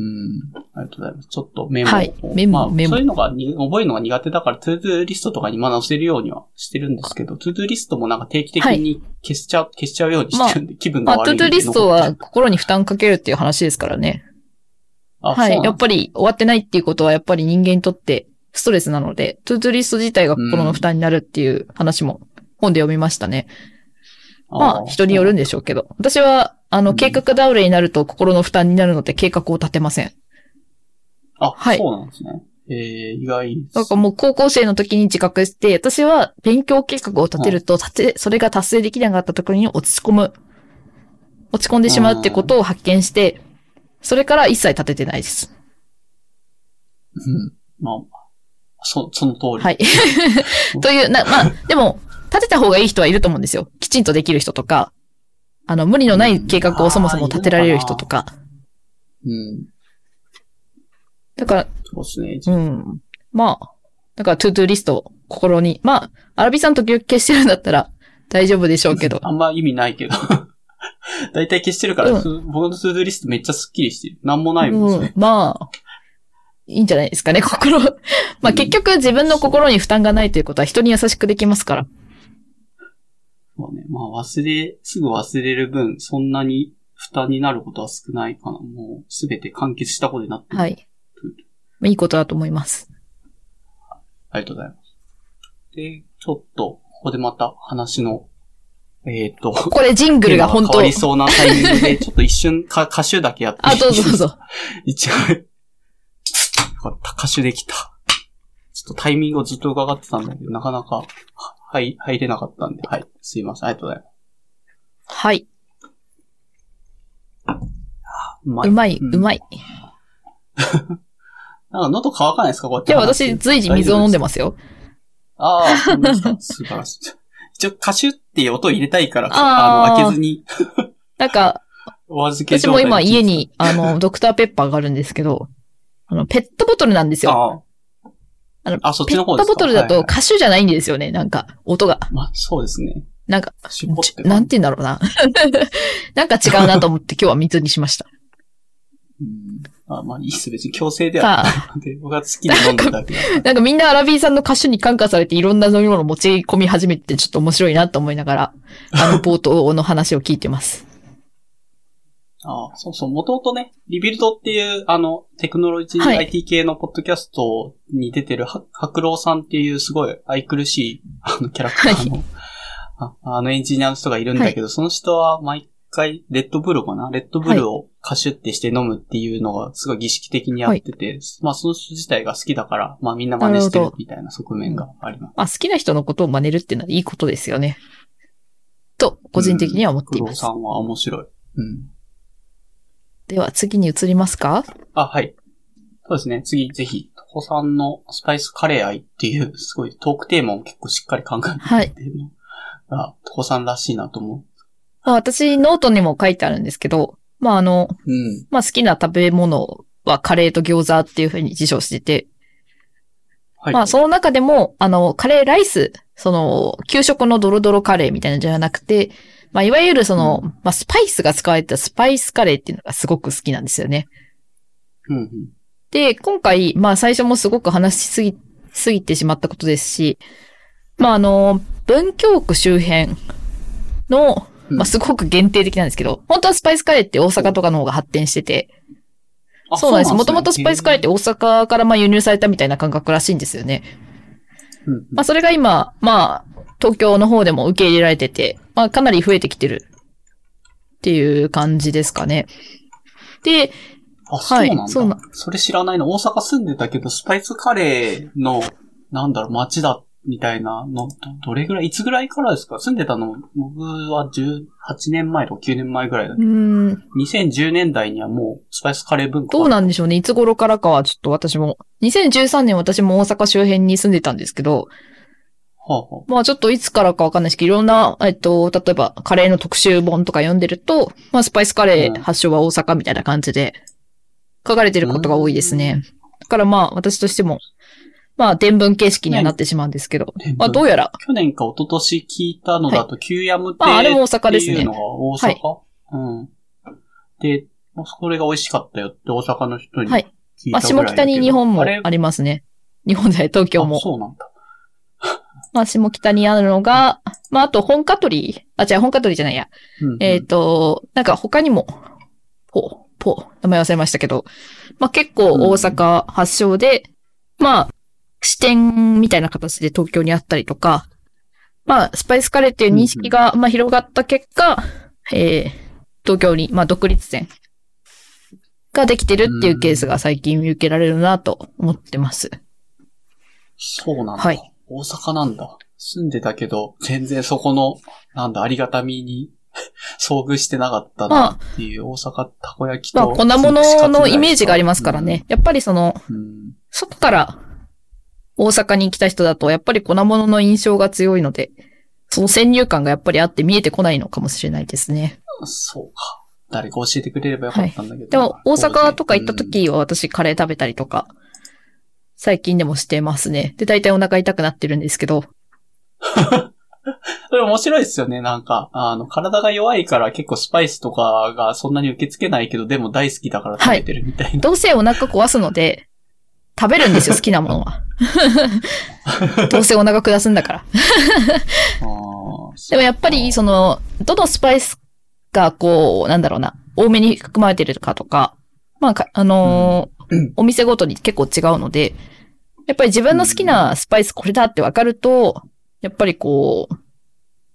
S1: ありがとうございます。ちょっとメモを。
S2: はい。メモ、
S1: まあ、
S2: メモ。
S1: そういうのがに覚えるのが苦手だから、トゥードゥーリストとかにまあ載せるようにはしてるんですけど、トゥードゥーリストもなんか定期的に消しちゃう、はい、消しちゃうようにしてるんで、まあ、気分が悪いんで。
S2: まあ、トゥードゥーリストは心に負担かけるっていう話ですからね。あ、はい。やっぱり終わってないっていうことはやっぱり人間にとってストレスなので、トゥードゥーリスト自体が心の負担になるっていう話も本で読みましたね。うん、まあ、人によるんでしょうけど。私は、あの、計画倒れになると心の負担になるので計画を立てません。
S1: あ、はい。そうなんですね。えー、意外です。
S2: なんかもう高校生の時に自覚して、私は勉強計画を立てると、立て、それが達成できなかった時に落ち込む。落ち込んでしまうってことを発見して、それから一切立ててないです。
S1: うん。まあ、そ、その通り。
S2: はい。という、な、まあ、でも、立てた方がいい人はいると思うんですよ。きちんとできる人とか、あの、無理のない計画をそもそも立てられる人とか。
S1: うん。
S2: だから、
S1: そうですね。
S2: うん。まあ、だから、トゥートゥーリストを心に、まあ、アラビさんと消してるんだったら大丈夫でしょうけど。
S1: あんま意味ないけど。だいたい消してるから、うん、僕のトゥートゥーリストめっちゃスッキリしてる。なんもないもんですね。
S2: うん、まあ、いいんじゃないですかね、心。まあ結局自分の心に負担がないということは人に優しくできますから。
S1: そうね。まあ忘れ、すぐ忘れる分、そんなに負担になることは少ないかな。もうすべて完結したことになってる。
S2: はい。いいことだと思います。
S1: ありがとうございます。で、ちょっと、ここでまた話のえっ、ー、と。
S2: これジングルが本当。
S1: 変わりそうなタイミングで、ちょっと一瞬か歌手だけやって。
S2: あ、どうぞどうぞ。
S1: 一応、歌手できた。ちょっとタイミングをずっと伺ってたんだけど、なかなか、はい、入れなかったんで、はい。すいません。ありがとうございます。
S2: はい。
S1: うまい。
S2: うまい、うん、うまい。
S1: なんか喉乾かないですかこうやって。
S2: いや、私、随時水を飲んでますよ。
S1: ああ、そうですか。素晴らしい。一応、歌手っていう音を入れたいから、あ, あの、開けずに。
S2: なんか、
S1: お預け
S2: 私も今家に、あの、ドクターペッパーがあるんですけど、あの、ペットボトルなんですよ。
S1: あ
S2: あの、
S1: あ、そっちの方ですか。
S2: ペットボトルだと歌手じゃないんですよね、はいはい、なんか、音が。
S1: まあ、そうですね。
S2: なんか、なんて言うんだろうな。なんか違うなと思って今日は水にしました。
S1: うん、あまあいいっす。別に強制ではないので、僕が好きで飲んでるだけだから。
S2: なんかみんなアラビーさんの歌手に感化されていろんな飲み物を持ち込み始めてちょっと面白いなと思いながら、あの冒頭の話を聞いてます。
S1: ああ、そうそう。もともとね、リビルドっていう、あの、テクノロジー、はい、アイティー 系のポッドキャストに出てる、は、白郎さんっていうすごい愛くるしい、あの、キャラクターの、はい、あ, あのエンジニアの人がいるんだけど、はい、その人は毎回、レッドブルかなレッドブルをカシュってして飲むっていうのがすごい儀式的にやってて、はい、まあその人自体が好きだから、まあみんな真似してるみたいな側面があります。
S2: あ、好きな人のことを真似るっていうのはいいことですよね。と、個人的には思っています。
S1: 黒さんは面白い。うん。
S2: では次に移りますか？
S1: あ、はい。そうですね。次、ぜひ、トコさんのスパイスカレー愛っていう、すごいトークテーマを結構しっかり考えてっていうのが、トコさんらしいなと思う。
S2: あ、私、ノートにも書いてあるんですけど、まあ、あの、
S1: うん、
S2: まあ、好きな食べ物はカレーと餃子っていうふうに辞書してて、はい、まあ、その中でも、あの、カレーライス、その、給食のドロドロカレーみたいなのじゃなくて、まあ、いわゆるその、うん、まあ、スパイスが使われたスパイスカレーっていうのがすごく好きなんですよね。
S1: うんうん、
S2: で、今回、まあ、最初もすごく話しすぎ、すぎてしまったことですし、まあ、あの、文京区周辺の、まあ、すごく限定的なんですけど、本当はスパイスカレーって大阪とかの方が発展してて、そうなんです。もともとスパイスカレーって大阪からまあ輸入されたみたいな感覚らしいんですよね。
S1: うんうん、
S2: まあ、それが今、まあ、東京の方でも受け入れられてて、まあ、かなり増えてきてるっていう感じですかね。で、
S1: あ、そうなんだ。はい、そうな。それ知らないの。大阪住んでたけど、スパイスカレーの、なんだろう、街だみたいなの、ど、どれぐらい、いつぐらいからですか？住んでたの、僕はじゅうはちねんまえとかきゅうねんまえぐらいだけど。
S2: うん。
S1: にせんじゅうねんだいにはもう、スパイスカレー文化。
S2: どうなんでしょうね。いつ頃からかはちょっと私も。にせんじゅうさんねん私も大阪周辺に住んでたんですけど、
S1: はあはあ、
S2: まあちょっといつからかわかんないですけど、いろんな、えっと、例えばカレーの特集本とか読んでると、まあスパイスカレー発祥は大阪みたいな感じで書かれてることが多いですね。だからまあ私としても、まあ伝聞形式にはなってしまうんですけど、まあどうやら。
S1: 去年か一昨年聞いたのだと、キューヤム亭
S2: あ、あれも大阪ですね。
S1: っていうのが大阪、はい、うん。で、それが美味しかったよって大阪の人に聞いたぐらいだけど。はい。まあ下北に日本もありますね。日本で東京も。 あ、そうなんだ。
S2: まあ、下北にあるのが、まあ、あと、本香取、あ、違う、本香取じゃないや。
S1: うんうん、
S2: えっと、なんか他にも、ポ、ポ、名前忘れましたけど、まあ結構大阪発祥で、うん、まあ、支店みたいな形で東京にあったりとか、まあ、スパイスカレーっていう認識が、まあ広がった結果、うんうん、えー、東京に、まあ独立店ができてるっていうケースが最近見受けられるなと思ってます。
S1: そうなんだ。
S2: はい。
S1: 大阪なんだ。住んでたけど、全然そこの、なんだ、ありがたみに遭遇してなかったなっていう、まあ、大阪たこ焼きと。
S2: まあ、粉物のイメージがありますからね。うん、やっぱりその、うん、外から大阪に来た人だと、やっぱり粉物の印象が強いので、その先入観がやっぱりあって見えてこないのかもしれないですね。
S1: そうか。誰か教えてくれればよかったんだけど。はい、
S2: でも、大阪とか行った時は私カレー食べたりとか、最近でもしてますね。で、大体お腹痛くなってるんですけど。
S1: それ面白いですよね。なんか、あの、体が弱いから結構スパイスとかがそんなに受け付けないけど、でも大好きだから食べてるみたいな。はい、
S2: どうせお腹壊すので、食べるんですよ、好きなものは。どうせお腹下すんだから。でもやっぱり、その、どのスパイスがこう、なんだろうな、多めに含まれてるかとか、まあ、あのーうん、お店ごとに結構違うので、やっぱり自分の好きなスパイスこれだってわかると、やっぱりこう、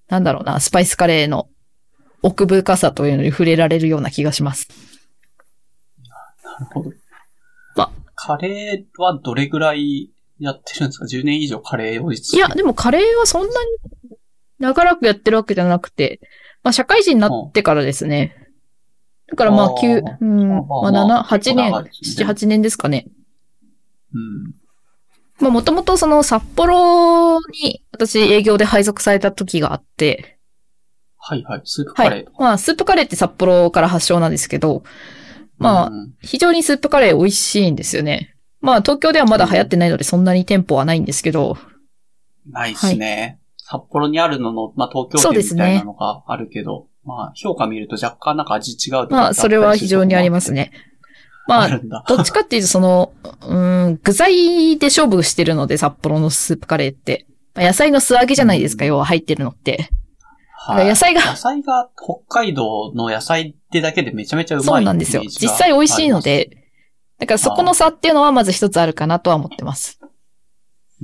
S2: なんだろうな、スパイスカレーの奥深さというのに触れられるような気がします。
S1: なるほど。
S2: ま、
S1: カレーはどれぐらいやってるんですか？ じゅう 年以上カレーを。い
S2: や、でもカレーはそんなに長らくやってるわけじゃなくて、まあ社会人になってからですね。だからまあきゅう、うん、まあなな、はちねん、なな、はちねんですかね。
S1: うん。
S2: まあもともとその札幌に私営業で配属された時があって、
S1: はいはい、スープカレーとか。
S2: はい。まあスープカレーって札幌から発祥なんですけど、まあ、非常にスープカレー美味しいんですよね。まあ東京ではまだ流行ってないのでそんなに店舗はないんですけど。
S1: ないですね。はい、札幌にあるのの、まあ東京店みたいなのがあるけど、ね、まあ評価見ると若干なんか味違うとか。
S2: まあそれは非常にありますね。まあ、どっちかっていうとその、うん、具材で勝負してるので札幌のスープカレーって。野菜の素揚げじゃないですか、うん、要は入ってるのって。はい、野菜が。
S1: 野菜が北海道の野菜ってだけでめちゃめちゃうまい。
S2: そうなんですよ。実際美味しいので、だからそこの差っていうのはまず一つあるかなとは思ってます。
S1: うん。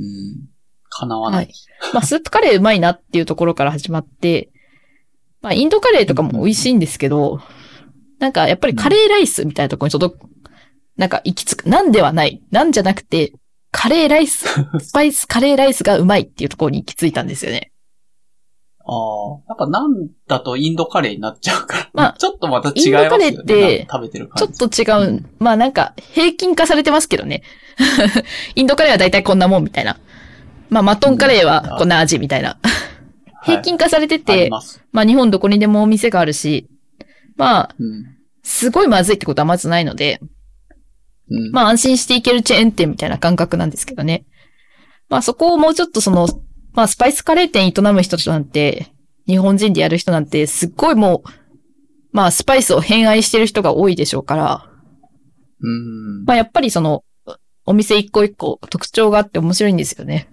S1: 叶わない。はい。
S2: まあスープカレーうまいなっていうところから始まって、まあインドカレーとかも美味しいんですけど、うん、なんかやっぱりカレーライスみたいなところにちょっと、なんか行き着く。なんではない。なんじゃなくて、カレーライス、スパイスカレーライスがうまいっていうところに行き着いたんですよね。
S1: ああ、なんかなんだとインドカレーになっちゃうから。
S2: まあ、
S1: ちょっとまた違いますよね。インドカレーって、
S2: 食べてる感じ。ちょっと違う。まあなんか、平均化されてますけどね。インドカレーはだいたいこんなもんみたいな。まあマトンカレーはこんな味みたいな。平均化されてて、はい、あまあ日本どこにでもお店があるし、まあ、うん、すごいまずいってことはまずないので、うん、まあ安心していけるチェーン店みたいな感覚なんですけどね。まあそこをもうちょっとその、まあスパイスカレー店営む人なんて、日本人でやる人なんてすっごいもう、まあスパイスを偏愛してる人が多いでしょうから、
S1: うん、
S2: まあやっぱりその、お店一個一個特徴があって面白いんですよね。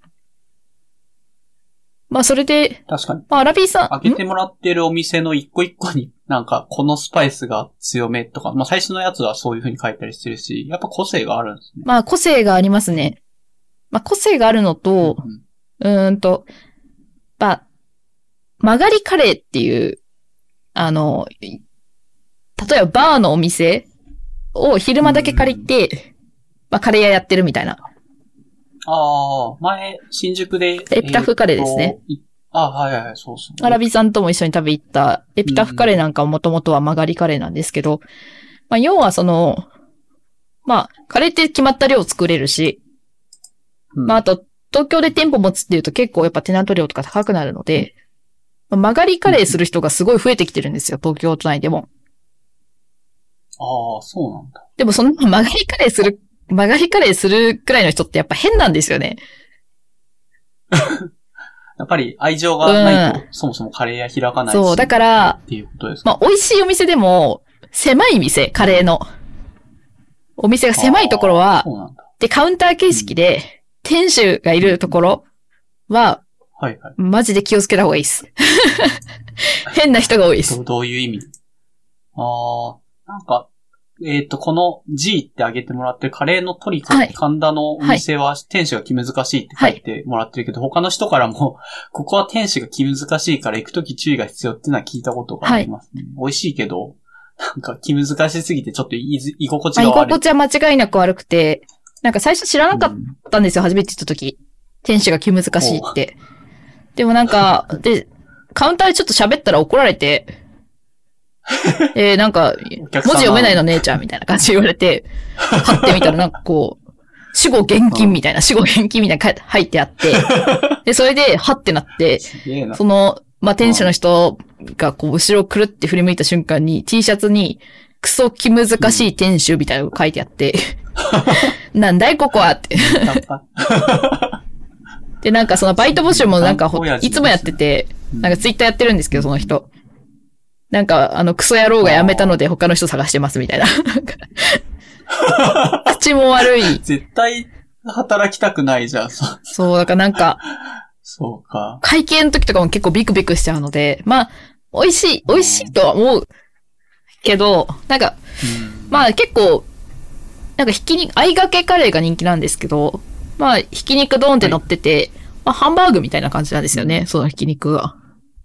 S2: まあそれで、
S1: 確かに。
S2: まあアラビーさん。
S1: 開けてもらってるお店の一個一個になんかこのスパイスが強めとか、まあ最初のやつはそういう風に書いたりしてるし、やっぱ個性があるんですね。
S2: まあ個性がありますね。まあ個性があるのと、うん、うーんと、まあ、曲がりカレーっていう、あの、例えばバーのお店を昼間だけ借りて、まあカレー屋やってるみたいな。
S1: ああ、前、新宿で。
S2: エピタフカレーですね。
S1: えー、あはいはいはい、そうそう。
S2: アラビさんとも一緒に食べ行ったエピタフカレーなんかはもともとは曲がりカレーなんですけど、まあ要はその、まあ、カレーって決まった量作れるし、うん、まああと、東京で店舗持つっていうと結構やっぱテナント料とか高くなるので、まあ、曲がりカレーする人がすごい増えてきてるんですよ、東京都内でも。
S1: ああ、そうなんだ。
S2: でもその曲がりカレーする、曲がりカレーするくらいの人ってやっぱ変なんですよね。
S1: やっぱり愛情がないと、うん、そもそもカレー屋開かないし。
S2: そう、だから、
S1: っていうことですか。
S2: まあ美味しいお店でも、狭い店、カレーの。お店が狭いところは、
S1: そうなんだ。
S2: で、カウンター形式で、うん、店主がいるところは、
S1: はいはい。
S2: マジで気をつけた方がいいです。変な人が多いです。
S1: どういう意味？ああ、なんか、えっと、この G ってあげてもらってるカレーのトリコ、はい、神田のお店は店主が気難しいって書いてもらってるけど、はい、他の人からも、ここは店主が気難しいから行くとき注意が必要っていうのは聞いたことがありますね。はい、美味しいけど、なんか気難しすぎてちょっと居心地が悪い。
S2: 居心地は間違いなく悪くて、なんか最初知らなかったんですよ、うん、初めて行ったとき。店主が気難しいって。でもなんか、で、カウンターでちょっと喋ったら怒られて、えー、なんか、文字読めないの姉ちゃんみたいな感じで言われて、はってみたらなんかこう、死後現金みたいな、死後現金みたいな入ってあって、で、それで、はってなって、その、まあ、店主の人がこう、後ろくるって振り向いた瞬間に、T シャツに、クソ気難しい店主みたいなのが書いてあって、なんだいここはって。で、なんかそのバイト募集もなんか、いつもやってて、なんかツイッターやってるんですけど、その人。なんか、あの、クソ野郎が辞めたので他の人探してますみたいな。口も悪い。
S1: 絶対働きたくないじゃん。
S2: そう、だからなんか、
S1: そうか。
S2: 会計の時とかも結構ビクビクしちゃうので、まあ、美味しい、美味しいとは思うけど、なんか、まあ結構、なんかひき肉、あいがけカレーが人気なんですけど、まあ、ひき肉ドーンって乗ってて、はい、まあ、ハンバーグみたいな感じなんですよね、そのひき肉が。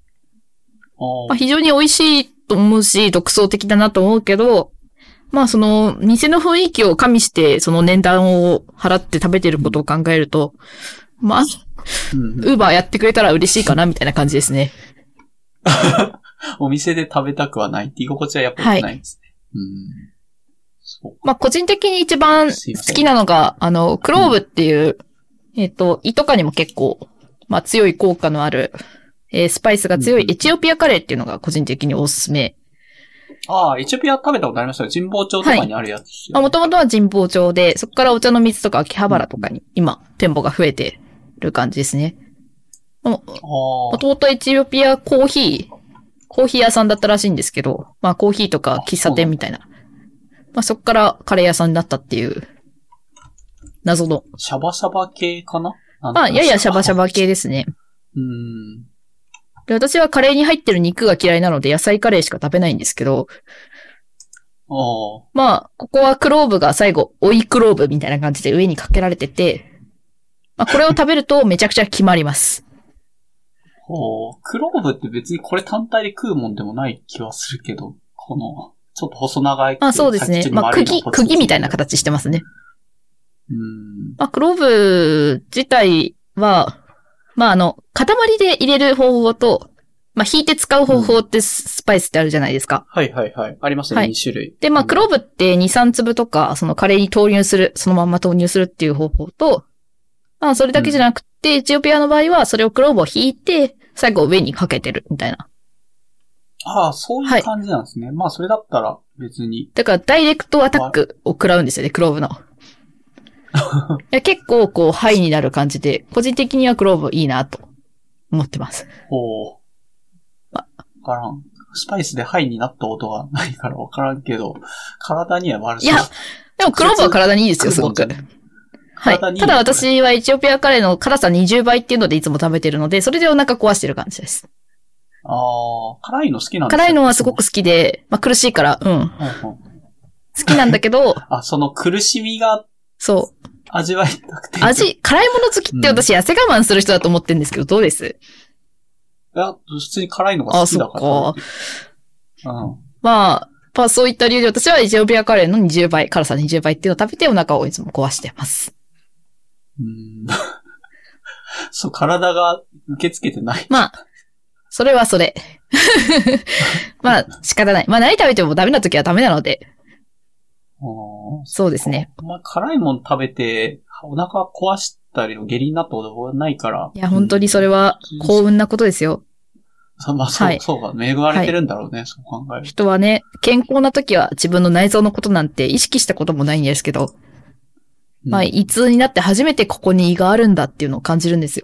S2: まあ、非常に美味しいと思うし、独創的だなと思うけど、まあその、店の雰囲気を加味して、その値段を払って食べてることを考えると、まあ、ウーバーやってくれたら嬉しいかな、みたいな感じですね。
S1: お店で食べたくはないって居心地はやっぱりないですね。はい、うんそう
S2: まあ個人的に一番好きなのが、あの、クローブっていう、うん、えっと、胃とかにも結構、まあ強い効果のある、えー、スパイスが強いエチオピアカレーっていうのが個人的におすすめ。
S1: ああ、エチオピア食べたことありましたよ。神保町とかにあるやつですよ、ね。
S2: はい、あ、もともとは神保町で、そこからお茶の水とか秋葉原とかに今、店舗が増えてる感じですね。もともとエチオピアコーヒー、コーヒー屋さんだったらしいんですけど、まあコーヒーとか喫茶店みたいな。まあそこからカレー屋さんになったっていう、謎の。
S1: シャバシャバ系かな？
S2: まあ、ややシャバシャバ系ですね。
S1: うーん。
S2: で、私はカレーに入ってる肉が嫌いなので野菜カレーしか食べないんですけど、
S1: あ
S2: まあ、ここはクローブが最後、追いクローブみたいな感じで上にかけられてて、まあ、これを食べるとめちゃくちゃ決まります。
S1: ほう。クローブって別にこれ単体で食うもんでもない気はするけど、この、ちょっと細長い。
S2: まあそうですね。まあ釘、釘みたいな形してますね。
S1: うーん。
S2: まあクローブ自体は、まああの、塊で入れる方法と、まあ引いて使う方法ってスパイスってあるじゃないですか。
S1: うん、はいはいはい。ありますね、はい、に種類。
S2: で、まあクローブってに、さん粒とか、そのカレーに投入する、そのまんま投入するっていう方法と、まあそれだけじゃなくて、うん、エチオピアの場合はそれをクローブを引いて、最後上にかけてるみたいな。
S1: ああ、そういう感じなんですね。はい、まあそれだったら別に。
S2: だからダイレクトアタックを食らうんですよね、クローブの。いや結構こう、ハイになる感じで、個人的にはクローブいいなと思ってます。
S1: ほう。わからん。スパイスでハイになったことがないからわからんけど、体には悪そう。
S2: いや、でもクローブは体にいいですよ、すごく。はい。ただ私はエチオピアカレーの辛さにじゅうばいっていうのでいつも食べてるので、それでお腹壊してる感じです。
S1: ああ、辛いの好きなんですか？
S2: 辛いのはすごく好きで、まあ苦しいから、うん。うんうん、好きなんだけど、
S1: あ、その苦しみが、
S2: そう。
S1: 味わいたくて。
S2: 味、辛いもの好きって私痩せ我慢する人だと思ってるんですけど、どうです？
S1: いや、普通に辛いのが好きだから。
S2: あ、そっか。うん。まあ、まあそういった理由で私はエチオピアカレーのにじゅうばい、辛さにじゅうばいっていうのを食べてお腹をいつも壊してます。
S1: うーん。そう、体が受け付けてない。
S2: まあ、それはそれ。まあ、仕方ない。まあ何食べてもダメな時はダメなので。そうですね。
S1: まあ、辛いもの食べて、お腹壊したり、下痢になったことはないから。
S2: いや、本当にそれは幸運なことですよ。
S1: うん、まあ、そう、はい、そうか。恵まれてるんだろうね、はい、そう考えると。
S2: 人はね、健康な時は自分の内臓のことなんて意識したこともないんですけど、うん、まあ、胃痛になって初めてここに胃があるんだっていうのを感じるんですよ。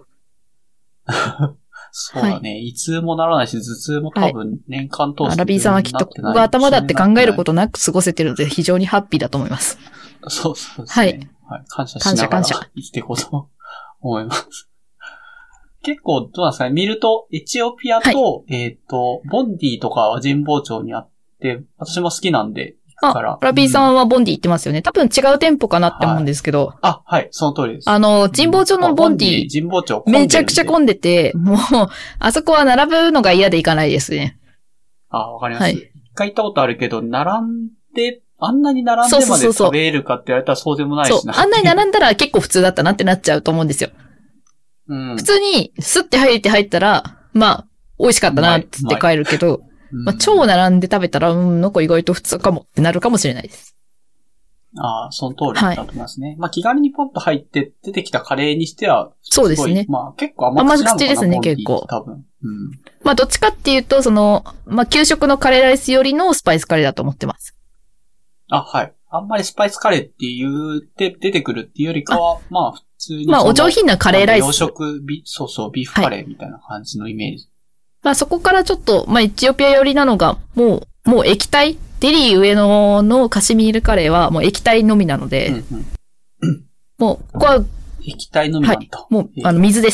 S1: そうだね、はい。胃痛もならないし、頭痛も多分年間通して、はい。
S2: アラビーさんはきっとここが頭だって考えることなく過ごせてるので非常にハッピーだと思います。
S1: そうそうですね。はい。はい、感謝しながら生きていこうと思います。結構、どうなんですかね見ると、エチオピアと、はい、えっ、ー、と、ボンディとかは神保町にあって、私も好きなんで、行くから。
S2: あ、アラビーさんはボンディ行ってますよね。多分違う店舗かなって思うんですけど。はい、
S1: あ、はい、その通りです。
S2: あの、神保町のボンディ、
S1: 神保町
S2: めちゃくちゃ混んでて、もう、あそこは並ぶのが嫌で行かないですね。
S1: あ、わかります。はい、一回行ったことあるけど、並んで、あんなに並んでまで食べるかって言われたらそうでもないしな。
S2: そう、あんなに並んだら結構普通だったなってなっちゃうと思うんですよ。うん、普通に、スッて入って入ったら、まあ、美味しかったなってって帰るけど、まあ、超並んで食べたら、うん、なんか意外と普通かもってなるかもしれないです。
S1: ああ、その通りだと思いますね。はい、まあ、気軽にポンと入って出てきたカレーにしては、
S2: そうですね。
S1: まあ、結構甘口なのかな。
S2: 甘口ですね、結構。
S1: 多分。うん。
S2: まあ、どっちかっていうと、その、まあ、給食のカレーライスよりのスパイスカレーだと思ってます。
S1: あ、はい。あんまりスパイスカレーって言って出てくるっていうよりかは、まあ、普通に。
S2: まあ、お上品なカレーライス。
S1: 洋食、ビ、そうそう、ビーフカレーみたいな感じのイメージ。はい、
S2: まあ、そこからちょっと、まあ、エチオピア寄りなのが、もう、もう液体デリー上野のカシミールカレーはもう液体のみなので、うんうん、もう、ここは、
S1: 液体のみなんだ。
S2: はい、もう、あの、水です。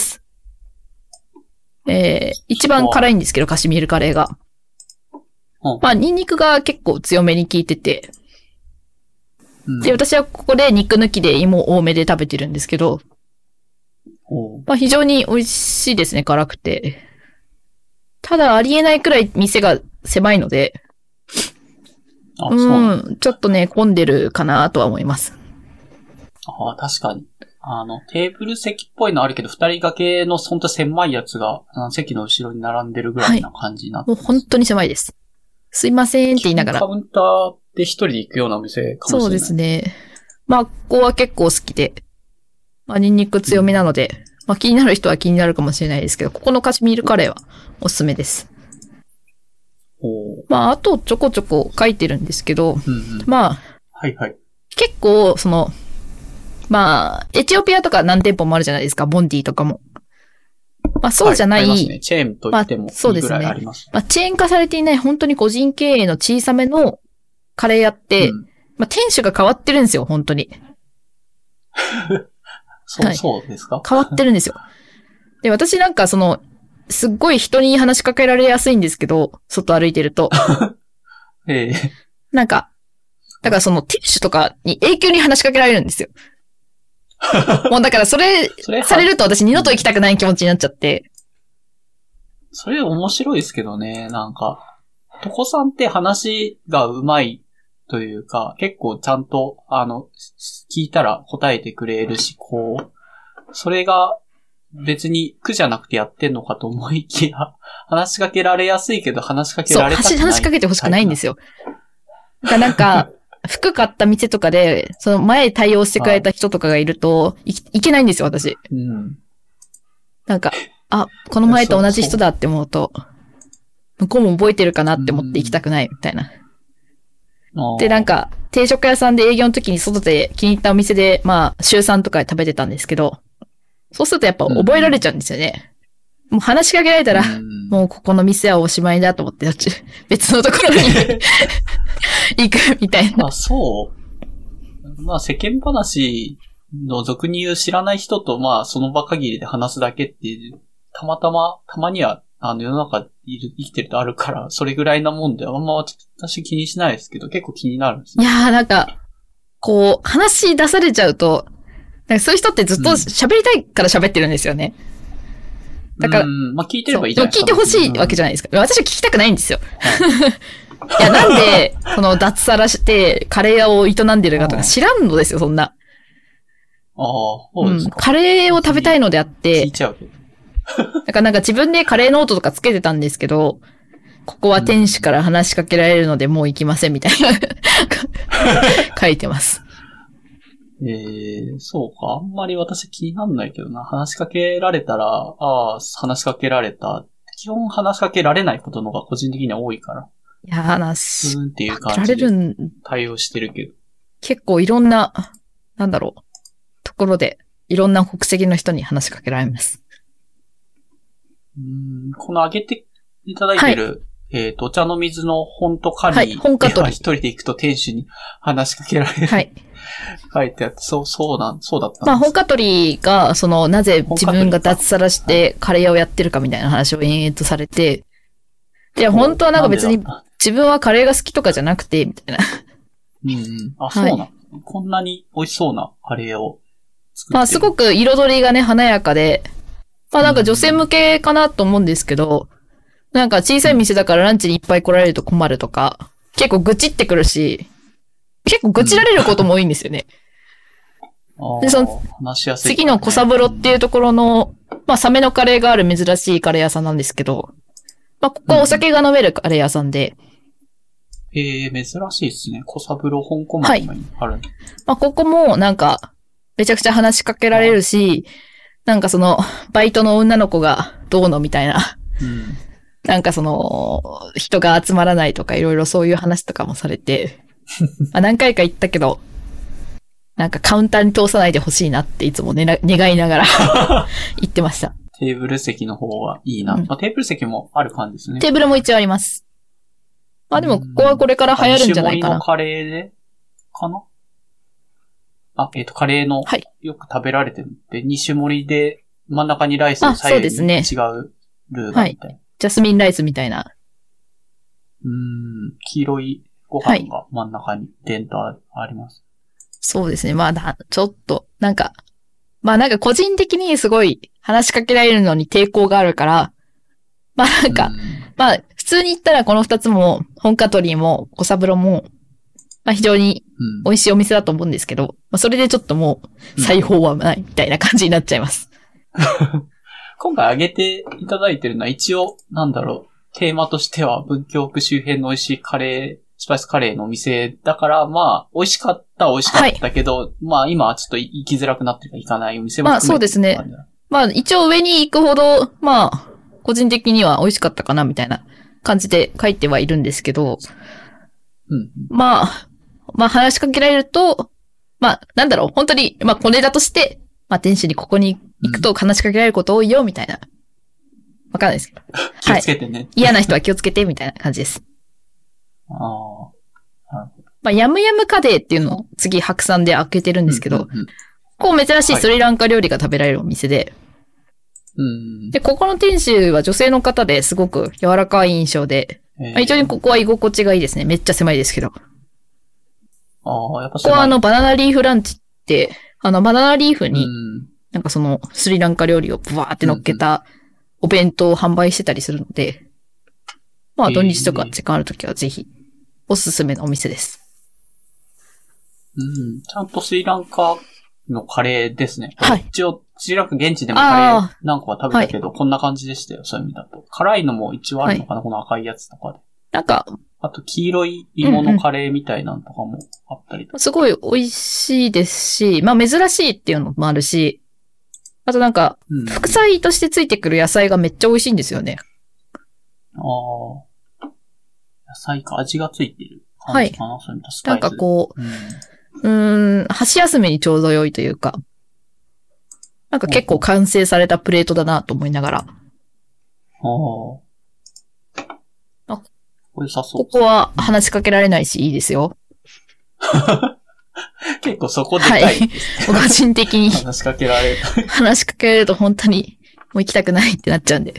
S2: えー、一番辛いんですけど、カシミールカレーが。うん、まあ、ニンニクが結構強めに効いてて、うん、で、私はここで肉抜きで芋多めで食べてるんですけど、まあ、非常に美味しいですね、辛くて。 ただありえないくらい店が狭いので、
S1: あ、
S2: う
S1: そうなん
S2: ん、ちょっとね、混んでるかなとは思います。
S1: ああ、確かに。あの、テーブル席っぽいのあるけど、二人掛けのほんと狭いやつが、あの席の後ろに並んでるぐらいな感じになって
S2: もう
S1: ます。
S2: 本当に狭いです。すいませんって言いながら。
S1: カウンターで一人で行くようなお店かもしれない。
S2: そうですね。まあ、ここは結構好きで、まあ、ニンニク強めなので、うん、まあ気になる人は気になるかもしれないですけど、ここのカシミールカレーはおすすめです。まあ、あとちょこちょこ書いてるんですけど、
S1: うんうん、
S2: まあ、
S1: はいはい。
S2: 結構、その、まあ、エチオピアとか何店舗もあるじゃないですか、ボンディとかも。まあそうじゃない。
S1: はい、ありますね。チェーンと言ってもいいぐらいあります。
S2: まあ、そうですね。まあチェーン化されていない本当に個人経営の小さめのカレー屋って、うん、まあ店主が変わってるんですよ、本当に。
S1: そう、はい、そうですか？
S2: 変わってるんですよ。で、私なんかその、すっごい人に話しかけられやすいんですけど、外歩いてると。
S1: ええ。
S2: なんか、だからその店主とかに永久に話しかけられるんですよ。もうだからそれ、それされると私二度と行きたくない気持ちになっちゃって。
S1: それ面白いですけどね、なんか。とこさんって話が上手いというか、結構ちゃんと、あの、聞いたら答えてくれるし、こう、それが別に苦じゃなくてやってんのかと思いきや、話しかけられやすいけど話しかけられたくない。
S2: そう、話しかけてほしくないんですよ。だからなんか、服買った店とかで、その前対応してくれた人とかがいると、い, いけないんですよ、私。
S1: うん。
S2: なんか、あ、この前と同じ人だって思うと、向こうも覚えてるかなって思って行きたくないみたいな。で、なんか、定食屋さんで営業の時に外で気に入ったお店で、まあ、週さんとかで食べてたんですけど、そうするとやっぱ覚えられちゃうんですよね。もう話しかけられたら、もうここの店はおしまいだと思って、別のところに行くみたいな。
S1: あ、そう。まあ世間話の俗に言う知らない人とまあその場限りで話すだけっていう、たまたま、たまにはあの世の中いる生きてるとあるから、それぐらいなもんであんま私気にしないですけど、結構気になるんですね。
S2: いやーなんか、こう、話し出されちゃうと、なんかそういう人ってずっと喋りたいから喋ってるんですよね。うん、だから、
S1: まあ聞いてればいいじゃないです
S2: か。聞いてほしいわけじゃないですか。私は聞きたくないんですよ。はい、いや、なんで、この脱サラして、カレー屋を営んでるかとか知らんのですよ、そんな。
S1: ああ、そうですか、
S2: うん。カレーを食べたいのであって、
S1: 聞いちゃうけど。
S2: だからなんか自分でカレーノートとかつけてたんですけど、ここは店主から話しかけられるのでもう行きませんみたいな書いてます。
S1: ええー、そうか。あんまり私気になんないけどな。話しかけられたら、ああ、話しかけられた。基本話しかけられないことの方が個人的には多いから。
S2: いや、話
S1: しかけられる対応してるけど。
S2: 結構いろんな、なんだろう、ところで、いろんな国籍の人に話しかけられます。
S1: うーん、この上げていただいてる、はい、えっと、お茶の水の本とカリー。はい、
S2: 本カトリー。
S1: 一人で行くと店主に話しかけられる。
S2: はい。
S1: 書いてあって、そう、そうなん、そうだったんです。
S2: まあ、本カトリーが、その、なぜ自分が脱サラしてカレー屋をやってるかみたいな話を延々とされて、いや、本当はなんか別に自分はカレーが好きとかじゃなくて、みたいな。
S1: うんうん。あ、そうなの、はい、こんなに美味しそうなカレーを作ってる。
S2: まあ、すごく彩りがね、華やかで、まあなんか女性向けかなと思うんですけど、なんか小さい店だからランチにいっぱい来られると困るとか、結構愚痴ってくるし、結構愚痴られることも多いんですよね。
S1: うん、
S2: で、その、
S1: 話しやすい、ね、
S2: 次の小三郎っていうところの、まあサメのカレーがある珍しいカレー屋さんなんですけど、まあここはお酒が飲めるカレー屋さんで。
S1: うん、えー、珍しいですね。小三郎香港町にある、はい。
S2: まあここもなんか、めちゃくちゃ話しかけられるし、なんかその、バイトの女の子がどうのみたいな。うん、なんかその、人が集まらないとかいろいろそういう話とかもされて、まあ何回か言ったけど、なんかカウンターに通さないでほしいなっていつも、ね、願いながら言ってました。
S1: テーブル席の方はいいな、うんまあ。テーブル席もある感じですね。
S2: テーブルも一応あります。まあでもここはこれから流行るんじゃないかな。
S1: 西盛りのカレーでかなあ、えっ、ー、と、カレーの、はい、よく食べられてるって、西盛りで真ん中にライスを左右に違うルーがみたいな、はい。
S2: ジャスミンライスみたいな。
S1: うーん、黄色いご飯が真ん中にデンとあります。
S2: はい、そうですね。まあ、ちょっと、なんか、まあなんか個人的にすごい話しかけられるのに抵抗があるから、 まあなんか、
S1: うん、
S2: まあ普通に言ったらこの二つも、本カトリーも小三郎も、まあ非常に美味しいお店だと思うんですけど、まあそれでちょっともう、裁縫はないみたいな感じになっちゃいます。
S1: 今回挙げていただいてるのは一応、なんだろう、テーマとしては文京区周辺の美味しいカレー、スパイスカレーのお店だから、まあ、美味しかった美味しかったけど、はい、まあ今はちょっと行きづらくなってるから行かないお店も含めて。
S2: まあそうですね。まあ一応上に行くほど、まあ、個人的には美味しかったかなみたいな感じで書いてはいるんですけど、
S1: うん、
S2: まあ、まあ話しかけられると、まあなんだろう、本当に、まあ小ネタとして、まあ店主にここに行くと話しかけられること多いよ、みたいな。わかんないですけど。
S1: 気をつけてね、はい。
S2: 嫌な人は気をつけて、みたいな感じです。
S1: ああ。
S2: まあ、ヤムヤムカレーっていうのを次白山で開けてるんですけど、うんうんうん、こう珍しいスリランカ料理が食べられるお店で、
S1: はい、
S2: で、ここの店主は女性の方ですごく柔らかい印象で、まあ、非常にここは居心地がいいですね。めっちゃ狭いですけど。
S1: ああ、やっぱ
S2: ここはあのバナナリーフランチって、あのバナナリーフに、なんかそのスリランカ料理をブワーって乗っけたお弁当を販売してたりするので、まあ土日とか時間あるときはぜひおすすめのお店です。
S1: うん、ちゃんとスリランカのカレーですね。
S2: はい。
S1: 一応、スリランカ現地でもカレー何個か食べたけど、こんな感じでしたよ、そういう意味だと。辛いのも一応あるのかな、はい、この赤いやつとかで。
S2: なんか、
S1: あと黄色い芋のカレーみたいなのとかもあったりとか、
S2: うんうん。すごい美味しいですし、まあ珍しいっていうのもあるし、あとなんか、副菜としてついてくる野菜がめっちゃ美味しいんですよね。
S1: ああ。野菜か、味がついてる感じかな、はい、そういうのスパイス。
S2: なんかこう、うんうーん、箸休めにちょうど良いというか、なんか結構完成されたプレートだなと思いながら。
S1: ああ。良さそう。
S2: ここは話しかけられないしいいですよ。
S1: 結構そこでかい、ね。はい。
S2: 個人的に。
S1: 話しかけられる。
S2: 話しかけられると本当にもう行きたくないってなっちゃうんで。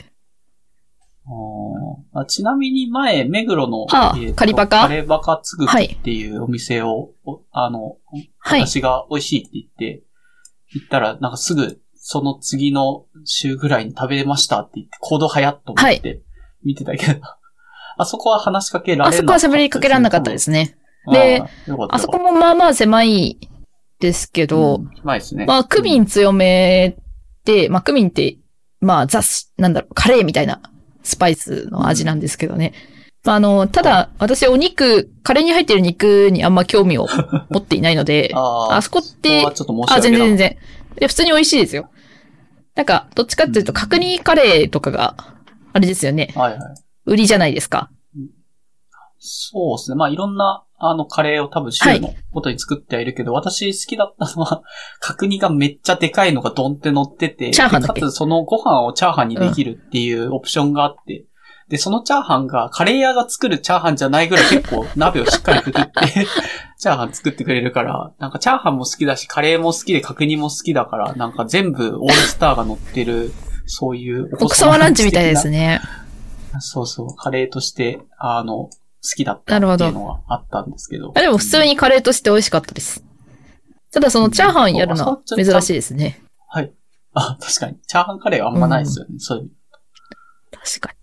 S1: あちなみに前、目黒の、
S2: ああ、えー、カリバカ
S1: カレバカつぐきっていうお店を、はい、あの、私が美味しいって言って、行ったら、なんかすぐ、その次の週ぐらいに食べましたって言って、コード早っと思って見てたけど、はい、あそこは話しかけられなかった、
S2: ね。あそこは喋りかけられなかったですね。で、あ, あそこもまあまあ狭いですけど、うん、
S1: 狭いですね。
S2: まあ、クミン強めで、まあ、クミンって、まあ、ザス、なんだろう、カレーみたいな。スパイスの味なんですけどね。うん、あの、ただ、私お肉、カレーに入ってる肉にあんま興味を持っていないので、あ, あそこって、
S1: そあ、
S2: 全然全然。で、普通に美味しいですよ。なんか、どっちかっていうと、角煮カレーとかが、あれですよね。
S1: はいはい。
S2: 売りじゃないですか。
S1: そうですね。まあ、いろんな、あの、カレーを多分週のことに作ってはいるけど、はい、私好きだったのは、角煮がめっちゃでかいのがドンって乗ってて、
S2: チャーハンだっけ？
S1: かつそのご飯をチャーハンにできるっていうオプションがあって、うん、で、そのチャーハンがカレー屋が作るチャーハンじゃないぐらい結構鍋をしっかり振って、チャーハン作ってくれるから、なんかチャーハンも好きだし、カレーも好きで角煮も好きだから、なんか全部オールスターが乗ってる、そういう
S2: 奥様ランチみたいですね。
S1: そうそう、カレーとして、あの、好きだったっていうのがあったんですけど。
S2: あ、でも普通にカレーとして美味しかったです。ただそのチャーハンやるのは珍しいですね。
S1: はい。あ、確かに。チャーハンカレーはあんまないですよね。うん、そういう。
S2: 確か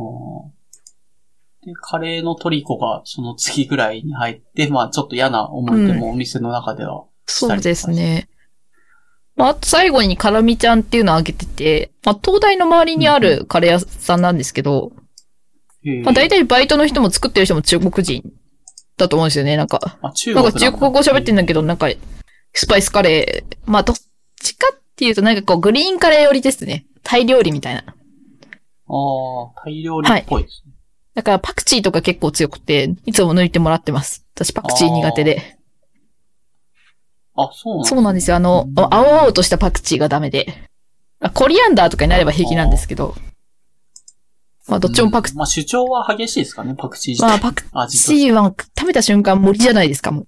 S1: に。で、カレーのトリコがその次ぐらいに入って、まあちょっと嫌な思い出もお店の中ではしたりとか、うん、
S2: そうですね。まあ、あと最後にカラミちゃんっていうのをあげてて、まあ東大の周りにあるカレー屋さんなんですけど、うんまあ、大体バイトの人も作ってる人も中国人だと思うんですよね。なんか、
S1: あ中国
S2: なんか中国語喋ってんだけど、なんか、スパイスカレー。まあ、どっちかっていうと、なんかこう、グリーンカレー寄りですね。タイ料理みたいな。
S1: ああ、タイ料理っぽいですね。はい、
S2: だからパクチーとか結構強くて、いつも抜いてもらってます。私パクチー苦手で。
S1: あ、そうなんですね。
S2: そうなんですよ。あの、青々としたパクチーがダメで。コリアンダーとかになれば平気なんですけど。まあどっちもパクチー、
S1: うん。まあ主張は激しいですかね、パクチー自体。
S2: まあパクチーは食べた瞬間森じゃないですか、もう。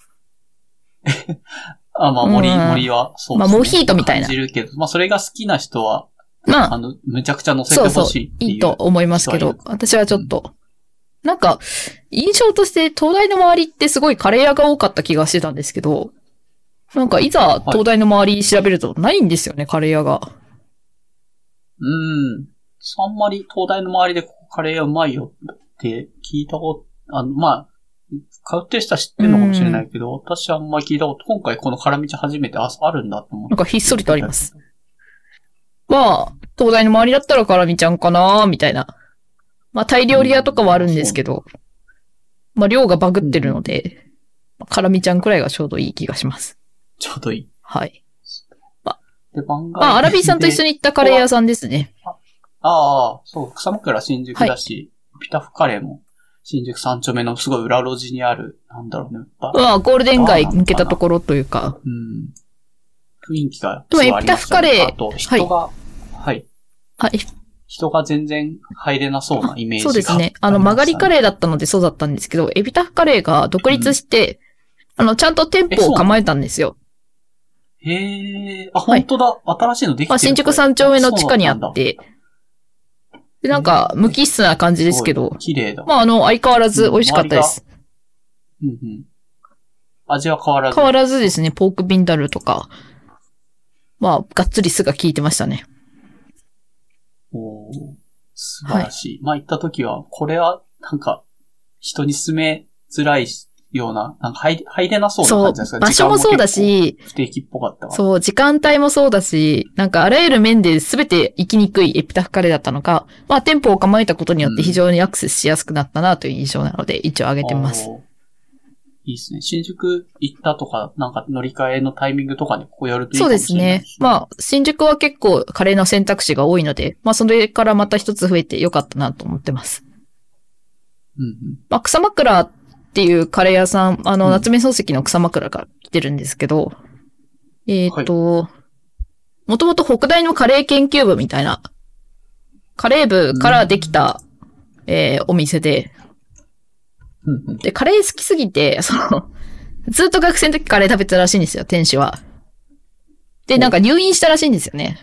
S1: あ、まあ森、森はそうですね。
S2: まあモヒートみたいな。
S1: 感じるけど、まあそれが好きな人は、
S2: まあ、
S1: あの、むちゃくちゃ乗せてほしいっていう。
S2: そうそう、いいと思いますけど、私はちょっと、うん、なんか、印象として東大の周りってすごいカレー屋が多かった気がしてたんですけど、なんかいざ東大の周り調べるとないんですよね、はい、カレー屋が。
S1: うん。 あんまり東大の周りでここカレーがうまいよって聞いたこと、あの、まあ、通ってる人は知ってるのかもしれないけど、私はあんまり聞いたこと、今回この辛道初めてあ、あるんだと思って。
S2: なんかひっそりとあります。まあ、東大の周りだったら辛味ちゃんかなみたいな。まあ、タイ料理屋とかはあるんですけど、まあ、量がバグってるので、うん、辛味ちゃんくらいがちょうどいい気がします。
S1: ちょうどいい。
S2: はい。
S1: まあ、で、番外
S2: まあ、アラビーさんと一緒に行ったカレー屋さんですね。
S1: ああ、そう、草枕新宿だし、はい、ピタフカレーも新宿三丁目のすごい裏路地にある、なんだろうね。
S2: まあ、ゴールデン街抜けたところというか。
S1: うん。雰囲気が
S2: すごいありましたね。でも、ピタフカレー。
S1: あと、人が、はい。はい。
S2: はい。
S1: 人が全然入れなそうなイメージが、
S2: そうですね。あの、曲がりカレーだったのでそうだったんですけど、エビタフカレーが独立して、うん、あの、ちゃんと店舗を構えたんですよ。
S1: へえ、あ、本当だ、はい。新しいのできてる。
S2: まあ、新宿三丁目の地下にあって、で、なんか、無機質な感じですけど、
S1: 綺麗だ。
S2: まあ、あの、相変わらず美味しかったです。
S1: うんうん。味は変わらず。
S2: 変わらずですね、ポークビンダルとか、まあ、がっつり酢が効いてましたね。
S1: おー、素晴らしい。はい、まあ、行った時は、これは、なんか、人に住めづらいような、なんか入、入れなそうな感じですか。
S2: そう、場所もそうだし、
S1: 不定期っぽかったわ。
S2: そう、時間帯もそうだし、なんかあらゆる面で全て行きにくいエピタフカレーだったのか、まあ店舗を構えたことによって非常にアクセスしやすくなったなという印象なので、一応挙げてます。
S1: いいですね。新宿行ったとか、なんか乗り換えのタイミングとかにここやるといいかもしれないですね。
S2: そうですね。まあ、新宿は結構カレーの選択肢が多いので、まあそれからまた一つ増えてよかったなと思ってます。
S1: うんうん。
S2: まあ草枕っていうカレー屋さん、あの、夏目漱石の草枕から来てるんですけど、えっと、もともと北大のカレー研究部みたいな、カレー部からできた、うん、えー、お店で、で、カレー好きすぎて、その、ずっと学生の時カレー食べてたらしいんですよ、店主は。で、なんか入院したらしいんですよね。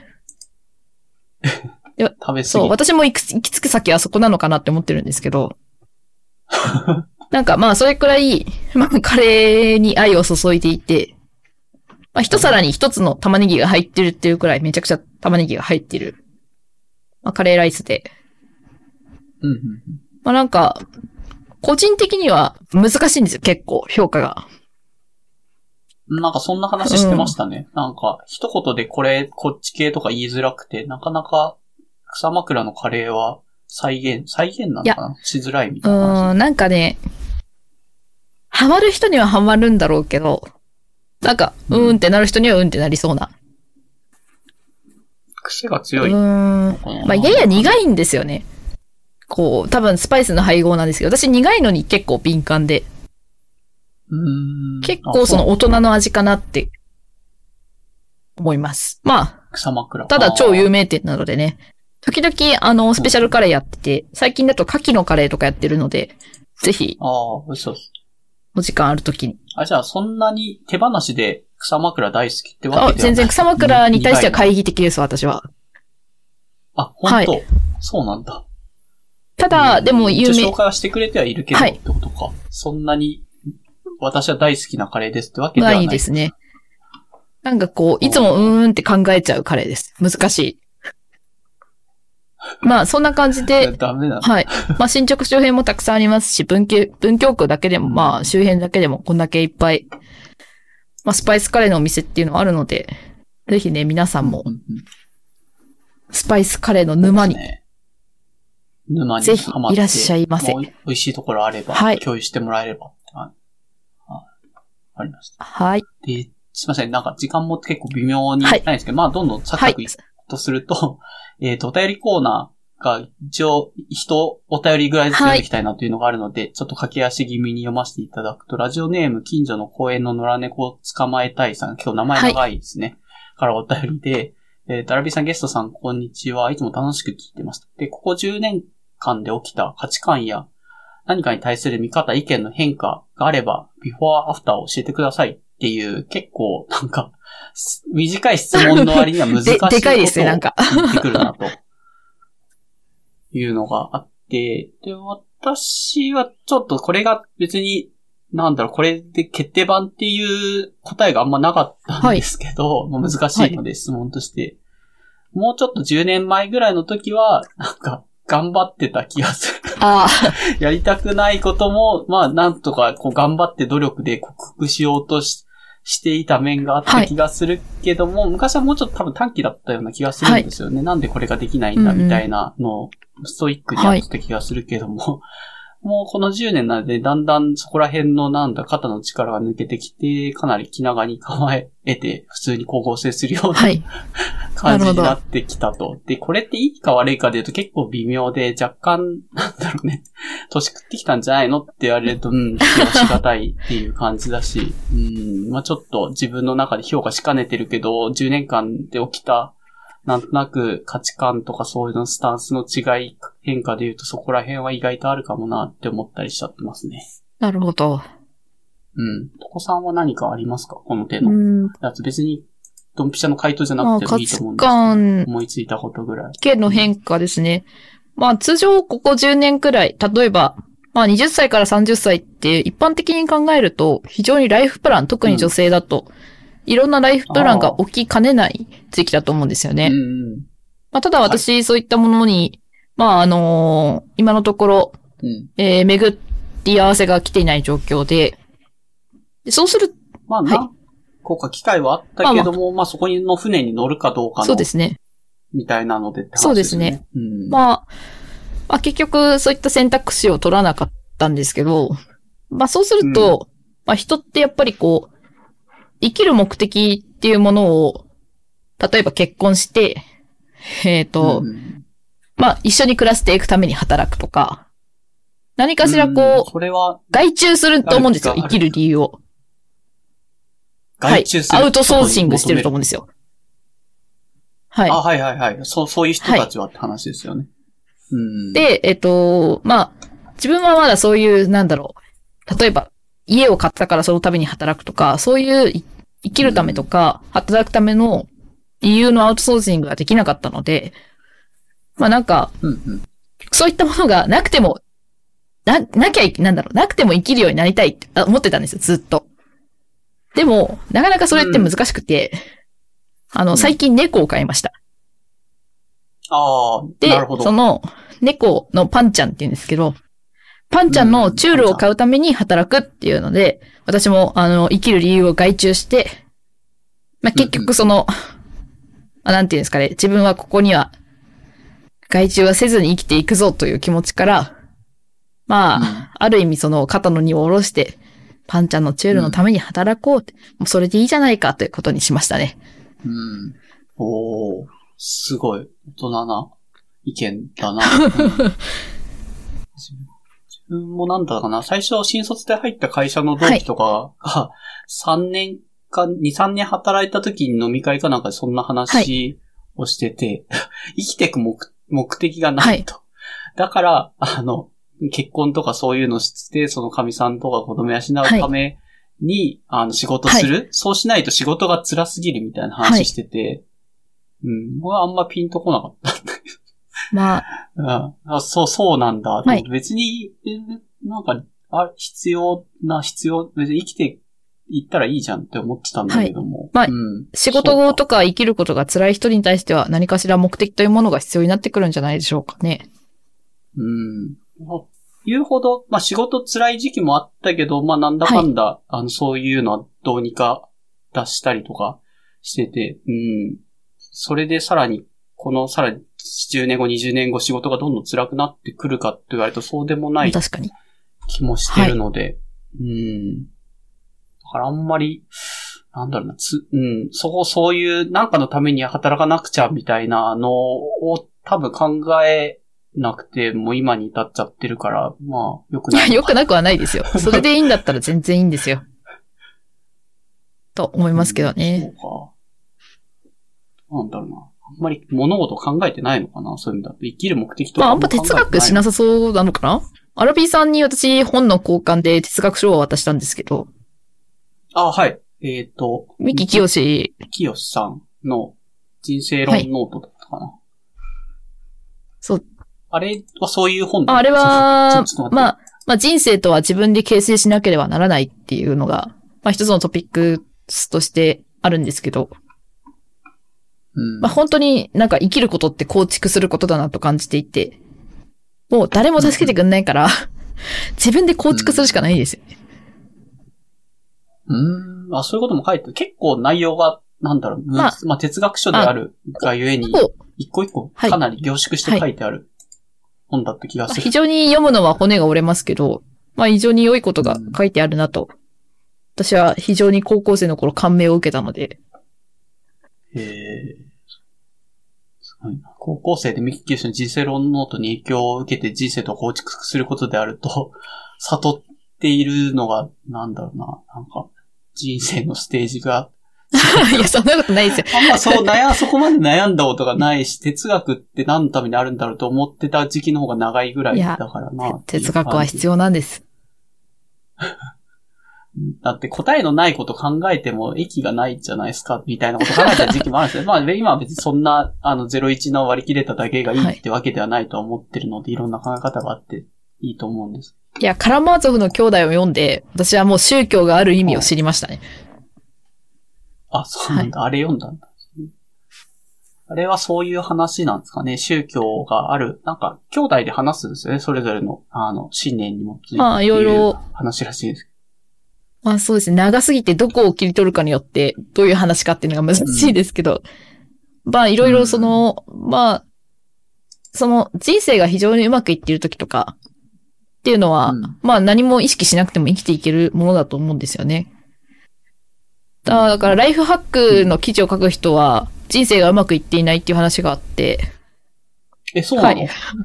S1: 食べ過ぎ。
S2: そう、私も行く行き着く先はそこなのかなって思ってるんですけど、なんかまあ、それくらい、まあ、カレーに愛を注いでいて、まあ、一皿に一つの玉ねぎが入ってるっていうくらいめちゃくちゃ玉ねぎが入ってる、まあ、カレーライスで。
S1: うんうん、
S2: まあなんか、個人的には難しいんですよ、結構、評価が。
S1: なんかそんな話してましたね。うん、なんか、一言でこれ、こっち系とか言いづらくて、なかなか草枕のカレーは再現、再現なのかなしづらいみたいな話。
S2: うん、なんかね、ハマる人にはハマるんだろうけど、なんか、うーんってなる人にはうんってなりそうな。
S1: 癖が強い。
S2: うーん。まあ、やや苦いんですよね。こう、多分スパイスの配合なんですけど、私苦いのに結構敏感で。
S1: うーん。
S2: 結構その大人の味かなって思います。まあ、
S1: 草枕。
S2: ただ超有名店なのでね。時々あの、スペシャルカレーやってて、最近だと牡蠣のカレーとかやってるので、ぜひ。
S1: ああ、嘘です。
S2: お時間あるときに。
S1: あ、じゃあそんなに手放しで草枕大好きってわけではない。
S2: あ、全然草枕に対しては懐疑的です、私は。
S1: あ、本当、はい、そうなんだ。
S2: ただ、でも有名。
S1: 紹介はしてくれてはいるけど、はい、ってことか。そんなに、私は大好きなカレーですってわけではない。
S2: ないですね。なんかこう、いつもうーんって考えちゃうカレーです。難しい。まあ、そんな感じで。
S1: ダメだ。
S2: はい。まあ、新宿周辺もたくさんありますし、文京、文京区だけでも、まあ、周辺だけでもこんだけいっぱい、まあ、スパイスカレーのお店っていうのはあるので、ぜひね、皆さんも、スパイスカレーの沼に、
S1: 沼に
S2: ぜひいらっしゃいませ。
S1: 美味しいところあれば、共有してもらえれば。はい。ありました。
S2: はい。
S1: で、すいません。なんか時間も結構微妙にないんですけど、はい、まあ、どんどんサクサクいくとすると、はい、えっと、お便りコーナーが一応、人お便りぐらいずつ読んでいきたいなというのがあるので、はい、ちょっと駆け足気味に読ませていただくと、ラジオネーム近所の公園の野良猫を捕まえたいさん、今日名前長いですね。はい、からお便りで、えっと、アラビさんゲストさん、こんにちは。いつも楽しく聞いてます。で、ここじゅうねんかんで起きた価値観や何かに対する見方、意見の変化があれば、ビフォーアフターを教えてくださいっていう、結構なんか、短い質問の割には難しいことを
S2: で、でかいですね、なんか。
S1: 言ってくるなと。いうのがあって、で、私はちょっとこれが別に、なんだろう、これで決定版っていう答えがあんまなかったんですけど、はい、難しいので質問として。 もうちょっとじゅうねんまえぐらいの時は、なんか、頑張ってた気がする。
S2: ああ。
S1: やりたくないことも、まあ、なんとか、こう、頑張って努力で克服しようとし、していた面があった気がするけども、はい、昔はもうちょっと多分短期だったような気がするんですよね。はい、なんでこれができないんだみたいなのを、ストイックにやってた気がするけども、はい、もうこのじゅうねんなので、だんだんそこら辺のなんだ、肩の力が抜けてきて、かなり気長に構えて、普通に光合成するような、はい、感じになってきたと。で、これっていいか悪いかで言うと結構微妙で、若干、なんだろうね、年食ってきたんじゃないのって言われると、うん、評価しがたいっていう感じだし、うん、まあちょっと自分の中で評価しかねてるけど、じゅうねんかんで起きた、なんとなく価値観とかそういうのスタンスの違い、変化で言うとそこら辺は意外とあるかもなって思ったりしちゃってますね。
S2: なるほど。
S1: うん。とこさんは何かありますか？この手のやつ。別にドンピシャの回答じゃなくてもいいと思うんですけど、まあ、思いついたことぐらい。
S2: 意見の変化ですね。まあ通常ここじゅうねんくらい、例えば、まあはたちからさんじゅっさいって一般的に考えると非常にライフプラン、特に女性だと、うんいろんなライフプランが起きかねない時期だと思うんですよね。うんうんまあ、ただ私、はい、そういったものに、まああのー、今のところ、うんえー、巡り合わせが来ていない状況で、でそうする。
S1: まあ、何個か機会はあったけども、まあ、まあ、まあ、そこの船に乗るかどうかの。
S2: そうですね。
S1: みたいなのでって話ですね。
S2: そうですね。うん、まあ、まあ結局そういった選択肢を取らなかったんですけど、まあそうすると、うん、まあ人ってやっぱりこう、生きる目的っていうものを、例えば結婚して、えっと、うん、まあ、一緒に暮らしていくために働くとか、何かしらこう、それは外注すると思うんですよ、生きる理由を。
S1: 外注する、
S2: はい。アウトソーシングしてると思うんですよ。はい。
S1: あ、はいはいはい。そう、そういう人たちはって話ですよね。はい、うん、
S2: で、えっと、まあ、自分はまだそういう、なんだろう、例えば、家を買ったからそのために働くとか、そういう生きるためとか、働くための理由のアウトソーシングができなかったので、まあなんか、うんうん、そういったものがなくても、な、なきゃ、なんだろう、なくても生きるようになりたいって思ってたんですよ、ずっと。でも、なかなかそれって難しくて、うん、あの、最近猫を飼いました。
S1: ああ、
S2: で、
S1: なるほど。
S2: その、猫のパンちゃんって言うんですけど、パンちゃんのチュールを買うために働くっていうので、私も、あの、生きる理由を外注して、まあ、結局その、あ、なんていうんですかね、自分はここには、外注はせずに生きていくぞという気持ちから、まあ、ある意味その肩の荷を下ろして、パンちゃんのチュールのために働こうって、もうそれでいいじゃないかということにしましたね。
S1: うん。おー、すごい、大人な意見だな。うん自分もなんだかな、最初新卒で入った会社の同期とかが、はい、さんねんかに、さんねん働いた時に飲み会かなんかでそんな話をしてて、はい、生きていく 目, 目的がないと、はい。だから、あの、結婚とかそういうのして、その神さんとか子供養うために、はい、あの仕事する、はい、そうしないと仕事が辛すぎるみたいな話してて、はい、うん、僕はあんまピンとこなかったんだけど。
S2: ま
S1: あ、うん、あ、そう、そうなんだ。はい、別に、なんか、あ、必要な、必要、別に生きていったらいいじゃんって思ってたんだけども。
S2: はい、まあ、うん、仕事とか生きることが辛い人に対しては何かしら目的というものが必要になってくるんじゃないでしょうかね。
S1: うん。言うほど、まあ仕事辛い時期もあったけど、まあなんだかんだ、はい、あの、そういうのはどうにか出したりとかしてて、うん。それでさらに、このさらにじゅうねんご、にじゅうねんご仕事がどんどん辛くなってくるかって言われるとそうでもない気もしてるので、はい、うん。だからあんまり、なんだろうな、つ、うん、そこ、そういうなんかのために働かなくちゃみたいなのを多分考えなくて、もう今に至っちゃってるから、まあ、良くない。
S2: いや、良くなくはないですよ。それでいいんだったら全然いいんですよ。と思いますけどね。
S1: うん、そうか。なんだろうな。あんまり物事を考えてないのかな、そういう意味だと。生きる目的とか。
S2: まあ、あんま哲学しなさそうなのかな。アラビーさんに私本の交換で哲学書を渡したんですけど。
S1: あ、はい。えっ、ー、と。
S2: 三木清志。
S1: 清志さんの人生論ノートだったかな。はい、
S2: そう。
S1: あれはそういう本だった。
S2: あれは、まあ、まあ人生とは自分で形成しなければならないっていうのが、まあ一つのトピックスとしてあるんですけど。
S1: うん、
S2: まあ本当になんか生きることって構築することだなと感じていて、もう誰も助けてくんないから、うん、自分で構築するしかないですよね。
S1: うん、うん、あ、そういうことも書いてる。結構内容が、なんだろう、まあ、まあ、哲学書であるがゆえに、一個一個かなり凝縮して書いてある本だった気がする。
S2: まあ、非常に読むのは骨が折れますけど、まあ非常に良いことが書いてあるなと、うん、私は非常に高校生の頃感銘を受けたので。
S1: へえ。すごいな。高校生でミッキー氏の人生論ノートに影響を受けて人生と構築することであると、悟っているのが、なんだろうな、なんか、人生のステージが、
S2: いや、そんなことないですよ。
S1: あんまそう、悩、そこまで悩んだことがないし、哲学って何のためにあるんだろうと思ってた時期の方が長いぐらいだからな。
S2: 哲学は必要なんです。
S1: だって答えのないこと考えても益がないじゃないですか、みたいなこと考えた時期もあるんですよ。まあ今は別にそんな、あの、ゼロイチの割り切れただけがいいってわけではないとは思ってるので、はい、いろんな考え方があっていいと思うんです。
S2: いや、カラマーゾフの兄弟を読んで、私はもう宗教がある意味を知りましたね。
S1: あ、そうなんだ。はい、あれ読んだんだ。あれはそういう話なんですかね。宗教がある。なんか、兄弟で話すんですよね。それぞれの、あの、信念にもついて
S2: まあ、いろいろ。
S1: 話らしいです。
S2: まあそうですね。長すぎてどこを切り取るかによって、どういう話かっていうのが難しいですけど。うん、まあ、いろいろその、うん、まあ、その、人生が非常にうまくいっている時とか、っていうのは、うん、まあ何も意識しなくても生きていけるものだと思うんですよね。だから、ライフハックの記事を書く人は、人生がうまくいっていないっていう話があって。
S1: え、そうなの？はい、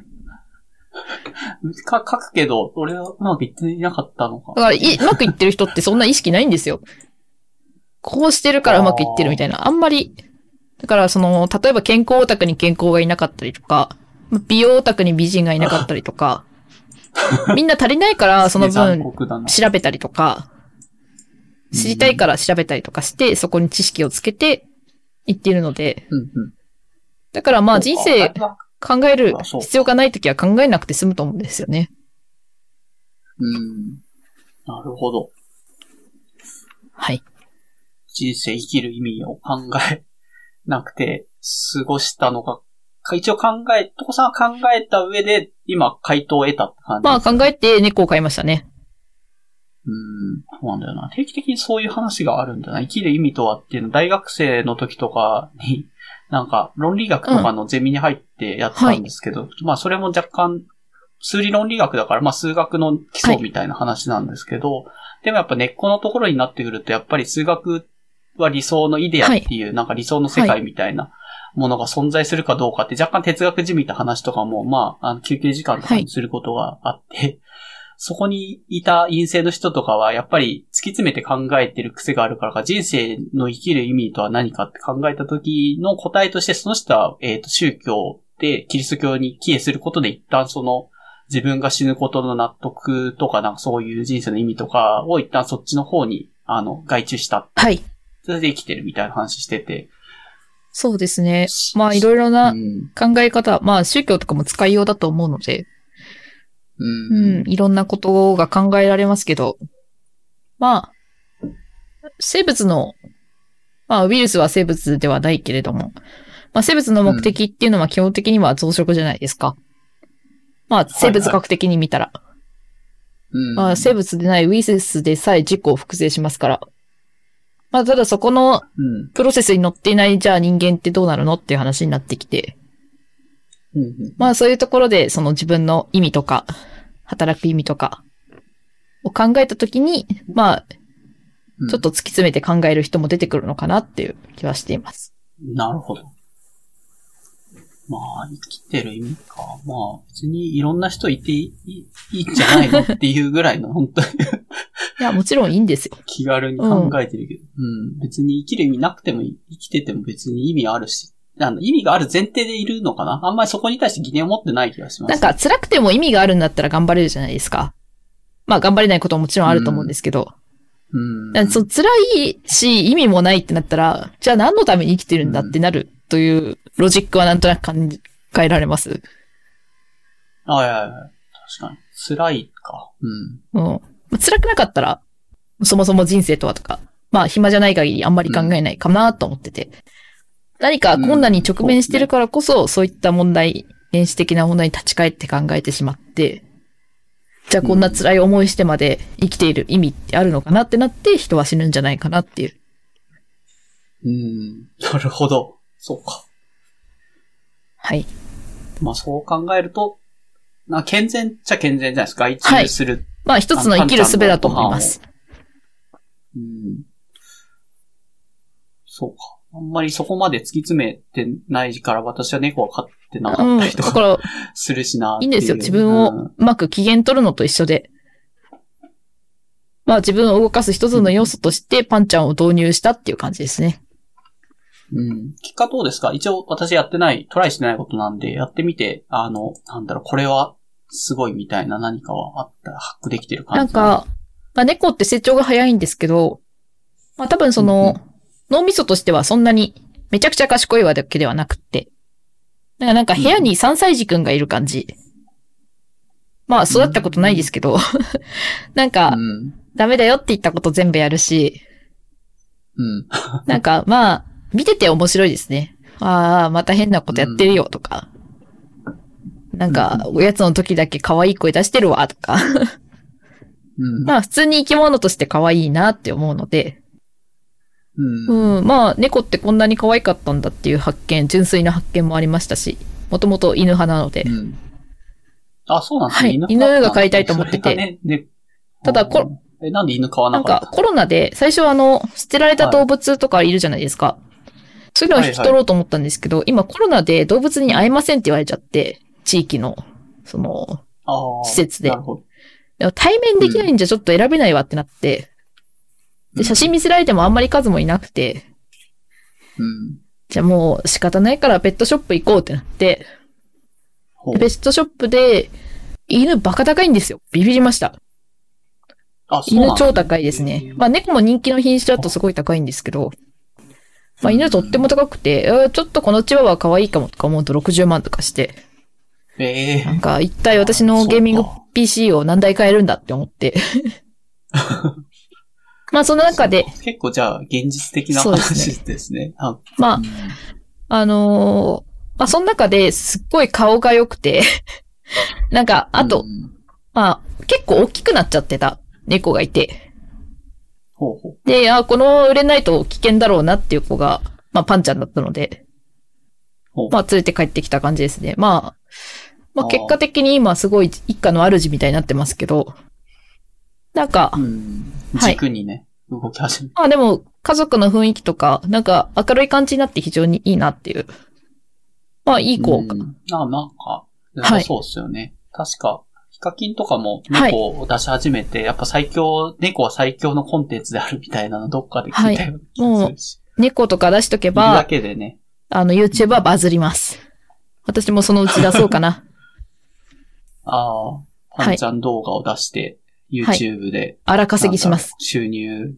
S1: か、書くけど、俺はうまくいっていなかったのか。
S2: だからい、うまくいってる人ってそんな意識ないんですよ。こうしてるからうまくいってるみたいな。あんまり、だからその、例えば健康オタクに健康がいなかったりとか、美容オタクに美人がいなかったりとか、みんな足りないからその分調べたりとか、知りたいから調べたりとかして、そこに知識をつけていっているので、
S1: うんうん、
S2: だからまあ人生考える必要がないときは考えなくて済むと思うんですよね。
S1: うん。なるほど。
S2: はい。
S1: 人生生きる意味を考えなくて過ごしたのが、一応考え、とこさんは考えた上で今回答を得たって感じ。
S2: まあ考えて猫を飼いましたね。
S1: うん、そうなんだよな。定期的にそういう話があるんだな。生きる意味とはっていうの、大学生の時とかに、なんか論理学とかのゼミに入ってやったんですけど、うんはい、まあそれも若干、数理論理学だから、まあ数学の基礎みたいな話なんですけど、はい、でもやっぱ根っこのところになってくると、やっぱり数学は理想のイデアっていう、はい、なんか理想の世界みたいなものが存在するかどうかって若干哲学じみた話とかも、まあ、あの休憩時間とかにすることがあって、はいそこにいた陰性の人とかは、やっぱり突き詰めて考えてる癖があるからか、人生の生きる意味とは何かって考えた時の答えとして、その人は、えっと、宗教でキリスト教に帰依することで一旦その、自分が死ぬことの納得とか、なんかそういう人生の意味とかを一旦そっちの方に、あの、外注した。
S2: はい。
S1: それで生きてるみたいな話してて。
S2: そうですね。まあ、いろいろな考え方、うん、まあ、宗教とかも使いようだと思うので、
S1: うん、
S2: うん、いろんなことが考えられますけど、まあ、生物の、まあウイルスは生物ではないけれども、まあ生物の目的っていうのは基本的には増殖じゃないですか。まあ生物学的に見たら。
S1: はいはい
S2: まあ生物でないウイルスでさえ自己を複製しますから。まあただそこのプロセスに乗っていないじゃあ人間ってどうなるのっていう話になってきて、
S1: うんうん、
S2: まあそういうところでその自分の意味とか、働く意味とかを考えたときに、まあ、ちょっと突き詰めて考える人も出てくるのかなっていう気はしています。
S1: うん、なるほど。まあ、生きてる意味か。まあ、別にいろんな人いていい、いいんじゃないのっていうぐらいの、本当に。
S2: いや、もちろんいいんですよ。
S1: 気軽に考えてるけど。うん、うん。別に生きる意味なくても生きてても別に意味あるし。あの意味がある前提でいるのかなあんまりそこに対して疑念を持ってない気がします。
S2: なんか辛くても意味があるんだったら頑張れるじゃないですか。まあ頑張れないことももちろんあると思うんですけど。
S1: うん。
S2: うん、そう辛いし意味もないってなったら、じゃあ何のために生きてるんだってなるというロジックはなんとなく考えられます。
S1: あいやいや、確かに。辛いか。
S2: うん。うん。辛くなかったら、そもそも人生とはとか、まあ暇じゃない限りあんまり考えないかなと思ってて。 何か困難に直面してるからこそ、うん、そういった問題、原始的な問題に立ち返って考えてしまって、じゃあこんな辛い思いしてまで生きている意味ってあるのかなってなって人は死ぬんじゃないかなっていう。
S1: うーん、なるほど。そうか。
S2: はい。
S1: まあそう考えると、な健全っちゃ健全じゃないですか。外注する。はい、
S2: まあ一つの生きる術だと思います。
S1: うん。そうか。あんまりそこまで突き詰めてないから私は猫は飼ってなかったりとか、うん、だからするしな。
S2: いいんですよ。自分をうまく機嫌取るのと一緒で。まあ自分を動かす一つの要素としてパンちゃんを導入したっていう感じですね。
S1: うん。結果どうですか？一応私やってない、トライしてないことなんで、やってみて、あの、なんだろう、これはすごいみたいな何かはあったらハックできてる感じな
S2: なんか、まあ猫って成長が早いんですけど、まあ多分その、うん脳みそとしてはそんなにめちゃくちゃ賢いわけではなくって。だからなんか部屋にさんさい児くんがいる感じ。まあ育ったことないですけど、なんか、ダメだよって言ったこと全部やるし、
S1: うん、
S2: なんかまあ、見てて面白いですね。ああ、また変なことやってるよとか。なんか、おやつの時だけ可愛い声出してるわとか。まあ普通に生き物として可愛いなって思うので、うん、うん。まあ、猫ってこんなに可愛かったんだっていう発見、純粋な発見もありましたし、もともと犬派なので。うん、
S1: あ、そうなんですね。
S2: はい。犬が飼いたいと思ってて。ねね、ただこ、
S1: え、なんで犬飼わなかった？
S2: なんかコロナで、最初はあの、捨てられた動物とかいるじゃないですか。はい、そういうのを引き取ろうと思ったんですけど、はいはい、今コロナで動物に会えませんって言われちゃって、地域の、その、施設で。なるほど。でも対面できないんじゃちょっと選べないわってなって、で、写真見せられてもあんまり数もいなくて、
S1: うん、
S2: じゃあもう仕方ないからペットショップ行こうってなって、ペットショップで犬バカ高いんですよ。ビビりました。
S1: あ、そうなんですね。
S2: 犬超高いですね。まあ猫も人気の品種だとすごい高いんですけど、まあ犬とっても高くて、うん、ちょっとこのチワワ可愛いかもとか思うとろくじゅうまんとかして、
S1: えー、
S2: なんか一体私のゲーミング ピーシー を何台買えるんだって思って。まあその中で。
S1: 結構じゃあ現実的な話ですね。すね
S2: まあ、うん、あのー、まあその中ですっごい顔が良くて、なんか、あと、うん、まあ結構大きくなっちゃってた猫がいて。
S1: ほうほう
S2: で、あ、この売れないと危険だろうなっていう子が、まあパンちゃんだったので、まあ連れて帰ってきた感じですね。まあ、まあ結果的に今すごい一家の主みたいになってますけど、なんか、
S1: うん、軸にね、はい、動き始める。
S2: あ、でも、家族の雰囲気とか、なんか明るい感じになって非常にいいなっていう。まあ、いい子かな。
S1: あ、なんか、はい、そうですよね。確か、ヒカキンとかも猫を出し始めて、はい、やっぱ最強、猫は最強のコンテンツであるみたいなのどっかで聞いたような気がするし。
S2: はい、もう、猫とか出しとけば、
S1: いるだけでね。
S2: あの、YouTube はバズります。私もそのうち出そうかな。
S1: ああ、パンちゃん動画を出して、YouTube で、はい。
S2: 荒稼ぎします。
S1: 収入。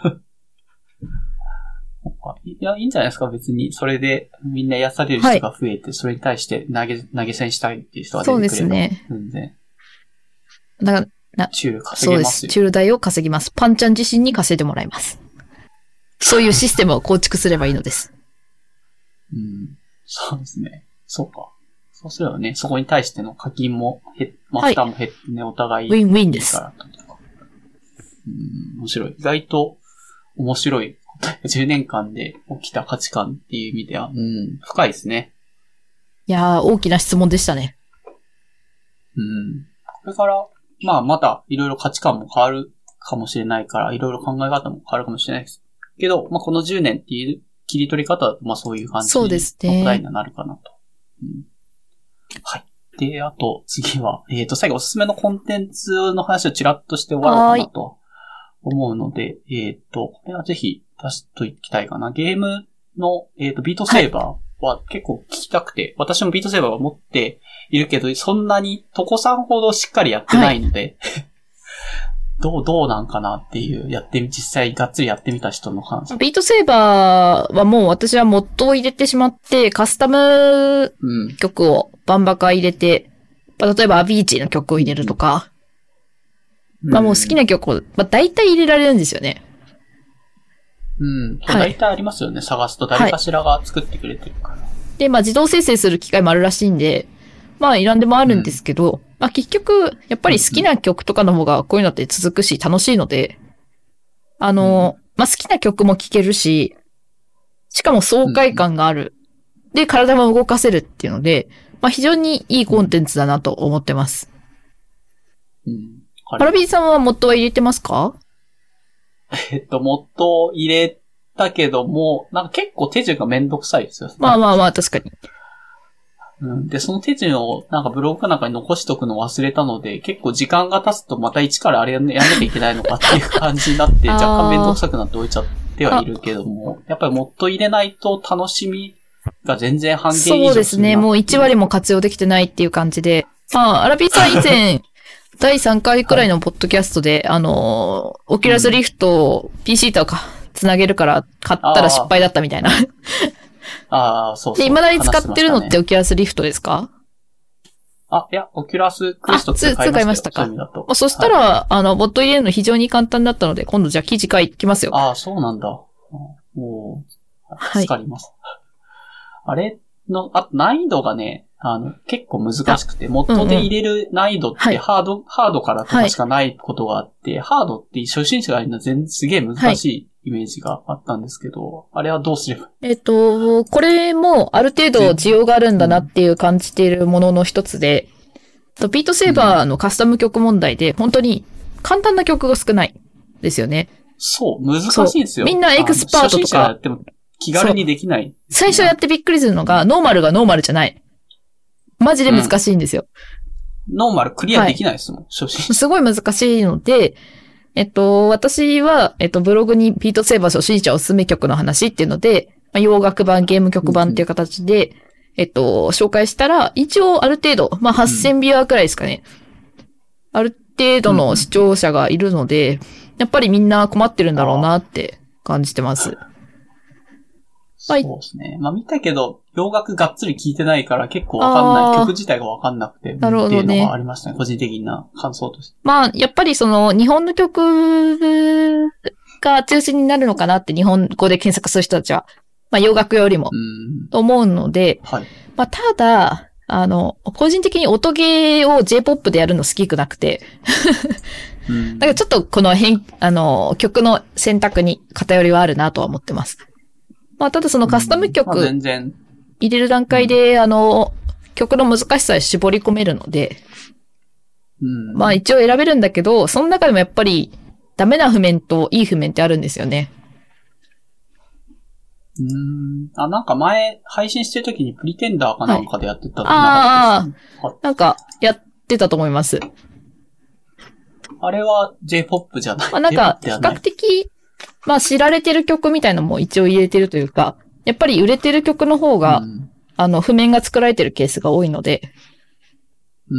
S1: いや、いいんじゃないですか、別に。それで、みんな癒される人が増えて、はい、それに対して投げ、投げ銭したいっていう人が出てくれば。
S2: そうですね。
S1: 全然。
S2: だから、
S1: チュール稼げますよ。
S2: そうです。チュール代を稼ぎます。パンちゃん自身に稼いでもらいます。そういうシステムを構築すればいいのです。
S1: うん。そうですね。そうか。そうすればね、そこに対しての課金も減っ、まあ、負担も減ってね、はい、お互い。
S2: ウィンウィンです。
S1: うん、面白い。意外と面白い。じゅうねんかんで起きた価値観っていう意味では、うん、深いですね。
S2: いやー、大きな質問でしたね。
S1: うん。これから、まあ、また、いろいろ価値観も変わるかもしれないから、いろいろ考え方も変わるかもしれないですけど、まあ、このじゅうねんっていう切り取り方だと、まあ、そういう感じ
S2: そうですね。
S1: 答えになるかなと。うん、はい。で、あと、次は、えっと、最後おすすめのコンテンツの話をちらっとして終わろうかなと思うので、えっと、これはぜひ出しといきたいかな。ゲームの、えっと、ビートセーバーは結構聞きたくて、はい、私もビートセーバーを持っているけど、そんなにトコさんほどしっかりやってないので、はい、どう、どうなんかなっていう、やってみ、実際がっつりやってみた人の話。
S2: ビートセーバーはもう私はモッドを入れてしまって、カスタム曲をバンバカ入れて、うん、例えばアビーチの曲を入れるとか、うん、まあもう好きな曲を、まあ大体入れられるんですよね。
S1: うん。
S2: はい。
S1: 大体ありますよね。探すと誰かしらが作ってくれてるから。はい、
S2: で、まあ自動生成する機械もあるらしいんで、まあ、いらんでもあるんですけど、うん、まあ結局、やっぱり好きな曲とかの方がこういうのって続くし楽しいので、あの、うん、まあ好きな曲も聴けるし、しかも爽快感がある。うん、で、体も動かせるっていうので、まあ非常にいいコンテンツだなと思ってます。うん。パラビーさんはモッドは入れてますか？
S1: えっと、モッド入れたけども、なんか結構手順がめんどくさいですよ。
S2: まあまあまあ、確かに。
S1: うん、で、その手順をなんかブログかなんかに残しとくの忘れたので、結構時間が経つとまた一からあれやんなきゃいけないのかっていう感じになって、若干めんどくさくなって置いちゃってはいるけども、やっぱりモッド入れないと楽しみが全然半減以上するな。
S2: そうですね。もういち割も活用できてないっていう感じで。まあ、アラビーさん以前、だいさんかいくらいのポッドキャストで、はい、あの、オキュラスリフトを ピーシー とかつなげるから買ったら失敗だったみたいな。
S1: ああ、そうそう。
S2: で、未だに使ってるのってオキュラスリフトですか？
S1: あ、いや、オキュラスクエストって買いましたよ。買いましたか。そういう意味だと。
S2: まあ、そしたら、はい、あの、ボット入れるの非常に簡単だったので、今度じゃあ記事書きますよ。
S1: ああ、そうなんだ。もう、助かります。はい、あれの、あと難易度がね、あの、結構難しくて、モッドで入れる難易度ってハード、うんうん、ハードからとかしかないことがあって、はい、ハードって初心者がやるのは全然すげえ難しいイメージがあったんですけど、はい、あれはどうすれば？
S2: えっと、これもある程度需要があるんだなっていう感じているものの一つで、うん、ビートセーバーのカスタム曲問題で、本当に簡単な曲が少ないですよね。
S1: そう、難しいんですよ。
S2: みんなエクスパートとか。
S1: やっても気軽にできない。
S2: 最初やってびっくりするのが、ノーマルがノーマルじゃない。マジで難しいんですよ。
S1: うん、ノーマルクリアできないですもん、はい、初心者。
S2: すごい難しいので、えっと、私は、えっと、ブログにビートセーバー初心者おすすめ曲の話っていうので、まあ、洋楽版、ゲーム曲版っていう形で、うん、えっと、紹介したら、一応ある程度、まあ、はっせんビュアーくらいですかね。うん、ある程度の視聴者がいるので、やっぱりみんな困ってるんだろうなって感じてます。
S1: そうですね。まあ見たけど、洋楽がっつり聴いてないから結構わかんない。曲自体がわかんなくて。なるほどね。っていうのがありましたね。個人的な感想として。
S2: まあ、やっぱりその、日本の曲が中心になるのかなって日本語で検索する人たちは。まあ洋楽よりも。と思うので。はい。まあただ、あの、個人的に音ゲーを J-ポップ でやるの好きくなくて。うん、だからちょっとこの変、あの、曲の選択に偏りはあるなとは思ってます。まあ、ただそのカスタム曲入れる段階で、あの、曲の難しさを絞り込めるので、まあ一応選べるんだけど、その中でもやっぱりダメな譜面といい譜面ってあるんですよね。
S1: うーん。あ、なんか前配信してる時にプリテンダーかなんかでやってたの、
S2: はい、ああ、なんかやってたと思います。
S1: あれは J-ポップ じゃない。
S2: まあなんか比較的、まあ知られてる曲みたいなのも一応入れてるというか、やっぱり売れてる曲の方が、うん、あの、譜面が作られてるケースが多いので、うん。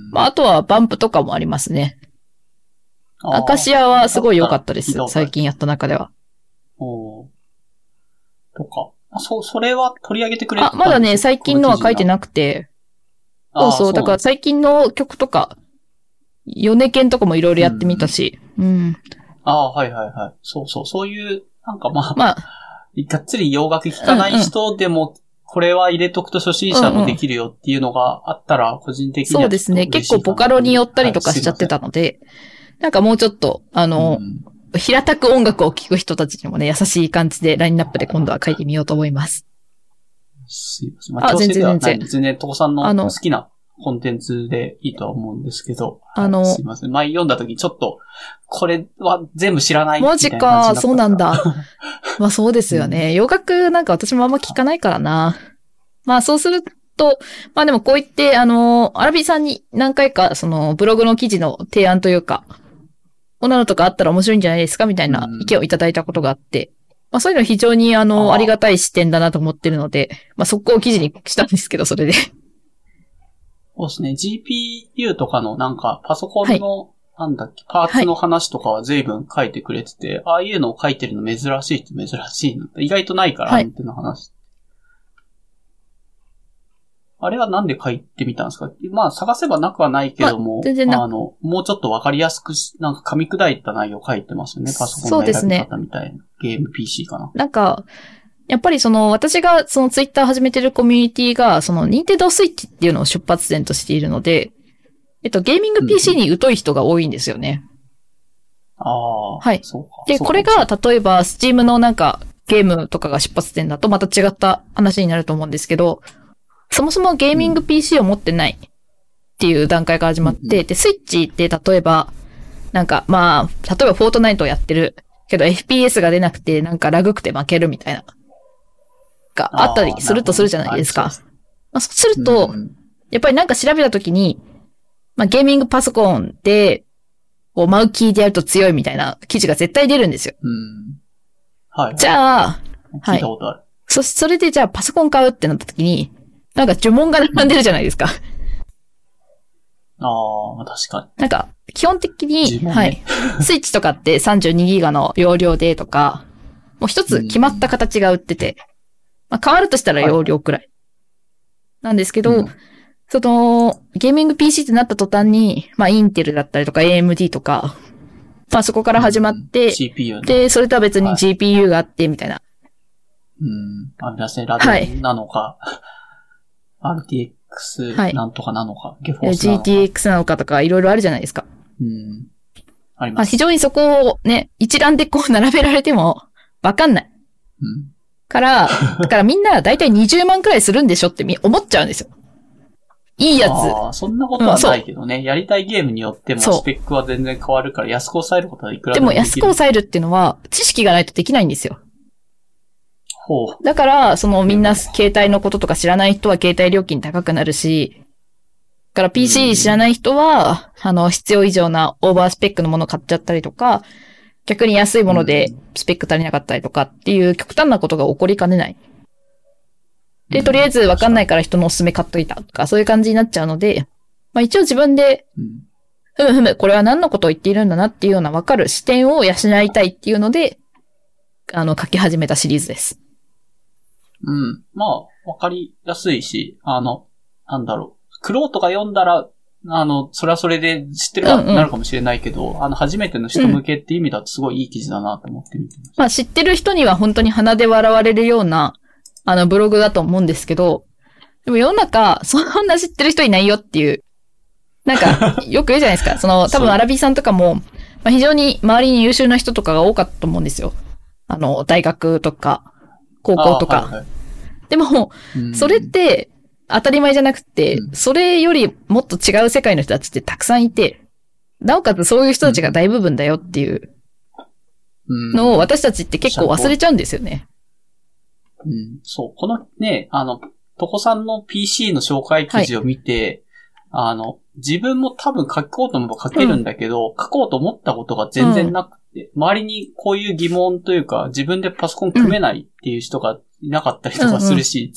S2: まああとはバンプとかもありますね。アカシアはすごい良かったです。最近やった中では。
S1: おー。とか。あ、そ、それは取り上げてくれたんですか？
S2: あ、まだね、最近のは書いてなくて。そうそう。だから最近の曲とか、ヨネケンとかもいろいろやってみたし。うん。うん
S1: ああ、はいはいはい。そうそう。そういう、なんかまあ、まあ、がっつり洋楽聴かない人でも、これは入れとくと初心者もできるよっていうのがあったら、個人的には
S2: そうですね。結構ボカロに寄ったりとかしちゃってたので、はい、なんかもうちょっと、あの、うん、平たく音楽を聴く人たちにもね、優しい感じでラインナップで今度は書いてみようと思います。
S1: すいません。まあ、あ全然全然。全然、父さんの好きなコンテンツでいいとは思うんですけど。あの、すいません。前読んだ時ちょっと、これは全部知らないみたいな感じだった。
S2: マジか、そうなんだ。まあそうですよね。洋楽なんか私もあんま聞かないからな。まあそうすると、まあでもこう言って、あの、アラビさんに何回かそのブログの記事の提案というか、こんなのとかあったら面白いんじゃないですかみたいな意見をいただいたことがあって、まあそういうの非常にあの、あ, ありがたい視点だなと思ってるので、まあ速攻記事にしたんですけど、それで。
S1: そうですね。ジーピーユー とかのなんかパソコンの、はい、なんだっけ、パーツの話とかは随分書いてくれてて、はい、ああいうのを書いてるの珍しいって珍しいの。意外とないから、はい、アンテナ話。 あれはなんで書いてみたんですか？まあ探せばなくはないけども、
S2: 全然な
S1: あの、もうちょっとわかりやすくし、なんか噛み砕いた内容書いてますよね。パソコンの選び方みたいな。ゲーム ピーシー かな。
S2: なんか、やっぱりその、私がそのツイッター始めてるコミュニティが、その、任天堂スイッチっていうのを出発点としているので、えっと、ゲーミング ピーシー に疎い人が多いんですよね。
S1: ああ。
S2: はい。
S1: そうか。
S2: で、これが、例えば、スチームのなんか、ゲームとかが出発点だとまた違った話になると思うんですけど、そもそもゲーミング ピーシー を持ってないっていう段階から始まって、うん、で、スイッチって例えば、なんか、まあ、例えばフォートナイトをやってるけど エフピーエス が出なくて、なんかラグくて負けるみたいな、があったりするとするじゃないですか。まあ、そうすると、うん、やっぱりなんか調べたときに、まあ、ゲーミングパソコンで、こう、マウキーでやると強いみたいな記事が絶対出るんですよ。
S1: うん、はい、はい。
S2: じゃあ、
S1: 聞いたことある。
S2: はい、そ、それでじゃあパソコン買うってなったときに、なんか呪文が並んでるじゃないですか。
S1: ああ、確かに。
S2: なんか、基本的に、
S1: ね、
S2: はい。スイッチとかってさんじゅうにギガの容量でとか、もう一つ決まった形が売ってて、まあ変わるとしたら容量くらい。はい、なんですけど、うん、その、ゲーミング ピーシー ってなった途端に、まあインテルだったりとか エーエムディー とか、まあそこから始まって、
S1: うん、シーピーユー ね、
S2: で、それとは別に ジーピーユー があって、みたいな。
S1: うん。あ、皆さんラデンなのか、はい、アールティーエックス なんとかなのか、はい、ゲフォースなのか。
S2: ジーティーエックス なのかとかいろいろあるじゃないですか。
S1: うん。あります。
S2: まあ、非常にそこをね、一覧でこう並べられてもわかんない。
S1: うん。
S2: から、だからみんなだいたいにじゅうまんくらいするんでしょって思っちゃうんですよ。いいやつ。
S1: ああ、そんなことはないけどね、うん。やりたいゲームによってもスペックは全然変わるから安く抑えることはいくらでもできる。
S2: でも安く抑えるっていうのは知識がないとできないんですよ。
S1: ほう。
S2: だから、そのみんな携帯のこととか知らない人は携帯料金高くなるし、だから ピーシー 知らない人は、あの、必要以上なオーバースペックのものを買っちゃったりとか、逆に安いものでスペック足りなかったりとかっていう極端なことが起こりかねない。で、とりあえずわかんないから人のおすすめ買っといたとか、そういう感じになっちゃうので、まあ一応自分で、ふむふむ、これは何のことを言っているんだなっていうようなわかる視点を養いたいっていうので、あの、書き始めたシリーズです。
S1: うん。まあ、わかりやすいし、あの、なんだろう。クローとか読んだら、あの、それはそれで知ってるなってなるかもしれないけど、うんうん、あの、初めての人向けって意味だとすごいいい記事だなと思って見てました。
S2: まあ、知ってる人には本当に鼻で笑われるような、あの、ブログだと思うんですけど、でも世の中、そんな知ってる人いないよっていう、なんか、よく言うじゃないですか。その、多分アラビーさんとかも、まあ、非常に周りに優秀な人とかが多かったと思うんですよ。あの、大学とか、高校とか。はいはい、でも、それって、当たり前じゃなくて、うん、それよりもっと違う世界の人たちってたくさんいて、なおかつそういう人たちが大部分だよっていうのを私たちって結構忘れちゃうんですよね。
S1: うん、そう。このね、あの、トコさんの ピーシー の紹介記事を見て、はい、あの、自分も多分書こうと思えば書けるんだけど、うん、書こうと思ったことが全然なくて、うん、周りにこういう疑問というか、自分でパソコン組めないっていう人がいなかったりとかするし、うんうん、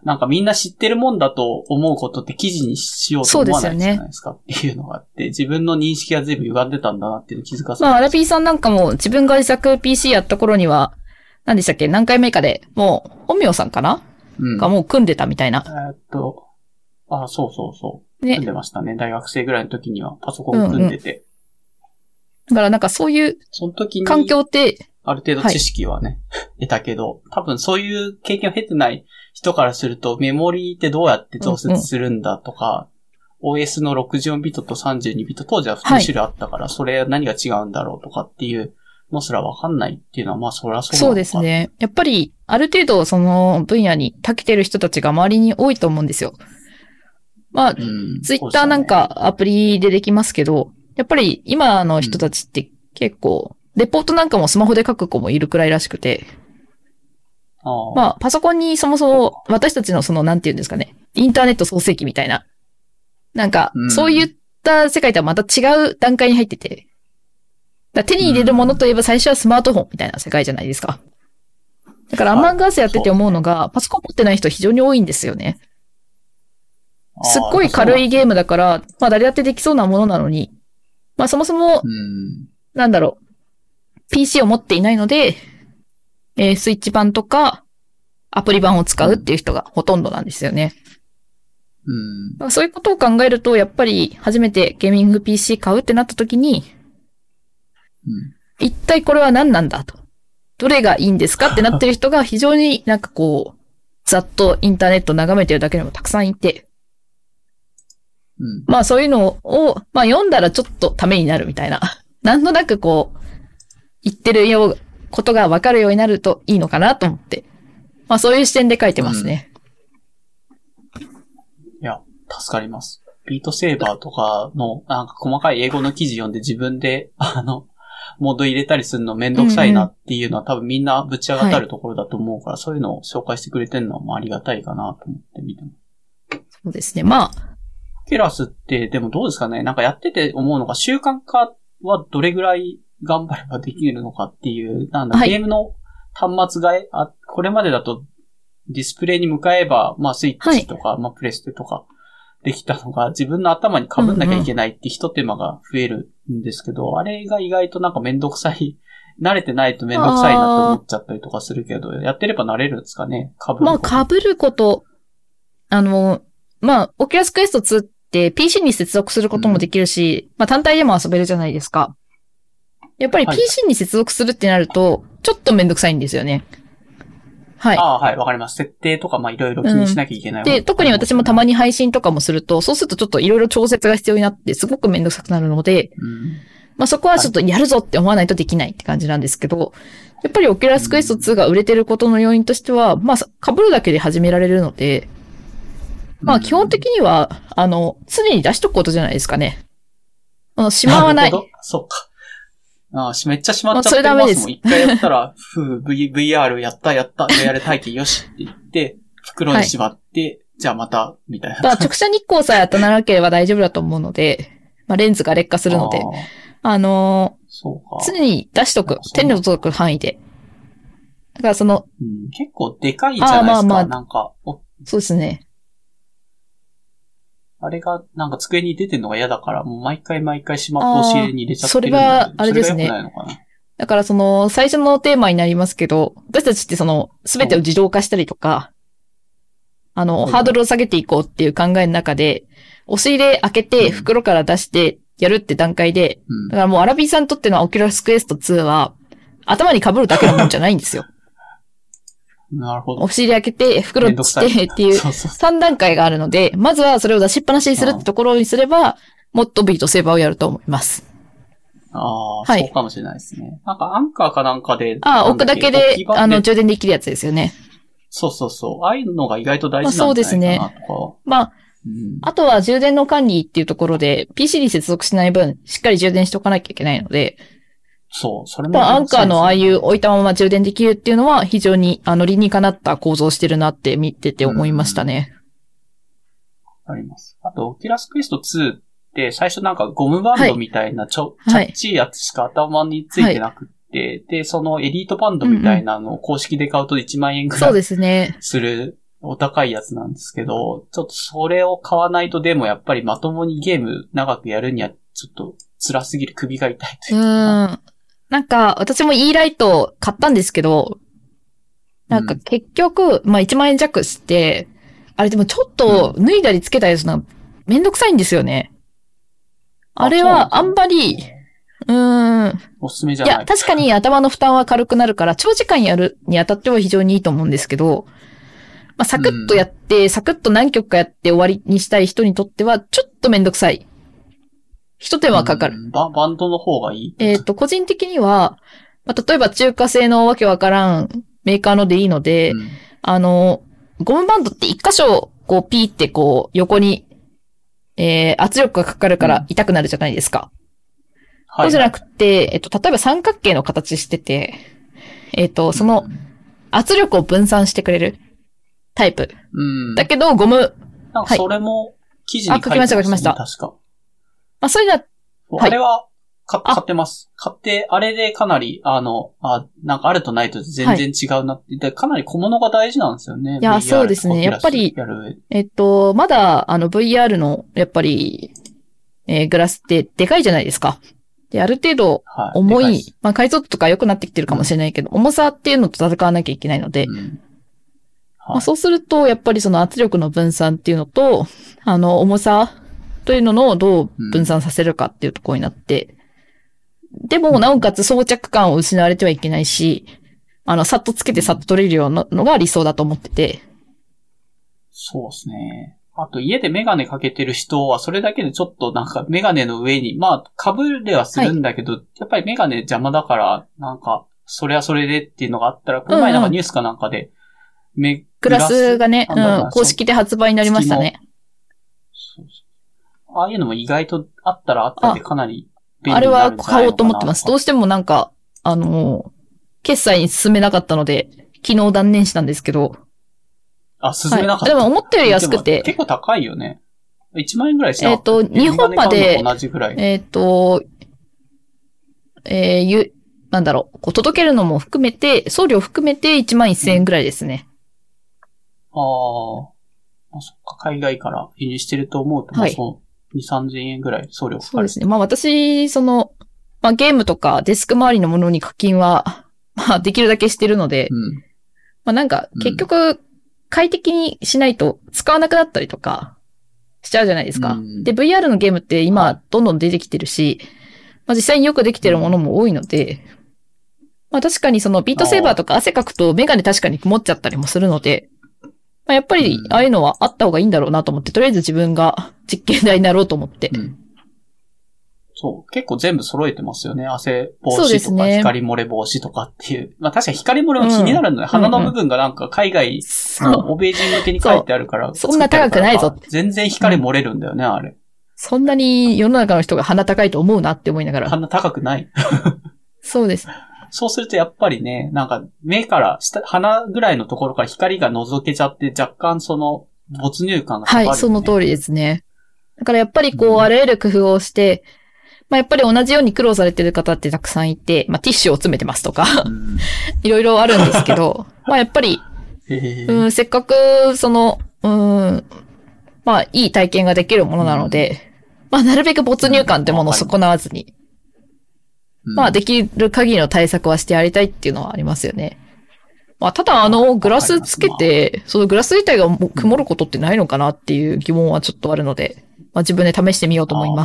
S1: なんかみんな知ってるもんだと思うことって記事にしようと思わないじゃないですかっていうのがあって、自分の認識が随分歪んでたんだなっていうのを気づかせて。
S2: まあ、アラビーさんなんかも自分が自作 ピーシー やった頃には、何でしたっけ何回目かで、もう、本名さんかな、うん、がもう組んでたみたいな。
S1: えー、っと、あ、そうそうそう。ね、組んでましたね。大学生ぐらいの時にはパソコン組んでて。うんうん、
S2: だからなんかそういう、
S1: その時に
S2: 環境って、
S1: ある程度知識はね、はい、得たけど、多分そういう経験を経てない人からすると、メモリーってどうやって増設するんだとか、うんうん、オーエス のろくじゅうよんビットとさんじゅうにビット、当時はに種類あったから、はい、それ何が違うんだろうとかっていうのすらわかんないっていうのは、まあそりゃそうなのか。
S2: そうですね。やっぱり、ある程度その分野に長けてる人たちが周りに多いと思うんですよ。まあ、ツイッターなんかアプリでできますけど、やっぱり今の人たちって結構、レポートなんかもスマホで書く子もいるくらいらしくて、
S1: あ
S2: まあ、パソコンにそもそも私たちのその、なんていうんですかね、インターネット創世記みたいな、なんか、そういった世界とはまた違う段階に入ってて、だ手に入れるものといえば最初はスマートフォンみたいな世界じゃないですか。だからアマンガースやってて思うのが、パソコン持ってない人非常に多いんですよね。すっごい軽いゲームだから、まあ誰だってできそうなものなのに、まあそもそも、なんだろう、ピーシー を持っていないので、えー、スイッチ版とか、アプリ版を使うっていう人がほとんどなんですよね。
S1: うん。
S2: そういうことを考えると、やっぱり初めてゲーミング ピーシー 買うってなった時に、
S1: うん、
S2: 一体これは何なんだと。どれがいいんですかってなってる人が非常になんかこう、ざっとインターネットを眺めてるだけでもたくさんいて、
S1: うん、
S2: まあそういうのを、まあ読んだらちょっとためになるみたいな。なんとなくこう、言ってるよう、ことがわかるようになるといいのかなと思って。まあそういう視点で書いてますね。
S1: うん、いや、助かります。ビートセーバーとかの、なんか細かい英語の記事読んで自分で、あの、モード入れたりするのめんどくさいなっていうのは、うんうん、多分みんなぶち上がったるところだと思うから、はい、そういうのを紹介してくれてるのもありがたいかなと思って見てます。
S2: そうですね。まあ。
S1: ケラスってでもどうですかね、なんかやってて思うのが習慣化はどれぐらい頑張ればできるのかっていう、なんだ、はい、ゲームの端末がえ、あ、これまでだとディスプレイに向かえば、まあスイッチとか、はい、まあプレステとかできたのが自分の頭に被んなきゃいけないって一手間が増えるんですけど、うんうん、あれが意外となんかめんどくさい、慣れてないとめんどくさいなと思っちゃったりとかするけど、やってれば慣れるんですかね、被ること。
S2: まあ被ること、あの、まあ、オキュラスクエストツーって ピーシー に接続することもできるし、うん、まあ単体でも遊べるじゃないですか。やっぱり ピーシー に接続するってなると、ちょっとめんどくさいんですよね。はい。
S1: ああ、はい、わかります。設定とか、まあいろいろ気にしなきゃいけない、
S2: うん。で、特に私もたまに配信とかもすると、そうするとちょっといろいろ調節が必要になって、すごくめんどくさくなるので、うん、まあそこはちょっとやるぞって思わないとできないって感じなんですけど、やっぱりオキュラスクエストツーが売れてることの要因としては、まあ被るだけで始められるので、まあ基本的には、あの、常に出しとくことじゃないですかね。あの、しまわない。
S1: そうか。ああ、めっちゃしまっちゃってますもん。一回やったら、ふう、v、ブイアール やった、やった、やれ体験よしって言って、袋にしまって、はい、じゃあまた、みたいな。
S2: だ直射日光さえ当たらなければ大丈夫だと思うので、まあレンズが劣化するので、あ、あのー、
S1: そうか。
S2: 常に出しとく。手に届く範囲で。だからその、
S1: うん、結構でかいじゃないですか。あまあまあ、なんか。
S2: そうですね。
S1: あれが、なんか机に出てるのが嫌だから、もう毎回毎回しまって押し入れに入れちゃってるんで。
S2: それは、あれですね。
S1: それが良くないのかな。
S2: だからその、最初のテーマになりますけど、私たちってその、すべてを自動化したりとか、あの、ハードルを下げていこうっていう考えの中で、押し入れ開けて袋から出してやるって段階で、うん、だからもうアラビーさんにとってのオキュラスクエストツーは、頭に被るだけのもんじゃないんですよ。
S1: なるほど。
S2: 押し入れ開けて、袋してっていうさん段階があるので、まずはそれを出しっぱなしにするってところにすれば、もっとビートセーバーをやると思います。
S1: ああ、はい、そうかもしれないですね。なんかアンカーかなんかで。
S2: ああ、置くだけで、あの、充電できるやつですよね。
S1: そうそうそう。ああいうのが意外と大事なんじゃないかなとか。まあ、そうですね。
S2: まあ、うん、あとは充電の管理っていうところで、ピーシー に接続しない分、しっかり充電しておかなきゃいけないので、
S1: そう、それも、
S2: ね。アンカーのああいう置いたまま充電できるっていうのは非常にあの理にかなった構造してるなって見てて思いましたね。
S1: あります。あと、オキュラスクエストツーって最初なんかゴムバンドみたいなちょ、はい、チャッチーやつしか頭についてなくって、はい、で、そのエリートバンドみたいなのを公式で買うといちまんえんくらい、そうですね。するお高いやつなんですけど、ちょっとそれを買わないとでもやっぱりまともにゲーム長くやるにはちょっと辛すぎる、首が痛いというか。
S2: うんなんか、私も E ライト買ったんですけど、なんか結局、うん、まあいちまんえん弱して、あれでもちょっと脱いだりつけたりするのめんどくさいんですよね。あれはあんまり、うーん。
S1: おすすめじゃない。
S2: いや、確かに頭の負担は軽くなるから、長時間やるにあたっては非常にいいと思うんですけど、まあサクッとやって、うん、サクッと何曲かやって終わりにしたい人にとっては、ちょっとめんどくさい。一手間かかる。
S1: バ, バンドの方がいい
S2: えっと、個人的には、まあ、例えば中華製のわけわからんメーカーのでいいので、うん、あの、ゴムバンドって一箇所、こう、ピーってこう、横に、えー、圧力がかかるから痛くなるじゃないですか。うん、そうじゃなくて、えっと、例えば三角形の形してて、えっと、その、圧力を分散してくれるタイプ。うん、だけど、ゴム、
S1: なんかそれも、記事に書いてますね、
S2: あ、書きました、書きました。
S1: 確か。
S2: まあ、それが、
S1: はい、あれは買ってます。買って、あれでかなり、あの、あ、なんかあるとないと全然違うなって、はい、かなり小物が大事なんですよね。
S2: いや、そうですね。やっぱり、えっと、まだ、あの、ブイアール の、やっぱり、えー、グラスってでかいじゃないですか。で、ある程度、重い、はい、まあ、解像度とか良くなってきてるかもしれないけど、うん、重さっていうのと戦わなきゃいけないので、うん、 まあ、そうすると、やっぱりその圧力の分散っていうのと、あの、重さというのをどう分散させるかっていうところになって、うん、でも、なおかつ装着感を失われてはいけないし、あの、さっとつけてさっと取れるようなのが理想だと思ってて。
S1: そうですね。あと、家でメガネかけてる人は、それだけでちょっとなんかメガネの上に、まあ、被れはするんだけど、はい、やっぱりメガネ邪魔だから、なんか、それはそれでっていうのがあったら、この前なんかニュースかなんかで、
S2: メ、うんうん、グラスがね、うん、公式で発売になりましたね。
S1: そうそう。ああいうのも意外とあったらあったでかなり便利になるんじゃないのかな。
S2: あれは買おうと思ってます。どうしてもなんか、あの、決済に進めなかったので、昨日断念したんですけど。
S1: あ、進めなかった、
S2: はい、でも思ったより安くて。
S1: 結構高いよね。いちまん円ぐらいしなかった。
S2: えっ、ー、と、日本まで、
S1: 同じぐらい。
S2: えっ、ー、と、えー、ゆ、なんだろう、こう届けるのも含めて、送料含めていちまんせんえんぐらいですね。
S1: うん、ああ。そっか、海外から輸入してると思うと、はい、もうに、さんぜんえんぐらい送料かかる。
S2: そうですね。まあ私、その、まあゲームとかデスク周りのものに課金は、まあできるだけしてるので、うん、まあなんか結局快適にしないと使わなくなったりとかしちゃうじゃないですか。うん、で、ブイアール のゲームって今どんどん出てきてるし、まあ実際によくできてるものも多いので、まあ確かにそのビートセーバーとか汗かくとメガネ確かに曇っちゃったりもするので、まあ、やっぱりああいうのはあった方がいいんだろうなと思って、とりあえず自分が実験台になろうと思って。うん、
S1: そう。結構全部揃えてますよね。汗防止とか、光漏れ防止とかっていう。まあ確かに光漏れも気になるので、うん、鼻の部分がなんか海外の欧米人向けに書いてあるから。
S2: そ, そんな高くないぞって。
S1: 全然光漏れるんだよね、うん、あれ。
S2: そんなに世の中の人が鼻高いと思うなって思いながら。
S1: 鼻高くない。
S2: そうです。
S1: そうするとやっぱりね、なんか目から下、鼻ぐらいのところから光が覗けちゃって若干その没入感が下がる、ね。
S2: はい、その通りですね。だからやっぱりこう、うん、あらゆる工夫をして、まあやっぱり同じように苦労されてる方ってたくさんいて、まあティッシュを詰めてますとか、うん、いろいろあるんですけど、まあやっぱり、うん、せっかくその、うん、まあいい体験ができるものなので、うん、まあなるべく没入感ってものを損なわずに、うん、まあできる限りの対策はしてやりたいっていうのはありますよね。まあただあのグラスつけて、そのグラス自体が曇ることってないのかなっていう疑問はちょっとあるので、まあ自分で試してみようと思います。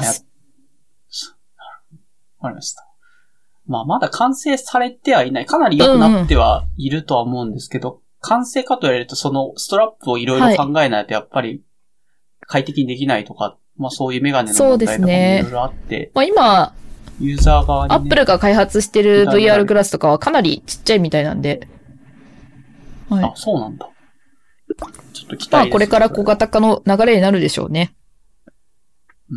S1: わかりました。まあまだ完成されてはいない。かなり良くなってはいるとは思うんですけど、うんうん、完成かと言われるとそのストラップをいろいろ考えないとやっぱり快適にできないとか、まあそういうメガネの問題とかもいろいろあって。ね、
S2: まあ今、
S1: ユーザー側に、ね、
S2: アップルが開発してる ブイアール グラスとかはかなりちっちゃいみたいなんで。
S1: はい、あ、そうなんだ。ちょっと期待です。
S2: まあこれから小型化の流れになるでしょうね。
S1: うん。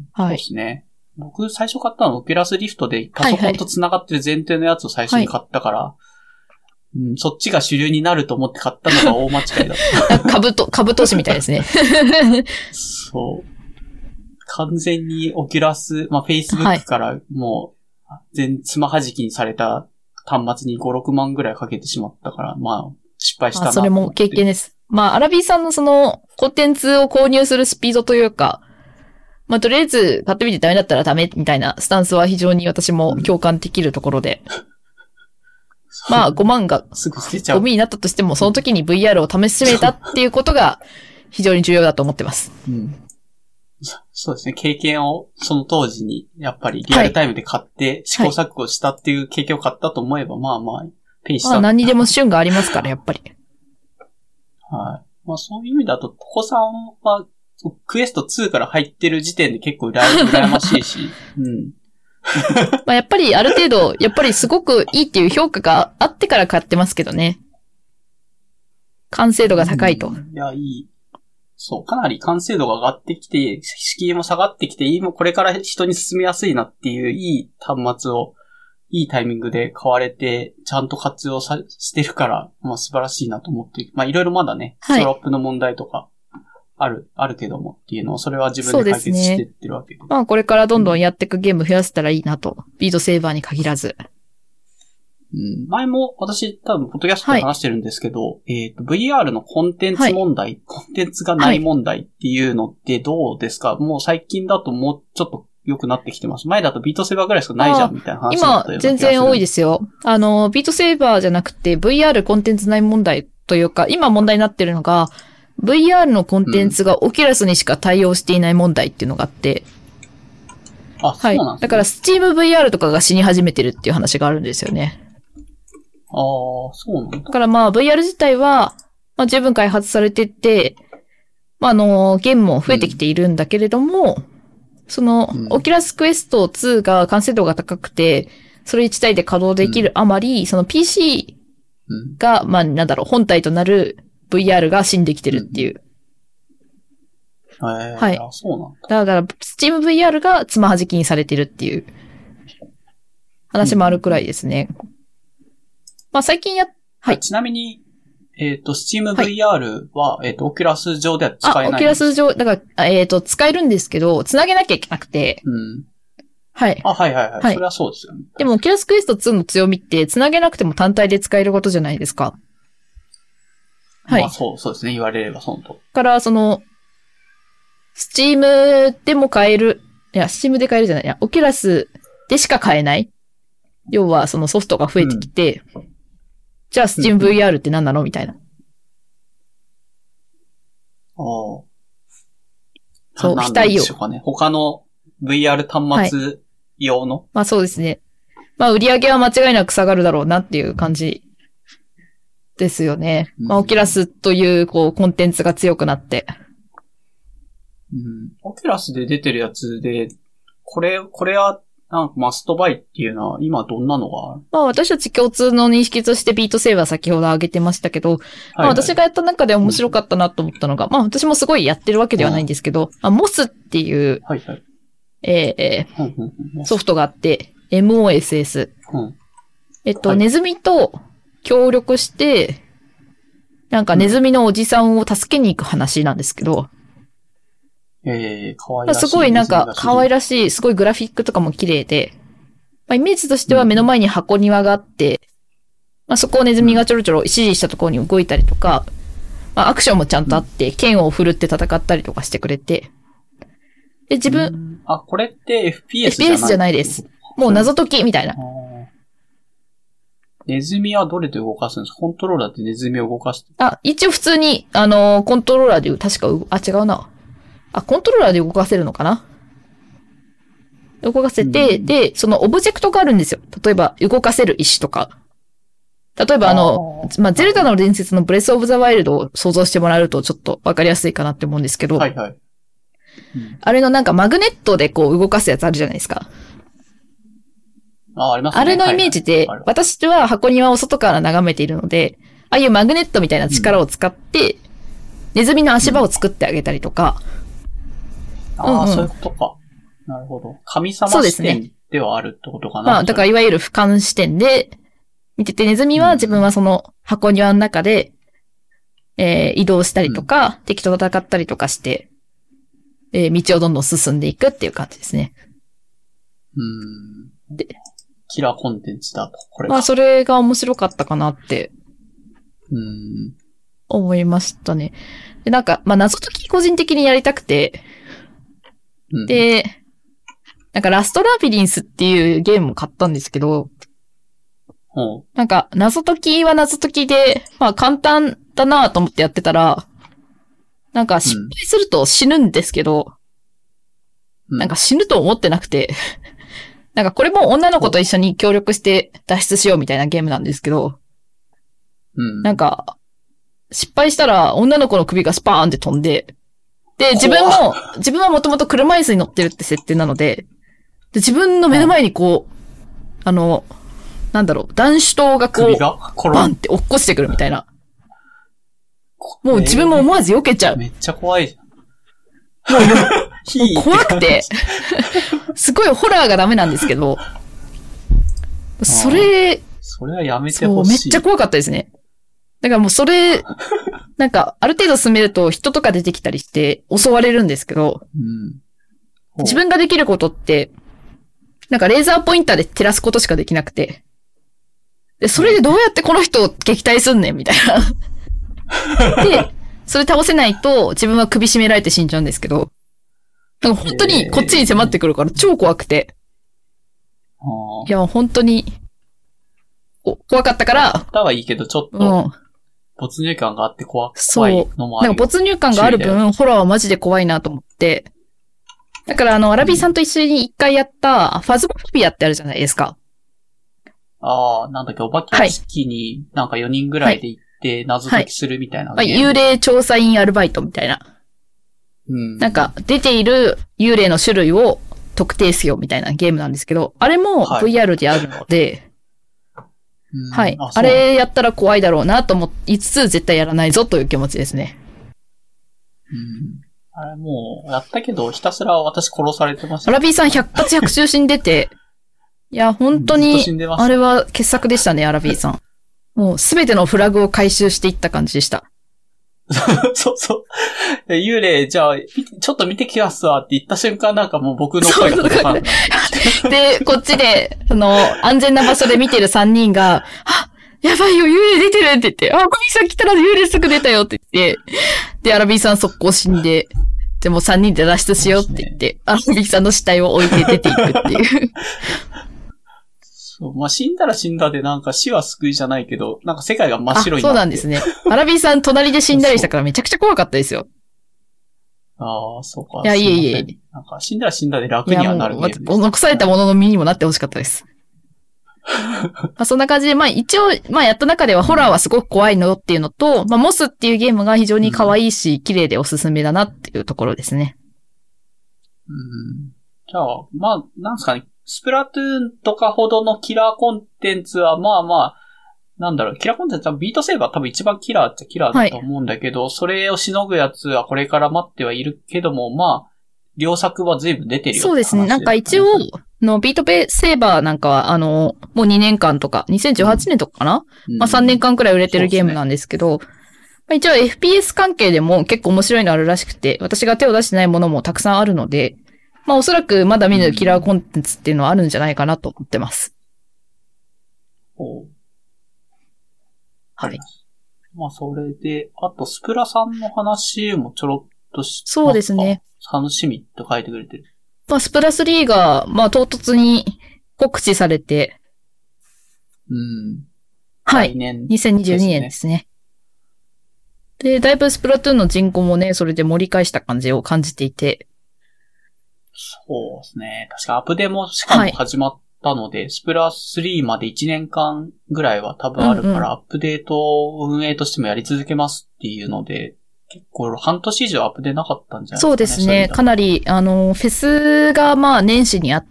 S1: はい。そうですね。僕最初買ったのはオキュラスリフトでパソコンと繋がってる前提のやつを最初に買ったから、はいはい、うん、そっちが主流になると思って買ったのが大間違いだった。
S2: 株と、株投資みたいですね。
S1: そう。完全にオキュラス、まあ、Facebook からもう、全、つまはじきにされた端末にご、ろくまんぐらいかけてしまったから、まあ、失敗したなと思って。
S2: あ、それも経験です。まあ、アラビーさんのその、コンテンツを購入するスピードというか、まあ、とりあえず買ってみてダメだったらダメみたいなスタンスは非常に私も共感できるところで。うん、まあ、ごまんがゴミになったとしても、その時に ブイアール を試しめたっていうことが非常に重要だと思ってます。
S1: うんそうですね。経験をその当時にやっぱりリアルタイムで買って試行錯誤したっていう経験を買ったと思えば、はい、まあまあ、ペイした。
S2: まあ何にでも旬がありますから、やっぱり。
S1: はい。まあそういう意味だと、トコさんはクエストツーから入ってる時点で結構羨ましいし。うん。
S2: まあやっぱりある程度、やっぱりすごくいいっていう評価があってから買ってますけどね。完成度が高いと。
S1: うん、いや、いい。そう、かなり完成度が上がってきて、敷居も下がってきて、今これから人に進めやすいなっていういい端末を、いいタイミングで買われて、ちゃんと活用さしてるから、まあ素晴らしいなと思って、まあいろいろまだね、ストラップの問題とか、ある、はい、あるけどもっていうのを、それは自分で解決していってるわけで。
S2: でね、まあこれからどんどんやっていくゲーム増やせたらいいなと、ビートセーバーに限らず。
S1: うん、前も私多分ポッドキャストで話してるんですけど、はい、えっと ブイアール のコンテンツ問題、はい、コンテンツがない問題っていうのってどうですか？はい、もう最近だともうちょっと良くなってきてます。前だとビートセーバーぐらいしかないじゃんみたいな話だったような気がする。
S2: 今全然多いですよ。あのビートセーバーじゃなくて ブイアール コンテンツない問題というか、今問題になってるのが、ブイアール のコンテンツがオキュラスにしか対応していない問題っていうのがあって、
S1: うん、あ、そうなんですね。
S2: はい。だから Steam ブイアール とかが死に始めてるっていう話があるんですよね。
S1: ああ、そうなんだ。
S2: だからまあ ブイアール 自体は、まあ十分開発されてて、まああの、ゲームも増えてきているんだけれども、うん、その、うん、Oculus Quest ツーが完成度が高くて、それ一体で稼働できるあまり、うん、その ピーシー が、うん、まあなんだろう、本体となる ブイアール が死んできてるっていう。
S1: うん、へー、
S2: はい。
S1: あ、そうなんだ。
S2: だから、Steam ブイアール がつまはじきにされてるっていう話もあるくらいですね。うん、まあ最近や、はい。
S1: ちなみに、えっ、ー、と、Steam ブイアール は、はい、えっ、ー、と、Oculus 上では使えないんですか？
S2: あ、Oculus 上、だから、えっ、ー、と、使えるんですけど、繋げなきゃいけなくて。
S1: うん。
S2: はい。
S1: あ、はいはいはい。はい、それはそうですよね。
S2: でも、Oculus Quest ツーの強みって、繋げなくても単体で使えることじゃないですか。
S1: はい。まあ、そう、そうですね。言われればそうと。
S2: だから、その、Steam でも買える、いや、Steam で買えるじゃない、いや、Oculus でしか買えない。要は、そのソフトが増えてきて、うん、じゃあ Steam ブイアール って何なのみたいな。
S1: ああ。
S2: そう、非対応。
S1: かね、他の ブイアール 端末用の、はい、
S2: まあそうですね。まあ売り上げは間違いなく下がるだろうなっていう感じですよね。うん、まあオキュラスというこうコンテンツが強くなって。
S1: うん。オキュラスで出てるやつで、これ、これはなんかマストバイっていうのは今どんなのがある？
S2: まあ私たち共通の認識としてビートセーバー先ほど挙げてましたけど、はいはい、まあ私がやった中で面白かったなと思ったのが、うん、まあ私もすごいやってるわけではないんですけど、まあ、モス っていう、はいはい、えー、ソフトがあって、エムオーエスエス。うん、えっと、はい、ネズミと協力して、なんかネズミのおじさんを助けに行く話なんですけど、
S1: ええー、かわいらしい。
S2: すごいなんか可愛らしい、すごいグラフィックとかも綺麗で、まあ、イメージとしては目の前に箱庭があって、うん、まあ、そこをネズミがちょろちょろ指示したところに動いたりとか、まあ、アクションもちゃんとあって、うん、剣を振るって戦ったりとかしてくれて、で、自分、うん、
S1: あ、これって エフピーエス じゃない？
S2: エフピーエス じゃないです。もう謎解きみたいな。
S1: ネズミはどれで動かすんですか？コントローラーってネズミを動かして。
S2: あ、一応普通に、あのー、コントローラーで、確か、あ、違うな。あ、コントローラーで動かせるのかな？動かせて、うん、で、そのオブジェクトがあるんですよ。例えば、動かせる石とか。例えば、あの、あまあ、ゼルダの伝説のブレスオブザワイルドを想像してもらえるとちょっとわかりやすいかなって思うんですけど。
S1: はいはい。うん、
S2: あれのなんかマグネットでこう動かすやつあるじゃないですか。
S1: あ、ありますね。
S2: あれのイメージで、はいはい、私は箱庭を外から眺めているので、ああいうマグネットみたいな力を使って、うん、ネズミの足場を作ってあげたりとか。
S1: うん、ああ、うんうん、そういうことか。なるほど。神様視点ではあるってことかな。
S2: まあ、だからいわゆる俯瞰視点で見てて、ネズミは自分はその箱庭の中で、えー、移動したりとか、うん、敵と戦ったりとかして、えー、道をどんどん進んでいくっていう感じですね。
S1: うーん。で、キラーコンテンツだと、これ
S2: まあ、それが面白かったかなって、
S1: うーん。
S2: 思いましたね。で、なんか、まあ、謎解き個人的にやりたくて、うん、で、なんかラストラビリンスっていうゲームを買ったんですけど、
S1: うん、
S2: なんか謎解きは謎解きで、まあ簡単だなと思ってやってたら、なんか失敗すると死ぬんですけど、うん、なんか死ぬと思ってなくて、なんかこれも女の子と一緒に協力して脱出しようみたいなゲームなんですけど、
S1: うん、
S2: なんか失敗したら女の子の首がスパーンって飛んで、で、自分も、自分はもともと車椅子に乗ってるって設定なので、で、自分の目の前にこう、あの、なんだろう、弾手刀がこう、バンって落っこしてくるみたいな。もう自分も思わず避けちゃう。
S1: えー、めっちゃ怖い。
S2: もう、もう怖くて、すごいホラーがダメなんですけど、それ、
S1: それはやめてほしい。
S2: めっちゃ怖かったですね。だからもうそれ、なんか、ある程度進めると人とか出てきたりして襲われるんですけど、
S1: うん、
S2: 自分ができることって、なんかレーザーポインターで照らすことしかできなくて、で、それでどうやってこの人を撃退すんねんみたいな。で、それ倒せないと自分は首絞められて死んじゃうんですけど、なんか本当にこっちに迫ってくるから超怖くて、
S1: えー、
S2: いや本当に、お怖かったから、
S1: あったはいいけどちょっと、
S2: うん、
S1: 没入感があって怖
S2: そう。
S1: 怖いのもあるよ。
S2: なんか没入感がある分、ホラーはマジで怖いなと思って。だからあの、アラビーさんと一緒に一回やった、ファズモフォビアってあるじゃないですか。
S1: ああ、なんだっけ、お化け屋敷になんかよにんぐらいで行って謎解きするみたいな、
S2: はいはい。幽霊調査員アルバイトみたいな。
S1: うん。なん
S2: か、出ている幽霊の種類を特定しようみたいなゲームなんですけど、あれも ブイアール であるので、はい。はい、あ, あれやったら怖いだろうなと思いつつ、絶対やらないぞという気持ちですね。
S1: うん。あれもう、やったけど、ひたすら私殺されてました。
S2: アラビーさんひゃく発ひゃく中死んでて、いや、本当に、あれは傑作でしたね、アラビーさん。もうすべてのフラグを回収していった感じでした。
S1: そうそう。幽霊、じゃあ、ちょっと見てきますわって言った瞬間なんかもう僕の声が届かなくなって。
S2: で、こっちで、その、安全な場所で見てるさんにんが、あ、やばいよ、幽霊出てるって言って、あ、コミさん来たら幽霊すぐ出たよって言って、で、アラビーさん速攻死んで、でもさんにんで脱出しようって言って、ね、アラビーさんの死体を置いて出ていくっていう。
S1: そう、まあ、死んだら死んだでなんか死は救いじゃないけど、なんか世界が真っ白になって。
S2: そうなんですね。アラビーさん隣で死んだりしたからめちゃくちゃ怖かったですよ。
S1: ああ、そうか。
S2: いや、いえいえ。
S1: なんか死んだら死んだで楽にはなるゲームです、ね。
S2: 残されたものの身にもなってほしかったです。まあそんな感じで、まあ一応、まあやった中ではホラーはすごく怖いのっていうのと、まあモスっていうゲームが非常に可愛いし、綺麗でおすすめだなっていうところですね。
S1: うん。じゃあ、まあ、なんですかね。スプラトゥーンとかほどのキラーコンテンツは、まあまあ、なんだろう、キラーコンテンツはビートセーバー多分一番キラーっちゃキラーだと思うんだけど、はい、それをしのぐやつはこれから待ってはいるけども、まあ、両作は随分出てるよ、ね。
S2: そうですね。なんか一応、のビートセーバーなんかは、あの、もうにねんかんとか、にせんじゅうはちねんとかかな、うん、まあさんねんかんくらい売れてるゲームなんですけど、ね、まあ、一応 エフピーエス 関係でも結構面白いのあるらしくて、私が手を出してないものもたくさんあるので、まあおそらくまだ見ぬキラーコンテンツっていうのはあるんじゃないかなと思ってます。
S1: おはい。まあそれで、あとスプラさんの話もちょろっとして。
S2: そうですね。
S1: 楽しみって書いてくれてる。
S2: まあスプラスリーが、まあ唐突に告知されて。
S1: うん。
S2: はい。来年、ね。にせんにじゅうにねんですね。で、だいぶスプラトゥーンの人口もね、それで盛り返した感じを感じていて。
S1: そうですね。確かアップデもしかも始まったので、はい、スプラスリーまでいちねんかんぐらいは多分あるから、うんうん、アップデートを運営としてもやり続けますっていうので、結構半年以上アップデートなかったんじゃないですかね。そうですね。
S2: かなり、あの、フェスがまあ年始にあって、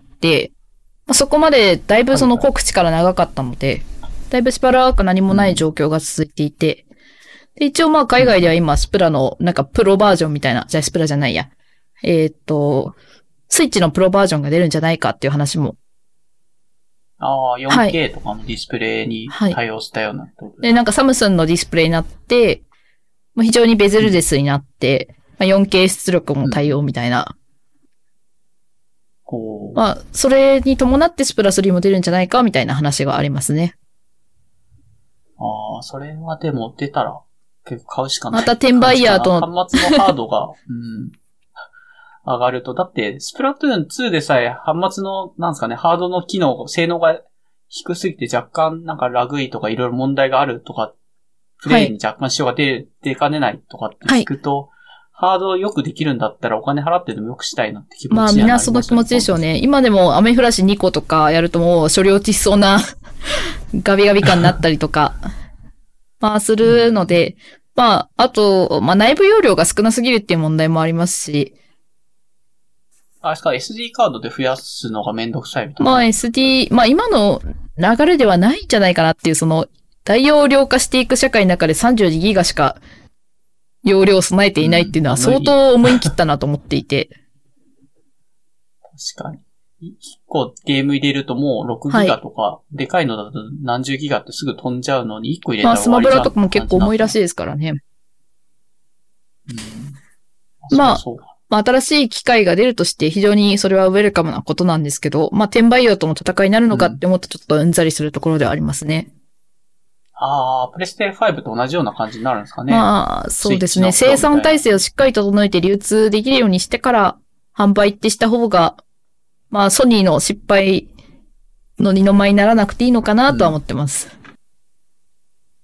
S2: そこまでだいぶその告知から長かったので、はいはい、だいぶしばらく何もない状況が続いていて、うん、で一応まあ海外では今スプラのなんかプロバージョンみたいな、じゃあスプラじゃないや。えー、っと、スイッチのプロバージョンが出るんじゃないかっていう話も。
S1: ああ、よんケー とかのディスプレイに対応したような、はい。
S2: で、なんかサムスンのディスプレイになって、非常にベゼルレスになって、うん、よんケー 出力も対応みたいな。
S1: うん、
S2: まあ、それに伴ってスプラスリーも出るんじゃないかみたいな話がありますね。
S1: ああ、それはでも出たら結構買うしかない。
S2: また転売ヤーと
S1: の。端末のハードが、うん。上がると。だって、スプラトゥーンツーでさえ、端末の、なんですかね、ハードの機能、性能が低すぎて若干、なんかラグいとかいろいろ問題があるとか、プレイに若干支障が出、出かねないとかって聞くと、はい、ハードよくできるんだったらお金払ってでもよくしたいなって気持ちにはなりますよね。
S2: まあ、みんなその気持ちでしょうね。今でもアメフラシにことかやるともう処理落ちしそうなガビガビ感になったりとか、まあ、するので、まあ、あと、まあ、内部容量が少なすぎるっていう問題もありますし、
S1: あれですか、エスディー カードで増やすのがめんどくさいみたいな。
S2: まあ エスディー、まあ今の流れではないんじゃないかなっていう、その、大容量化していく社会の中でさんじゅうにギガしか容量を備えていないっていうのは相当思い切ったなと思っていて。
S1: 確かに。いっこゲーム入れるともうろくギガとか、はい、でかいのだと何十ギガってすぐ飛んじゃうのにいっこ入れたら終わりじゃん。
S2: まあスマブラとかも結構重いらしいですからね。うん、まあ、そうそうまあ、新しい機械が出るとして非常にそれはウェルカムなことなんですけど、まあ、転売ヤーとの戦いになるのかって思うとちょっとうんざりするところではありますね。うん、
S1: ああ、プレステファイブと同じような感じになるんですかね。
S2: まあ、そうですね。生産体制をしっかり整えて流通できるようにしてから販売ってした方が、まあ、ソニーの失敗の二の舞にならなくていいのかなとは思ってます。
S1: あ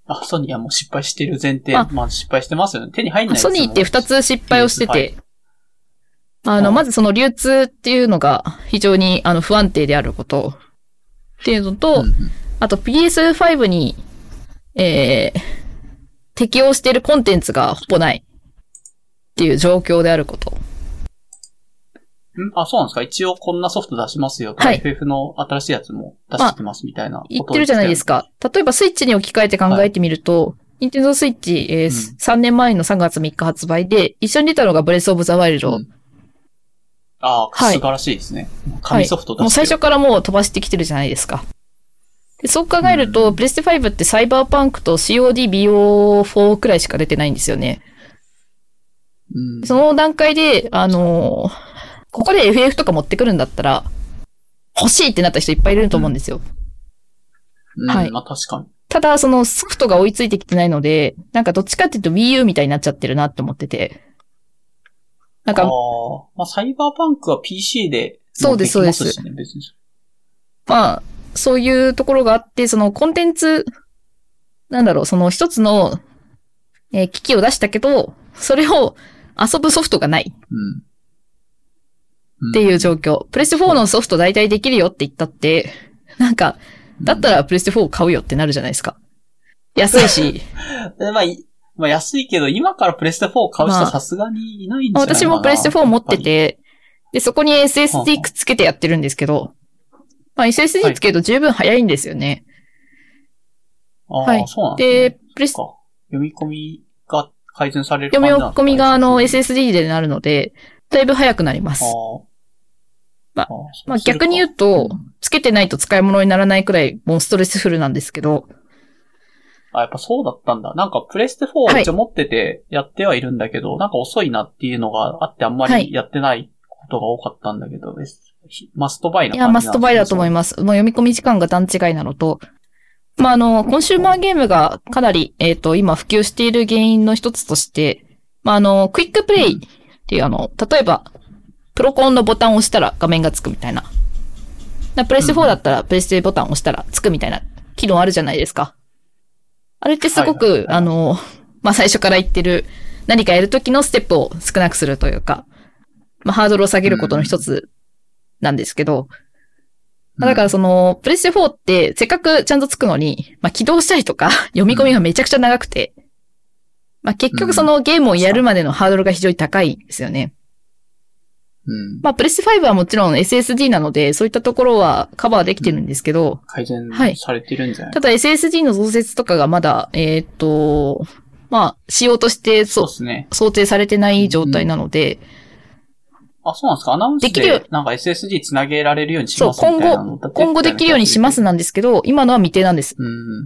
S1: あ、ソニーはもう失敗してる前提。
S2: あ
S1: まあ失敗してますよね。手に入んないやつも
S2: ソニーって二つ失敗をしてて、あの、
S1: うん
S2: まずその流通っていうのが非常にあの不安定であることっていうのと、
S1: うんうん、
S2: あと ピーエスファイブ に、えー、適用しているコンテンツがほぼないっていう状況であること。
S1: んあ、そうなんですか。一応こんなソフト出しますよとか、
S2: はい、
S1: エフエフ の新しいやつも出してきますみたいなことを
S2: 言ってるじゃないですか。例えばスイッチに置き換えて考えてみると、任天堂スイッチ、えーうん、さんねんまえのさんがつみっか発売で、一緒に出たのがブレスオブザワイルド。うん、
S1: ああ、はい、素晴らしいですね。紙ソフト出して、はい、
S2: もう最初からもう飛ばしてきてるじゃないですか。でそう考えると、うん、プレステファイブってサイバーパンクと シーオーディービーオーフォー くらいしか出てないんですよね。うん、その段階で、あのー、ここで エフエフ とか持ってくるんだったら、欲しいってなった人いっぱいいると思うんですよ。
S1: うん、はい。まあ確かに。
S2: ただ、そのソフトが追いついてきてないので、なんかどっちかっていうと Wii U みたいになっちゃってるなって思ってて。なんか、
S1: ああ、まあサイバーパンクは ピーシー で、
S2: そうです、そうです。
S1: 別に
S2: まあ、そういうところがあって、そのコンテンツ、なんだろう、その一つの、えー、機器を出したけど、それを遊ぶソフトがない。
S1: うん。
S2: っていう状況。プレステフォーのソフト大体できるよって言ったって、なんか、だったらプレステフォー買うよってなるじゃないですか。安いし。
S1: まあ、まあ安いけど、今からプレステフォー買う人はさすがにいないんじゃないかな。
S2: 私もプレステフォー持ってて、で、そこに エスエスディー くっつけてやってるんですけど、まあ エスエスディー つけると十分早いんですよね。
S1: はい、ああ、そうなんですね。
S2: で、プレス、
S1: 読み込みが改善される感じなんですか？
S2: 読み込みがあの エスエスディー でなるので、だいぶ早くなります。
S1: あ
S2: まあ、まあ逆に言うと、つけてないと使い物にならないくらいもうストレスフルなんですけど。
S1: あ、やっぱそうだったんだ。なんかプレステフォーを一応持っててやってはいるんだけど、はい、なんか遅いなっていうのがあってあんまりやってないことが多かったんだけど、はい、マストバイな感じなんですか？
S2: いや、マストバイだと思います。もう読み込み時間が段違いなのと、まあ、あの、コンシューマーゲームがかなり、えっと、今普及している原因の一つとして、まあ、あの、クイックプレイっていうあの、例えば、プロコンのボタンを押したら画面がつくみたいな。プレステフォーだったらプレステボタンを押したらつくみたいな機能あるじゃないですか。あれってすごく、はいはいはい、あの、まあ、最初から言ってる何かやるときのステップを少なくするというか、まあ、ハードルを下げることの一つなんですけど、うん、だからその、プレステフォーってせっかくちゃんとつくのに、まあ、起動したりとか読み込みがめちゃくちゃ長くて、まあ、結局そのゲームをやるまでのハードルが非常に高いんですよね。
S1: うん、
S2: まあ、プレステファイブはもちろん エスエスディー なので、そういったところはカバーできてるんですけど。うん、
S1: 改善されてるんじゃない、はい、
S2: ただ エスエスディー の増設とかがまだ、えっと、まあ、仕様として
S1: そうですね。
S2: 想定されてない状態なので。うん、
S1: あ、そうなんですか？アナウンスでなんか エスエスディー つなげられるようにしますみたいなの。
S2: そう、今後、今後できるようにしますなんですけど、今のは未定なんです。
S1: うん、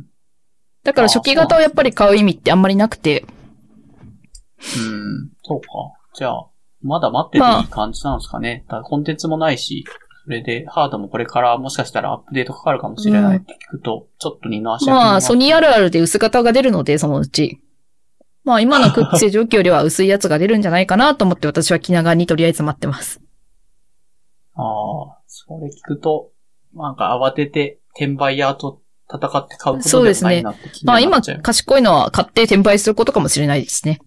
S2: だから初期型をやっぱり買う意味ってあんまりなくて。
S1: うん、そうか。じゃあ、まだ待ってていい感じなんですかね。まあ、だコンテンツもないし、それでハードもこれからもしかしたらアップデートかかるかもしれないって聞くと、うん、ちょっと二の足が気になる。
S2: まあ、ソニーあるあるで薄型が出るので、そのうち。まあ、今の空気清浄機よりは薄いやつが出るんじゃないかなと思って私は気長にとりあえず待ってます。
S1: ああ、それ聞くと、なんか慌てて転売屋と戦って買うことでもないなって気になっちゃう。そうですね。まあ今
S2: 賢いのは買って転売することかもしれないですね。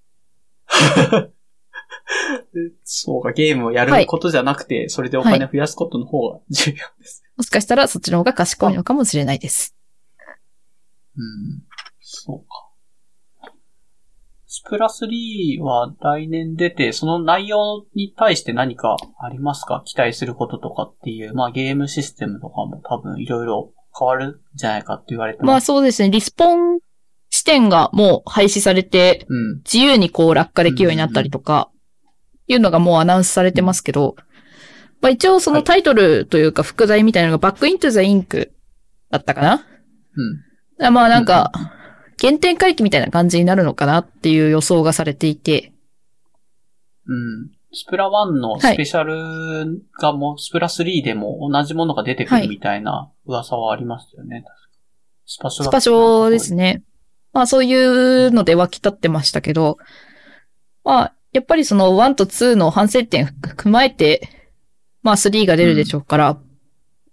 S1: そうか、ゲームをやることじゃなくて、はい、それでお金を増やすことの方が重要です、
S2: はい。もしかしたらそっちの方が賢いのかもしれないです。
S1: うん、そうか。スプラスリーは来年出て、その内容に対して何かありますか？期待することとかっていう、まあゲームシステムとかも多分いろいろ変わるんじゃないかって言われてます。
S2: まあそうですね、リスポン視点がもう廃止されて、うん、自由にこう落下できるようになったりとか、いうのがもうアナウンスされてますけど、まあ一応そのタイトルというか副題みたいなのがバックイントゥザインクだったかな？うん。まあなんか、原点回帰みたいな感じになるのかなっていう予想がされていて。
S1: うん。スプラワンのスペシャルがもうスプラスリーでも同じものが出てくるみたいな噂はありましたよね。はい、スパショ
S2: スパショですね。まあそういうので沸き立ってましたけど、まあやっぱりそのワンとツーの反省点踏まえて、まあスリーが出るでしょうから、うん、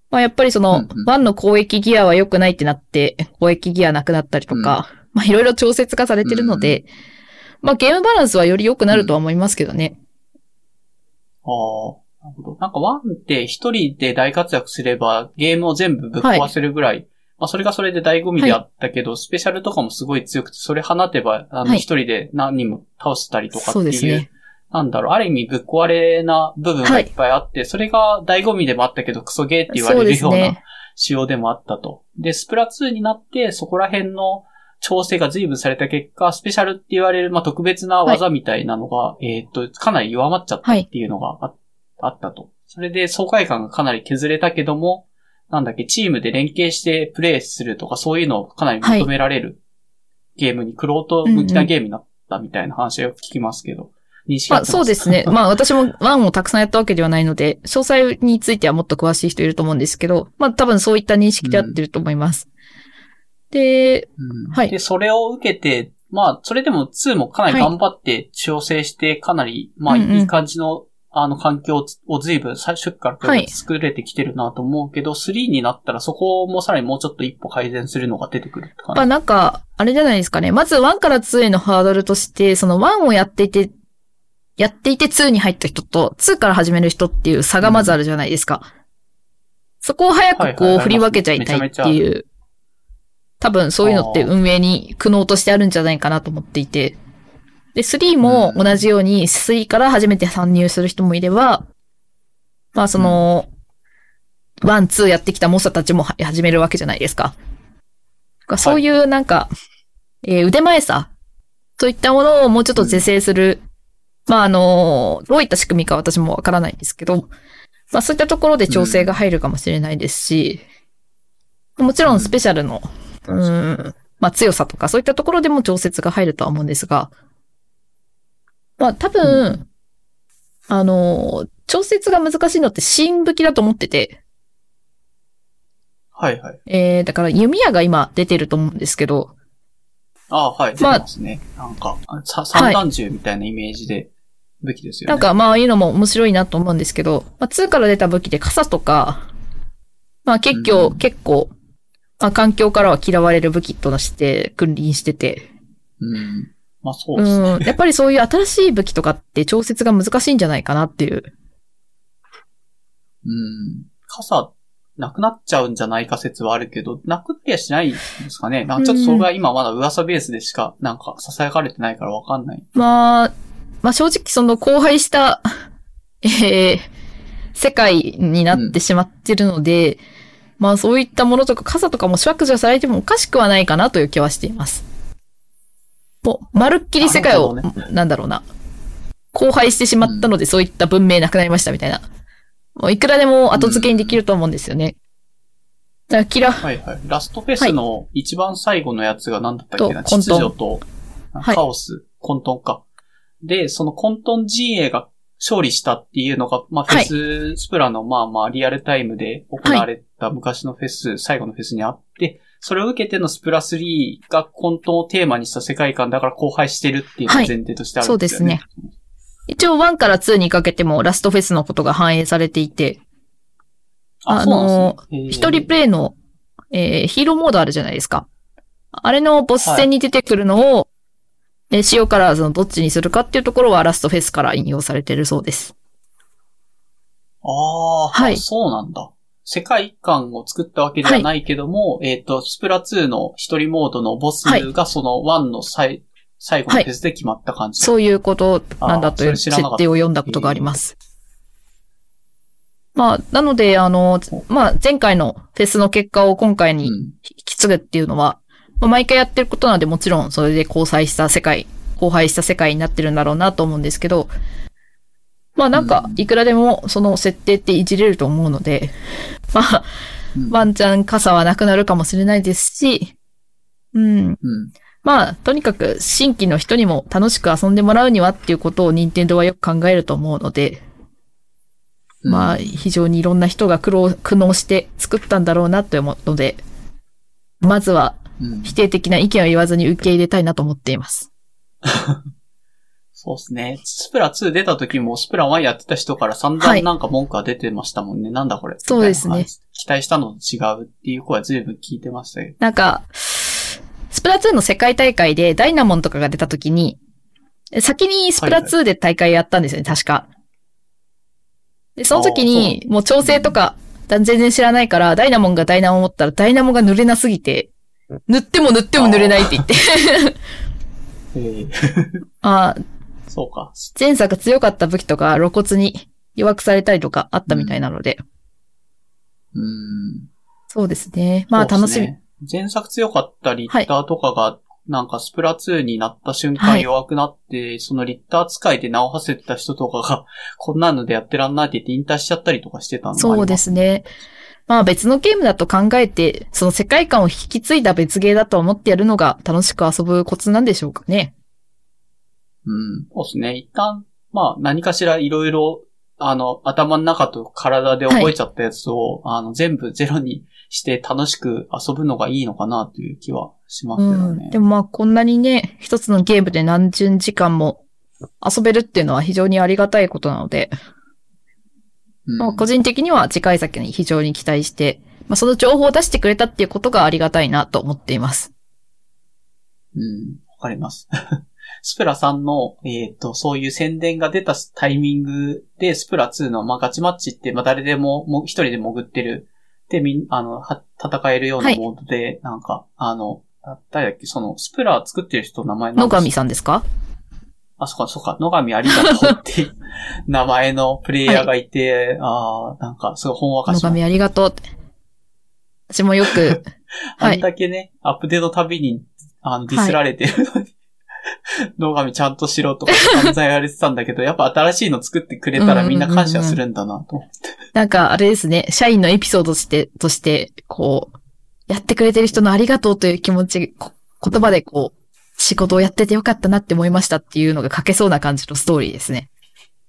S2: まあやっぱりその、
S1: うんうん
S2: ワンの攻撃ギアは良くないってなって、攻撃ギアなくなったりとか、うん、まあいろいろ調節化されてるので、うん、まあゲームバランスはより良くなるとは思いますけどね。
S1: うん、ああ、なるほど。なんかワンって一人で大活躍すればゲームを全部ぶっ壊せるぐらい、はい、まあそれがそれで醍醐味であったけど、はい、スペシャルとかもすごい強くて、それ放てば、あの一人で何人も倒せたりとかっていう、はい、そうですね。なんだろう、ある意味ぶっ壊れな部分がいっぱいあって、はい、それが醍醐味でもあったけど、クソゲーって言われるような仕様でもあったと。で、スプラツーになって、そこら辺の調整が随分された結果、スペシャルって言われる、まあ、特別な技みたいなのが、はい、えっと、かなり弱まっちゃったっていうのが あ,、はい、あったと。それで爽快感がかなり削れたけども、なんだっけ、チームで連携してプレイするとか、そういうのをかなり求められるゲームに、クロート向きなゲームになったみたいな話を聞きますけど。うんうん
S2: まあそうですね。まあ私もワンをたくさんやったわけではないので、詳細についてはもっと詳しい人いると思うんですけど、まあ多分そういった認識で合ってると思います。うん、で、
S1: うん、はい。で、それを受けて、まあそれでもツーもかなり頑張って調整して、かなり、まあいい感じの、うんうん、あの環境を随分最初から作れてきてるなと思うけど、はい、スリーになったらそこもさらにもうちょっと一歩改善するのが出てくるって感じ。
S2: まあなんか、あれじゃないですかね。まずワンからツーへのハードルとして、そのワンをやっていて、やっていてツーに入った人とツーから始める人っていう差がまずあるじゃないですか。うん、そこを早くこう振り分けちゃいたいっていう、多分そういうのって運営に苦悩としてあるんじゃないかなと思っていて。で、スリーも同じようにスリーから初めて参入する人もいれば、まあその、ワン、ツーやってきた猛者たちも始めるわけじゃないですか。そういうなんか、えー、腕前さ、そういったものをもうちょっと是正する、まあ、あの、どういった仕組みか私もわからないんですけど、まあそういったところで調整が入るかもしれないですし、うん、もちろんスペシャルの、うん、うんまあ強さとかそういったところでも調節が入るとは思うんですが、まあ多分、うん、あの、調節が難しいのって新武器だと思ってて、
S1: はいはい。
S2: えー、だから弓矢が今出てると思うんですけど、
S1: ああ、はい。出てますね。まあ、なんか、三段銃みたいなイメージで、はい武器ですよね。
S2: なんかまあああいうのも面白いなと思うんですけど、まあツーから出た武器で傘とか、まあ結構、うん、結構、まあ環境からは嫌われる武器として君臨してて。
S1: うん。まあそうですね。
S2: うん。やっぱりそういう新しい武器とかって調節が難しいんじゃないかなっていう。
S1: うん。傘、なくなっちゃうんじゃないか説はあるけど、なくなりはしないんですかね。なんかちょっとそれが今まだ噂ベースでしか、なんか囁かれてないからわかんない。
S2: まあ、まあ正直その荒廃した、えー、世界になってしまってるので、うん、まあそういったものとか傘とかも削除されてもおかしくはないかなという気はしています。もう、まるっきり世界を、な, ね、なんだろうな、荒廃してしまったので、うん、そういった文明なくなりましたみたいな。もういくらでも後付けにできると思うんですよね。うん、だからキラ
S1: はいはい。ラストフェスの一番最後のやつが何だったっけな、はい、秩序とカオス、はい、混沌か。で、その混沌陣営が勝利したっていうのが、まあフェス、はい、スプラのまあまあリアルタイムで行われた昔のフェス、はい、最後のフェスにあって、それを受けてのスプラスリーが混沌をテーマにした世界観だから荒廃してるっていうのが前提としてあるんですよね。はい、そうですね。
S2: 一応ワンからツーにかけてもラストフェスのことが反映されていて、
S1: あ、
S2: あの、
S1: ね、
S2: 一人プレイの、えー、ヒーローモードあるじゃないですか。あれのボス戦に出てくるのを、はいで、シオカラーズのどっちにするかっていうところはラストフェスから引用されているそうです。
S1: ああ、はい。そうなんだ。世界観を作ったわけではないけども、はい、えっ、ー、と、スプラツーの一人モードのボスがそのワンの最、最後のフェスで決まった感じ、
S2: はい、そういうことなんだという設定を読んだことがあります。まあ、なので、あの、まあ、前回のフェスの結果を今回に引き継ぐっていうのは、うん、毎回やってることなので、もちろんそれで交際した世界、荒廃した世界になってるんだろうなと思うんですけど、まあなんか、いくらでもその設定っていじれると思うので、まあ、うん、ワンチャン傘はなくなるかもしれないですし、うん。うん、まあ、とにかく新規の人にも楽しく遊んでもらうにはっていうことを任天堂はよく考えると思うので、うん、まあ、非常にいろんな人が苦労、苦悩して作ったんだろうなと思うので、まずは否定的な意見を言わずに受け入れたいなと思っています。
S1: そうですね。スプラツー出た時もスプラワンやってた人から散々なんか文句が出てましたもんね。はい、なんだこれ。
S2: そうですね。
S1: 期待したのと違うっていう声は随分聞いてましたよ。
S2: なんか、スプラトゥーンの世界大会でダイナモンとかが出た時に、先にスプラツーで大会やったんですよね、はいはい、確か。で、その時に、もう調整とか、全然知らないから、ダイナモンがダイナモン持ったら、ダイナモンが塗れなすぎて、塗っても塗っても塗れないって言って。ああ、
S1: そうか。
S2: 前作強かった武器とか露骨に弱くされたりとかあったみたいなので。
S1: うん。うん
S2: そうですね。まあ楽しみ。ね、
S1: 前作強かったリッターとかが、はい、なんかスプラツーになった瞬間弱くなって、はい、そのリッター使いで名を馳せてた人とかが、こんなのでやってらんないって言って引退しちゃったりとかしてたのもあります。
S2: そうですね。まあ別のゲームだと考えて、その世界観を引き継いだ別ゲーだと思ってやるのが楽しく遊ぶコツなんでしょうかね。
S1: うん、そうですね。一旦、まあ何かしらいろいろ、あの、頭の中と体で覚えちゃったやつを、はい、あの、全部ゼロにして楽しく遊ぶのがいいのかなという気はしますけどね。
S2: うん、でもまあこんなにね、一つのゲームで何十時間も遊べるっていうのは非常にありがたいことなので、うんまあ、個人的には次回作に非常に期待して、まあその情報を出してくれたっていうことがありがたいなと思っています。
S1: うん、わかります。スプラさんの、えっと、そういう宣伝が出たタイミングで、スプラツーの、まあ、ガチマッチって、まあ、誰でも、も一人で潜ってる。で、みん、あの、は、戦えるようなモードで、はい、なんか、あの、誰だっけ、その、スプラ作ってる人の名前なんですか？
S2: 野上さんですか？
S1: あ、そっか、そっか、野上ありがとうっていう名前のプレイヤーがいて、はい、ああ、なんか、すごいほんわかしました。
S2: 野上ありがとうって。私もよく、
S1: あんだけね、はい、アップデートたびに、あの、ディスられてるのに、はい、野上ちゃんとしろとか散々言われてたんだけど、やっぱ新しいの作ってくれたらみんな感謝するんだなと思って。
S2: なんかあれですね、社員のエピソードとして、として、こう、やってくれてる人のありがとうという気持ち、言葉でこう、仕事をやっててよかったなって思いましたっていうのが書けそうな感じのストーリーですね。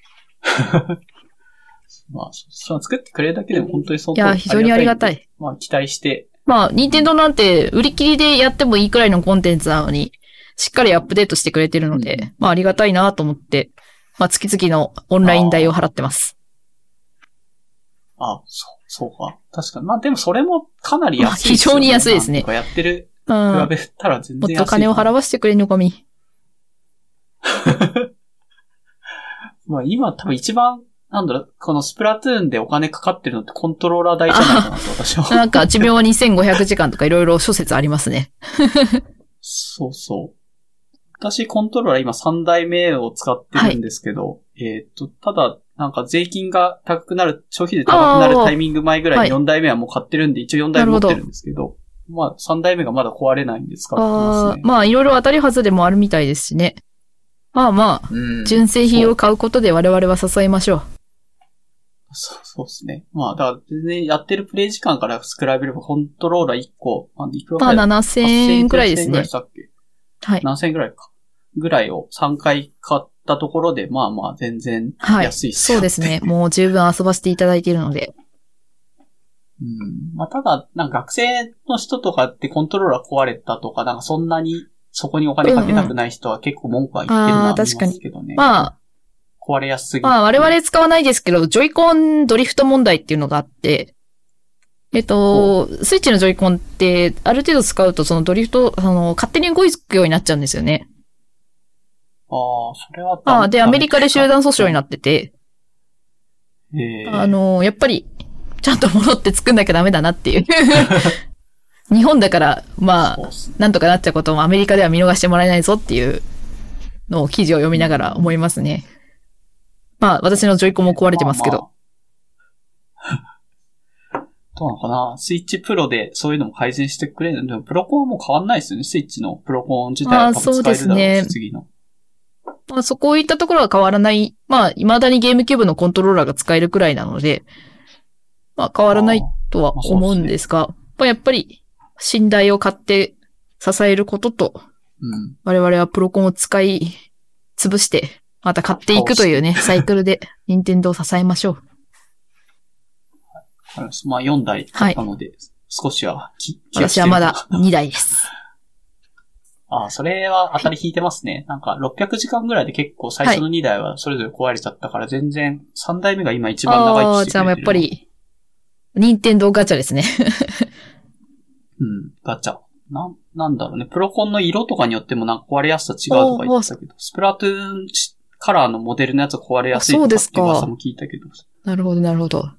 S1: まあ、その作ってくれるだけでも本当に相当
S2: いや、非常にありがたい。
S1: まあ、期待して。
S2: まあ、任天堂なんて売り切りでやってもいいくらいのコンテンツなのに、しっかりアップデートしてくれてるので、うん、まあありがたいなと思って、まあ月々のオンライン代を払ってます。
S1: ああ、そう、そうか。確かに。まあでもそれもかなり安いですよね。
S2: 非常に安いですね。
S1: やってる。比べたら全然安い。
S2: もっと金を払わせてくれんのかみ。
S1: まあ今多分一番、なんだろう、このスプラトゥーンでお金かかってるのってコントローラー代じゃないかなと私は。
S2: なんか寿命にせんごひゃくじかんとかいろいろ諸説ありますね。
S1: そうそう。私、コントローラー今さんだいめを使ってるんですけど、はい、えっと、ただ、なんか税金が高くなる、消費税高くなるタイミング前ぐらいによんだいめはもう買ってるんで、はい、一応よんだいめ持ってるんですけど、まあさんだいめがまだ壊れないんで使ってますね。
S2: あまあいろいろ当たり外れもあるみたいですしね。まあまあ、うん、純正品を買うことで我々は支えましょう。
S1: そうそうですね。まあ、だから全然やってるプレイ時間から比べればコントローラーいっこ、まあ、いくら
S2: まあななせんえんくらいですね。
S1: はい。ななせんえんくらいか。ぐらいをさんかい買ったところで、まあまあ全然安いっすよ、
S2: はい。そうですね。もう十分遊ばせていただいているので。
S1: うん。まあただ、なんか学生の人とかってコントローラー壊れたとか、なんかそんなにそこにお金かけたくない人は結構文句は言ってるのはありますけどね。
S2: うんうん、まあ、
S1: 壊れやすすぎ
S2: まあ我々使わないですけど、ジョイコンドリフト問題っていうのがあって、えっと、スイッチのジョイコンって、ある程度使うとそのドリフト、あの、勝手に動くようになっちゃうんですよね。
S1: ああ、それは
S2: ああ、で、アメリカで集団訴訟になってて、
S1: へ
S2: あの、やっぱり、ちゃんと戻って作んなきゃダメだなっていう。日本だから、まあ、なんとかなっちゃうこともアメリカでは見逃してもらえないぞっていうのを記事を読みながら思いますね。まあ、私のジョイコンも壊れてますけど。
S1: まあまあ、どうなのかな、スイッチプロでそういうのも改善してくれるのでも、プロコンはもう変わんないですよね。スイッチのプロコン自体は多分使えるだろうし、ね、次の。
S2: まあ、そこをいったところは変わらない。まあ、未だにゲームキューブのコントローラーが使えるくらいなので、まあ、変わらないとは思うんですが、まあ、やっぱり、信頼を買って支えることと、
S1: うん、
S2: 我々はプロコンを使い潰して、また買っていくというね、サイクルで、任天堂を支えましょう。
S1: まあ、よんだい買ったので、はい、少しは気
S2: がしてる。私はまだにだいです。
S1: ああ、それは当たり引いてますね。なんか、ろっぴゃくじかんぐらいで結構最初のにだいはそれぞれ壊れちゃったから、全然さんだいめが今一番長生きしてくれてる。
S2: ああ、じゃあやっぱり、 任天堂ガチャですね。
S1: うん、ガチャ。な、なんだろうね。プロコンの色とかによってもなんか壊れやすさ違うとか言ってたけど、スプラトゥーンカラーのモデルのやつは壊れやすいとかっていう噂も聞いたけど。
S2: なるほど、なるほど。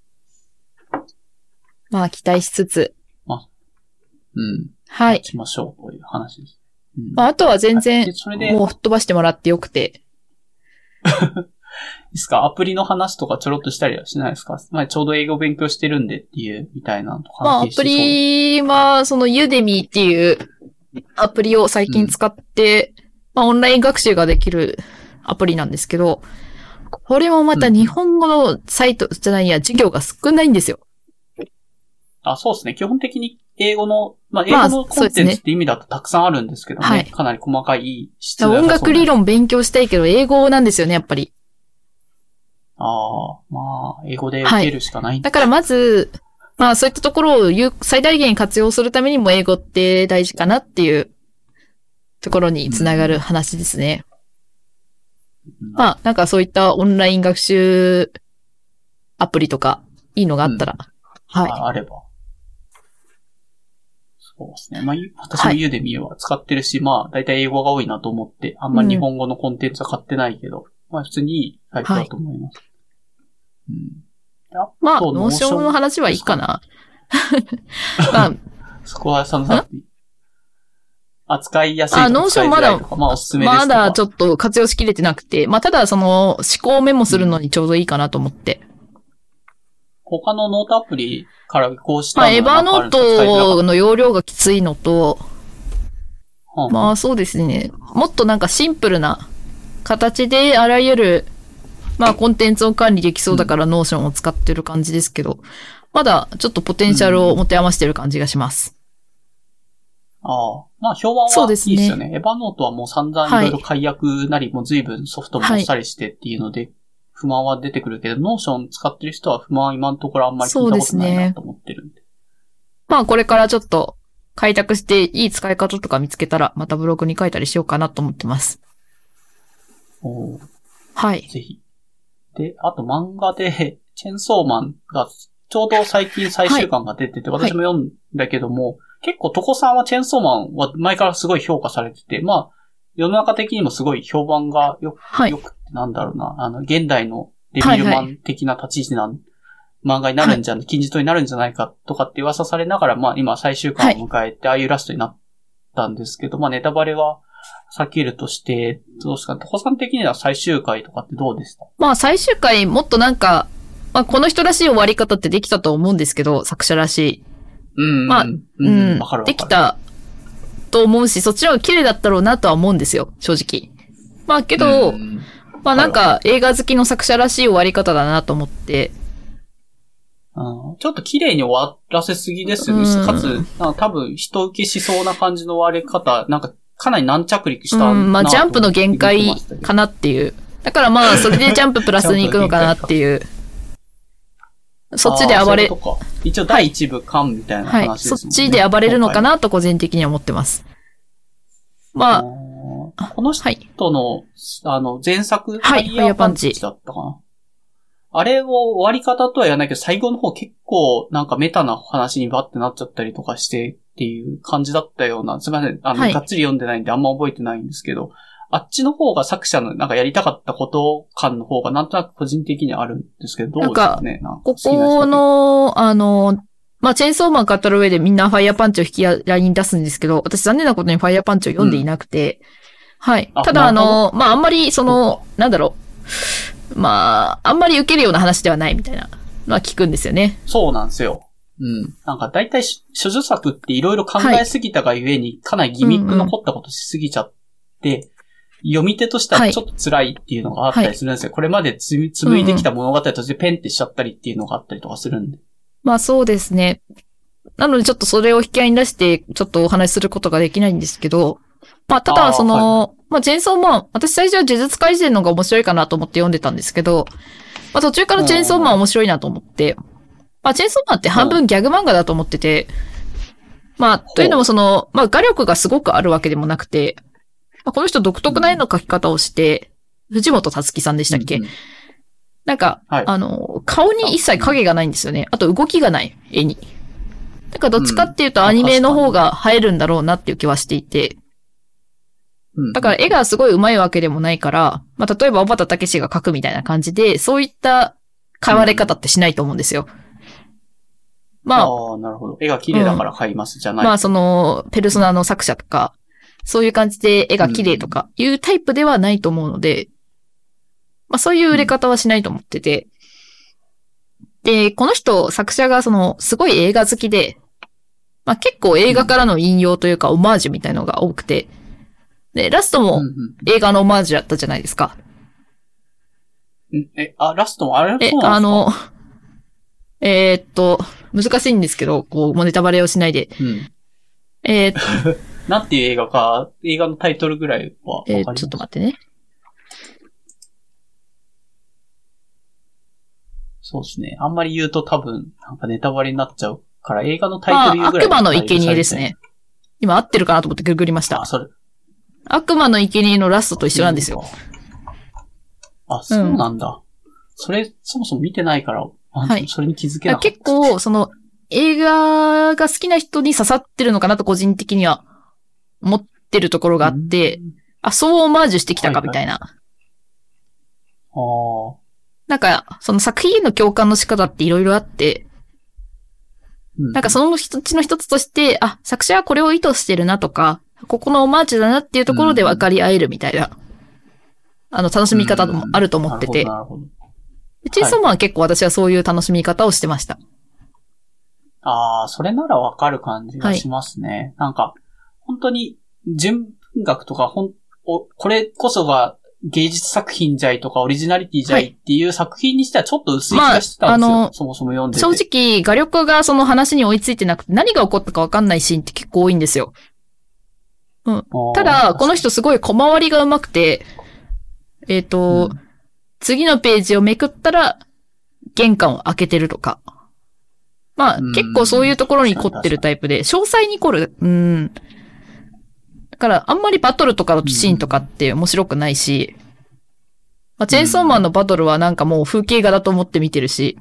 S2: まあ、期待しつつ。
S1: あ、うん。
S2: はい。
S1: 待ちましょうという話です。
S2: うん、まあ、あとは全然、
S1: それで
S2: もう吹っ飛ばしてもらってよくて。
S1: いいですか？アプリの話とかちょろっとしたりはしないですか？まあ、ちょうど英語勉強してるんでっていう、みたいなのとか。
S2: まあ、アプリは、そのユーデミーっていうアプリを最近使って、うん、まあ、オンライン学習ができるアプリなんですけど、これもまた日本語のサイトじゃないや、授業が少ないんですよ。
S1: あ、そうですね。基本的に英語の、まあ、英語のコンテンツって意味だとたくさんあるんですけどね。まあ、ねはい。かなり細かい質が、ね。
S2: 音楽理論勉強したいけど、英語なんですよね、やっぱり。
S1: ああ、まあ、英語で受けるしかないんだ、
S2: はい。だからまず、まあそういったところを最大限活用するためにも英語って大事かなっていうところにつながる話ですね。うん、まあなんかそういったオンライン学習アプリとかいいのがあったら、うん、はい。
S1: あ。あれば。そうですね。まあ私もユーデミーは使ってるし、はい、まあ大体英語が多いなと思って、あんまり日本語のコンテンツは買ってないけど、うん、まあ普通にいいサイトだと思います。はいうん、
S2: まあ、ノーションの話はいいかな。まあ、
S1: そこはそのさ、扱いやすいとか
S2: あ、ノーションまだ、
S1: まあおすすめですとか。
S2: まだちょっと活用しきれてなくて、まあただその思考メモするのにちょうどいいかなと思って。うん、
S1: 他のノートアプリから移行したのは
S2: まあエバーノートの容量がきついのと、はあ、まあそうですね。もっとなんかシンプルな形であらゆるまあコンテンツを管理できそうだからノーションを使ってる感じですけど、まだちょっとポテンシャルを持て余してる感じがします。
S1: うん、ああ。まあ評判はいいですよね。エヴァノートはもう散々いろいろ解約なり、もう随分ソフトもしたりしてっていうので、不満は出てくるけど、はい、ノーション使ってる人は不満は今のところあんまり聞いたことないなと思ってるんで。でね、
S2: まあこれからちょっと開拓していい使い方とか見つけたら、またブログに書いたりしようかなと思ってます。
S1: おー。
S2: はい。
S1: ぜひ。で、あと漫画で、チェンソーマンが、ちょうど最近最終巻が出てて、はい、私も読んだけども、はい、結構、トコさんはチェンソーマンは前からすごい評価されてて、まあ、世の中的にもすごい評判がよく、はい、よくってなんだろうな、あの、現代のデビルマン的な立ち位置な、はいはい、漫画になるんじゃ、はい、金字塔になるんじゃないかとかって噂されながら、まあ今最終巻を迎えて、はい、ああいうラストになったんですけど、まあネタバレは、避けるとして、どうですか？トコさん的には最終回とかってどうでした？
S2: まあ最終回もっとなんか、まあこの人らしい終わり方ってできたと思うんですけど、作者らしい。
S1: うん。
S2: まあ、うん、うん、わかるわかる。できたと思うし、そっちの方が綺麗だったろうなとは思うんですよ、正直。まあけど、うん、まあなんか映画好きの作者らしい終わり方だなと思って。
S1: うん、ちょっと綺麗に終わらせすぎですよね。うん、かつ、多分人受けしそうな感じの終わり方、なんか、かなり軟着陸したなと、
S2: うん。まあ、ジャンプの限界かなっていう。だからまあ、それでジャンププラスに行くのかなっていう。そっちで暴れ、
S1: そういうことか。一応第一部完みたいな話ですもんね。はい。
S2: そっちで暴れるのかなと個人的には思ってます。ま
S1: あ、この人の、はい、あの、前作、
S2: はい、ファイヤーパンチ
S1: だったかな。あれを終わり方とは言わないけど、最後の方結構なんかメタな話にバッてなっちゃったりとかしてっていう感じだったような、すみません、あの、はい、がっつり読んでないんであんま覚えてないんですけど、あっちの方が作者のなんかやりたかったこと感の方がなんとなく個人的にあるんですけど、どうですかね？なんか
S2: ここの、あの、まあ、チェーンソーマン語る上でみんなファイヤーパンチを引き合いに出すんですけど、私残念なことにファイヤーパンチを読んでいなくて、うん、はい。ただあの、まあ、あんまりその、なんだろう、まあ、あんまり受けるような話ではないみたいなのは聞くんですよね。
S1: そうなんですよ。うん。なんか大体、諸女作っていろいろ考えすぎたがゆえに、はい、かなりギミック残ったことしすぎちゃって、うんうん、読み手としてはちょっと辛いっていうのがあったりするんですよ。はい、これまでつ紡いできた物語としてペンってしちゃったりっていうのがあったりとかするんで。
S2: まあそうですね。なのでちょっとそれを引き合いに出して、ちょっとお話しすることができないんですけど、まあただその、はい、まあチェーンソーマン、私最初は呪術廻戦の方が面白いかなと思って読んでたんですけど、まあ途中からチェーンソーマン面白いなと思って、まあチェーンソーマンって半分ギャグ漫画だと思ってて、まあというのもその、まあ画力がすごくあるわけでもなくて、まあ、この人独特な絵の描き方をして、うん、藤本たつきさんでしたっけ、うんうん、なんか、はい、あの、 顔に一切影がないんですよね。あと動きがない、絵に。だからどっちかっていうとアニメの方が映えるんだろうなっていう気はしていて。だから絵がすごい上手いわけでもないから、まあ例えば小畑武史が描くみたいな感じで、そういった変われ方ってしないと思うんですよ。まあ。
S1: ああ、なるほど。絵が綺麗だから買います、うん、じゃない。
S2: まあその、ペルソナの作者とか、そういう感じで絵が綺麗とかいうタイプではないと思うので、まあそういう売れ方はしないと思ってて。で、この人、作者がその、すごい映画好きで、まあ結構映画からの引用というかオマージュみたいなのが多くて、で、ラストも映画のオマージュだったじゃないですか。
S1: んえ、あ、ラストもあれそうなんですか？
S2: え、あの、えー、っと、難しいんですけど、こう、もうネタバレをしないで。
S1: うん、
S2: えー、
S1: なんていう映画か、映画のタイトルぐらいはわかります？
S2: えー、ちょっと待ってね。
S1: そうですね。あんまり言うと多分、なんかネタバレになっちゃうから、映画のタイトル言うぐらい。
S2: あ、悪魔の生贄ですね。今合ってるかなと思ってググりました。
S1: あ、それ。
S2: 悪魔の生贄のラストと一緒なんですよ。
S1: あ、そうなんだ。うん、それ、そもそも見てないから、はい、それに気づけなかった。
S2: 結構、その、映画が好きな人に刺さってるのかなと個人的には思ってるところがあって、あ、そうオマージュしてきたかみたいな。
S1: はいはい、ああ。
S2: なんか、その作品への共感の仕方っていろいろあって、うん、なんかその一つの一つとして、あ、作者はこれを意図してるなとか、ここのオマージュだなっていうところで分かり合えるみたいな、うん、あの、楽しみ方もあると思ってて、
S1: なるほど、なるほど。
S2: チェンソーマンは結構私はそういう楽しみ方をしてました。
S1: ああ、それならわかる感じがしますね。はい、なんか、本当に、純文学とか、ほん、お、これこそが芸術作品じゃいとかオリジナリティじゃいっていう作品にしてはちょっと薄い気がしてたんですよ。まあ、あの、そもそも読んでて。
S2: 正直、画力がその話に追いついてなくて、何が起こったかわかんないシーンって結構多いんですよ。うん。ただ、この人すごい小回りが上手くて、えっと、うん、次のページをめくったら、玄関を開けてるとか。まあ、結構そういうところに凝ってるタイプで、詳細に凝る。うん。だから、あんまりバトルとかのシーンとかって面白くないし、まあ、チェーンソーマンのバトルはなんかもう風景画だと思って見てるし。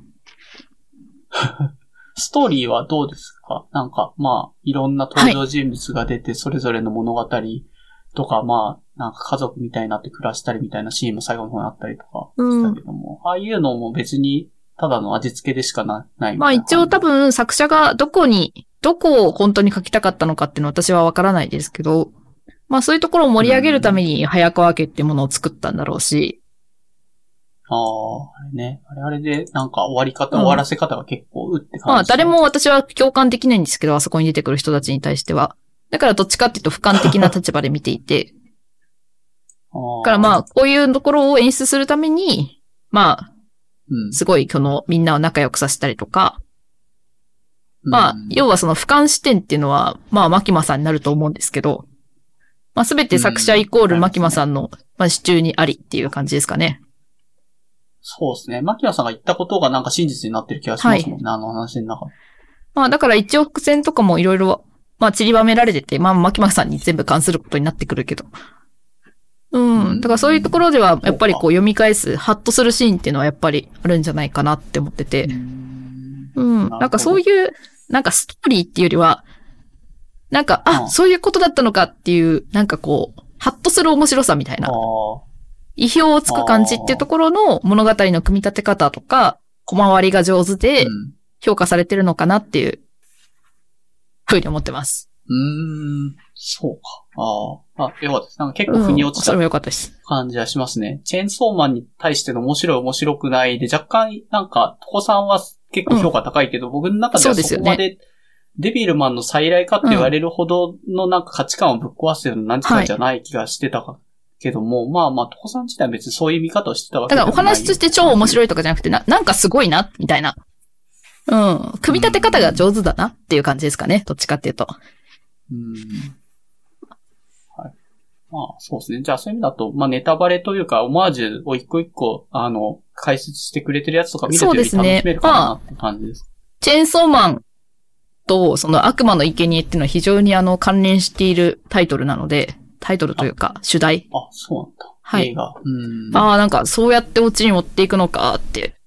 S1: ストーリーはどうですか？なんか、まあ、いろんな登場人物が出て、それぞれの物語とか、はい、まあ、なんか家族みたいになって暮らしたりみたいなシーンも最後の方にあったりとかしたけども、うん、ああいうのも別に、ただの味付けでしかな、ないみたいな。
S2: まあ一応多分作者がどこに、どこを本当に書きたかったのかっていうのは私はわからないですけど、まあそういうところを盛り上げるために早川家っていうものを作ったんだろうし。
S1: うん、ああ、あれね。あれあれでなんか終わり方、うん、終わらせ方が結構うって感じ。
S2: まあ誰も私は共感できないんですけど、あそこに出てくる人たちに対しては。だからどっちかっていうと俯瞰的な立場で見ていて。だからまあこういうところを演出するために、まあ、うん、すごい、この、みんなを仲良くさせたりとか。まあ、要はその俯瞰視点っていうのは、まあ、マキマさんになると思うんですけど、まあ、すべて作者イコールマキマさんの、まあ、支柱にありっていう感じですかね。
S1: そうですね。マキマさんが言ったことがなんか真実になってる気がしますもんね、はい、あの話の中。
S2: まあ、だから一応伏線とかもいろいろ、まあ、散りばめられてて、まあ、マキマさんに全部関することになってくるけど。うん。だからそういうところでは、やっぱりこう読み返す、ハッとするシーンっていうのはやっぱりあるんじゃないかなって思ってて。うん。なんかそういう、なんかストーリーっていうよりは、なんか、あ、そういうことだったのかっていう、なんかこう、ハッとする面白さみたいな。意表をつく感じっていうところの物語の組み立て方とか、小回りが上手で評価されてるのかなっていう、ふうに思ってます。
S1: うーん、そうか。ああ、あ、よかったです。なんか結構腑に落ちた、
S2: うん、それはよかったです。
S1: 感じはしますね。チェーンソーマンに対しての面白い面白くないで、若干、なんか、トコさんは結構評価高いけど、うん、僕の中ではそこまで、デビルマンの再来かって言われるほどのなんか価値観をぶっ壊してるの何時間じゃない気がしてたか。けども、はい、まあまあ、トコさん自体は別にそういう見方をしてたわけ
S2: ではない。だからお話として超面白いとかじゃなくて、な、なんかすごいな、みたいな。うん。組み立て方が上手だなっていう感じですかね。どっちかっていうと。
S1: うん。はい。まあ、そうですね。じゃあそういう意味だと、まあネタバレというか、オマージュを一個一個、あの、解説してくれてるやつとか見るとより楽しめるかなって感じです。
S2: チェーンソーマンと、その悪魔の生贄っていうのは非常にあの、関連しているタイトルなので、タイトルというか、主題。
S1: あ、そうなんだ。
S2: はい。
S1: 映画。うん。
S2: ああ、なんか、そうやってオチに持っていくのかって。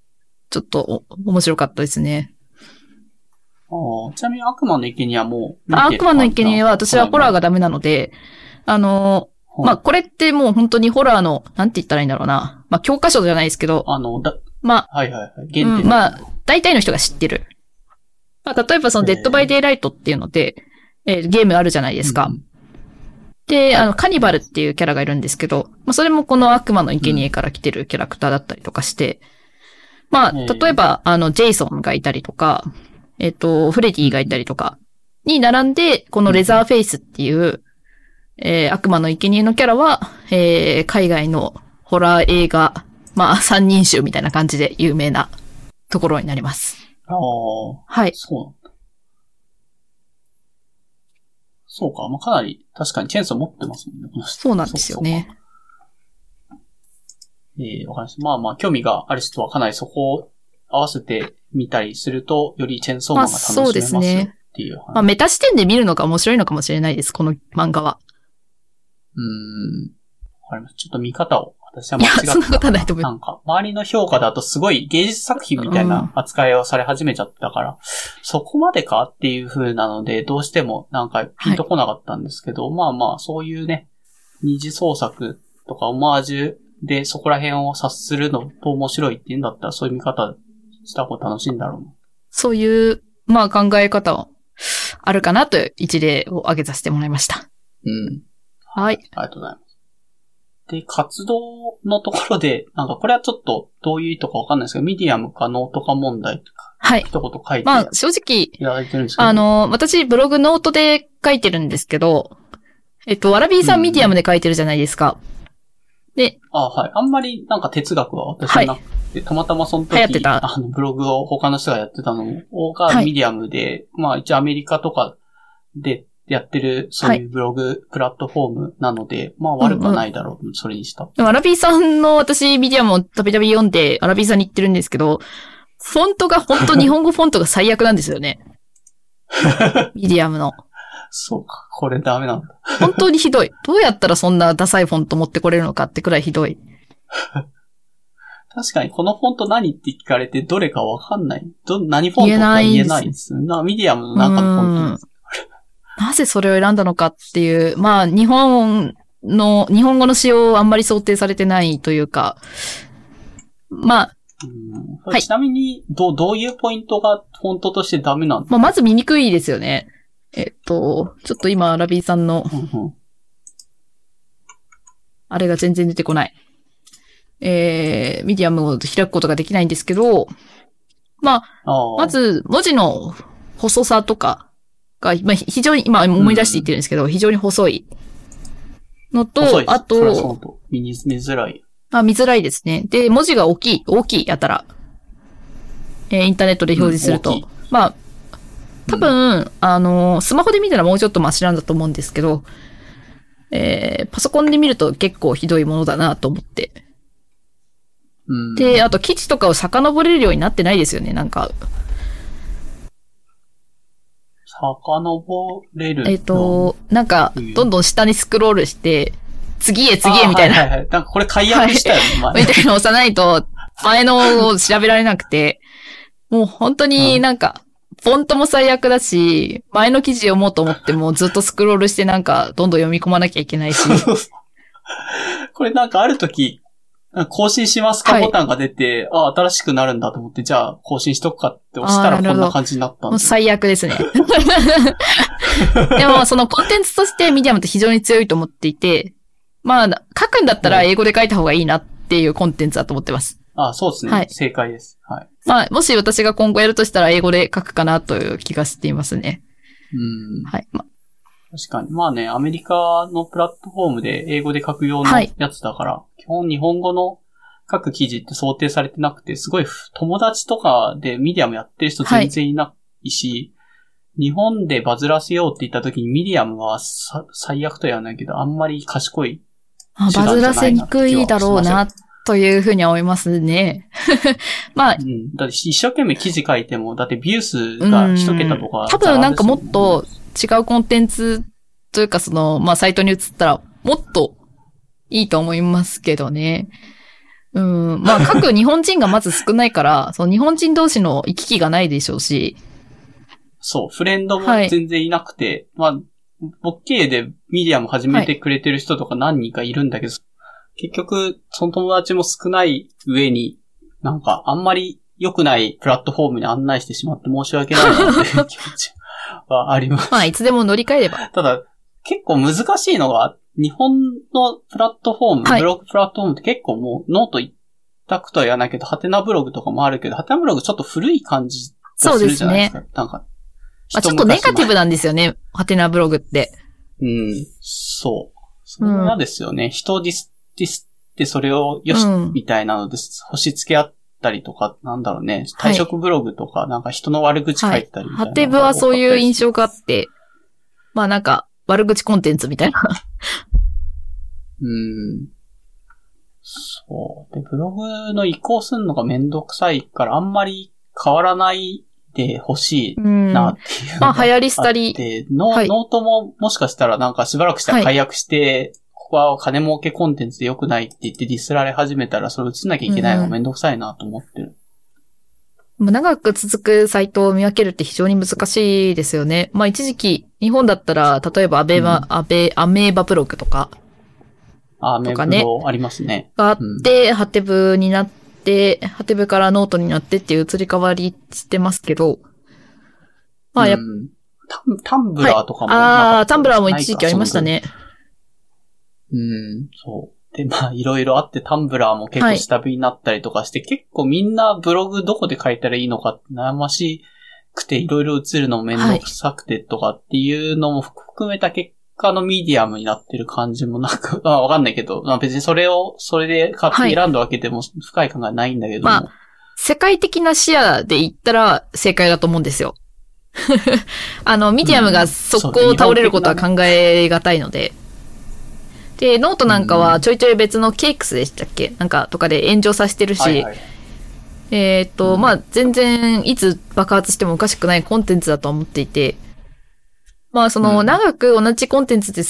S2: ちょっと面白かったですね。
S1: あちなみに悪魔の生贄はもう
S2: 悪魔の生贄は私はホラーがダメなので、あの、まあ、これってもう本当にホラーの、なんて言ったらいいんだろうな。まあ、教科書じゃないですけど、
S1: あの、だ、
S2: ま
S1: あ、はいはいはい。
S2: 原点、うん。まあ、大体の人が知ってる。まあ、例えばそのデッドバイデイライトっていうので、えー、ゲームあるじゃないですか。うん、で、あの、カニバルっていうキャラがいるんですけど、まあ、それもこの悪魔の生贄から来てるキャラクターだったりとかして、まあ、例えば、あの、ジェイソンがいたりとか、えっと、フレディがいたりとかに並んで、このレザーフェイスっていう、えー、悪魔の生贄のキャラは、えー、海外のホラー映画、まあ、三人衆みたいな感じで有名なところになります。
S1: ああ。
S2: はい。
S1: そうなんだ。そうか。まあ、かなり、確かにチェーンソー持ってますもんね。
S2: そうなんですよね。
S1: ええー、わかりました。まあまあ、興味がある人はかなりそこを合わせてみたりすると、よりチェーンソーマンが楽しめますよっていう。
S2: まあ、そうですね。まあ、メタ視点で見るのが面白いのかもしれないです、この漫画は。
S1: うーん。わかります。ちょっと見方を、私は間違ってた。いや、
S2: そんなことはないと思う。
S1: なんか、周りの評価だとすごい芸術作品みたいな扱いをされ始めちゃったから、うん、そこまでかっていう風なので、どうしてもなんかピンとこなかったんですけど、はい、まあまあ、そういうね、二次創作とかオマージュでそこら辺を察するのと面白いっていうんだったら、そういう見方した方が楽しいんだろうな。
S2: そういう、まあ考え方はあるかなという一例を挙げさせてもらいました。
S1: うん。
S2: はい。
S1: ありがとうございます。で、活動のところで、なんかこれはちょっとどういう意図かわかんないですけど、ミディアムかノートか問題とか、
S2: はい。
S1: 一言書いて
S2: まあ正直、
S1: いただいてるんですけど。
S2: あの、私ブログノートで書いてるんですけど、えっと、ワラビーさんミディアムで書いてるじゃないですか。うん、で、
S1: あはい。あんまりなんか哲学は私はなくて、はい、たまたまその時、
S2: 流行ってた
S1: あのブログを他の人がやってたのがミディアムで、はい、まあ一応アメリカとかで、やってる、そういうブログ、はい、プラットフォームなので、まあ悪くはないだろう、うんうん、それにした。
S2: でもアラビーさんの私、ミディアムをたびたび読んで、アラビーさんに言ってるんですけど、フォントが本当日本語フォントが最悪なんですよね。ミディアムの。
S1: そうか、これダメなんだ。
S2: 本当にひどい。どうやったらそんなダサいフォント持ってこれるのかってくらいひどい。
S1: 確かに、このフォント何って聞かれて、どれかわかんない。ど、何フォントか言えないです。な、ミディアムの中のフォントです。
S2: なぜそれを選んだのかっていう、まあ、日本の、日本語の使用はあんまり想定されてないというか、まあ、
S1: うんはい、ちなみに、どう、どういうポイントがフォントとしてダメなんですか？
S2: まあ、まず見にくいですよね。えっと、ちょっと今、ラビーさんの、
S1: うんうん、
S2: あれが全然出てこない。えー、ミディアムを開くことができないんですけど、まあ、
S1: あ
S2: まず、文字の細さとかが、まあ、非常に、今思い出していってるんですけど、うん、非常に細いのと、あと、
S1: 見づらい。
S2: あ、見づらいですね。で、文字が大きい、大きいやたら、えー、インターネットで表示すると、うん、まあ、多分、うん、あの、スマホで見たらもうちょっとマシなんだと思うんですけど、えー、パソコンで見ると結構ひどいものだなと思って。
S1: うん、
S2: で、あと記事とかを遡れるようになってないですよね、なんか。
S1: 遡れる
S2: えっと、なんか、どんどん下にスクロールして、次へ次へみたいな。
S1: はいはいはい。なんかこれ解約したよね、
S2: はい、みたいなのを押さないと、前のを調べられなくて、もう本当になんか、フォントも最悪だし、前の記事読もうと思ってもずっとスクロールしてなんか、どんどん読み込まなきゃいけないし。
S1: これなんかある時、更新しますかボタンが出て、はい、あ、新しくなるんだと思って、じゃあ更新しとくかって押したらこんな感じになったんです。
S2: 最悪ですね。でも、そのコンテンツとしてミディアムって非常に強いと思っていて、まあ、書くんだったら英語で書いた方がいいなっていうコンテンツだと思ってます。
S1: ああ、そうですね。はい。正解です。はい。
S2: まあ、もし私が今後やるとしたら英語で書くかなという気がしていますね。
S1: うん。
S2: はい。ま
S1: 確かに。まあね、アメリカのプラットフォームで英語で書く用のやつだから、はい、基本日本語の書く記事って想定されてなくて、すごい友達とかでミディアムやってる人全然いないし、はい、日本でバズらせようって言った時にミディアムは最悪とは言わないけど、あんまり賢い手段じゃないなって気はしますよ。
S2: バズらせにくいだろうな、というふうには思いますね。まあ、
S1: うん。だって一生懸命記事書いても、だってビュー数が一桁とか、
S2: 多分なんかもっと違うコンテンツというかその、まあサイトに移ったらもっといいと思いますけどね。 うん。まあ、各日本人がまず少ないから、その日本人同士の行き来がないでしょうし。
S1: そう、フレンドも全然いなくて、はい、まあ、僕経由でミディアム始めてくれてる人とか何人かいるんだけど、はい、結局、その友達も少ない上に、なんかあんまり良くないプラットフォームに案内してしまって申し訳ないなっていう気持ちはあります。
S2: まあ、いつでも乗り換えれば。
S1: ただ、結構難しいのが、日本のプラットフォーム、はい、ブログプラットフォームって結構もうノート一択とは言わないけど、ハテナブログとかもあるけど、ハテナブログちょっと古い感じがするじゃないですか。そうですね。なんか。
S2: まあ、ちょっとネガティブなんですよね、ハテナブログって。
S1: うん、そう。それは嫌ですよね。うん、人をディス、ディスってそれをよし、みたいなので、星付け合ったりとか、なんだろうね。退職ブログとか、なんか人の悪口書いたりみたいな、はい。
S2: ハテブはそういう印象があって、まあなんか、悪口コンテンツみたいな。
S1: うん。そう。で、ブログの移行するのがめんどくさいから、あんまり変わらないでほしいなっていう。
S2: まあ流行りしたり。
S1: で、ノートももしかしたらなんかしばらくしたら解約して、はい、ここは金儲けコンテンツで良くないって言ってディスられ始めたら、それ移んなきゃいけないのがめんどくさいなと思ってる。
S2: うん、長く続くサイトを見分けるって非常に難しいですよね。まあ一時期、日本だったら、例えばアベマ、うん、アベ、アメーバブログとか。
S1: アメーバブログありますね。
S2: があって、うん、ハテブになって、ハテブからノートになってっていう移り変わりしてますけど。まあやっぱ、うん、
S1: タン、タンブラーとかも、
S2: はい、ああ、タンブラーも一時期ありましたね。
S1: うん、そう。で、まあ、いろいろあって、タンブラーも結構下火になったりとかして、はい、結構みんなブログどこで書いたらいいのかって悩ましくて、いろいろ映るのもめんどくさくてとかっていうのも含めた結果のミディアムになってる感じもなく、まあわかんないけど、まあ別にそれを、それで買って選んだわけでも深い考えないんだけども、はい、まあ、
S2: 世界的な視野で言ったら正解だと思うんですよ。あの、ミディアムが速攻倒れることは考えがたいので、で、ノートなんかはちょいちょい別のケイクスでしたっけなんかとかで炎上させてるし、はいはい、えっと、うん、まあ、全然いつ爆発してもおかしくないコンテンツだと思っていて、まあ、その、長く同じコンテンツです、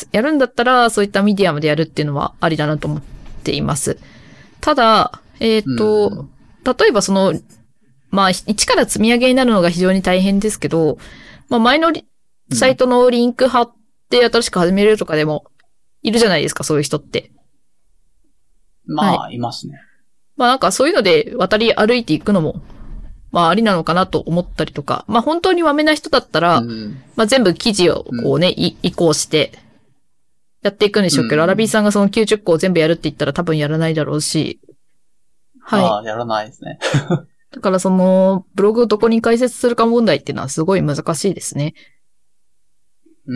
S2: やるんだったら、そういったミディアムでやるっていうのはありだなと思っています。ただ、えっと、うん、例えばその、まあ、一から積み上げになるのが非常に大変ですけど、まあ、前のサイトのリンク貼って新しく始めるとかでも、いるじゃないですか、そういう人って。
S1: まあ、はい、いますね。
S2: まあなんかそういうので渡り歩いていくのも、まあありなのかなと思ったりとか、まあ本当にまめな人だったら、うん、まあ全部記事をこうね、うん、移行してやっていくんでしょうけど、うん、アラビーさんがそのきゅうじゅっこを全部やるって言ったら多分やらないだろうし。
S1: はい。ああ、やらないですね。
S2: だからその、ブログをどこに解説するか問題っていうのはすごい難しいですね。
S1: うん。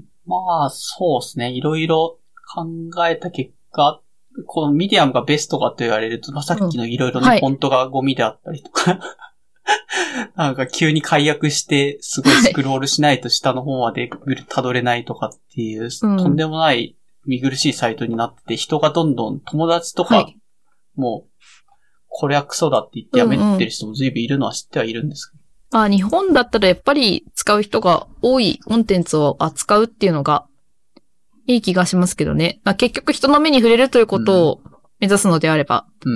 S1: まあ、そうですね。いろいろ考えた結果、このミディアムがベストかと言われると、まあ、さっきのいろいろね、うんはい、フォントがゴミであったりとか、なんか急に解約して、すごいスクロールしないと下の方までたどれないとかっていう、はい、とんでもない見苦しいサイトになってて、人がどんどん友達とか、もう、これはクソだって言ってやめてる人も随分いるのは知ってはいるんですけど。
S2: まあ、日本だったらやっぱり使う人が多いコンテンツを扱うっていうのがいい気がしますけどね。まあ、結局人の目に触れるということを目指すのであれば。うん、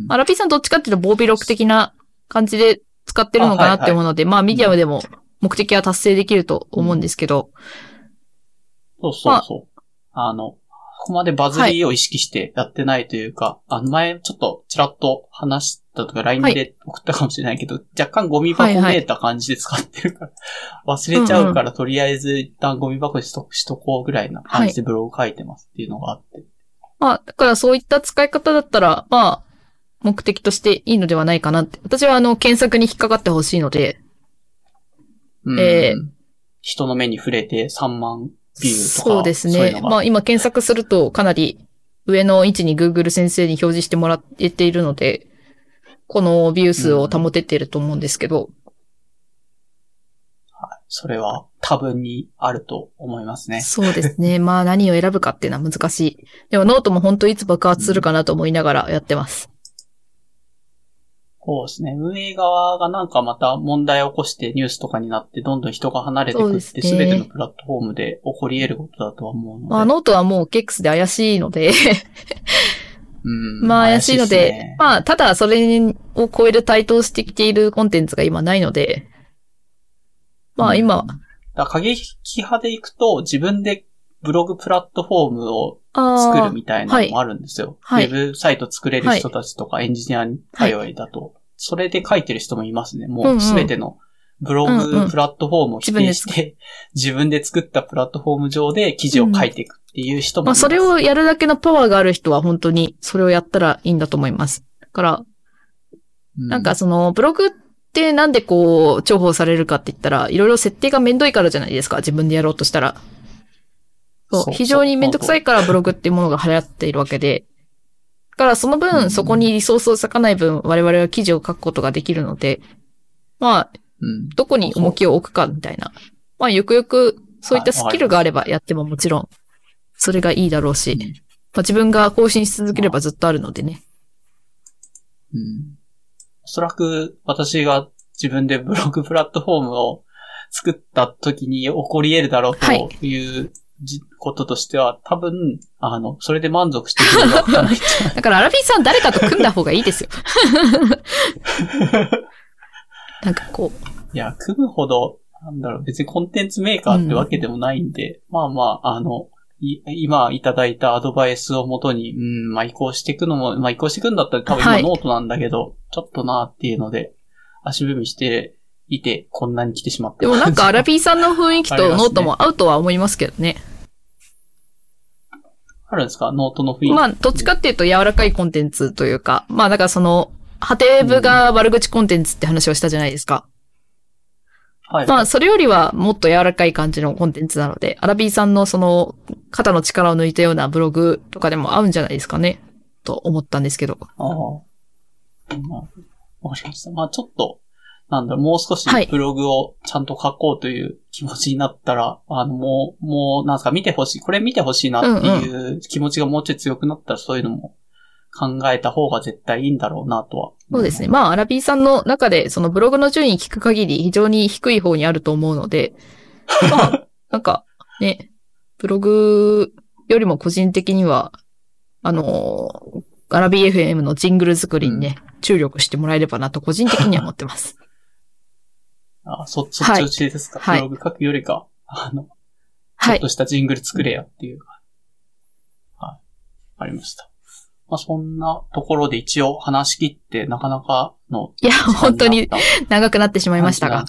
S2: アラピーさんどっちかっていうと防備録的な感じで使ってるのかなって思うので、あ、はいはい、まあミディアムでも目的は達成できると思うんですけど。
S1: うん、そうそうそう。まあ、あの、ここまでバズりを意識してやってないというか、はい、あの前ちょっとちらっと話したとか ライン で送ったかもしれないけど、はい、若干ゴミ箱めいた感じで使ってるから、はいはい、忘れちゃうから、うんうん、とりあえず一旦ゴミ箱にストックしとこうぐらいな感じでブログ書いてますっていうのがあって。はい、
S2: まあ、だからそういった使い方だったら、まあ、目的としていいのではないかなって。私はあの、検索に引っかかってほしいので、
S1: うん、えー、人の目に触れてさんまんビューとか。
S2: そうですね。まあ今検索するとかなり上の位置に Google 先生に表示してもらえているので、このビュー数を保てていると思うんですけど。うん、
S1: はい。それは多分にあると思いますね。
S2: そうですね。まあ何を選ぶかっていうのは難しい。でもノートも本当いつ爆発するかなと思いながらやってます。
S1: そうですね。運営側がなんかまた問題を起こしてニュースとかになってどんどん人が離れていくってすべてのプラットフォームで起こり得ることだとは思うので。
S2: まあノートはもうケックスで怪しいので
S1: うん。
S2: まあ怪しいので、
S1: 怪しいっすね
S2: まあただそれを超える台頭してきているコンテンツが今ないので、まあ今、
S1: うん、だから過激派で行くと自分でブログプラットフォームを作るみたいなのもあるんですよ。
S2: はい、
S1: ウェブサイト作れる人たちとかエンジニア界隈だと、はい、それで書いてる人もいますね。もうすべてのブログプラットフォームを否定して、うんうん、自分で作ったプラットフォーム上で記事を書いていくっていう人もいます。
S2: まあそれをやるだけのパワーがある人は本当にそれをやったらいいんだと思います。だから、うん、なんかそのブログってなんでこう重宝されるかって言ったら、いろいろ設定がめんどいからじゃないですか。自分でやろうとしたら。そう。非常にめんどくさいからブログっていうものが流行っているわけで。だからその分、うん、そこにリソースを割かない分、我々は記事を書くことができるので、まあ、うん、どこに重きを置くかみたいな。まあ、ゆくゆく、そういったスキルがあればやってももちろん、それがいいだろうし、うん、まあ、自分が更新し続ければずっとあるのでね。
S1: うん。おそらく、私が自分でブログプラットフォームを作った時に起こり得るだろうという、はい、こととしては、多分、あの、それで満足してくれるわけない。
S2: だから、アラビーさん誰かと組んだ方がいいですよ。なんかこう。
S1: いや、組むほど、なんだろう、別にコンテンツメーカーってわけでもないんで、うん、まあまあ、あの、い今いただいたアドバイスをもとに、うん、まあ移行していくのも、まあ移行していくんだったら多分今ノートなんだけど、はい、ちょっとなっていうので、足踏みしていて、こんなに来てしまって。
S2: でもなんかアラビーさんの雰囲気とノートも合うとは思いますけどね。
S1: あるんですかノートの雰囲気。
S2: まあ、どっちかっていうと柔らかいコンテンツというか、まあだからその、ハテブが悪口コンテンツって話をしたじゃないですか。うん、はい。まあ、それよりはもっと柔らかい感じのコンテンツなので、アラビーさんのその、肩の力を抜いたようなブログとかでも合うんじゃないですかね。と思ったんですけど。
S1: ああ。まあ、わかりました。まあちょっと、なんだろう、もう少しブログをちゃんと書こうという気持ちになったら、はい、あの、もう、もう、なんですか、見てほしい、これ見てほしいなっていう気持ちがもうちょい強くなったら、そういうのも考えた方が絶対いいんだろうなとは。
S2: そうですね。まあ、アラビーさんの中で、そのブログの順位聞く限り非常に低い方にあると思うので、まあ、なんか、ね、ブログよりも個人的には、あの、アラビー エフエム のジングル作りにね、うん、注力してもらえればなと個人的には思ってます。
S1: あ、そ、そっちのちですか、はい、ブログ書くよりか、あの、ちょっとしたジングル作れやっていう。はい。はい。ありました。まあ、そんなところで一応話し切ってなかなかの。
S2: いや、本当に長くなってしまいましたが。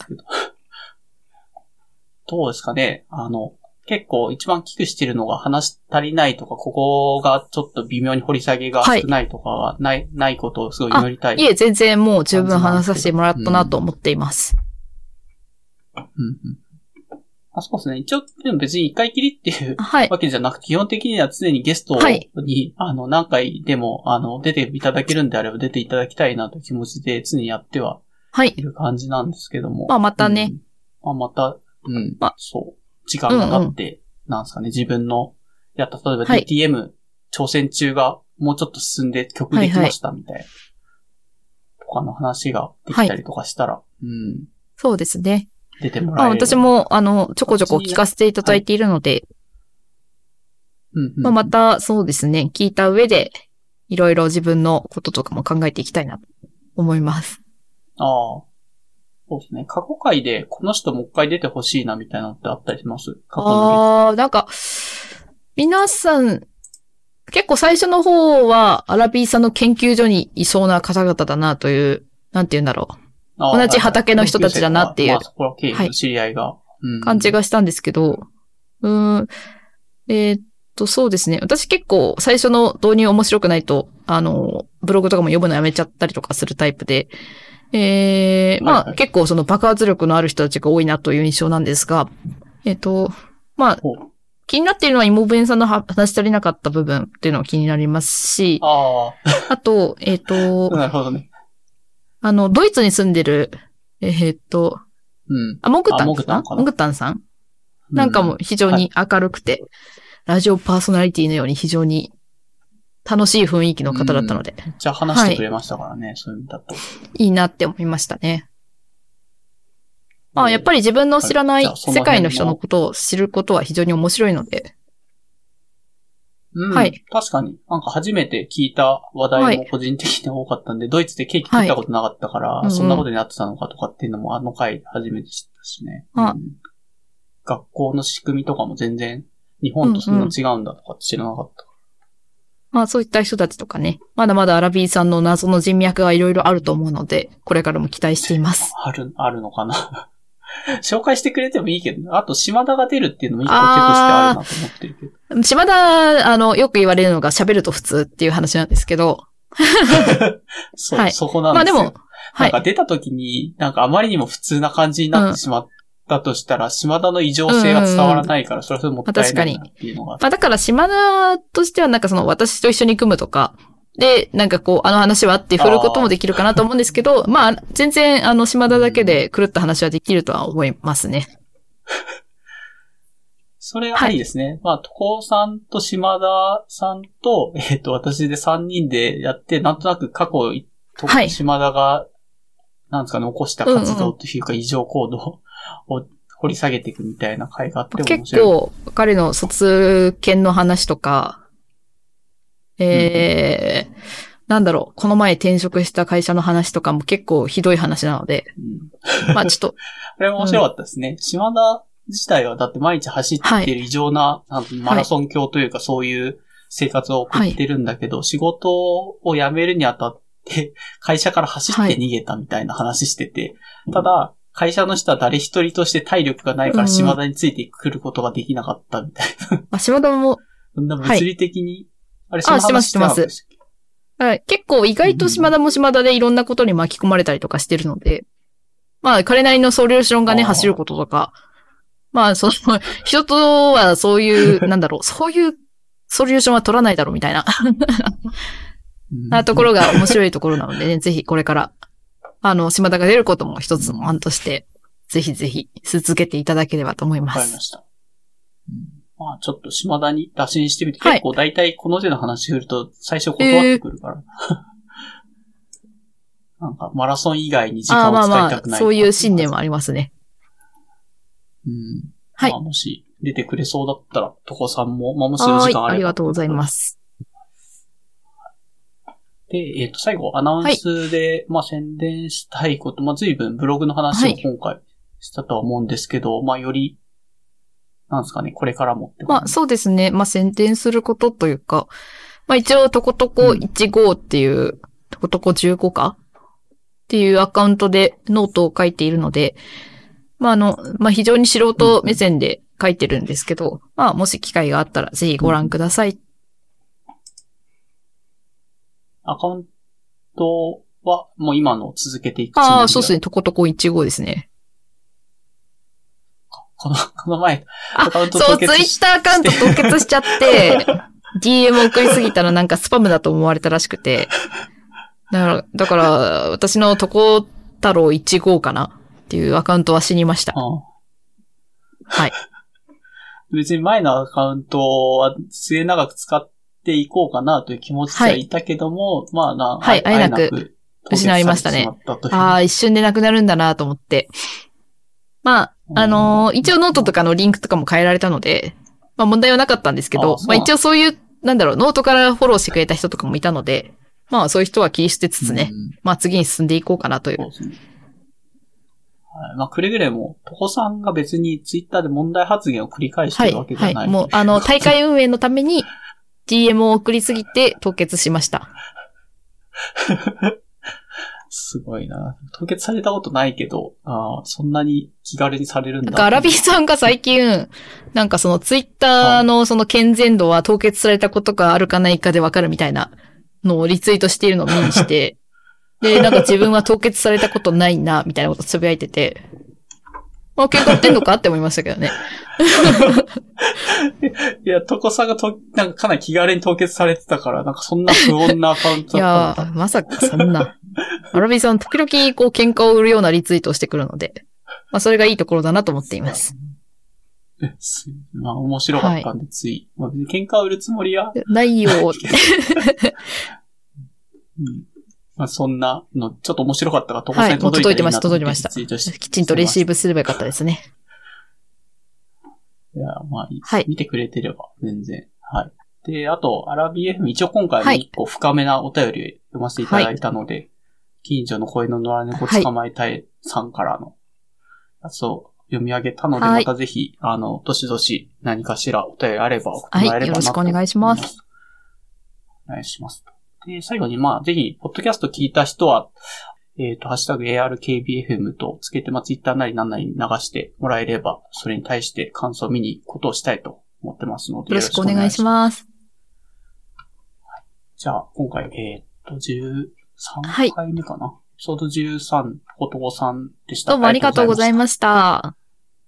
S1: どうですかねあの、結構一番危惧しているのが話足りないとか、ここがちょっと微妙に掘り下げが少ないとかはない、はい、ないことをすごい祈りたい。
S2: いえ、全然もう十分話させてもらったなと思っています。
S1: うんうんうんあ、そうですね。一応、でも別に一回きりっていうわけじゃなくて、基本的には常にゲストに、はい、あの、何回でも、あの、出ていただけるんであれば出ていただきたいなという気持ちで常にやってはいる感じなんですけども。
S2: まあ、またね。
S1: うん、まあ、また、うん、まあ、そう。時間が経って、うんうん、なんですかね、自分のやった、例えば ディーティーエム 挑戦中がもうちょっと進んで曲できましたみたいな、はいはい、とかの話ができたりとかしたら、はい、うん。
S2: そうですね。
S1: 出てもらえる。
S2: 私も、あの、ちょこちょこ聞かせていただいているので、はいまあ、また、そうですね、聞いた上で、いろいろ自分のこととかも考えていきたいなと思います。
S1: ああ。そうですね。過去回で、この人もう一回出てほしいなみたいなのってあったりします過去の
S2: ああ、なんか、皆さん、結構最初の方は、アラビーさんの研究所にいそうな方々だなという、なんて言うんだろう。同じ畑の人たちだなっていう、
S1: はい、知り合いが、
S2: うん、感じがしたんですけど、うーん、えー、っと、そうですね。私結構最初の導入面白くないと、あの、ブログとかも読むのやめちゃったりとかするタイプで、えー、まあ、はいはい、結構その爆発力のある人たちが多いなという印象なんですが、えー、っと、まあ、気になっているのはイモブエンさんの話し足りなかった部分っていうのが気になりますし、
S1: あ,
S2: あと、えー、っと、
S1: なるほどね。
S2: あの、ドイツに住んでる、えー、っと、
S1: うん。
S2: あ、モグタンさんモグタンさん、うん、なんかも非常に明るくて、はい、ラジオパーソナリティのように非常に楽しい雰囲気の方だったので。
S1: めっちゃ話してくれましたからね、はい、そういう意味だと。
S2: いいなって思いましたね。まあ、やっぱり自分の知らない世界の人のことを知ることは非常に面白いので。
S1: うん、
S2: はい。
S1: 確かに。なんか初めて聞いた話題も個人的に多かったんで、はい、ドイツでケーキ食ったことなかったから、はい、そんなことになってたのかとかっていうのもあの回初めて知ったしね。うん、学校の仕組みとかも全然日本とそんな違うんだとかって知らなかった。うんうん、
S2: まあそういった人たちとかね、まだまだアラビーさんの謎の人脈がいろいろあると思うので、これからも期待しています。
S1: ある、あるのかな紹介してくれてもいいけど、あと島田が出るっていうのも一個手としてあるなと思ってるけど。
S2: 島田、あの、よく言われるのが喋ると普通っていう話なんですけど。
S1: そう、はい、そこなんですよ。まあでも、
S2: はい。
S1: なんか出た時に、なんかあまりにも普通な感じになってしまったとしたら、うん、島田の異常性が伝わらないから、それはそれもったいないなっていうのがあって。
S2: まあだから島田としてはなんかその私と一緒に組むとか、で、なんかこう、あの話はって振ることもできるかなと思うんですけど、あまあ、全然、あの、島田だけで狂った話はできるとは思いますね。
S1: それありですね。はい、まあ、床さんと島田さんと、えっと、私でさんにんでやって、なんとなく過去、はい、島田が、なんですかね、起こした活動というか、異常行動を掘り下げていくみたいな回があっても面白い。
S2: 結構、彼の卒検の話とか、えー、うん、なんだろう、この前転職した会社の話とかも結構ひどい話なので、うん、まあちょっと。
S1: これも面白かったですね。うん、島田自体はだって毎日走ってる異常な、はい、マラソン狂というかそういう生活を送ってるんだけど、はい、仕事を辞めるにあたって会社から走って逃げたみたいな話してて、はい、ただ、会社の人は誰一人として体力がないから島田についてくることができなかったみたいな。うん、
S2: あ、島田も、
S1: 物理的に、はいあれ、
S2: あ、してます、してます。はい。結構意外と島田も島田でいろんなことに巻き込まれたりとかしてるので、まあ彼なりのソリューションがね、走ることとか、まあその、人とはそういう、なんだろう、そういうソリューションは取らないだろうみたいな、なところが面白いところなのでね、ぜひこれから、あの、島田が出ることも一つの案として、ぜひぜひ続けていただければと思います。
S1: わかりました。まあちょっと島田に打診してみて、はい、結構大体この手の話すると最初断ってくるから。えー、なんかマラソン以外に時間を使いたくない。あまあまあ、
S2: そういう信念はありますね。
S1: うん。はい。まあ、もし出てくれそうだったら、とこさんも、まあもしお時間あれば。
S2: はい、ありがとうございます。
S1: で、えっ、ー、と、最後、アナウンスで、はい、まあ宣伝したいこと、まあ随分ブログの話を今回したとは思うんですけど、はい、まあより、なんですかね、これからもって。
S2: まあそうですね。まあ宣伝することというか、まあ一応とことこじゅうごっていう、うん、とことこじゅうごかっていうアカウントでノートを書いているので、まああの、まあ非常に素人目線で書いてるんですけど、うん、まあもし機会があったらぜひご覧ください。うん、
S1: アカウントはもう今の続けていくつ
S2: もり？ああ、そうですね。とことこじゅうごですね。
S1: この、この前、
S2: アカウント凍結そう、ツイッターアカウント凍結しちゃって、ディーエム 送りすぎたらなんかスパムだと思われたらしくて。だから、だから、私のとこ太郎じゅうごかなっていうアカウントは死にました。
S1: は
S2: あ、はい。
S1: 別に前のアカウントは末長く使っていこうかなという気持ちはいたけども、はい、まあな、
S2: はい、あえなく失いましたね。ああ、一瞬でなくなるんだなと思って。まあ、あのー、一応ノートとかのリンクとかも変えられたので、まあ問題はなかったんですけど、まあ一応そういう、なんだろう、ノートからフォローしてくれた人とかもいたので、まあそういう人は切り捨てつつね、まあ次に進んでいこうかなという。そうですね。
S1: はい。まあくれぐれも、トコさんが別にツイッターで問題発言を繰り返してるわけじゃない。はい、はい。もう、
S2: あの、大会運営のために ディーエム を送りすぎて凍結しました。
S1: すごいな。凍結されたことないけど、ああ、そんなに気軽にされるんだ。
S2: なんかアラビーさんが最近、なんかそのツイッターのその健全度は凍結されたことがあるかないかでわかるみたいなのをリツイートしているのを目にして、で、なんか自分は凍結されたことないな、みたいなことつぶやいてて、まあ、喧嘩ってんのかって思いましたけどね。
S1: いや、トコさんがと、なんかかなり気軽に凍結されてたから、なんかそんな不穏なアカウントだった。
S2: いやー、まさかそんな。アラビーさん、時々こう喧嘩を売るようなリツイートをしてくるので、まあそれがいいところだなと思っています。
S1: まあ面白かったんで、つい。はい、まあ、喧嘩を売るつもりは
S2: ないよ、うん
S1: まあ、そんなの、ちょっと面白かったが、トコさんに届いてました。
S2: 届いてました、届いてました。きちんとレシーブすればよかったですね。
S1: いや、まあいい、はい。見てくれてれば、全然。はい。 で、あと、アラビーエフエム、一応今回も一個深めなお便りを読ませていただいたので、はい、近所の声の野良猫捕まえたいさんからのやつを読み上げたので、はい、またぜひ、あの、どしどし何かしらお便りあれば送ってもらえればなと、はい、よろしくお願いします。お願いします。で、最後に、まあ、ぜひ、ポッドキャスト聞いた人は、えっと、ハッシュタグ エーアールケービーエフエム とつけて、まあ、ツイッターなりなんなりに流してもらえれば、それに対して感想を見に行くことをしたいと思ってますので、
S2: よろしくお願いします。
S1: はい、じゃあ、今回、えっと、じゅうさんかいめかな、はい、エピソードじゅうさん、ことごさんでした。
S2: どうもありがとうございました。